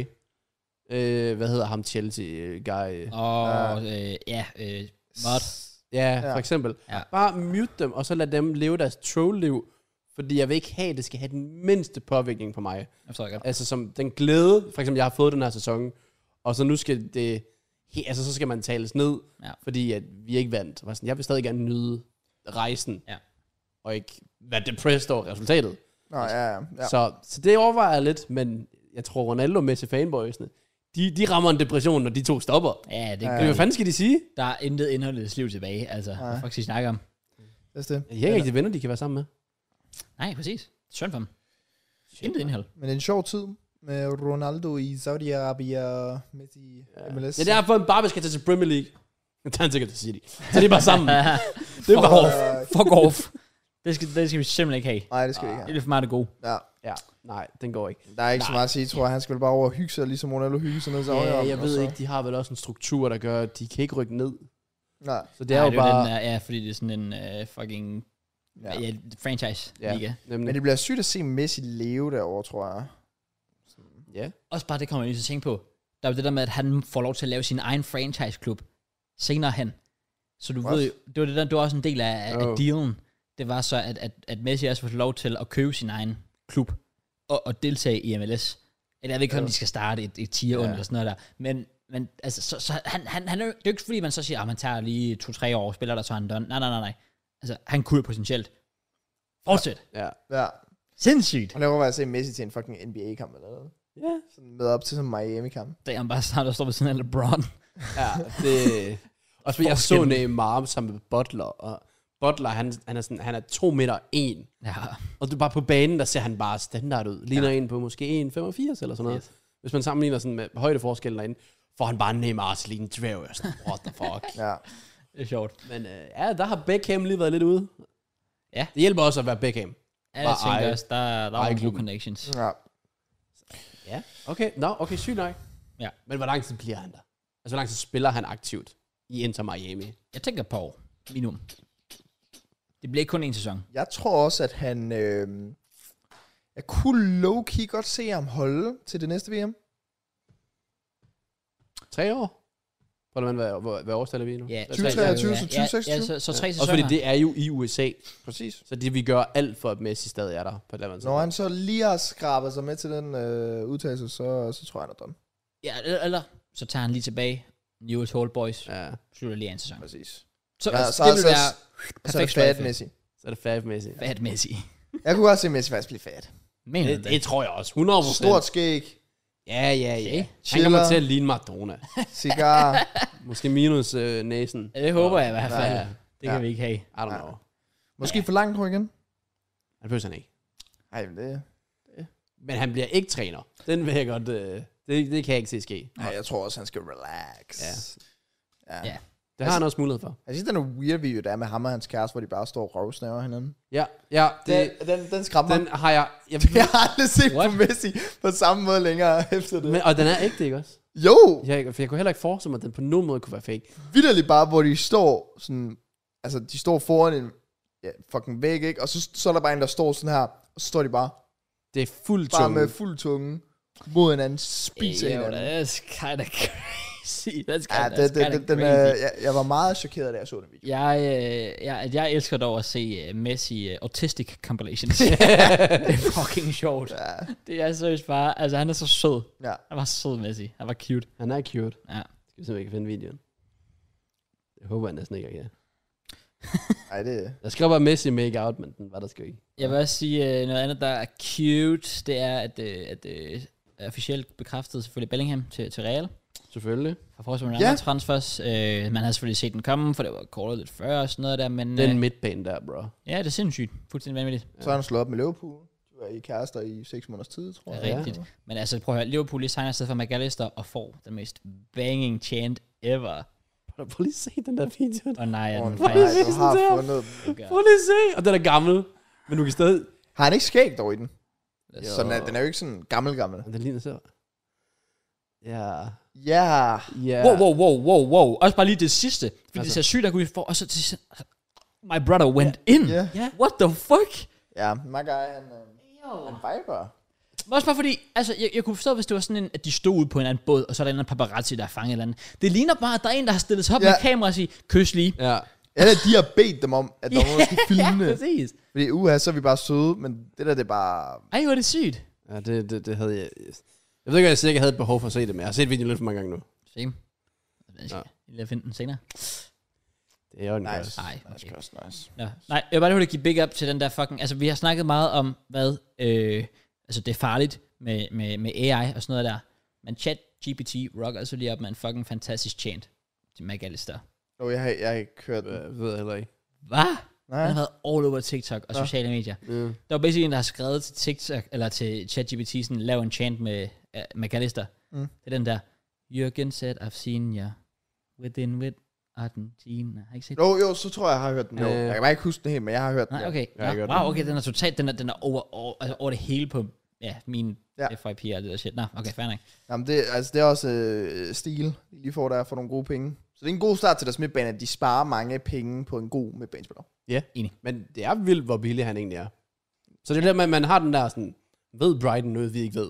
øh, hvad hedder ham Chelsea-guy? Og øh, ja, øh, Mod. Ja, Ja. for eksempel. Ja. Bare mute dem, og så lad dem leve deres troll-liv, fordi jeg vil ikke have, at det skal have den mindste påvirkning på mig. Jeg forstår godt. Altså som den glæde, for eksempel jeg har fået den her sæson, og så nu skal det, he, altså så skal man tales ned, Ja. fordi at vi ikke vandt. Jeg var sådan, Jeg vil stadig gerne nyde rejsen, Ja. og ikke være depressed over resultatet. Nå, ja, ja. ja. Så, så det overvejer jeg lidt, men jeg tror Ronaldo og Messi fanboysene, de, de rammer en depression, når de to stopper. Ja, det Ja. gør Hvad de. fanden skal de sige? Der er intet indhold i deres liv tilbage. Altså, hvad fuck skal I snakke om? Det er det. Jeg er ikke rigtig venner, de kan være sammen med. Nej, præcis. Synd for dem. Intet indhold. Men det er en sjov tid med Ronaldo i Saudi-Arabien og Messi i M L S. Ja, det er for en Barbie skal tage til Premier League. Jeg tager han sikkert til City. Så det er bare sammen. det er Fuck bare off. Fuck off. Det skal, det skal vi simpelthen ikke have. Nej, det skal vi ikke Det have. er for meget det gode. Ja. Ja, nej, den går ikke. Der er ikke så meget at sige, tror jeg. Han skal vel bare over og hygge sig, ligesom Ronaldo hygge sig ned i Saudi-Arabien. Ja, jeg og ved så- ikke, de har vel også en struktur, der gør, at de kan ikke rykke ned. Nej. Så det er Nej, jo det bare... den der, ja, fordi det er sådan en uh, fucking Ja. ja. Ja, franchise Ja, liga. nemlig. Men det bliver sygt at se Messi leve derovre, tror jeg. Ja. Også bare det kommer jeg lige til at tænke på. Der er jo det der med, at han får lov til at lave sin egen franchise-klub senere hen. Så du What? ved jo, det var, det der, det var også en del af, af Oh. dealen. Det var så, at, at, at Messi også får lov til at købe sin egen klub og, og deltage i M L S. Eller jeg ved ikke, om Ja. de skal starte et, et tier Ja. eller sådan noget der. Men, men altså, så, så han, han, han er jo, det er jo ikke fordi, man så siger, at man tager lige to-tre år og spiller der, så er han done. Nej, nej, nej, nej. Altså, han kunne jo potentielt. Fortsæt. Ja. Ja. Sindssygt. Og jeg overvejer at se Messi til en fucking N B A-kamp eller noget. Ja. Sådan med op til sådan en Miami-kamp. Det er han bare snart, der står ved siden af LeBron. Ja, det... Også fordi jeg så Forskellen. Neymar sammen med Butler, og Butler, han, han, er sådan, han er to meter en. Ja. Og du bare på banen, der ser han bare standard ud. Ligner ja. en på måske en komma femogfirs eller sådan noget. Yes. Hvis man sammenligner sådan med højdeforskellen derinde. får han bare Neymar til lige en dværg. Jeg er sådan, what the fuck. Ja. Det er sjovt. Men øh, ja, der har Beckham lige været lidt ude. Ja. Det hjælper også at være Beckham. Ja, jeg Bare tænker eje- også, der, der var eje nogle gode klubben. connections. ja. Ja, okay. Nå, okay, sygt nok. Ja. Men hvor lang tid bliver han der? Altså, hvor lang tid spiller han aktivt i Inter Miami? Jeg tænker på år. Minimum. Det bliver ikke kun en sæson. Jeg tror også, at han... Øh, jeg kunne low-key godt se ham holde til det næste V M. Tre år? Prøv at hvad, hvad, hvad årstal er vi nu? Ja, tyve treogtyve, så ja, tyve ja, seksogtyve. ja, så, så tre Også sæsoner. fordi det er jo i U S A. Præcis. Så det vi gør alt for, at Messi stadig er der på et eller andet Når han så lige har skrabet sig med til den øh, udtalelse, så, så tror jeg, han er done. Ja, eller, eller så tager han lige tilbage. Newell's Old Boys. Ja, Slutter lige af en sæson. Præcis. Så, Ja, ja, så- det vil så- være Så er det perfekt fat sløjfe. Messi. så er det fat Messi. Fat Messi. Jeg kunne godt se Messi faktisk blive fat. Mener Det, du det, det? tror jeg også. hundrede procent. Stort skæg, Ja, ja, ja. Okay. Han Chiller. kommer til at ligne Maradona. cigar. Måske minus øh, næsen. Ja, det håber jeg i hvert fald. Ja, Det kan Ja. vi ikke have. I don't Ja. know. Måske for langt hår igen. Han behøver han ikke. Ej, men det... Men han bliver ikke træner. Den vil jeg godt... Øh, det, det kan jeg ikke se ske. Nej, jeg tror også, han skal relax. Ja. Ja. Ja. Det har han også mulighed for. Jeg synes, den er weird video, der er med ham og hans kæreste, hvor de bare står og røvsnæver hinanden. Ja, ja. Det, Den, den, den skræmmer. den har jeg... jeg Jeg har aldrig set What? på Messi på samme måde længere efter det. men, og den er ægte, ikke også? Jo! Jeg, for jeg kunne heller ikke forestille mig, at den på nogen måde kunne være fake. Vitterligt bare, hvor de står sådan... Altså, de står foran en ja, fucking væg, ikke? Og så, så er der bare en, der står sådan her, og så står de bare, Det er fuld bare tunge. med fuld tunge mod hinanden, spiser Yo, hinanden. that's kind of crazy. That's Ja, kind det, that's det, kinda det, den, crazy. øh, jeg, jeg var meget chokeret, da jeg så den video. Jeg, øh, jeg, jeg elsker dog at se uh, Messi uh, autistic compilations. Det er fucking sjovt. Ja, Det er seriøst bare, altså han er så sød. ja. Han var sød, Messi. Han var cute. Han er cute. Ja. Skal vi se, om jeg kan finde videoen. Jeg håber, han næsten ikke er. Ej, det... Der skrev bare Messi make out, men den var der sgu ikke. Jeg vil også sige uh, noget andet, der er cute. Det er, at, uh, at uh, officielt bekræftet selvfølgelig Bellingham til, til Real. Selvfølgelig. For forsvar med Ja. andre transfers. Uh, man havde selvfølgelig set den komme, for det var callet lidt før og sådan noget der. Men Den uh, midtbane der, bro. ja, det er sindssygt. Fuldstændig vanvittigt. Så har han slået op med Liverpool. De var i kærester i seks måneders tid, tror jeg. Det er rigtigt. Men altså, prøv at høre. Liverpool lige signer afsted for McAllister og får den mest banging chant ever. Prøv lige at se den der video. Og oh, nej, Åh, den nej, faktisk. du har der. fundet den. Prøv lige at se. Og den er gammel. Men du kan stadig... Har han ikke skæg dog i den? Jo. Så den er, den er jo ikke sådan gammel, gammel. Den ligner så... Ja. Ja. Ja. Wow, wow, wow, wow, wow. Også bare lige det sidste. Fordi altså. Altså. det ser sygt ud for, og så til sidst- my brother went in. Ja. Ja. What the fuck? Ja, my guy, han, øh, han viber. Men også bare fordi, altså, jeg, jeg kunne forstå, hvis det var sådan en, at de stod ude på en anden båd, og så er der en anden paparazzi, der er fanget eller andet. Det ligner bare, at der er en, der har stillet sig op Ja. ja. med kamera og siger, kys lige. Ja. Eller de har bedt dem om, at der var nogen, der skulle ja, filme. præcis. Fordi uha, så er vi bare søde, men det der, det er bare... Ej, hvor er det sygt. Ja, det, det, det havde jeg... Jeg ved ikke, om jeg sikkert havde et behov for at se det, men jeg har set videoen lidt for mange gange nu. Same. Jeg skal lige finde den senere. Det er jo en Nice. nice. Ej, Nice, okay. nice, nice. Nå. Nej, jeg vil bare lige hurtigt give big up til den der fucking... Altså, vi har snakket meget om, hvad... Øh, altså, det er farligt med, med, med A I og sådan noget der. Men chat G P T rocker altså lige op med en fucking fantastisk chant til McAllister. Jo, jeg har, jeg har ikke hørt den. Jeg ved jeg heller ikke. Hvad? Nej. Den har været all over TikTok og Nå. sociale medier. Ja. Der var basically en, der har skrevet til TikTok, eller til ChatGPT, sådan, lav en chant med uh, McAllister. Mm. Det er den der, Jürgen said, I've seen you within with Argentina. Har I ikke set Jo, jo, så tror jeg, jeg har hørt den. Jo. Øh. Jeg kan bare ikke huske den helt, men jeg har hørt den. Nej, ja. okay. Jeg har Nå, hørt wow, den. okay, den er totalt, den er, den er over, over, altså over det hele på, ja, min Ja. ja. F Y P og det der shit. Nå, okay, fair nok. Jamen, det, altså, det er også øh, stil, de lige får der for nogle gode penge. Så det er en god start til deres midtbane, at de sparer mange penge på en god midtbanespiller. Ja, Enig. men det er vildt, hvor billig han egentlig er. Så det er der, man, man har den der sådan, ved Brighton noget, vi ikke ved.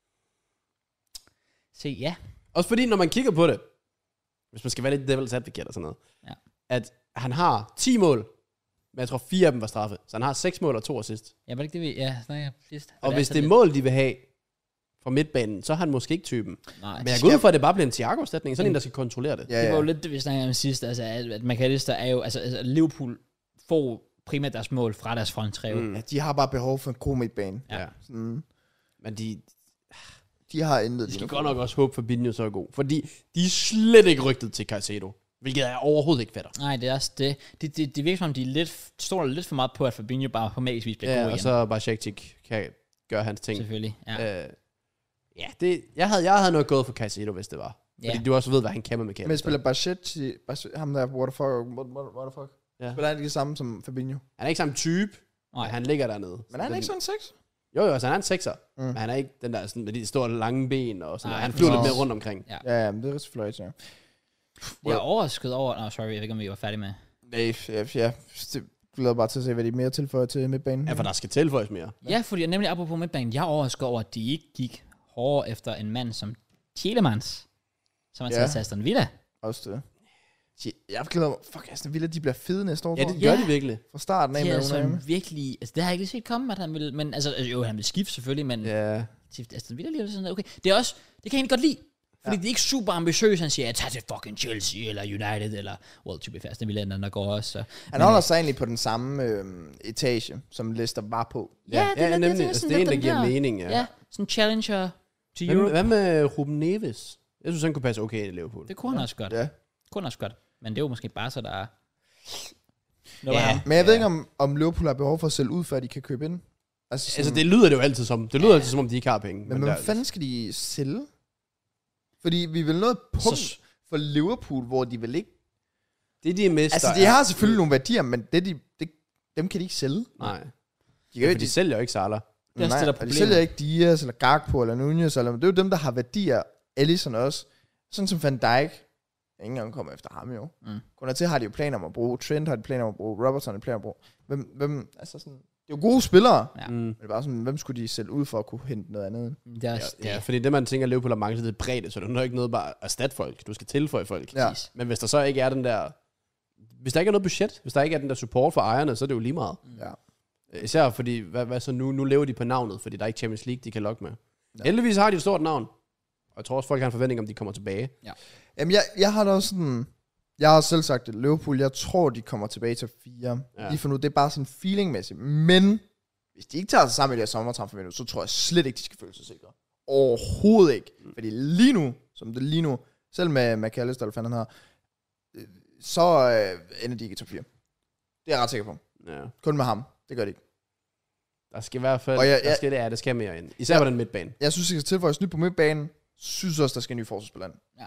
Se, ja. Også fordi, når man kigger på det, hvis man skal være lidt devil's advocate og sådan noget, Ja. at han har ti mål, men jeg tror fire af dem var straffe. Så han har seks mål og to assist. Ja, var det ikke det, vi, ja, snakker sidst. Og hvis så det er lidt- mål, de vil have fra midtbanen, så er han måske ikke typen. Nej, Men jeg går ud fra, at det bare bliver en Thiago-stilling. Sådan en, der skal kontrollere det. Ja, det var jo ja. lidt det, vi snakkede om sidst, altså, at, at McAllister er jo, altså, altså Liverpool får primært deres mål fra deres fronttræve. Mm. ja, de har bare behov for en god midtbane. Ja. Ja. Sådan, Men de, de har intet. de skal godt nok også håbe for Fabinho så er god. Fordi de er slet ikke rygtet til Caicedo. Hvilket jeg overhovedet ikke fatter. Nej, det er også det. Det, det, det virker som om, de er lidt, stoler lidt for meget på, at Fabinho bare på magisk vis bliver Ja, god og igen. så bare Shakhtar kan gøre hans ting. Selvfølgelig, ja. Øh, ja, det, jeg, havde, jeg havde nok gået for Caicedo, hvis det var. Fordi du også ved, hvad han kan med Men McAllister. spiller Bachetti, ham der, what the fuck, what, what, what the fuck? Ja. Spiller han ikke det samme som Fabinho? Han er ikke samme type, Nej. men han ligger dernede. Men er han ikke sådan en seks? Jo, jo, altså han er en sekser, Mm. mm. men han er ikke den der sådan, med de store lange ben og sådan Nej, noget. Han flyver nå. lidt mere rundt omkring. Ja. Ja, ja, men det er selvfølgelig rigtigt, ja. Jeg er overrasket over... Nå, sorry, jeg ved ikke, om vi var færdige med... Nej, ja, ja. Jeg glæder bare til at se, hvad de mere tilføjer til midtbanen. Ja, for der skal tilføjes mere. Ja, fordi jeg nemlig apropos midtbanen, jeg er overrasket over, at de ikke gik hårdere efter en mand som Tielemans, som er Ja. taget til Aston Villa. Også det. Jeg glæder mig. Fuck, Aston Villa, de bliver fede næste år. Ja, tror det jeg. gør Ja. de virkelig. Fra starten af Det er med altså Unai. en virkelig... Altså, det har jeg ikke lige set komme, at han vil... Men altså, jo, han vil skifte selvfølgelig, men... Ja. til Aston Villa lige sådan, okay. Det er også... Det kan jeg egentlig godt lide. Fordi ja. det er ikke super ambitiøst, han siger, tag til fucking Chelsea, eller United, eller... Well, to be fair, Aston Villa er der går også. Så. Han holder sig egentlig på den samme øh, etage, som Leicester var på. Ja, det er ja lidt- nemlig. det er Altså, sådan det er en, lidt der den giver der- mening, ja. Ja, sådan challenger til Hvad, Europe. hvad med Ruben Neves? Jeg synes, han kunne passe okay i Liverpool. Det kunne han også godt. Ja. Kunne han også godt. Men det er jo måske bare så, der er... Nå, Ja. ham. Men jeg ved ikke, om, om Liverpool har behov for at sælge ud, før de kan købe ind. Altså, sådan, Altså, det lyder det jo altid som. Det lyder ja. altid som, om de ikke har penge. men, men hvad der, fanden skal de sælge? Fordi vi vil nå et punkt Så- for Liverpool, hvor de vil ikke... det er de mister. Altså, de har selvfølgelig nogle værdier, men det, de, det, dem kan de ikke sælge. Nej. De Ja, kan jo for de sælger jo ikke Salah. Det er også Nej, det, der er og de problemet. sælger ikke Diaz, eller Gakpo, eller Nunez, eller, det er jo dem, der har værdier. Alisson også. Sådan som Van Dijk. Ingen gang kommer efter ham jo. Mm. Konaté har de jo planer om at bruge. Trent har de planer om at bruge. Robertson har de planer om at bruge. Hvem, hvem, altså sådan, det er jo gode spillere. Ja. Mm. Men det er bare sådan, hvem skulle de sælge ud for at kunne hente noget andet? Det er også Ja, ja, det. fordi det, man tænker, at Liverpool har manglet, det er bredde, så det er nok ikke noget bare at erstatte folk. Du skal tilføje folk. Ja. Præcis. Men hvis der så ikke er den der... Hvis der ikke er noget budget, hvis der ikke er den der support for ejerne, så er det jo lige meget. Ja. Især fordi, hvad, hvad så nu? Nu lever de på navnet, fordi der er ikke Champions League, de kan lokke med. Ja. Ja. Heldigvis har de et stort navn. Og jeg tror også, folk har en forventning om, de kommer tilbage. Jamen, jeg, jeg har da også sådan... Jeg har selv sagt det. Liverpool, jeg tror, de kommer tilbage til fire. Ja. Ja. Lige for nu, det er bare sådan feelingmæssigt. Men hvis de ikke tager sig sammen i det her sommertransfervindue, så tror jeg slet ikke, de skal føle sig sikre. Overhovedet ikke. Mm. Fordi lige nu, som det lige nu, selv med McAllister, eller hvad fanden han har, øh, så øh, ender de ikke i top fire. Det er jeg ret sikker på. Ja. Kun med ham. Det gør de ikke. Der skal i hvert fald... Og jeg- der jeg- skal det, ja, der skal mere ind. Især Ja. på den midtbane. Jeg synes, det skal tilføjes nyt på midtbanen. Synes også, der skal en ny forsvarsspiller ind. Ja.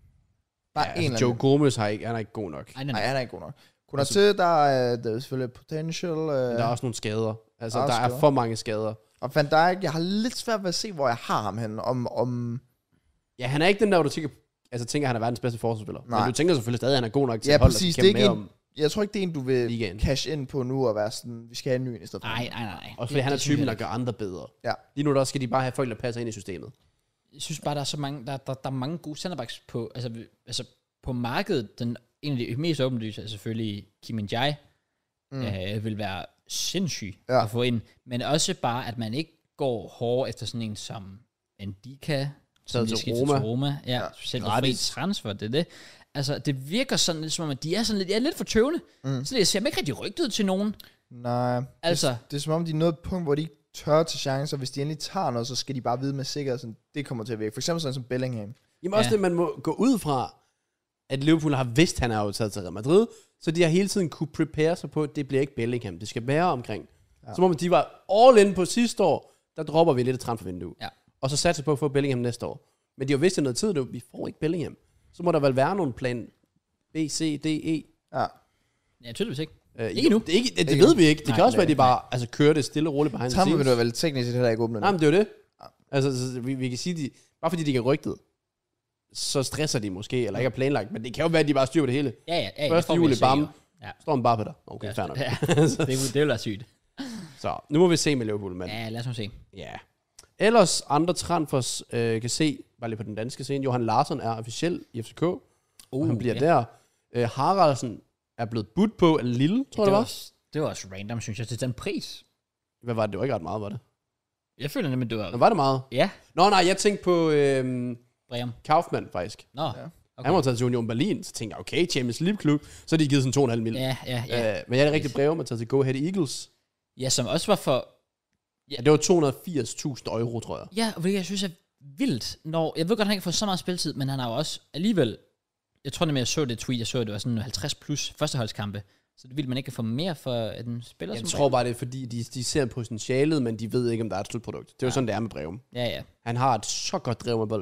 Bare Ja, en eller altså, Joe anden. Gomez har ikke, han er ikke god nok. Ej, nej, Nej, nej. han er ikke god nok. Konaté, der er, der er selvfølgelig potential. Øh, Men der er også nogle skader. Altså, Der er der er skader. for mange skader. Og Van Dijk, jeg har lidt svært ved at se, hvor jeg har ham henne. Om, om Ja, han er ikke den der, hvor du tænker, altså, tænker, at han er verdens bedste forsvarsspiller. Nej. Men du tænker selvfølgelig stadig, at han er god nok til Ja, at holde præcis. og Det er kæmpe ikke med en- om jeg tror ikke, det er en, du vil ligaen. cash ind på nu og være sådan, vi skal have en ny en i stedet for. Nej, nej, nej. Også fordi Det- han er det synes typen, jeg der gør andre bedre. Ja. Lige nu der skal de bare have folk, der passer ind i systemet. Jeg synes bare, der er så mange, der, der, der er mange gode centerbacks på, altså, altså på markedet. Den, en af de mest åbenlyse er selvfølgelig Kim Min-jae. Mm. Øh, vil være sindssyg Ja. ja. at få ind. Men også bare, at man ikke går hårdt efter sådan en som Ndika, som Taget lige til skifter Roma. til Roma. Ja, Ja. ja. Specielt for fri Gratis. transfer, det er det. Altså, det virker sådan lidt som om, at de er sådan lidt, jeg er lidt for tøvende. Mm. Så jeg ser dem ikke rigtig rygtet til nogen. Nej, Altså. det, det er som om, de er nået et punkt, hvor de ikke tør til chancer. Hvis de endelig tager noget, så skal de bare vide med sikkerhed, sådan, det kommer til at virke. For eksempel sådan som Bellingham. Jamen også Ja. det, man må gå ud fra, at Liverpool har vidst, at han er jo taget til Real Madrid, så de har hele tiden kunne prepare sig på, at det bliver ikke Bellingham. Det skal være omkring. Ja. Som om de var all in på sidste år, der dropper vi lidt et transfervindue. Ja. Og så satser på at få Bellingham næste år. Men de har vidst i noget tid nu, vi får ikke Bellingham. Så må der vel være nogle plan B, C, D, E. Ja. Ja, tydeligvis ikke. Uh, Ikke nu. Det, er ikke, det, det Ikke ved vi ikke. Det Nej, kan også nej, være, at de bare altså, kører det stille og roligt behind the Transfervinduet scenes. er vel teknisk set heller ikke åbnet. Nej, men det er jo det. Altså, så, vi, vi kan sige, de, bare fordi de ikke er rygtet, så stresser de måske, eller ikke er planlagt. Men det kan jo være, at de bare styrer på det hele. Ja, ja, ja. Første det får vi juli, at se, bam. jo. Ja. Står en bare på dig. Okay, Ja, fair nok. ja. det, det vil være sygt. Så nu må vi se med Liverpool, men ja. Ja, lad os nu se. ja. Ellers andre transfers øh, kan se, bare lige på den danske scene, Johan Larsson er officiel i F C K, uh, og han bliver ja. der. Øh, Haraldsen er blevet budt på af Lille, tror jeg det var. var. Også, det var også random, synes jeg, til den pris. Hvad var det? Det var ikke ret meget, var det? Jeg føler nemlig, det var... Nå, var det meget? Ja, Nå nej, jeg tænkte på øh, Brian. Kaufmann faktisk. Nå, Ja. okay. Han var taget til Union Berlin, så tænkte jeg, okay, Champions League klub, så har de givet sådan to komma fem mil. Ja, ja, ja. Øh, men jeg er det rigtige brev, man taget til Go Ahead Eagles. Ja, som også var for... Ja, det var to hundrede og firs tusind euro, tror jeg. Ja, og det jeg synes er vildt, når... Jeg ved godt, han ikke har fået så meget spilletid, men han har jo også alligevel... Jeg tror nemlig, jeg så det tweet, jeg så, det var sådan halvtreds plus førsteholdskampe. Så det vil man ikke få mere for en spiller Jeg som tror bare, det er fordi, de, de ser potentialet, men de ved ikke, om der er et slutprodukt. Det er jo Ja. sådan, det er med Breum. Ja, ja. Han har et så godt drev med bolden.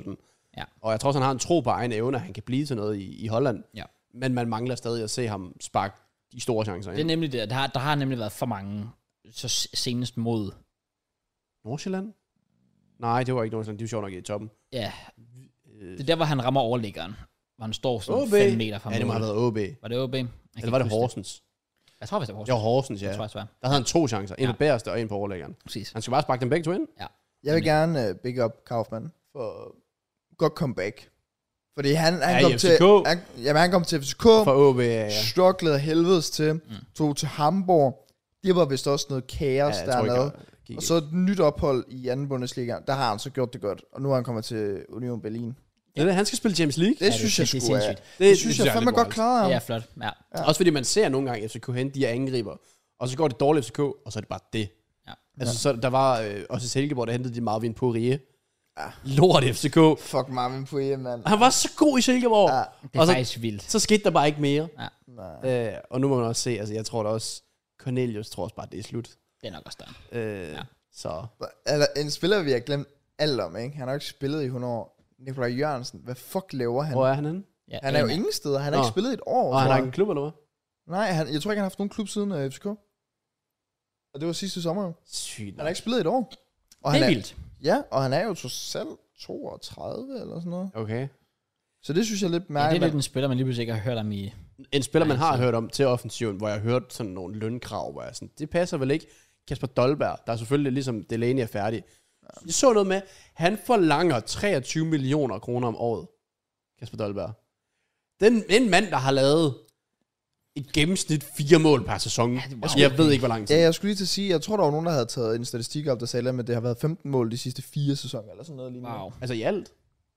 Ja. Og jeg tror også, han har en tro på egen evne, at han kan blive til noget i, i Holland. Ja. Men man mangler stadig at se ham sparke de store chancer Det er ind. nemlig det. Der har, der har nemlig været for mange, så senest mod, Nordsjælland? Nej, det var ikke Nordsjælland. De var sjovt nok i toppen. ja, det er der, hvor han rammer overliggeren. Hvor han står sådan O B. fem meter fra Ja, det må have målet. været O B. Var det O B? Jeg kan Eller var ikke det huske Horsens? Jeg tror, det var Horsens. Det var Horsens, ja. Jeg tror, det var. Der havde han to chancer. En Ja. på bagerste og en på overlæggeren. Præcis. Han skulle bare sparke dem begge to ind. Jeg vil gerne uh, big up Kaufmann for godt comeback. Fordi han, han Ja, kom i F C til... K. Han, jamen, han kom til F C K. For O B, ja, ja. Struglede helvedes til. Mm. Tog til Hamburg. Det var vist også noget kaos Ja, jeg tror ikke, dernede. jeg gik Og så et nyt ophold i anden Bundesliga. Der har han så gjort det godt. Og nu er han kommet til Union Berlin. Det er det, han skal spille Champions League. Det Ja, synes det- jeg det er sgu er... sindssygt. Det, det synes jeg er fandme lidt godt wild. klaret ham. Ja, flot. Ja. Ja. Også fordi man ser nogle gange F C K hen, de er angriber. Og så går det dårligt F C K, og så er det bare det. Ja. Altså, så der var øh, også i Silkeborg, der hentede de Marvin Poirier. Ja. Lort F C K. Fuck Marvin Poirier, mand. Han var så god i Silkeborg. Ja. Ja. Det er Og så- faktisk vildt. Så skete der bare ikke mere. Nej. Øh, og nu må man også se, altså jeg tror da også, Cornelius tror også bare, det er slut. Det er nok også der. Øh, Ja. Så Eller, en spiller, vi har glemt alt om, ikke? Han har jo ikke spillet i hundrede år. Nikolaj Jørgensen. Hvad fuck laver han? hvor er han henne? Ja, Han er jo en af- ingen steder. Han har Nå. ikke spillet i et år. Og han tror har jeg. ikke en klub, eller hvad? Nej, han, jeg tror ikke, han har haft nogen klub siden uh, F C K. Og det var sidste sommer jo. Sygt. Han har ikke spillet i et år. Og Det han er vildt. Ja, og han er jo så selv toogtredive eller sådan noget. Okay. Så det synes jeg er lidt Ja, det mærkeligt. er lidt en spiller, man lige pludselig ikke har hørt om i... En spiller, man Nej, har så- hørt om til offensiven, hvor jeg har hørt sådan nogle lønkrav, hvor jeg sådan, det passer vel ikke. Kasper Dolberg, der er selvfølgelig ligesom Delaney er færdig. Jeg så noget med, han forlanger treogtyve millioner kroner om året. Kasper Dolberg. Den en mand, der har lavet et gennemsnit fire mål per sæson. Ja, det var altså, jeg ved ikke, hvor lang tid. Ja, jeg skulle lige til at sige, jeg tror, der var nogen, der havde taget en statistik op, der sagde, at det har været femten mål de sidste fire sæsoner, eller sådan noget lignende. Wow. Altså i alt.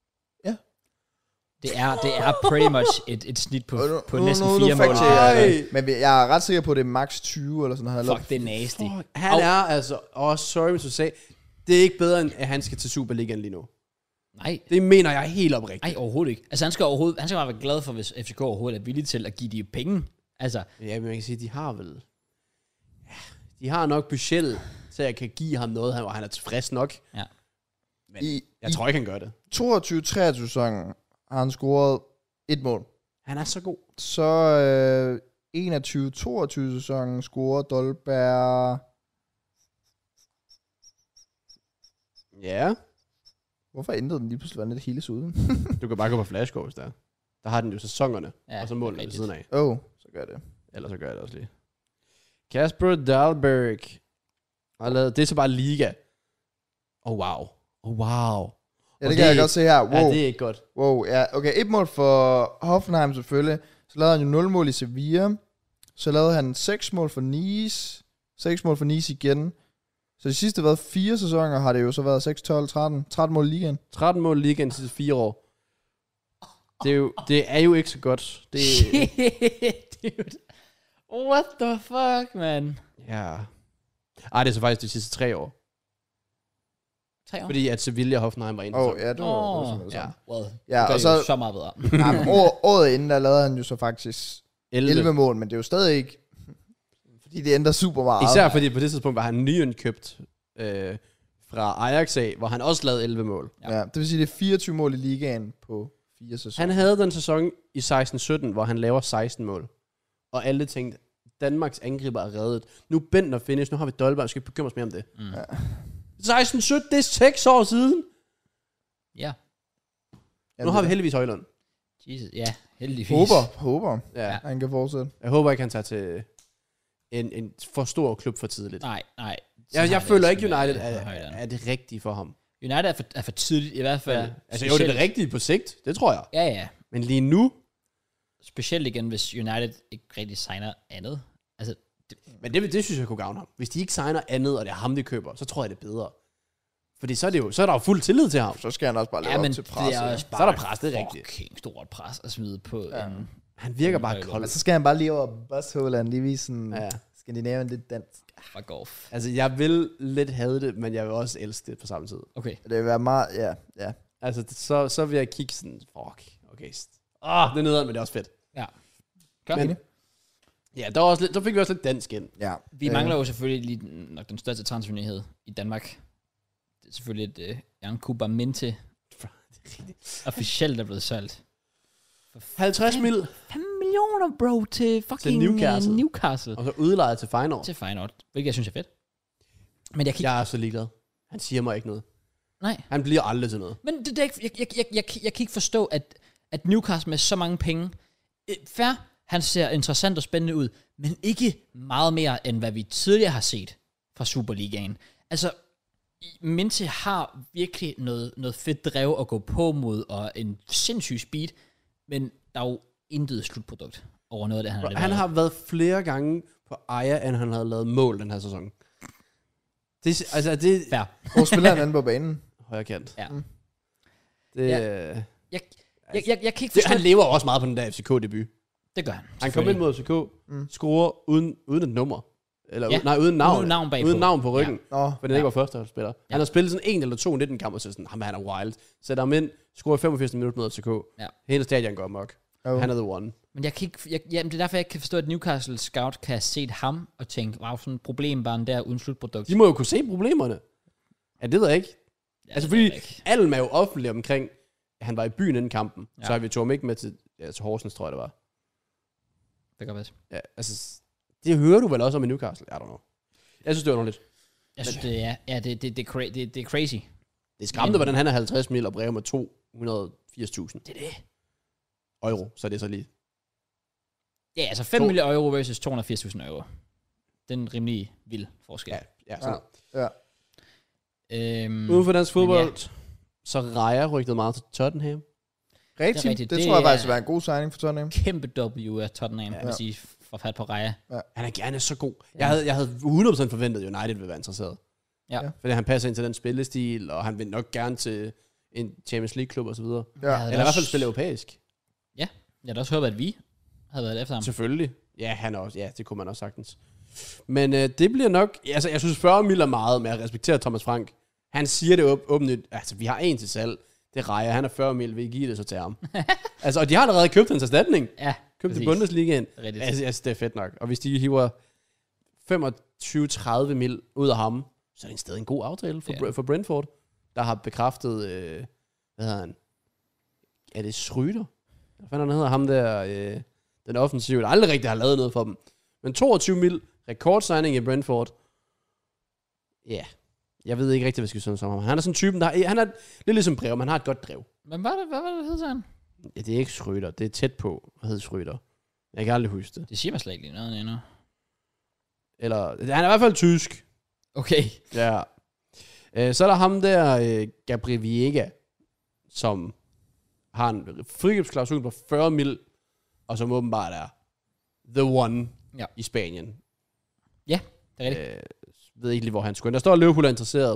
Det er, det er pretty much et, et snit på, Og nu- på nu- næsten nu- nu fire mål. fact-checker jeg Ej. det. Men vi- jeg er ret sikker på, at det er max tyve, eller sådan noget. Han har Fuck, det er nasty. Fuck, han er altså, åh, oh, sorry, hvis du sagde, det er ikke bedre, end at han skal til Superligaen lige nu. Nej. Det mener jeg helt oprigtigt. Nej, overhovedet ikke. Altså, han skal, overhovedet, han skal bare være glad for, hvis F C K overhovedet er villig til at give de penge. Altså, Ja, men man kan sige, de har vel... Ja, de har nok budget til at kan give ham noget, hvor han er tilfreds nok. ja. Men I, jeg i tror ikke, han gør det. toogtyve treogtyve sæsonen har han scoret et mål. Han er så god. Så øh, enogtyve toogtyve sæsonen scorer Dolberg... Ja. Hvorfor ændrede den lige pludselig, hvordan det hele så ud? Du kan bare gå på flashcodes der. Der har den jo sæsonerne, Ja, ja, og så målene ved rigtigt. siden af. Åh, oh, så gør det. Ellers så gør jeg det også lige. Kasper Dahlberg har lavet... Det er så bare liga. Oh, wow. Oh, wow. Ja, Og det kan jeg det- godt se her. Wow. Ja, det er ikke godt. Wow, ja. Okay, et mål for Hoffenheim selvfølgelig. Så lavede han jo nul mål i Sevilla. Så lavede han seks mål for Nice. seks mål for Nice igen. Så de sidste været fire sæsoner har det jo så været seks, tolv, tretten. tretten mål i ligaen. tretten mål i ligaen de sidste fire år. Det er jo, det er jo ikke så godt. Det, Dude. What the fuck, man? ja. Ej, det er så faktisk de sidste tre år. Tre år? Fordi at Sevilla og Hoffenheim var en Åh, oh, ja, det var, oh, det var Åh, simpelthen ja. sådan. Well, Ja, ja, og og så- så... så meget bedre. Ja, men år, året inden, der lavede han jo så faktisk elleve. elleve mål, men det er jo stadig ikke... Fordi det ændrer super meget. Især fordi på det tidspunkt var han nyindkøbt øh, fra Ajax af, hvor han også lavede elleve mål. Ja. ja, det vil sige, det er fireogtyve mål i ligaen på fire sæsoner. Han havde den sæson i seksten sytten, hvor han laver seksten mål. Og alle tænkte, Danmarks angriber er reddet. Nu er Bent og finish, nu har vi Dolberg, skal ikke bekymre os mere om det. Mm. Ja. seksten sytten, det er seks år siden. Ja, Ja, Nu har vi heldigvis Højlund. Jesus. Ja, heldigvis. Håber, håber, Ja. Ja. han kan fortsætte. Jeg håber ikke, han tager til en, en for stor klub for tidligt. Nej, nej. Så Jeg, har jeg det føler altså ikke, United været er, Højlund. er det rigtige for ham. United er for, er for tidligt, i hvert fald. Ja. Altså jo, det er det rigtige på sigt, det tror jeg. Ja, ja. Men lige nu, Specielt igen, hvis United ikke rigtig signer andet. Altså, det, men det, det synes jeg kunne gavne ham. Hvis de ikke signer andet, og det er ham, de køber, så tror jeg, det er bedre. Fordi så er, det jo, så er der jo fuld tillid til ham. Så skal han også bare leve ja, op men til det presset. er også Så bare er der pres, det er rigtigt. fucking stort pres at smide på Ja. en... Han virker bare Højlund. kold. Men så skal han bare lige over Bosshåland, lige vise sådan Ja. ja. Skandinavien lidt dansk. Fuck off. Altså, jeg vil lidt have det, men jeg vil også elske det på samme tid. Okay. Det vil være meget, ja, ja. Altså, det- så, så vil jeg kigge sådan, fuck, okay. Åh, oh, det er nederen, men det er også fedt. Ja. Klar. Men, ja, der, var også lidt, der fik vi også lidt dansk ind. ja. Vi øh. mangler jo selvfølgelig lige nok den største transfernyhed i Danmark. Det er selvfølgelig et uh, Yankuba Minte. Officielt er blevet solgt. halvtreds mil. fem millioner, bro, til fucking Til Newcastle. Uh, Newcastle. Og så udlejet til Feyenoord. Til Feyenoord, hvilket jeg synes er fedt. Men jeg kan ikke... Jeg er så ligeglad. Han siger mig ikke noget. Nej. Han bliver aldrig til noget. Men det, det er ikke, jeg, jeg, jeg, jeg, jeg kan ikke forstå, at, at Newcastle med så mange penge... Eh, fair, han ser interessant og spændende ud, men ikke meget mere, end hvad vi tidligere har set fra Superligaen. Altså, Minty har virkelig noget, noget fedt drev at gå på mod, og en sindssyg speed, men der er jo intet slutprodukt over noget af det, han har leveret. Han har været flere gange på ejer, end han havde lavet mål den her sæson. Det, altså, det... Fair. Hvor spiller han anden på banen? Højre kant. Ja. Mm. Det, Ja. ja. Jeg, jeg, jeg, jeg, jeg kan ikke det, forstå... han lever også meget på den der F C K-debut. Det gør han. Han kom ind mod F C K, mm. scorer uden, uden et nummer. Eller, Ja. nej, uden navn. Uden navn bagpå. Uden navn på ryggen. Nå, For den ikke var førsteholdsspiller. Ja. Han har spillet sådan en eller to nitten kampe, og så sådan, ham han er wild. Sætter ham ind, scorer femogfirs minutter mod F C K. Ja. Hele stadion går amok. Jo. Han er the one. Men jeg kan ikke, jeg, jamen det er derfor, jeg ikke kan forstå, at Newcastle Scout kan have set ham og tænke, wow, sådan et problem var en der uden slutprodukt. De må jo kunne se problemerne. Ja, det ved jeg ikke. Ja, Altså det ved fordi, jeg ikke. Alm er jo offentlig omkring, at han var i byen inden kampen. Ja. Så har vi tog ham ikke med til, ja, til Horsens, tror jeg det var. Det kan være. Ja, altså, det hører du vel også om i Newcastle? I don't know. Jeg synes, det var noget lidt. Jeg synes, det er, ja, det, det, det, er cra- det, det er crazy. Det er skræmmende, hvordan han er halvtreds mil og Bremer to hundrede og firs tusind Det er det. euro. Så det er så lige. Ja, altså fem To- millioner euro versus to hundrede og firs tusind euro. Det er en rimelig vild forskel. Ja, ja, sådan. Ja. Øhm, Uden for dansk fodbold, ja. så Raja rygtet meget til Tottenham. Rigtigt. Det er Det, rigtigt. det Det tror jeg er- faktisk vil være en god signing for Tottenham. Kæmpe W af Tottenham, ja. Hvis I får fat på Raja. Han er gerne så god. Jeg havde, jeg havde hundrede procent forventet, at United ville være interesseret. Ja. Ja. Fordi han passer ind til den spillestil, og han vil nok gerne til en Champions League-klub og så videre. Ja. Jeg havde Eller i hvert også- fald spille europæisk. Jeg havde også håbet, at vi havde været efter ham. Selvfølgelig. Ja, han er også, ja, det kunne man også sagtens. Men øh, det bliver nok... Altså, jeg synes fyrre mil er meget, men jeg respekterer Thomas Frank. Han siger det åb- åbent. Altså, vi har en til salg. Det Raja. Han er fyrre mil. Vi giver det så til ham. Altså, og de har allerede købt hans erstatning. Ja, Købt i præcis. Bundesligaen. Rigtigt. Altså, altså, det er fedt nok. Og hvis de hiver femogtyve til tredive mil ud af ham, så er det en stadig en god aftale for, Ja. Br- for Brentford, der har bekræftet... Øh, hvad hedder han? Er det Schrøder? Hvad fanden han hedder? Ham der... Øh, den offensive, der aldrig rigtig har lavet noget for dem. Men toogtyve mil, rekordsigning i Brentford. Ja, yeah. Jeg ved ikke rigtig, hvad jeg skal synes om ham. Han er sådan en typen, der har, han er lidt ligesom Brev, men han har et godt drev. Men hvad var det, hvad var det, hed han? Ja, det er ikke Schrøder, det er tæt på, hvad hedder Schrøder. Jeg kan aldrig huske det. Det siger mig slet ikke lige noget endnu. Eller, han er i hvert fald tysk. Okay. Ja. Øh, så er der ham der, øh, Gabriel Viega, som har en frikøbsklausul på fyrre mil, og som åbenbart er the one Ja. i Spanien. Ja, det er rigtigt. Øh, ved ikke lige, hvor han skulle. Der står, at Liverpool er interesseret.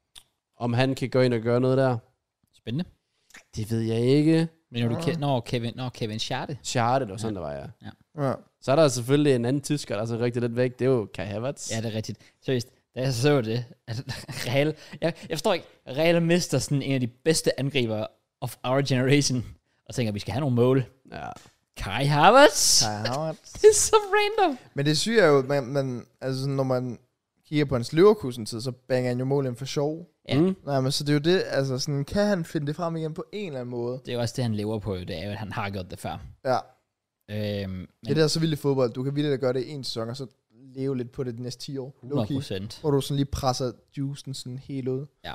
Om han kan gå ind og gøre noget der. Spændende. Det ved jeg ikke. Men når du ke- når Kevin, når Kevin Schade. Charted og sådan, ja. Der var jeg. Ja. Så er der selvfølgelig en anden tysker, der er så rigtig lidt væk. Det er jo Kai Havertz. Ja, det er rigtigt. Seriøst, da jeg så det, at Real, jeg, jeg forstår ikke, Real mister sådan en af de bedste angriber of our generation, og tænker, at vi skal have nogle mål. Ja. Kai Havertz. Kai Havertz. Det er så random. Men det syge er jo, man, man, altså sådan, når man kigger på hans Leverkusen-tid, så banger han jo mål ind for sjov. Ja. Mm. Nej, men så det er jo det, altså sådan, kan han finde det frem igen på en eller anden måde? Det er jo også det, han lever på, det er jo, at han har gjort det før. Ja, Øhm, men det er det, der er så vildt i fodbold. Du kan vildt gøre det i en sæson, og så leve lidt på det de næste ti år. hundrede Low-key. procent. Hvor du sådan lige presser juicen sådan helt ud. Jeg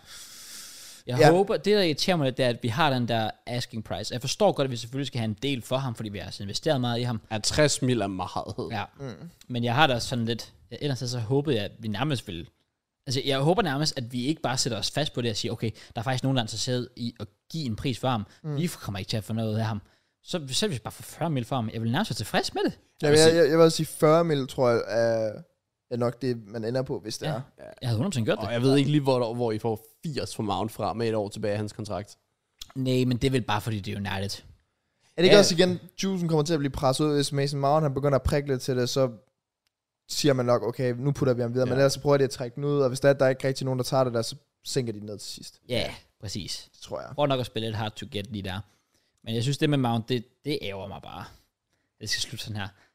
Ja. håber, det der irriterer mig lidt, det er, at vi har den der asking price. Jeg forstår godt, at vi selvfølgelig skal have en del for ham, fordi vi har altså investeret meget i ham. Ja, tres mil er meget. Ja. Mm. Men jeg har da sådan lidt, ellers så håbede jeg, at vi nærmest vil, altså jeg håber nærmest, at vi ikke bare sætter os fast på det og siger, okay, der er faktisk nogen, der er interesseret i at give en pris for ham. Mm. Vi kommer ikke til at få noget af ham. Så selv hvis vi bare får fyrre mil for ham, jeg vil nærmest være tilfreds med det. Ja, jeg, jeg, jeg vil sige fyrre mil, tror jeg, er, er nok det, man ender på, hvis det Ja. er. Jeg havde hundrede procent gjort det. Og jeg ved ikke lige, hvor, hvor I får firs for Mount fra med et år tilbage af hans kontrakt. Nej, men det er vel bare, fordi det er United. Er det ikke Ja. også igen, juicen kommer til at blive presset ud, hvis Mason Mount han begynder at prikke lidt til det, så siger man nok, okay, nu putter vi ham videre, Ja. men ellers så prøver de at trække den ud, og hvis der, der er ikke rigtig nogen, der tager det der, så sænker de den ned til sidst. Ja, præcis. Det tror jeg. Prøv nok at spille lidt hard to get lige der. Men jeg synes, det med Mount, det, det ærger mig bare. Det skal slutte sådan her.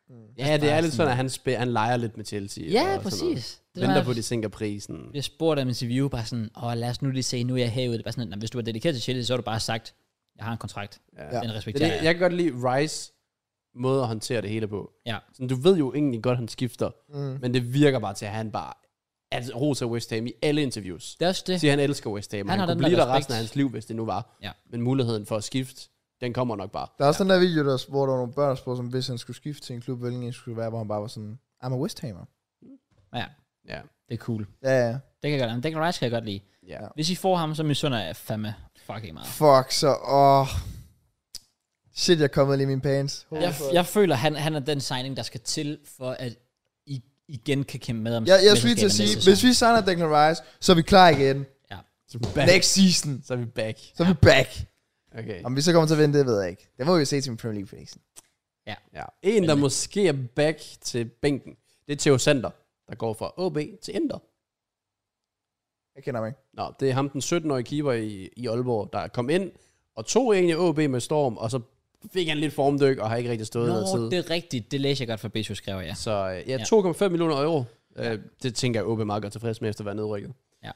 Ja, det er lidt sådan, at han, spil, han leger lidt med Chelsea. Ja, og præcis. Det Venter var- på, at de sænker prisen. Jeg spurgte dem i interview, bare sådan, åh, lad os nu lige se, nu er jeg herude. Det er bare sådan, "Nå, hvis du er dedikeret til Chelsea, så har du bare sagt, jeg har en kontrakt. Ja. Den Det er respekterer det, jeg. jeg kan godt lide Rice måde at håndtere det hele på. Ja. Sådan, du ved jo egentlig godt, at han skifter, Mm. men det virker bare til, at han bare er roser West Ham i alle interviews. Det er også det. Siger, han elsker West Ham, Han han, han har kunne den der blive der respekt. resten af hans liv, hvis det nu var. Ja. Men muligheden for at skifte, den kommer nok bare. Der er også ja. den der video, der, hvor der var nogle børn, der spurgte, som hvis han skulle skifte til en klub, hvilken en skulle være, hvor han bare var sådan, I'm a West Hammer. Ja, Ja. det er cool. Ja, ja. Det kan jeg godt, Declan Rice kan jeg godt lide. Ja. Hvis I får ham, så misunder jeg fandme fucking meget. Fuck, så, åh. Shit, jeg er kommet lige i mine pants. Jeg, jeg føler, han, han er den signing, der skal til, for at I igen kan kæmpe med om Jeg, jeg skulle lige til at mesterskabet sige, næste hvis vi signer Declan Rice, så er vi klar igen. Så er vi back. Next season. Så er vi back. Så er vi back. Okay. Om vi så kommer til at vinde, det ved jeg ikke. Det må vi se til min Premier League prisen. Ja. En, der Men- måske er back til bænken, det er Theo Sander, der går fra O B til Inter. Jeg kender ham ikke. Nå, det er ham, den sytten-årige keeper i, i Aalborg, der kom ind og tog egentlig O B med storm, og så fik han lidt formdyk og har ikke rigtig stået noget Nå, tid. det er rigtigt. Det læser jeg godt fra Besø skriver, ja. Så øh, ja, Ja. to komma fem millioner euro. Øh, det tænker jeg, O B er meget godt tilfreds med, efter at være nedrykket. Ja.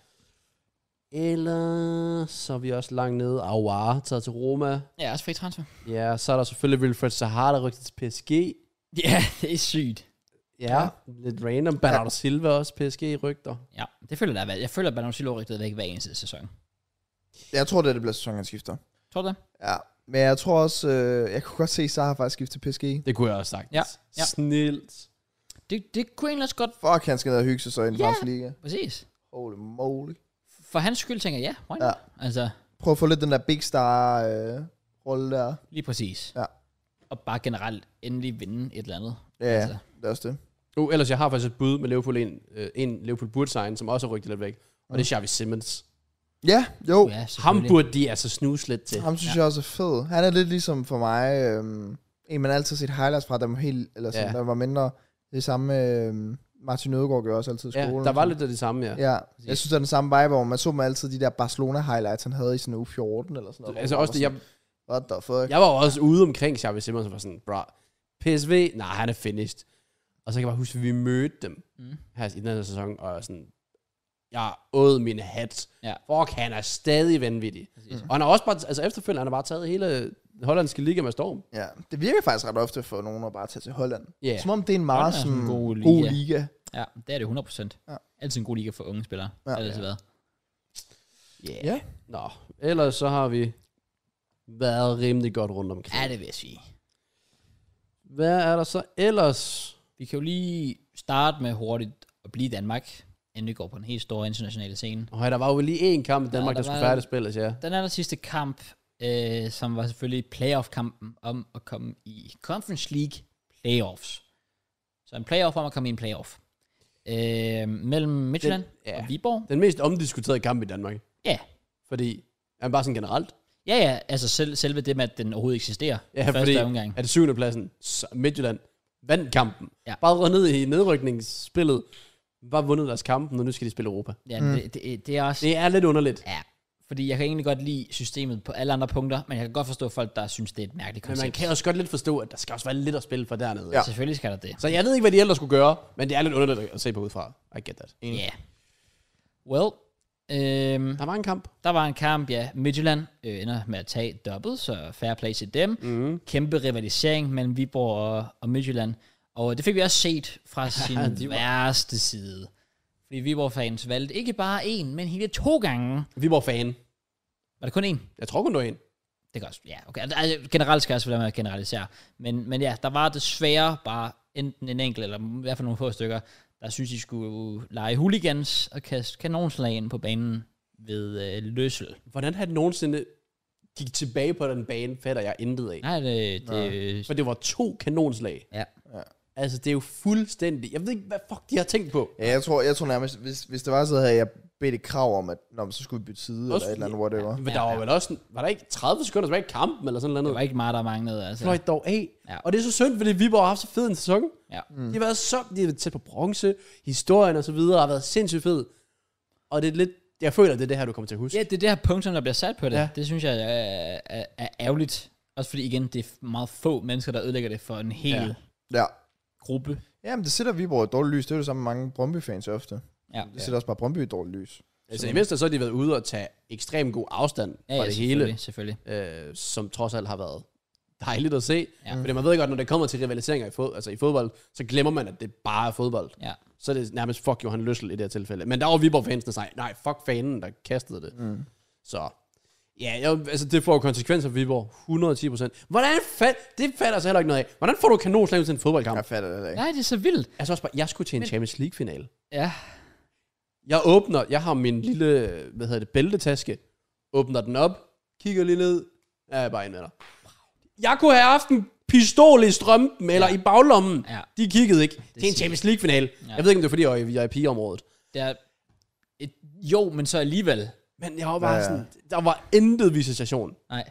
Eller så er vi også langt nede. Aouar taget til Roma. Ja, også fri transfer. Ja, så er der selvfølgelig Wilfred Zaha, der rykket til P S G. Ja, det er sygt. Ja, ja. Lidt random. Bernardo Silva også, P S G-rygter. Ja, det føler jeg, der er. Jeg føler, at Bernardo Silva rygtet væk hver eneste sæson. Jeg tror, det er det bliver sæson, han skifter. Tror du det? Ja. Men jeg tror også, øh, jeg kunne godt se, at Zaha faktisk skifte til P S G. Det kunne jeg også sagt. Ja, ja. Snilt. Det, det kunne egentlig også godt. Fuck, han skal ned og hygge sig så i den Ja. franske liga. Præcis. Holy moly. For hans skyld tænker jeg, ja, why not? Ja. Altså, Prøv at få lidt den der big star øh, rolle der. lige præcis. Ja. Og bare generelt endelig vinde et eller andet. Ja, Altså. det er også det. Uh, ellers, jeg har faktisk et bud med Liverpool, en, øh, en Liverpool burde sign, som også er rygtet lidt væk. Og det er Xavi Simmons. Ja, jo. Ja, Ham selvfølgelig. burde de altså snuse lidt til. Ham synes Ja. jeg også er fed. Han er lidt ligesom for mig, øhm, en man altid har set highlights fra, der var helt, eller sådan, Ja. der var mindre. Det samme med øhm, Martin Ødegaard gør også altid i Ja, skolen. der var lidt af det samme, ja. Ja, jeg synes, det er den samme vibe, hvor man så med altid de der Barcelona-highlights, han havde i sådan uge fjorten eller sådan noget. Altså hvor også man det, var jeg, sådan, What the fuck? jeg var jo også ude omkring Xavi Simmons og var sådan, bro, P S V, nej, han er finished. Og så kan jeg bare huske, at vi mødte dem Mm. her i den her sæson, og sådan, jeg åd min hat. Ja. Fuck, han er stadig vanvittig. Præcis. Og han har også bare, altså efterfølgende, han har bare taget hele den hollandske liga med storm. Ja, det virker faktisk ret ofte for nogen at bare tage til Holland. Ja. Som om det er en meget Holland er sådan sådan, en god god, liga. liga. Ja, det er det hundrede procent. Ja. Altid en god liga for unge spillere. Ja. Ja. Det har altid været. Yeah. Ja. Nå, ellers så har vi været rimelig godt rundt omkring. Ja, det vil jeg sige. Hvad er der så ellers? Vi kan jo lige starte med hurtigt at blive i Danmark, inden vi går på en helt stor internationale scene. Og der var jo lige én kamp i Danmark, Ja, der der skulle var- færdigspilles, ja. Den aller sidste kamp, øh, som var selvfølgelig playoff-kampen om at komme i Conference League playoffs. Så en playoff om at komme i en playoff. Øh, mellem Midtjylland Den- ja. og Viborg. Den mest omdiskuterede kamp i Danmark. Ja. Fordi, er bare sådan generelt? Ja, ja, altså selv, selve det med, at den overhovedet eksisterer. Ja, Første fordi omgang. er det syvende pladsen, så Midtjylland vandt kampen. Ja. Bare rød ned i nedrykningsspillet, bare vundet deres kampen, og nu skal de spille Europa. Ja, Mm. det, det, det er også... Det er lidt underligt. Ja, fordi jeg kan egentlig godt lide systemet på alle andre punkter, men jeg kan godt forstå folk, der synes, det er et mærkeligt Men koncept. man kan også godt lidt forstå, at der skal også være lidt at spille for dernede. Ja. Selvfølgelig skal der det. Så jeg ved ikke, hvad de ellers skulle gøre, men det er lidt underligt at se på udefra. I get that. Ja. Yeah. Well, øhm, Der var en kamp. der var en kamp, ja. Midtjylland øh, ender med at tage dobbelt, så fair play til dem. Mm. Kæmpe rivalisering mellem Viborg og, og Midtjylland. Og det fik vi også set fra sin de var- værste side. Fordi Viborg-fans valgte ikke bare én, men hele to gange. Viborg fan. Var det kun én? Jeg tror kun, det var en. Det kan også, ja, okay. Altså, generelt skal jeg selvfølgelig med at generalisere. Men, men ja, der var desværre bare enten en enkelt, eller i hvert fald nogle få stykker, der synes, de skulle lege hooligans og kaste kanonslag ind på banen ved øh, Løssel. Hvordan har det nogensinde gik tilbage på den bane, fatter jeg intet af. Nej, det... det For det var to kanonslag. ja. Altså, det er jo fuldstændig... Jeg ved ikke, hvad fuck de har tænkt på. Ja, jeg tror, jeg tror nærmest, hvis, hvis det var så, havde jeg bedt et krav om, at når man så skulle vi bytte side, Også eller et eller andet, whatever. Men der var vel også... Var der ikke tredive sekunder tilbage i kampen, eller sådan Det noget? var ikke meget, der manglede, altså. Fløjt dog af. Ja. Og det er så synd, fordi Viborg har haft så fed en sæson. Ja. Mm. De har været så... De har været tæt på bronze, historien og så videre, har været sindssygt fed. Og det er lidt... Jeg føler, det er det her, du kommer til at huske. Ja, det er det her punktum, der bliver sat på det. Ja. Det synes jeg er, er, er ærgerligt. Også fordi, igen, det er meget få mennesker, der ødelægger det for en hel... Ja. Ja. gruppe. Jamen, det sætter Viborg et dårligt lys. Det er jo det samme med mange Brøndby-fans ofte. Ja. Det sætter også bare Brøndby et dårligt lys. Altså i mindste så har de været ude og tage ekstremt god afstand Ja, fra ja, det selvfølgelig, hele, selvfølgelig. øh, som trods alt har været dejligt at se. Ja. Fordi man ved godt, når det kommer til rivaliseringer i, fod, altså i fodbold, så glemmer man, at det bare er fodbold. Ja. Så er det nærmest fuck Johan Løssel i det her tilfælde. Men der var Viborg-fansen, der sagde, nej, fuck fanen, der kastede det. Mm. Så ja, jeg, altså det får jo konsekvenser for Viborg. hundrede og ti procent. Hvordan fat, det fatter jeg så heller ikke noget af. Hvordan får du kanonslag til en fodboldkamp? Jeg fatter det heller ikke. Nej, det er så vildt. Altså også bare, jeg skulle til en Men- Champions League-finale. Ja. Jeg åbner, jeg har min lille, hvad hedder det, bæltetaske, åbner den op, kigger lige ned, ja, jeg er bare inde med dig. Jeg kunne have haft en pistol i strømpen, eller Ja. i baglommen. Ja. De kiggede ikke. Det er en siger- Champions League-finale. Ja. Jeg ved ikke, om det er fordi, jeg er i V I P-området. Det er et, jo, men så alligevel. Men jeg var bare Ja, ja. sådan, der var intet visitation. Nej,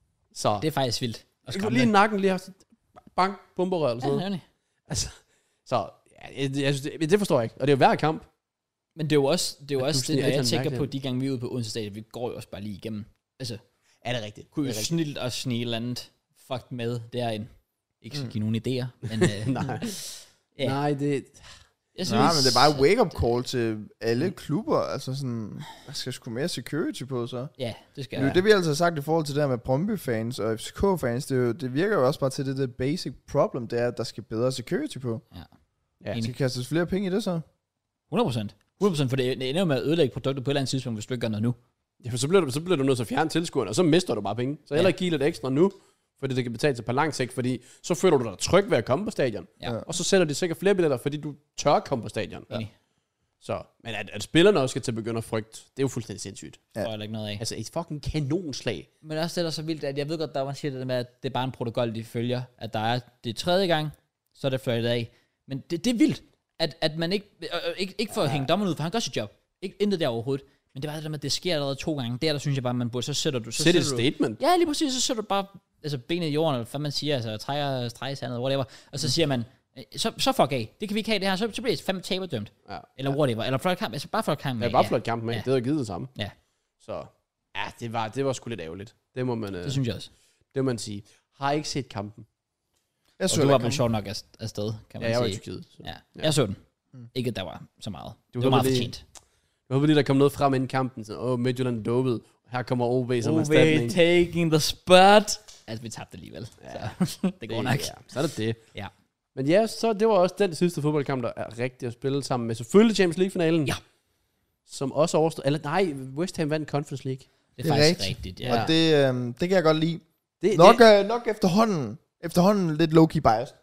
Så det er faktisk vildt. Og jeg kunne skræmmende. lige i nakken, lige have bang, bomberør eller Ja, sådan noget. nemlig. Altså, så ja, jeg, jeg synes, det, det forstår jeg ikke. Og det er jo hver kamp. Men det er jo også det, er jo Men også du det siger når et jeg eller tænker andet på de gange, vi er ude på Odense Stadion, vi går jo også bare lige igennem. Altså, Er det rigtigt? kunne Det jo er rigtigt. snilt og snige et eller andet fucked med derinde. Ikke skal give nogen idéer, men øh, Nej. ja. Nej, det... Jeg Nej, men det er bare et wake-up call til alle klubber. Altså sådan, der skal sgu mere security på, så. Ja, det skal Det er jo jeg. det, vi altid har sagt i forhold til det her med Brøndby-fans og F C K-fans. Det, er jo, det virker jo også bare til det, det basic problem, det er, at der skal bedre security på. Ja. Der Enig. skal kastes flere penge i det, så. hundrede procent. hundrede procent, for det det ender jo med at ødelægge produktet på et eller andet tidspunkt, hvis du ikke gør noget nu. Ja, for så bliver, du, så bliver du nødt til at fjerne tilskuerne, og så mister du bare penge. Så heller ikke give lidt ekstra nu, fordi det kan betale sig på lang sigt, fordi så føler du dig tryg ved at komme på stadion. Ja. Og så sætter de sikkert flere billetter, fordi du tør komme på stadion. Ja. Så, men at, at spillerne også skal til at begynde at frygte, det er jo fuldstændig sindssygt. Ja. Får jeg ikke noget af. Altså et fucking kanonslag. Men også det, der er så vildt, at jeg ved godt, der man siger det der med, at det er bare en protokol, de følger. At der er, det er tredje gang, så er det fløjtet af. Men det, det er vildt, at, at man ikke, øh, øh, ikke, ikke får at hænge dommeren ud, for han gør sit job. Ikke intet der overhovedet. Men det var det der med, at det sker allerede to gange. Der, der synes jeg bare, man burde, så sætter du... Så Sæt et sætter du, statement. ja, lige præcis, så sætter du bare altså, benet i jorden, eller hvad man siger, altså trækker stregesandet, whatever. Og så siger man, øh, så, så fuck af. Det kan vi ikke have det her. Så, så bliver det fandme taberdømt. Ja. Eller whatever. Eller flot kamp. Altså bare flot kamp. Ja, bare flot kamp med. Ja. Det havde givet det samme. Ja. Så ja, det var, det var sgu lidt ærgerligt. Det må man, øh, Det synes jeg også. det må man sige. Har ikke set kampen. Jeg Og så du var ikke vel sjovt nok af- afsted, kan Ja, man jeg var i sige. Tyrkiet. Så. Ja, Ja. jeg så den. Ikke, at der var så meget. Du Det var meget håber, det- fortjent. Jeg håber lige, der kom noget frem inden kampen. Så, åh, Midtjylland er dopet. Her kommer O B som Oh, erstatning. we're taking the spot. Altså, vi tabte alligevel. Ja. Så det går nok. Ja, så er det det. Ja. Men ja, så det var også den sidste fodboldkamp, der er rigtig at spille sammen med selvfølgelig Champions League-finalen. Ja. Som også overstod. Eller nej, West Ham vandt Conference League. Det er Det er faktisk rigtigt. rigtigt, Ja. ja. Og det, øhm, det kan jeg godt lide. Det, Nok, det, øh, nok efterhånden, efterhånden lidt low-key biased.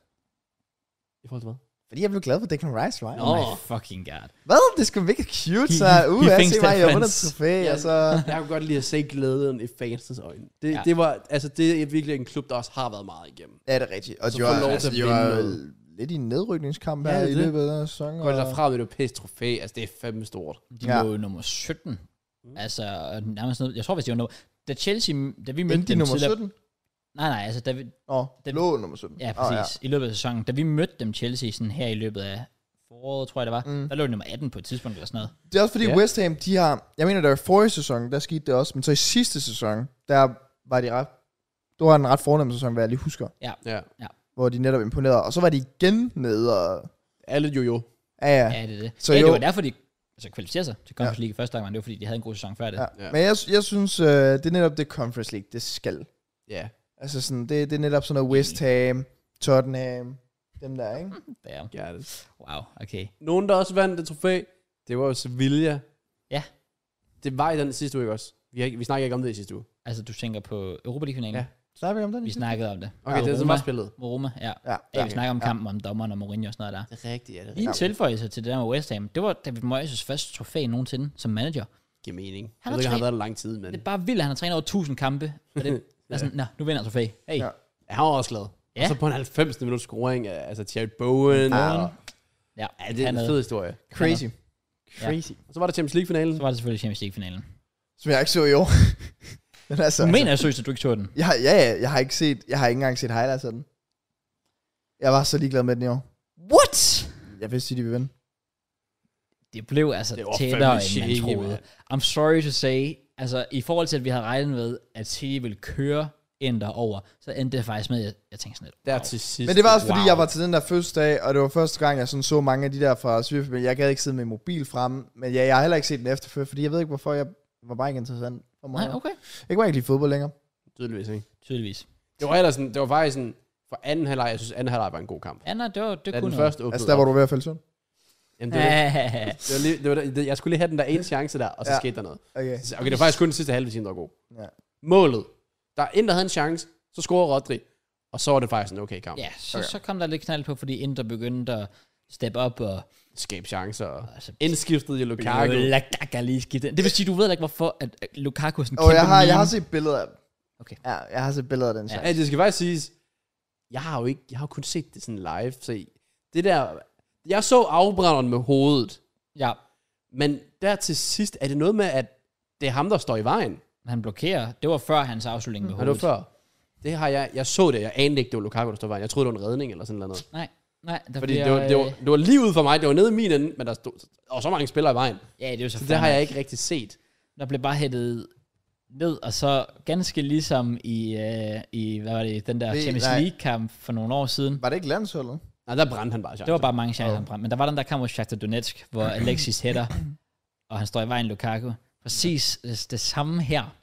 I forhold til hvad? Fordi jeg blev glad for Declan Rice, right? Oh my Nå. fucking god. Hvad? Det skal virkelig cute, He- så he- uh, he jeg thinks se mig, that jeg vundet friends. trofæ, Ja. og så... Jeg kunne godt lide at se glæden i fansens øjne. Det, Ja. ja. det var, altså det er virkelig en klub, der også har været meget igennem. Ja, det er rigtigt. Og Så de få var, lov altså, til de at var vinde noget. lidt i en nedrykningskamp Ja, her det i er det. løbet af sæsonen. Går det og- derfra med det europæiske trofæ, altså det er fandme stort. De Ja. ja. var jo nummer sytten. Mm. Altså, og nærmest noget, jeg tror, hvis de var nummer... Da Chelsea, da vi mødte Endte de dem nummer tidligere... sytten? Nej, nej, altså, da vi, Åh, Den- lå nummer sytten. ja, Åh, præcis. I løbet af sæsonen. Da vi mødte dem Chelsea sådan her i løbet af foråret, tror jeg det var, Mm. der lå de nummer atten på et tidspunkt eller sådan noget. Det er også fordi Ja. West Ham, de har... Jeg mener, der var forrige sæson, der skete det også, men så i sidste sæson, der var de ret... Det var en ret fornem sæson, hvad jeg lige husker. Ja. Hvor de netop imponerede. Og så var de igen nede og... Alle jo jo. Ja, ja. Ja, det er det. Så Så ja, jo- det var derfor, de altså, kvalificerede sig til Conference League i første gang, det var fordi, de havde en god sæson før det. ja. Ja. Men jeg, jeg synes, øh, det er netop det Conference League, det skal. Ja. Altså sådan, det, det er netop sådan noget West Ham, Tottenham, dem der, ikke? Der. Ja, det. Wow, okay. Nogen, der også vandt det trofæ, det var jo Sevilla. Ja. Det var i den sidste uge, ikke også? Vi, har ikke, vi snakker ikke om det i sidste uge. Altså, du tænker på Europa League-finalen? Ja. Snakker vi om den? Vi snakkede om det. Okay, Ja, det er så Roma. meget spillet. Mod Roma, ja. Ja, Ja, vi snakker om ja. kampen om dommeren og Mourinho og sådan noget der. Det er rigtigt, ja, det er Lige en rigtigt. tilføjelse til det der med West Ham. Det var David Moyes' første trofæ nogensinde som manager. Giver mening. Han Jeg har ved ikke, han har trænet- været der lang tid, men... Det er bare vildt, at han har trænet over tusind kampe. Og det er sådan, nå, nu vinder han trofæ. Hey. Ja. Ja. Ja, han var også glad. Ja. Og så på en halvfems minut scoring af altså Thierry Bowen. Ja. Og, Ja, ja, det er en fed historie. Crazy. Crazy. Og så var der Champions League-finalen. Så var det selvfølgelig Champions League-finalen. Som jeg ikke så i år. Men altså, Du mener jeg seriøst, at du ikke så den? Jeg har, ja, ja, jeg har ikke set, jeg har ikke engang set highlights af den. Jeg var så ligeglad med den i år. What? Jeg vidste, at de ville vinde. Det blev altså Det var tættere, fandme end man shaky, troede. mand. I'm sorry to say, altså i forhold til, at vi havde regnet med, at City ville køre Inter over, så endte det faktisk med, at jeg, jeg tænkte sådan lidt, Der wow. til sidst. Men det var også fordi, Wow. jeg var til den der fødselsdag, og det var første gang, jeg sådan så mange af de der fra Swift, men jeg gad ikke sidde med mobil fremme. Men jeg, jeg har heller ikke set den efterfør, fordi jeg ved ikke, hvorfor jeg var bare ikke interessant for mig. Nej, okay. Jeg kunne ikke lide fodbold længere. Tydeligvis, ikke? Tydeligvis. Det var ellers sådan, det var faktisk sådan, for anden halvleg, jeg synes, anden halvleg var en god kamp. Ja, nej, det var, det Da kunne den noget. første åbnede Altså der, hvor op. du var ved at falde søvn. Jamen, det, var, det, var lige, det var, det, jeg skulle lige have den der ene chance der, og så Ja. ja. skete der noget. Okay. Så- Okay, det var faktisk kun den sidste halve time, der var god. Ja. Målet. Der er en, der havde en chance, så scorer Rodri, og så var det faktisk en okay kamp. Ja, så, Okay. så kom der lidt knald på, fordi Inter begyndte at steppe op, og Skabe chancer, og altså, indskiftede i Lukaku. Lukaku lige skiftet. Det vil sige, du ved ikke, hvorfor at at Lukaku er sådan en Og kæmpe jeg har, jeg har meme. set billeder af den. Okay. Ja, jeg har set billeder af den. Ja. Ja. Ja, det skal faktisk siges, jeg har jo ikke, jeg har jo kun set det sådan live, så det der, jeg så afbrænderen med hovedet, Ja, men der til sidst, er det noget med, at det er ham, der står i vejen? han blokerer. Det var før hans afslutning med Har hovedet. det var før? Det har jeg, jeg så det, jeg anede ikke, det var Lukaku, der stod i vejen. Jeg troede, det var en redning eller sådan noget. Nej, nej. Der Fordi bliver, det var, det, var, øh, det var lige ude for mig, det var nede i min ende, men der stod og så mange spillere i vejen. Ja, det er jo så, Så fair det har jeg nok. ikke rigtig set. Der blev bare hættet ned, og så ganske ligesom i, øh, i hvad var det, den der Det- Champions nej. League-kamp for nogle år siden. Var det ikke landsholdet? Nej, der brændte han bare chancer. Det var bare mange chancer, han brændte. Men der var den der kamp mod Shakhtar Donetsk, hvor Alexis hætter, og han står i vejen Lukaku. Præcis det, det samme her.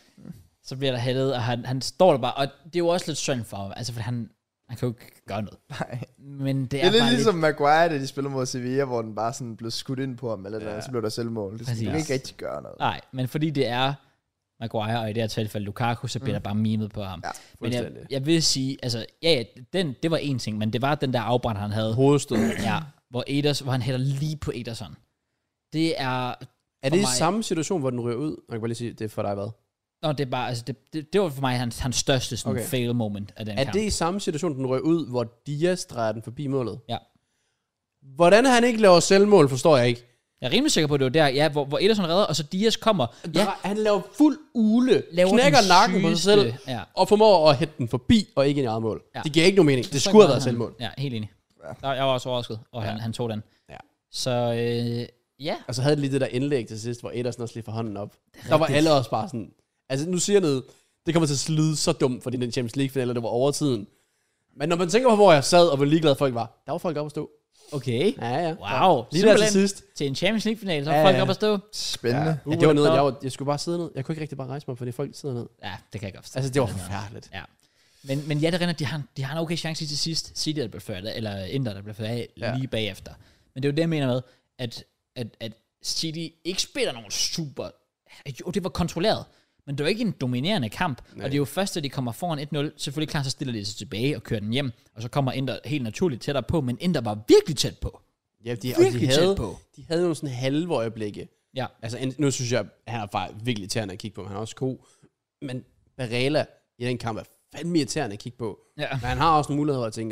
Så bliver der hættet, og han, han står der bare, og det er jo også lidt synd for ham, altså for han, han kan jo ikke gøre noget. Nej. Men det Det er, er lidt bare ligesom Maguire, da de spillede mod Sevilla, hvor den bare sådan blev skudt ind på ham, eller ja. Ja. så blev der selvmål. Det er sådan, Præcis. du kan ikke rigtig gøre noget. Nej, men fordi det er Maguire, og i det her tilfælde Lukaku, så bliver mm. der bare mimet på ham. Ja, Men jeg, fuldstændig. jeg vil sige, altså, ja, ja den, det var en ting, men det var den der afbrænd, han havde, Hovedstød. ja, hvor, Eders, hvor han hætter lige på Ederson. Det er... Er for det i mig- samme situation, hvor den ryger ud? Jeg kan bare lige sige, det er for dig hvad? Nå, det er bare, altså, det, det, det var for mig hans, hans største sådan, okay. Okay. fail moment af den Er kamp. det i samme situation, den rører ud, hvor Diaz drejer den forbi målet? Ja. Hvordan han ikke laver selvmål, forstår jeg ikke. Jeg er rimelig sikker på, at det var der, ja, hvor, hvor Ederson redder, og så Diaz kommer, ja, Ja. Han laver fuld ule, laver knækker den nakken på sig sygeste- selv, Ja. og formår at hætte den forbi, og ikke ind i eget mål. Ja. Det giver ikke nogen mening. Det Så skulle have gør været han- selvmål. Ja, helt enig. Ja. Ja. Jeg var også overrasket, og han, Ja. han tog den. Ja. Så øh, ja, Og så havde det lige det der indlæg til sidst, hvor Ederson også lige får hånden op. Der var rigtigt. alle også bare sådan... Altså, nu siger jeg noget, det kommer til at slide så dumt, fordi den Champions League-finale, det var overtiden. Men når man tænker på, hvor jeg sad, og hvor ligeglade folk var, der var folk op at stå. okay. Ja, ja. Wow, Lige der til simpelthen sidst. til en Champions League-finale, så var Ja, folk ja. op at stå. Spændende. Ja, det var noget, jeg, var, jeg skulle bare sidde ned. Jeg kunne ikke rigtig bare rejse mig, fordi folk sidder ned. Ja, det kan jeg godt forstå. Altså, det var Den er- forfærdeligt. Ja. Men, men ja, det render, de har, de har en okay chance til sidst. City, der blev ført af, eller Inter, der blev ført af Ja. lige bagefter. Men det er jo det, jeg mener med, at, at, at City ikke spiller nogen super... Jo, det var kontrolleret, men det var ikke en dominerende kamp. Nej. Og det er jo først, at de kommer foran et nul, selvfølgelig klart, så stiller de sig tilbage og kører den hjem, og så kommer Inter helt naturligt tættere på, men Inter var virkelig tæt på. Ja, de, og de Virkelig havde, tæt på. de havde nogle sådan halve øjeblikke. Ja. Altså, en- nu synes jeg, at han er faktisk virkelig irriterende at kigge på, men han er også god. Men Barella i den kamp er fandme irriterende at kigge på. Ja. Men han har også nogle muligheder, at tænke,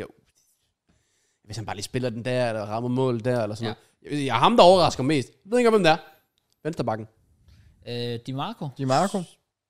hvis han bare lige spiller den der, eller rammer mål der, eller sådan Ja. noget. Jeg er ham, der overrasker mest. Jeg ved ikke, hvem det er. Venstrebakken. Øh, Di Marco. Di Marco.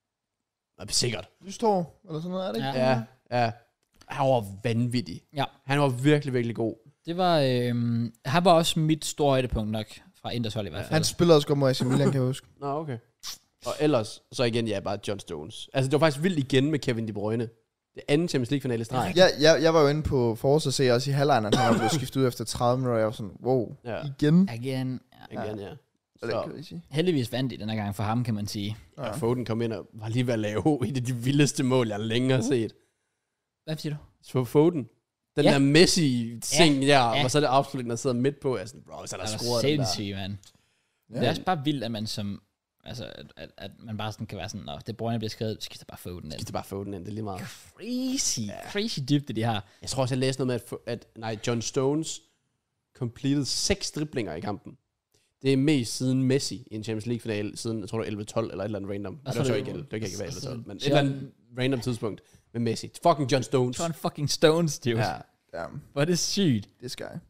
Ja, sikkert. Lystår, eller sådan noget, er det ikke? Ja. Ja, ja. Han var vanvittig. Ja. Han var virkelig, virkelig god. Det var, øh, han var også mit store højdepunkt nok, fra Inters hold i hvert fald. Han spillede også godt mod A C Milan, kan jeg huske. Nå, okay. Og ellers, så igen, ja, bare John Stones. Altså, det var faktisk vildt igen med Kevin De Bruyne. Det anden Champions League-finale i streg. Ja, jeg, jeg var jo inde på Forza og se også i halvlejen, at han var blevet skiftet ud efter tredive minutter, og jeg var sådan, wow, Ja. igen. Igen, ja. Igen, ja. Eller, Så, kan vi sige. heldigvis vandt de den her gang for ham, kan man sige. ja. Foden kom ind og var lige ved at lave et af de vildeste mål, jeg længe har set. Hvad siger du? Så Foden. Den Ja. der Messi-ting Ja. der, Ja. og så er det afslutningen, der sidder midt på. Jeg er sådan, bro, så er der Det var scoret den der. sindssygt, mand. Ja. Det er også bare vildt, at man som... Altså, at, at, at man bare sådan kan være sådan, nå, det Bruyne bliver skrevet, skifter bare Foden ind. Det er bare Foden ind, det er lige meget. Crazy, ja. crazy dybde, de har. Jeg tror også, jeg læste noget med, at, Fo- at nej, John Stones completed seks driblinger i kampen. Det er mest siden Messi i en Champions League-finale, siden, jeg tror det var elleve tolv, eller et eller andet random. Og det var så ikke, det kan ikke være elleve tolv, men et eller andet random tidspunkt med Messi. Fucking John Stones. John fucking Stones, dude. Ja. Ja, Hvor er det sygt. det skal jeg.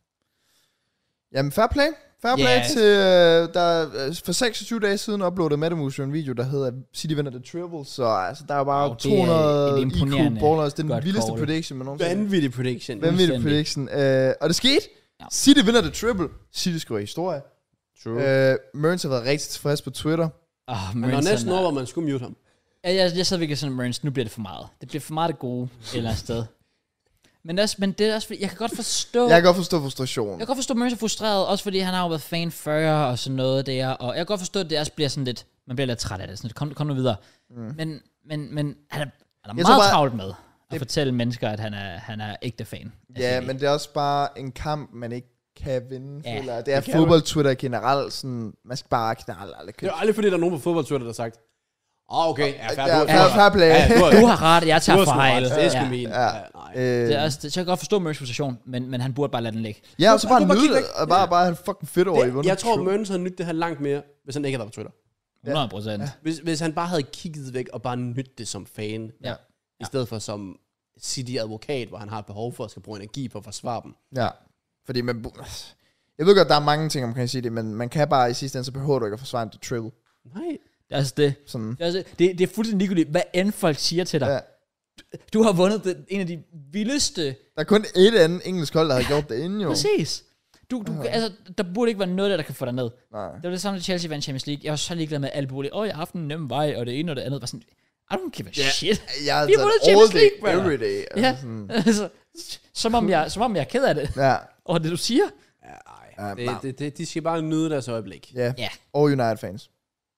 Jamen, fair play. Fair play Ja. til, øh, der øh, for seksogtyve dage siden uploadede Metamoose en video, der hedder City vinder the triple, så altså, der er bare Wow, det er to hundrede et I Q imponerende ballers. Det er den godt vildeste call. prediction, man nogensinde. Vanvittig prediction. Vanvittig Fuldstændig. prediction. Øh, og det skete. Ja. City vinder the triple. City skriver historie. True. Øh, Mørns har været rigtig tilfreds på Twitter. Oh, Han var næsten over, hvor man skulle mute ham. Jeg, jeg, jeg sad virkelig sådan, Mørns, nu bliver det for meget. Det bliver for meget det gode et eller andet sted. Men, også, men det er også fordi, jeg kan godt forstå... Jeg kan godt forstå frustrationen. Jeg kan godt forstå, at Mørns er frustreret, også fordi han har jo været fan før og sådan noget der. Og jeg kan godt forstå, at det også bliver sådan lidt... Man bliver lidt træt af det. Sådan, kom, kom nu videre. Mm. Men, men, men han er, han er meget bare, travlt med at det, fortælle mennesker, at han er, han er ægte fan. Ja, men det er også bare en kamp, man ikke kan vinde. Ja, Eller det er det fodbold-Twitter generelt. Sådan, man skal bare knalde alle Det er aldrig fordi, der er nogen på fodbold-Twitter, der har sagt, åh, oh, okay, ja, fair, ja, du, fair, du, fair play. Ja, du, Du har ret, jeg tager fejl. Det er sgu Ja. min. Ja. Ja, nej. Øh, Det er også, det, så jeg kan godt forstå Mørns frustration, men, men han burde bare lade den ligge. ja, og så bare Du bare nyde kigge det, og bare, bare have fucking fedt over i Det, vundet. jeg tror, Mørns havde nydt det her langt mere, hvis han ikke havde været på Twitter. hundrede procent. Ja. Hvis, hvis han bare havde kigget væk og bare nydt det som fan, Ja. i stedet for som City-advokat, hvor han har et behov for at skal bruge energi på at forsvare dem. Ja, fordi man... Jeg ved godt, der er mange ting, man kan sige det, men man kan bare i sidste ende, så behøver du ikke at forsvare en triple. Nej. Det er altså det. Sådan. Det er, altså, det, det er fuldstændig ligegyldigt, hvad end folk siger til dig. Ja. Du har vundet det, en af de vildeste... Der er kun et andet engelsk hold, der har gjort det inden jo. Præcis. Du, du, Ja. altså, der burde ikke være noget der, der kan få dig ned. Nej. Det var det samme, da Chelsea vandt Champions League. Jeg var så ligeglad med alt muligt. Åh, jeg har haft en nem vej, og det ene og det andet var sådan... I don't give a Ja. shit. Jeg har Vi har taget vundet all Champions day, League, brother. every day. Ja. Altså sådan, Altså, som, om jeg, som om jeg er ked af det. ja. Og det du siger. Ja, Ja, ej. Det, nej. det, det, de skal bare nyde deres øjeblik. Ja. Ja. Og United fans.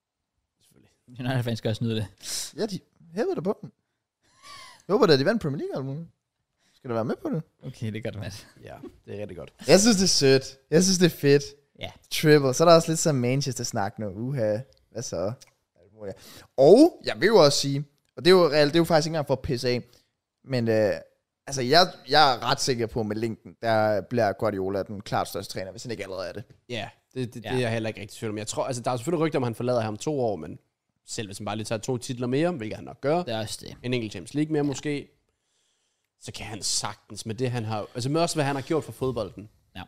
United fans skal også nyde det. Ja, de hævede det på dem. Jeg håber da, de vandt Premier League eller noget. Skal du være med på det? Okay, det gør det, Matt. Ja, det er rigtig godt. Jeg synes, det er sødt. Jeg synes, det er fedt. Ja. Triple. Så er der også lidt som Manchester-snak nu. Uha. Hvad så? Og jeg vil jo også sige, og det er jo reelt, det er jo faktisk ikke engang for at pisse af, men øh, altså, jeg, jeg er ret sikker på, med linken, der bliver Guardiola den klart største træner, hvis han ikke allerede er det. Ja, det, det, Ja. det er jeg heller ikke rigtig tvivl om. Jeg tror, altså, der er selvfølgelig rygter om, at han forlader ham to år, men selv hvis han bare lige tager to titler mere, hvilket han nok gør, Det er også det. en enkelt Champions League mere ja. måske, så kan han sagtens med det, han har... Altså med også, hvad han har gjort for fodbolden, Ja.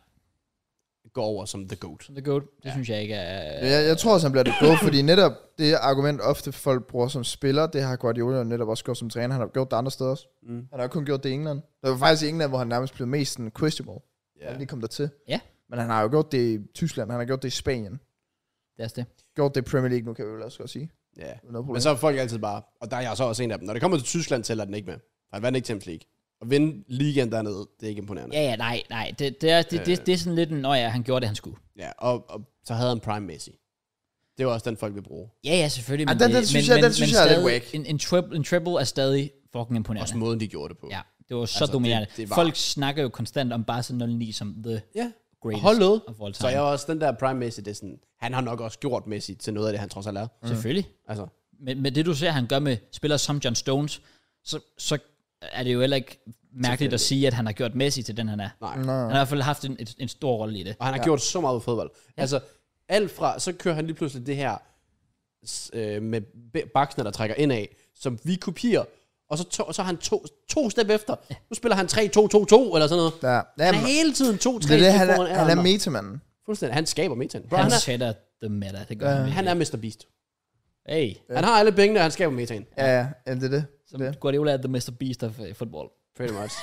gå over som the GOAT. The GOAT, det Ja. synes jeg ikke er... Jeg, jeg tror også, han bliver det gode, fordi netop det argument, ofte folk bruger som spiller, det har Guardiola netop også gjort som træner. Han har gjort det andre steder også. Mm. Han har jo kun gjort det i England. Det var faktisk i England, hvor han nærmest blev mest sådan questionable. Ja. Han lige kom der til. Ja. Men han har jo gjort det i Tyskland, han har gjort det i Spanien. Det er også det. Gjort det i Premier League, nu kan vi jo også godt sige. Ja. Noget problem. Men så er folk altid bare, og der er jeg så også en af dem, når det kommer til Tyskland, tæller den ikke med. For han vandt ikke Champions League. At vinde ligaen dernede, det er ikke imponerende. Ja, ja, nej, nej. Det, det, er, det, det, det, det er sådan lidt en... Nå ja, han gjorde det, han skulle. Ja, og, og så havde han Prime Messi. Det var også den, folk vil bruge. Ja, ja, selvfølgelig. Ah, Men, den- den det- synes men, jeg- den men, synes men jeg er lidt stadig, whack. En, en, triple, en triple er stadig fucking imponerende. Også måden, de gjorde det på. Ja, det var så Altså, dominerende. det- det var- Folk snakker jo konstant om Barca nul ni som the Ja. greatest Hold noget. of all Så time. jeg var også den der Prime Messi, det er sådan, han har nok også gjort Messi til noget af det, han trods alt er. Selvfølgelig. Altså, Men med det, du ser, han gør med spillere som John Stones, så, så er det jo heller ikke mærkeligt at sige, at han har gjort Messi til den, han er. nej. Nå. Han har i hvert fald haft en, en, en stor rolle i det. Og han har Ja. gjort så meget ved fodbold. Ja. Altså, alt fra, så kører han lige pludselig det her s- øh, med b- baksene, der trækker indad, som vi kopierer, og så, to, så har han to, to step efter. Nu spiller han tre to to to eller sådan noget. Ja. Han Jamen, er hele tiden to tre det er det, han foran er, alle han er andre. metamanden. Fuldstændig. Han skaber metaen. Bro, Han han, er, sætter the meta, det gør Ja. han virkelig. han er mister Beast. Hey, Ja. Han har alle pengene, og han skaber metaen. Ja, ja, ja, det er det. så det. Guardiola er the mister Beast of uh, football. Pretty much.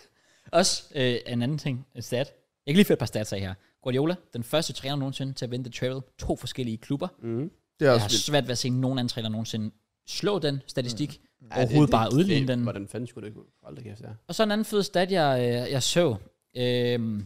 Også øh, en anden ting, en stat. Jeg kan lige få et par stats af her. Guardiola, den første træner nogensinde til at vinde The Travel. To forskellige klubber. Mm. Det er Jeg også har vildt. svært ved at se nogen anden træner nogensinde slå den statistik. Mm. Ja, Overhovedet det- bare det- udligne det- den. Hvordan fanden skulle det kunne aldrig kæft, ja. Og så en anden fed stat, jeg, øh, jeg så. Øhm,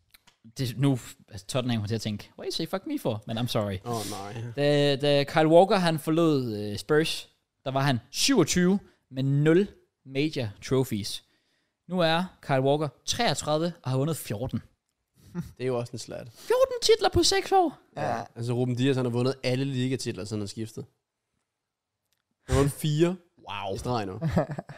det, nu altså Tottenham kommer til at tænke, what say fuck me for? Men I'm sorry. Åh, oh, nej. Da, da Kyle Walker han forlod øh, Spurs, der var han syvogtyve med nul major trophies. Nu er Kyle Walker treogtredive og har vundet fjorten. Det er jo også en slat. fjorten titler på seks år. Ja. Altså, Ruben Dias, han har vundet alle ligatitler, siden han skiftede. Han har vundet fire Wow. i streg nu. Kan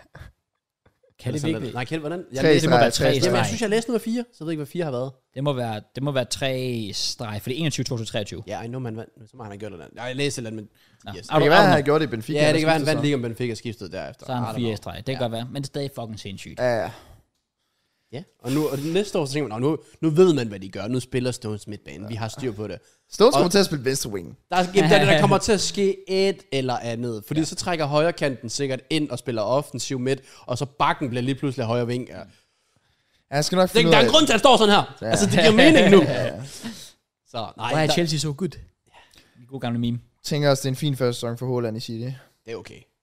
det Eller sådan virkelig? er Nej, Kjeld, hvordan? Jeg Tre læste, det må streg, være tre tre jamen, streg. jeg synes, jeg læste nummer fire, så jeg ved ikke, hvad fire har været. Det må være, det må være tre streg, for det er enogtyve to treogtyve. Ja, I know, man vandt. Så må han have gjort det. Jeg læste et eller andet, men... Nå. Yes. Er Det du- kan være, er han du- har gjort det i Benfica. Ja, det kan være, han skiftet vandt så. lige om Benfica skiftede derefter. Så er I han don't fire know. streg. Det kan Ja. godt være, men det er stadig fucking sindssygt. Ja, ja. Ja, og nu og næste år, så tænker man, "Nå, nu, nu ved man, hvad de gør. Nu spiller Stones midtbanen. Vi har styr på det. Stones Og- kommer til at spille venstre wing. Der, er, jamen, der, der kommer til at ske et eller andet. Fordi ja. så trækker højrekanten sikkert ind og spiller offensiv midt, og så bakken bliver lige pludselig højre ving. Ja. Han skal nok Det, finde der ud er af... en grund til, at han står sådan her. Ja. Ja. Altså, det giver mening nu. Ja, ja. Så nej, Why er der, Chelsea så good? En god gamle meme. Jeg tænker også, det er en fin første sæson for Haaland i City. det er okay.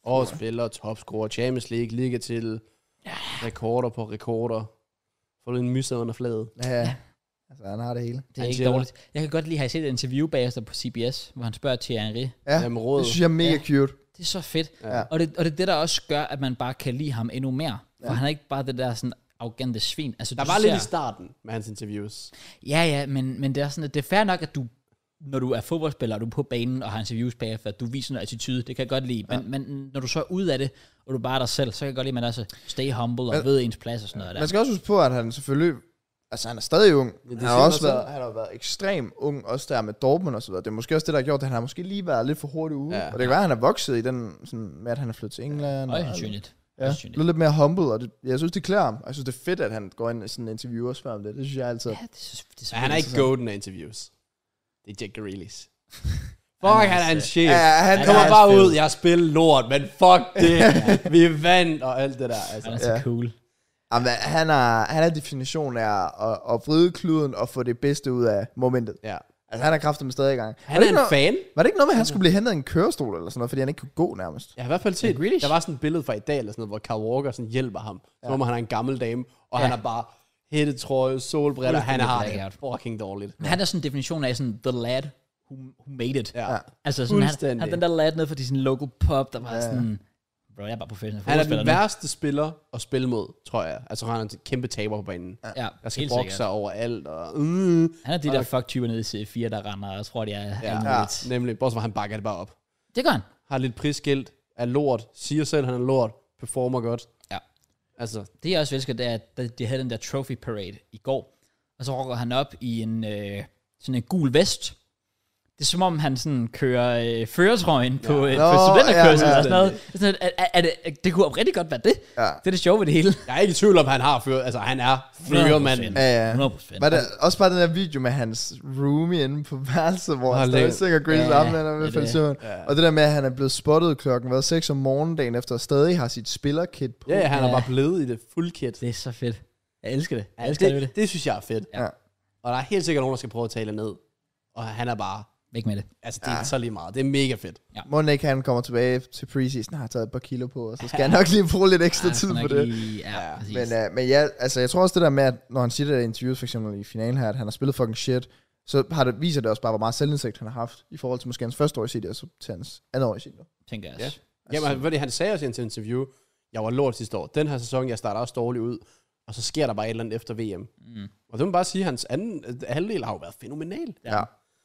Årets spiller, topscorer, Champions League, ligger til ja. rekorder på rekorder. Får du en mysse under fladet. Ja, altså han har det hele. Det er ikke dårligt. Jeg kan godt lide, har I set et interview bagefter på C B S, hvor han spørger Thierry Henry. Ja, Jamen, råd. det synes jeg er mega Ja. cute. Det er så fedt. Ja. Og, det, og det er det, der også gør, at man bare kan lide ham endnu mere. For Ja. han er ikke bare det der sådan arrogante svin. Altså, Der du var ser, lidt i starten med hans interviews. Ja, ja, men, men det er sådan, at det er fair nok, at du, når du er fodboldspiller, og du er på banen og har interviews bagefter, at du viser noget attitude. Det kan jeg godt lide. Ja. Men, men når du så er ude af det, og du bare er dig selv, så kan jeg godt lide, at man også stay humble og Men- ved ens plads og sådan noget der. Man skal også huske på, at han selvfølgelig... Altså, han er stadig ung. Ja, det han har siger også mig været, han har været ekstrem ung, også der med Dortmund og så videre. Det er måske også det, der har gjort, at han har måske lige været lidt for hurtigt ude. Ja. Og det kan være, at han er vokset i den, sådan, med, at han er flyttet til England. Højst og- sandsynligt. Ja, Højst sandsynligt. blevet lidt mere humble, og det, jeg synes, det klæder ham. Og jeg synes, det er fedt, at han går ind i sådan en interview og spørger om det. Det synes jeg altid. Ja, det er, så- det er så Ja, han er fedt. ikke golden af interviews. Det er Jack Grealish. Fuck, han er en chef. Ja, han Han kommer er bare fed. ud, jeg har spillet lort, men fuck det. Vi vandt og alt det der. Altså. Han er så Ja. cool. Jamen, han er, han er definitionen af at, at vride kluden og få det bedste ud af momentet. Ja. Altså, han er kraftigt stadig i gang. Han var det er ikke en fan. noget, Var det ikke noget med, at han skulle blive hentet i en kørestol eller sådan noget, fordi han ikke kunne gå nærmest? Jeg har i hvert fald set, Ja, Grealish. der var sådan et billede fra i dag, eller sådan noget, hvor Kyle Walker sådan hjælper ham. Så Ja. ja. han er en gammel dame, og Ja. han er bare hættetrøje, solbriller, han har Fuldstændig det fucking dårligt. Men han er sådan en definition af sådan, the lad who, who made it. Ja. Ja. Altså sådan, han, Fuldstændig. han den der lad nede for de sådan local pop, der var Ja. sådan, bro, jeg er bare professionel Han er fodboldspiller den nu. værste spiller at spille mod, tror jeg. Altså han er en kæmpe taber på banen. Ja, Der skal helt brokke sikkert. sig over alt. Og, uh, Han er de der Og- fuck-typer nede i C fire, der render, og jeg tror, de er ja, alt ja. muligt. Nemlig, bortset fra han bakker det bare op. Det gør han. Har lidt prisskilt, er lort, siger selv, han er lort, performer godt. Ja. Altså, Det jeg også elsker, det er, at de havde den der trophy parade i går, og så rocker han op i en øh, sådan en gul vest. Det er som om, han sådan kører øh, førertrøjen ja. på, øh, Nå, på studenterkørsel ja, ja. og sådan noget. Det, er sådan, at, at, at, at, det kunne oprigtigt godt være det. Ja. Det er det sjove ved det hele. jeg er ikke i tvivl om, han har fører. Altså, han er førermanden. Ja, ja. hundrede procent. Var det også bare den der video med hans roomie inde på værelset, hvor han Hold stadig da. synger Grace Ja, ja, sammen, han er i det hvert er fald det. søvn. Ja. Og det der med, at han er blevet spottet klokken hvad, seks om morgenen dagen efter, og stadig har sit spillerkit på. Ja, ja, han er Ja. bare blevet i det fuld kit. Det er så fedt. Jeg elsker det. Jeg Ja, elsker det, det, det. det, det synes jeg er fedt. Ja. Og der er helt sikkert nogen, der skal prøve at tale ned. Og han er bare, Væk med det. altså det er Ja. så lige meget. Det er mega fedt. Må ikke han kommer tilbage til preseason og har taget et par kilo på, og så skal han nok lige bruge lidt ekstra Ja, tid sådan på nok det. lige- Ja, Ja, præcis. Men, uh, men ja, altså jeg tror også det der med, at når han siger det der i interviews, for eksempel i finalen her, at han har spillet fucking shit, så har det, viser det også bare, hvor meget selvindsigt han har haft, i forhold til måske hans første år i City, og så til hans andet år i City. Tænker jeg Ja. også. Jamen, fordi han sagde også i en interview, jeg var lort sidste år. Den her sæson, jeg starter også dårligt ud. Og så sker der bare et eller andet efter V M. Mm. Og det må man bare sige, at hans anden øh, halvdel har jo været fænomenal. Ja.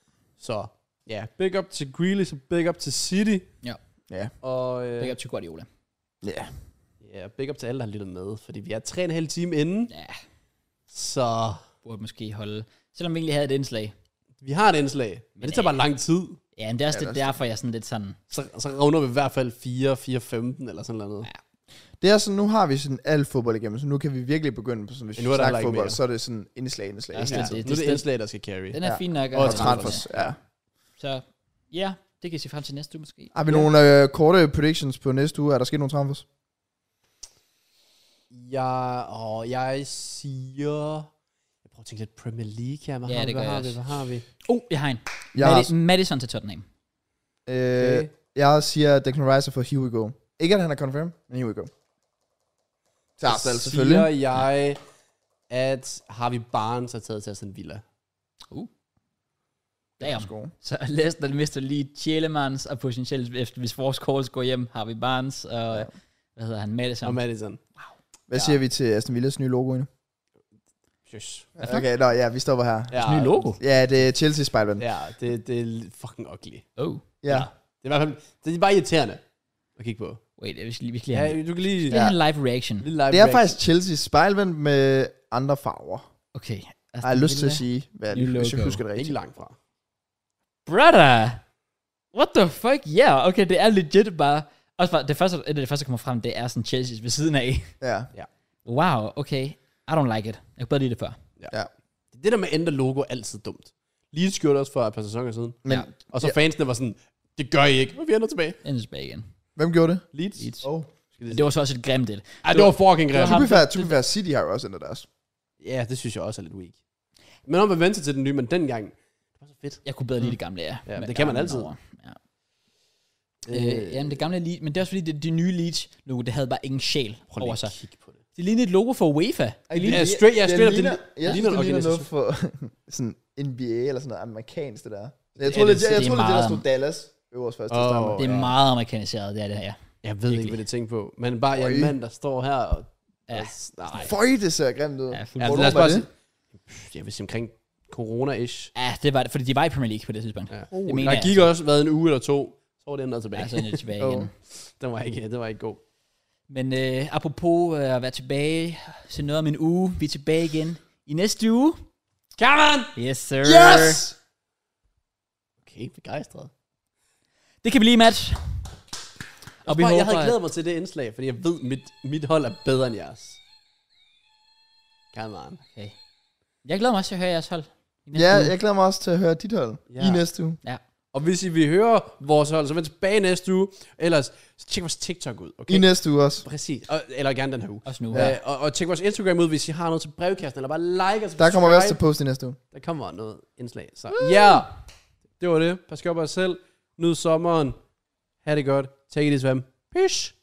Så ja, big up til Grealish, og big up til City. Ja. Ja. Og øh, Big up til Guardiola. Ja. ja, big up til alle, der har lyttet med. Fordi vi er tre og en halv time inden. Ja, Så burde måske holde. Selvom vi egentlig havde et indslag. vi har et indslag. Men det tager bare lang tid. Ja, men det er også Ja, det, det er derfor, jeg er sådan lidt sådan... Så, så runder vi i hvert fald fire, fire, femten eller sådan noget. Ja. Det er sådan, nu har vi sådan alt fodbold igennem, så nu kan vi virkelig begynde på sådan, hvis Men vi nu er der snakker heller ikke fodbold, mere. så er det sådan indslag, indslag, Ja, indslag. Ja, det- det- nu er det det- indslag, der skal carry. Den er Ja. fin nok. at Og have Transfers, med. ja. Så ja, det kan I se frem til næste uge måske. Har vi nogle øh, korte predictions på næste uge? Er der sket nogle transfers? Jeg, åh, jeg siger... Jeg prøver at tænke lidt Premier League her. Hvad Ja, har det vi? Hvad gør har jeg vi? også. Hvad har vi? Oh, jeg har en. Jeg, har, Madi- Madison til Tottenham. øh, Okay. jeg siger Declan Rice for Here We Go. Ikke at han er confirmed, men Here We Go. Til Arsenal Så selvfølgelig. siger jeg, at Harvey Barnes er taget til Aston Villa. Damn. Værsgo. Så Leicester mister lige Tielemans, og potentielt, efter hvis vores calls går hjem, har vi Barnes, og Ja. hvad hedder han, Madison. Og Madison. Hvad Ja. siger vi til Aston Villas nye logo endnu? Shush. Okay, nå, ja, vi stopper her. Ja, Ny logo. Ja, det er Chelsea spejlven. Ja, det, det er fucking ugly. Oh, Ja. Det er i hvert fald, det er bare irriterende at kigge på. wait, vi skal lige, vi skal lige have, Ja, du kan lige... lige have en live reaction. Lille live Det er reaction. faktisk Chelsea spejlven med andre farver. Okay. Jeg har lyst til at sige, hvad Nye det, hvis jeg logo. husker det Ikke rigtigt. langt fra. Brother! What the fuck? Ja, yeah, okay, det er legit bare... Også bare, det første, det, det første, der kommer frem, det er sådan Chelsea's ved siden af. Ja. Wow, okay. I don't like it. Jeg kunne bedre lide det før. Ja. Det der med at ændre logo er altid dumt. Leeds gjorde det også for et par sæsoner siden. Men Ja. Og så Ja. fansene var sådan, det gør I ikke. Og vi ender tilbage. Inden tilbage igen. hvem gjorde det? Leeds. Leeds. Oh. Men det var så også et grimt et. Ej, det var fucking det var grimt. To ham, be fair, der- to be fair, City har jo også ændret deres. Ja, det synes jeg også er lidt weak. Men om at vente sig til den nye, men dengang, det var så fedt. Jeg kunne bedre lide det gamle, ja. Ja, Med det kan man armen altid. over. Ja. Øh, jamen, det gamle Leeds, men det er også fordi, det, det nye Leeds logo, det havde bare ingen sjæl Prøv lige over at sig. kigge på det. Det lignede et logo for UEFA. Ej, Det lignede, Ja, straight, ja, straight up, det ligner, li- jeg ligner synes, en det ligner noget organisation. for sådan N B A eller sådan noget amerikansk, det der. Jeg er tror, det- det, jeg, det jeg er tror, det er det, der meget- stod Dallas øverst først. Åh. Oh, det er ja. meget amerikaniseret, det er det her. Jeg ved ikke, hvad det tænker på. Men bare jeg er Øj. en mand, der står her og... Ja. og nej. Føj, det ser grimt ud. Ja, Ja, fuldstændig. lad os var bare det? sige... Pff, Jeg vil sige omkring corona-ish. Ja, det var det, fordi de var i Premier League på det tidspunkt. Ja. Det Der mener jeg gik også været en uge eller to. Så var det ændret tilbage. Ja, så er det tilbage Oh. igen. Den var ikke, det var ikke god. Men øh, apropos øh, at være tilbage, så noget om en uge. Vi er tilbage igen i næste uge. Come on! Yes, sir. Yes! Okay, begejstret. Det kan blive, Matt. Og vi Bare, håber, jeg havde at- glædet mig til det indslag, fordi jeg ved, mit, mit hold er bedre end jeres. Come on. Okay. Jeg glæder mig også til at høre jeres hold. i næste Ja, uge. jeg glæder mig også til at høre dit hold Ja. i næste uge. Og hvis I vil høre vores hold, så vend tilbage næste uge. Ellers, så tjek vores TikTok ud, okay? I næste uge også. Præcis. Og, eller gerne den her uge. Også nu. Ja. Ja. Øh, og, og tjek vores Instagram ud, hvis I har noget til brevkassen, eller bare like og Der kommer vi også til subscribe. post i næste uge. Der kommer noget indslag. Så ja, yeah. Det var det. Pas godt på jer selv. Nyd sommeren. Ha' det godt. Take it easy, fam. Peace.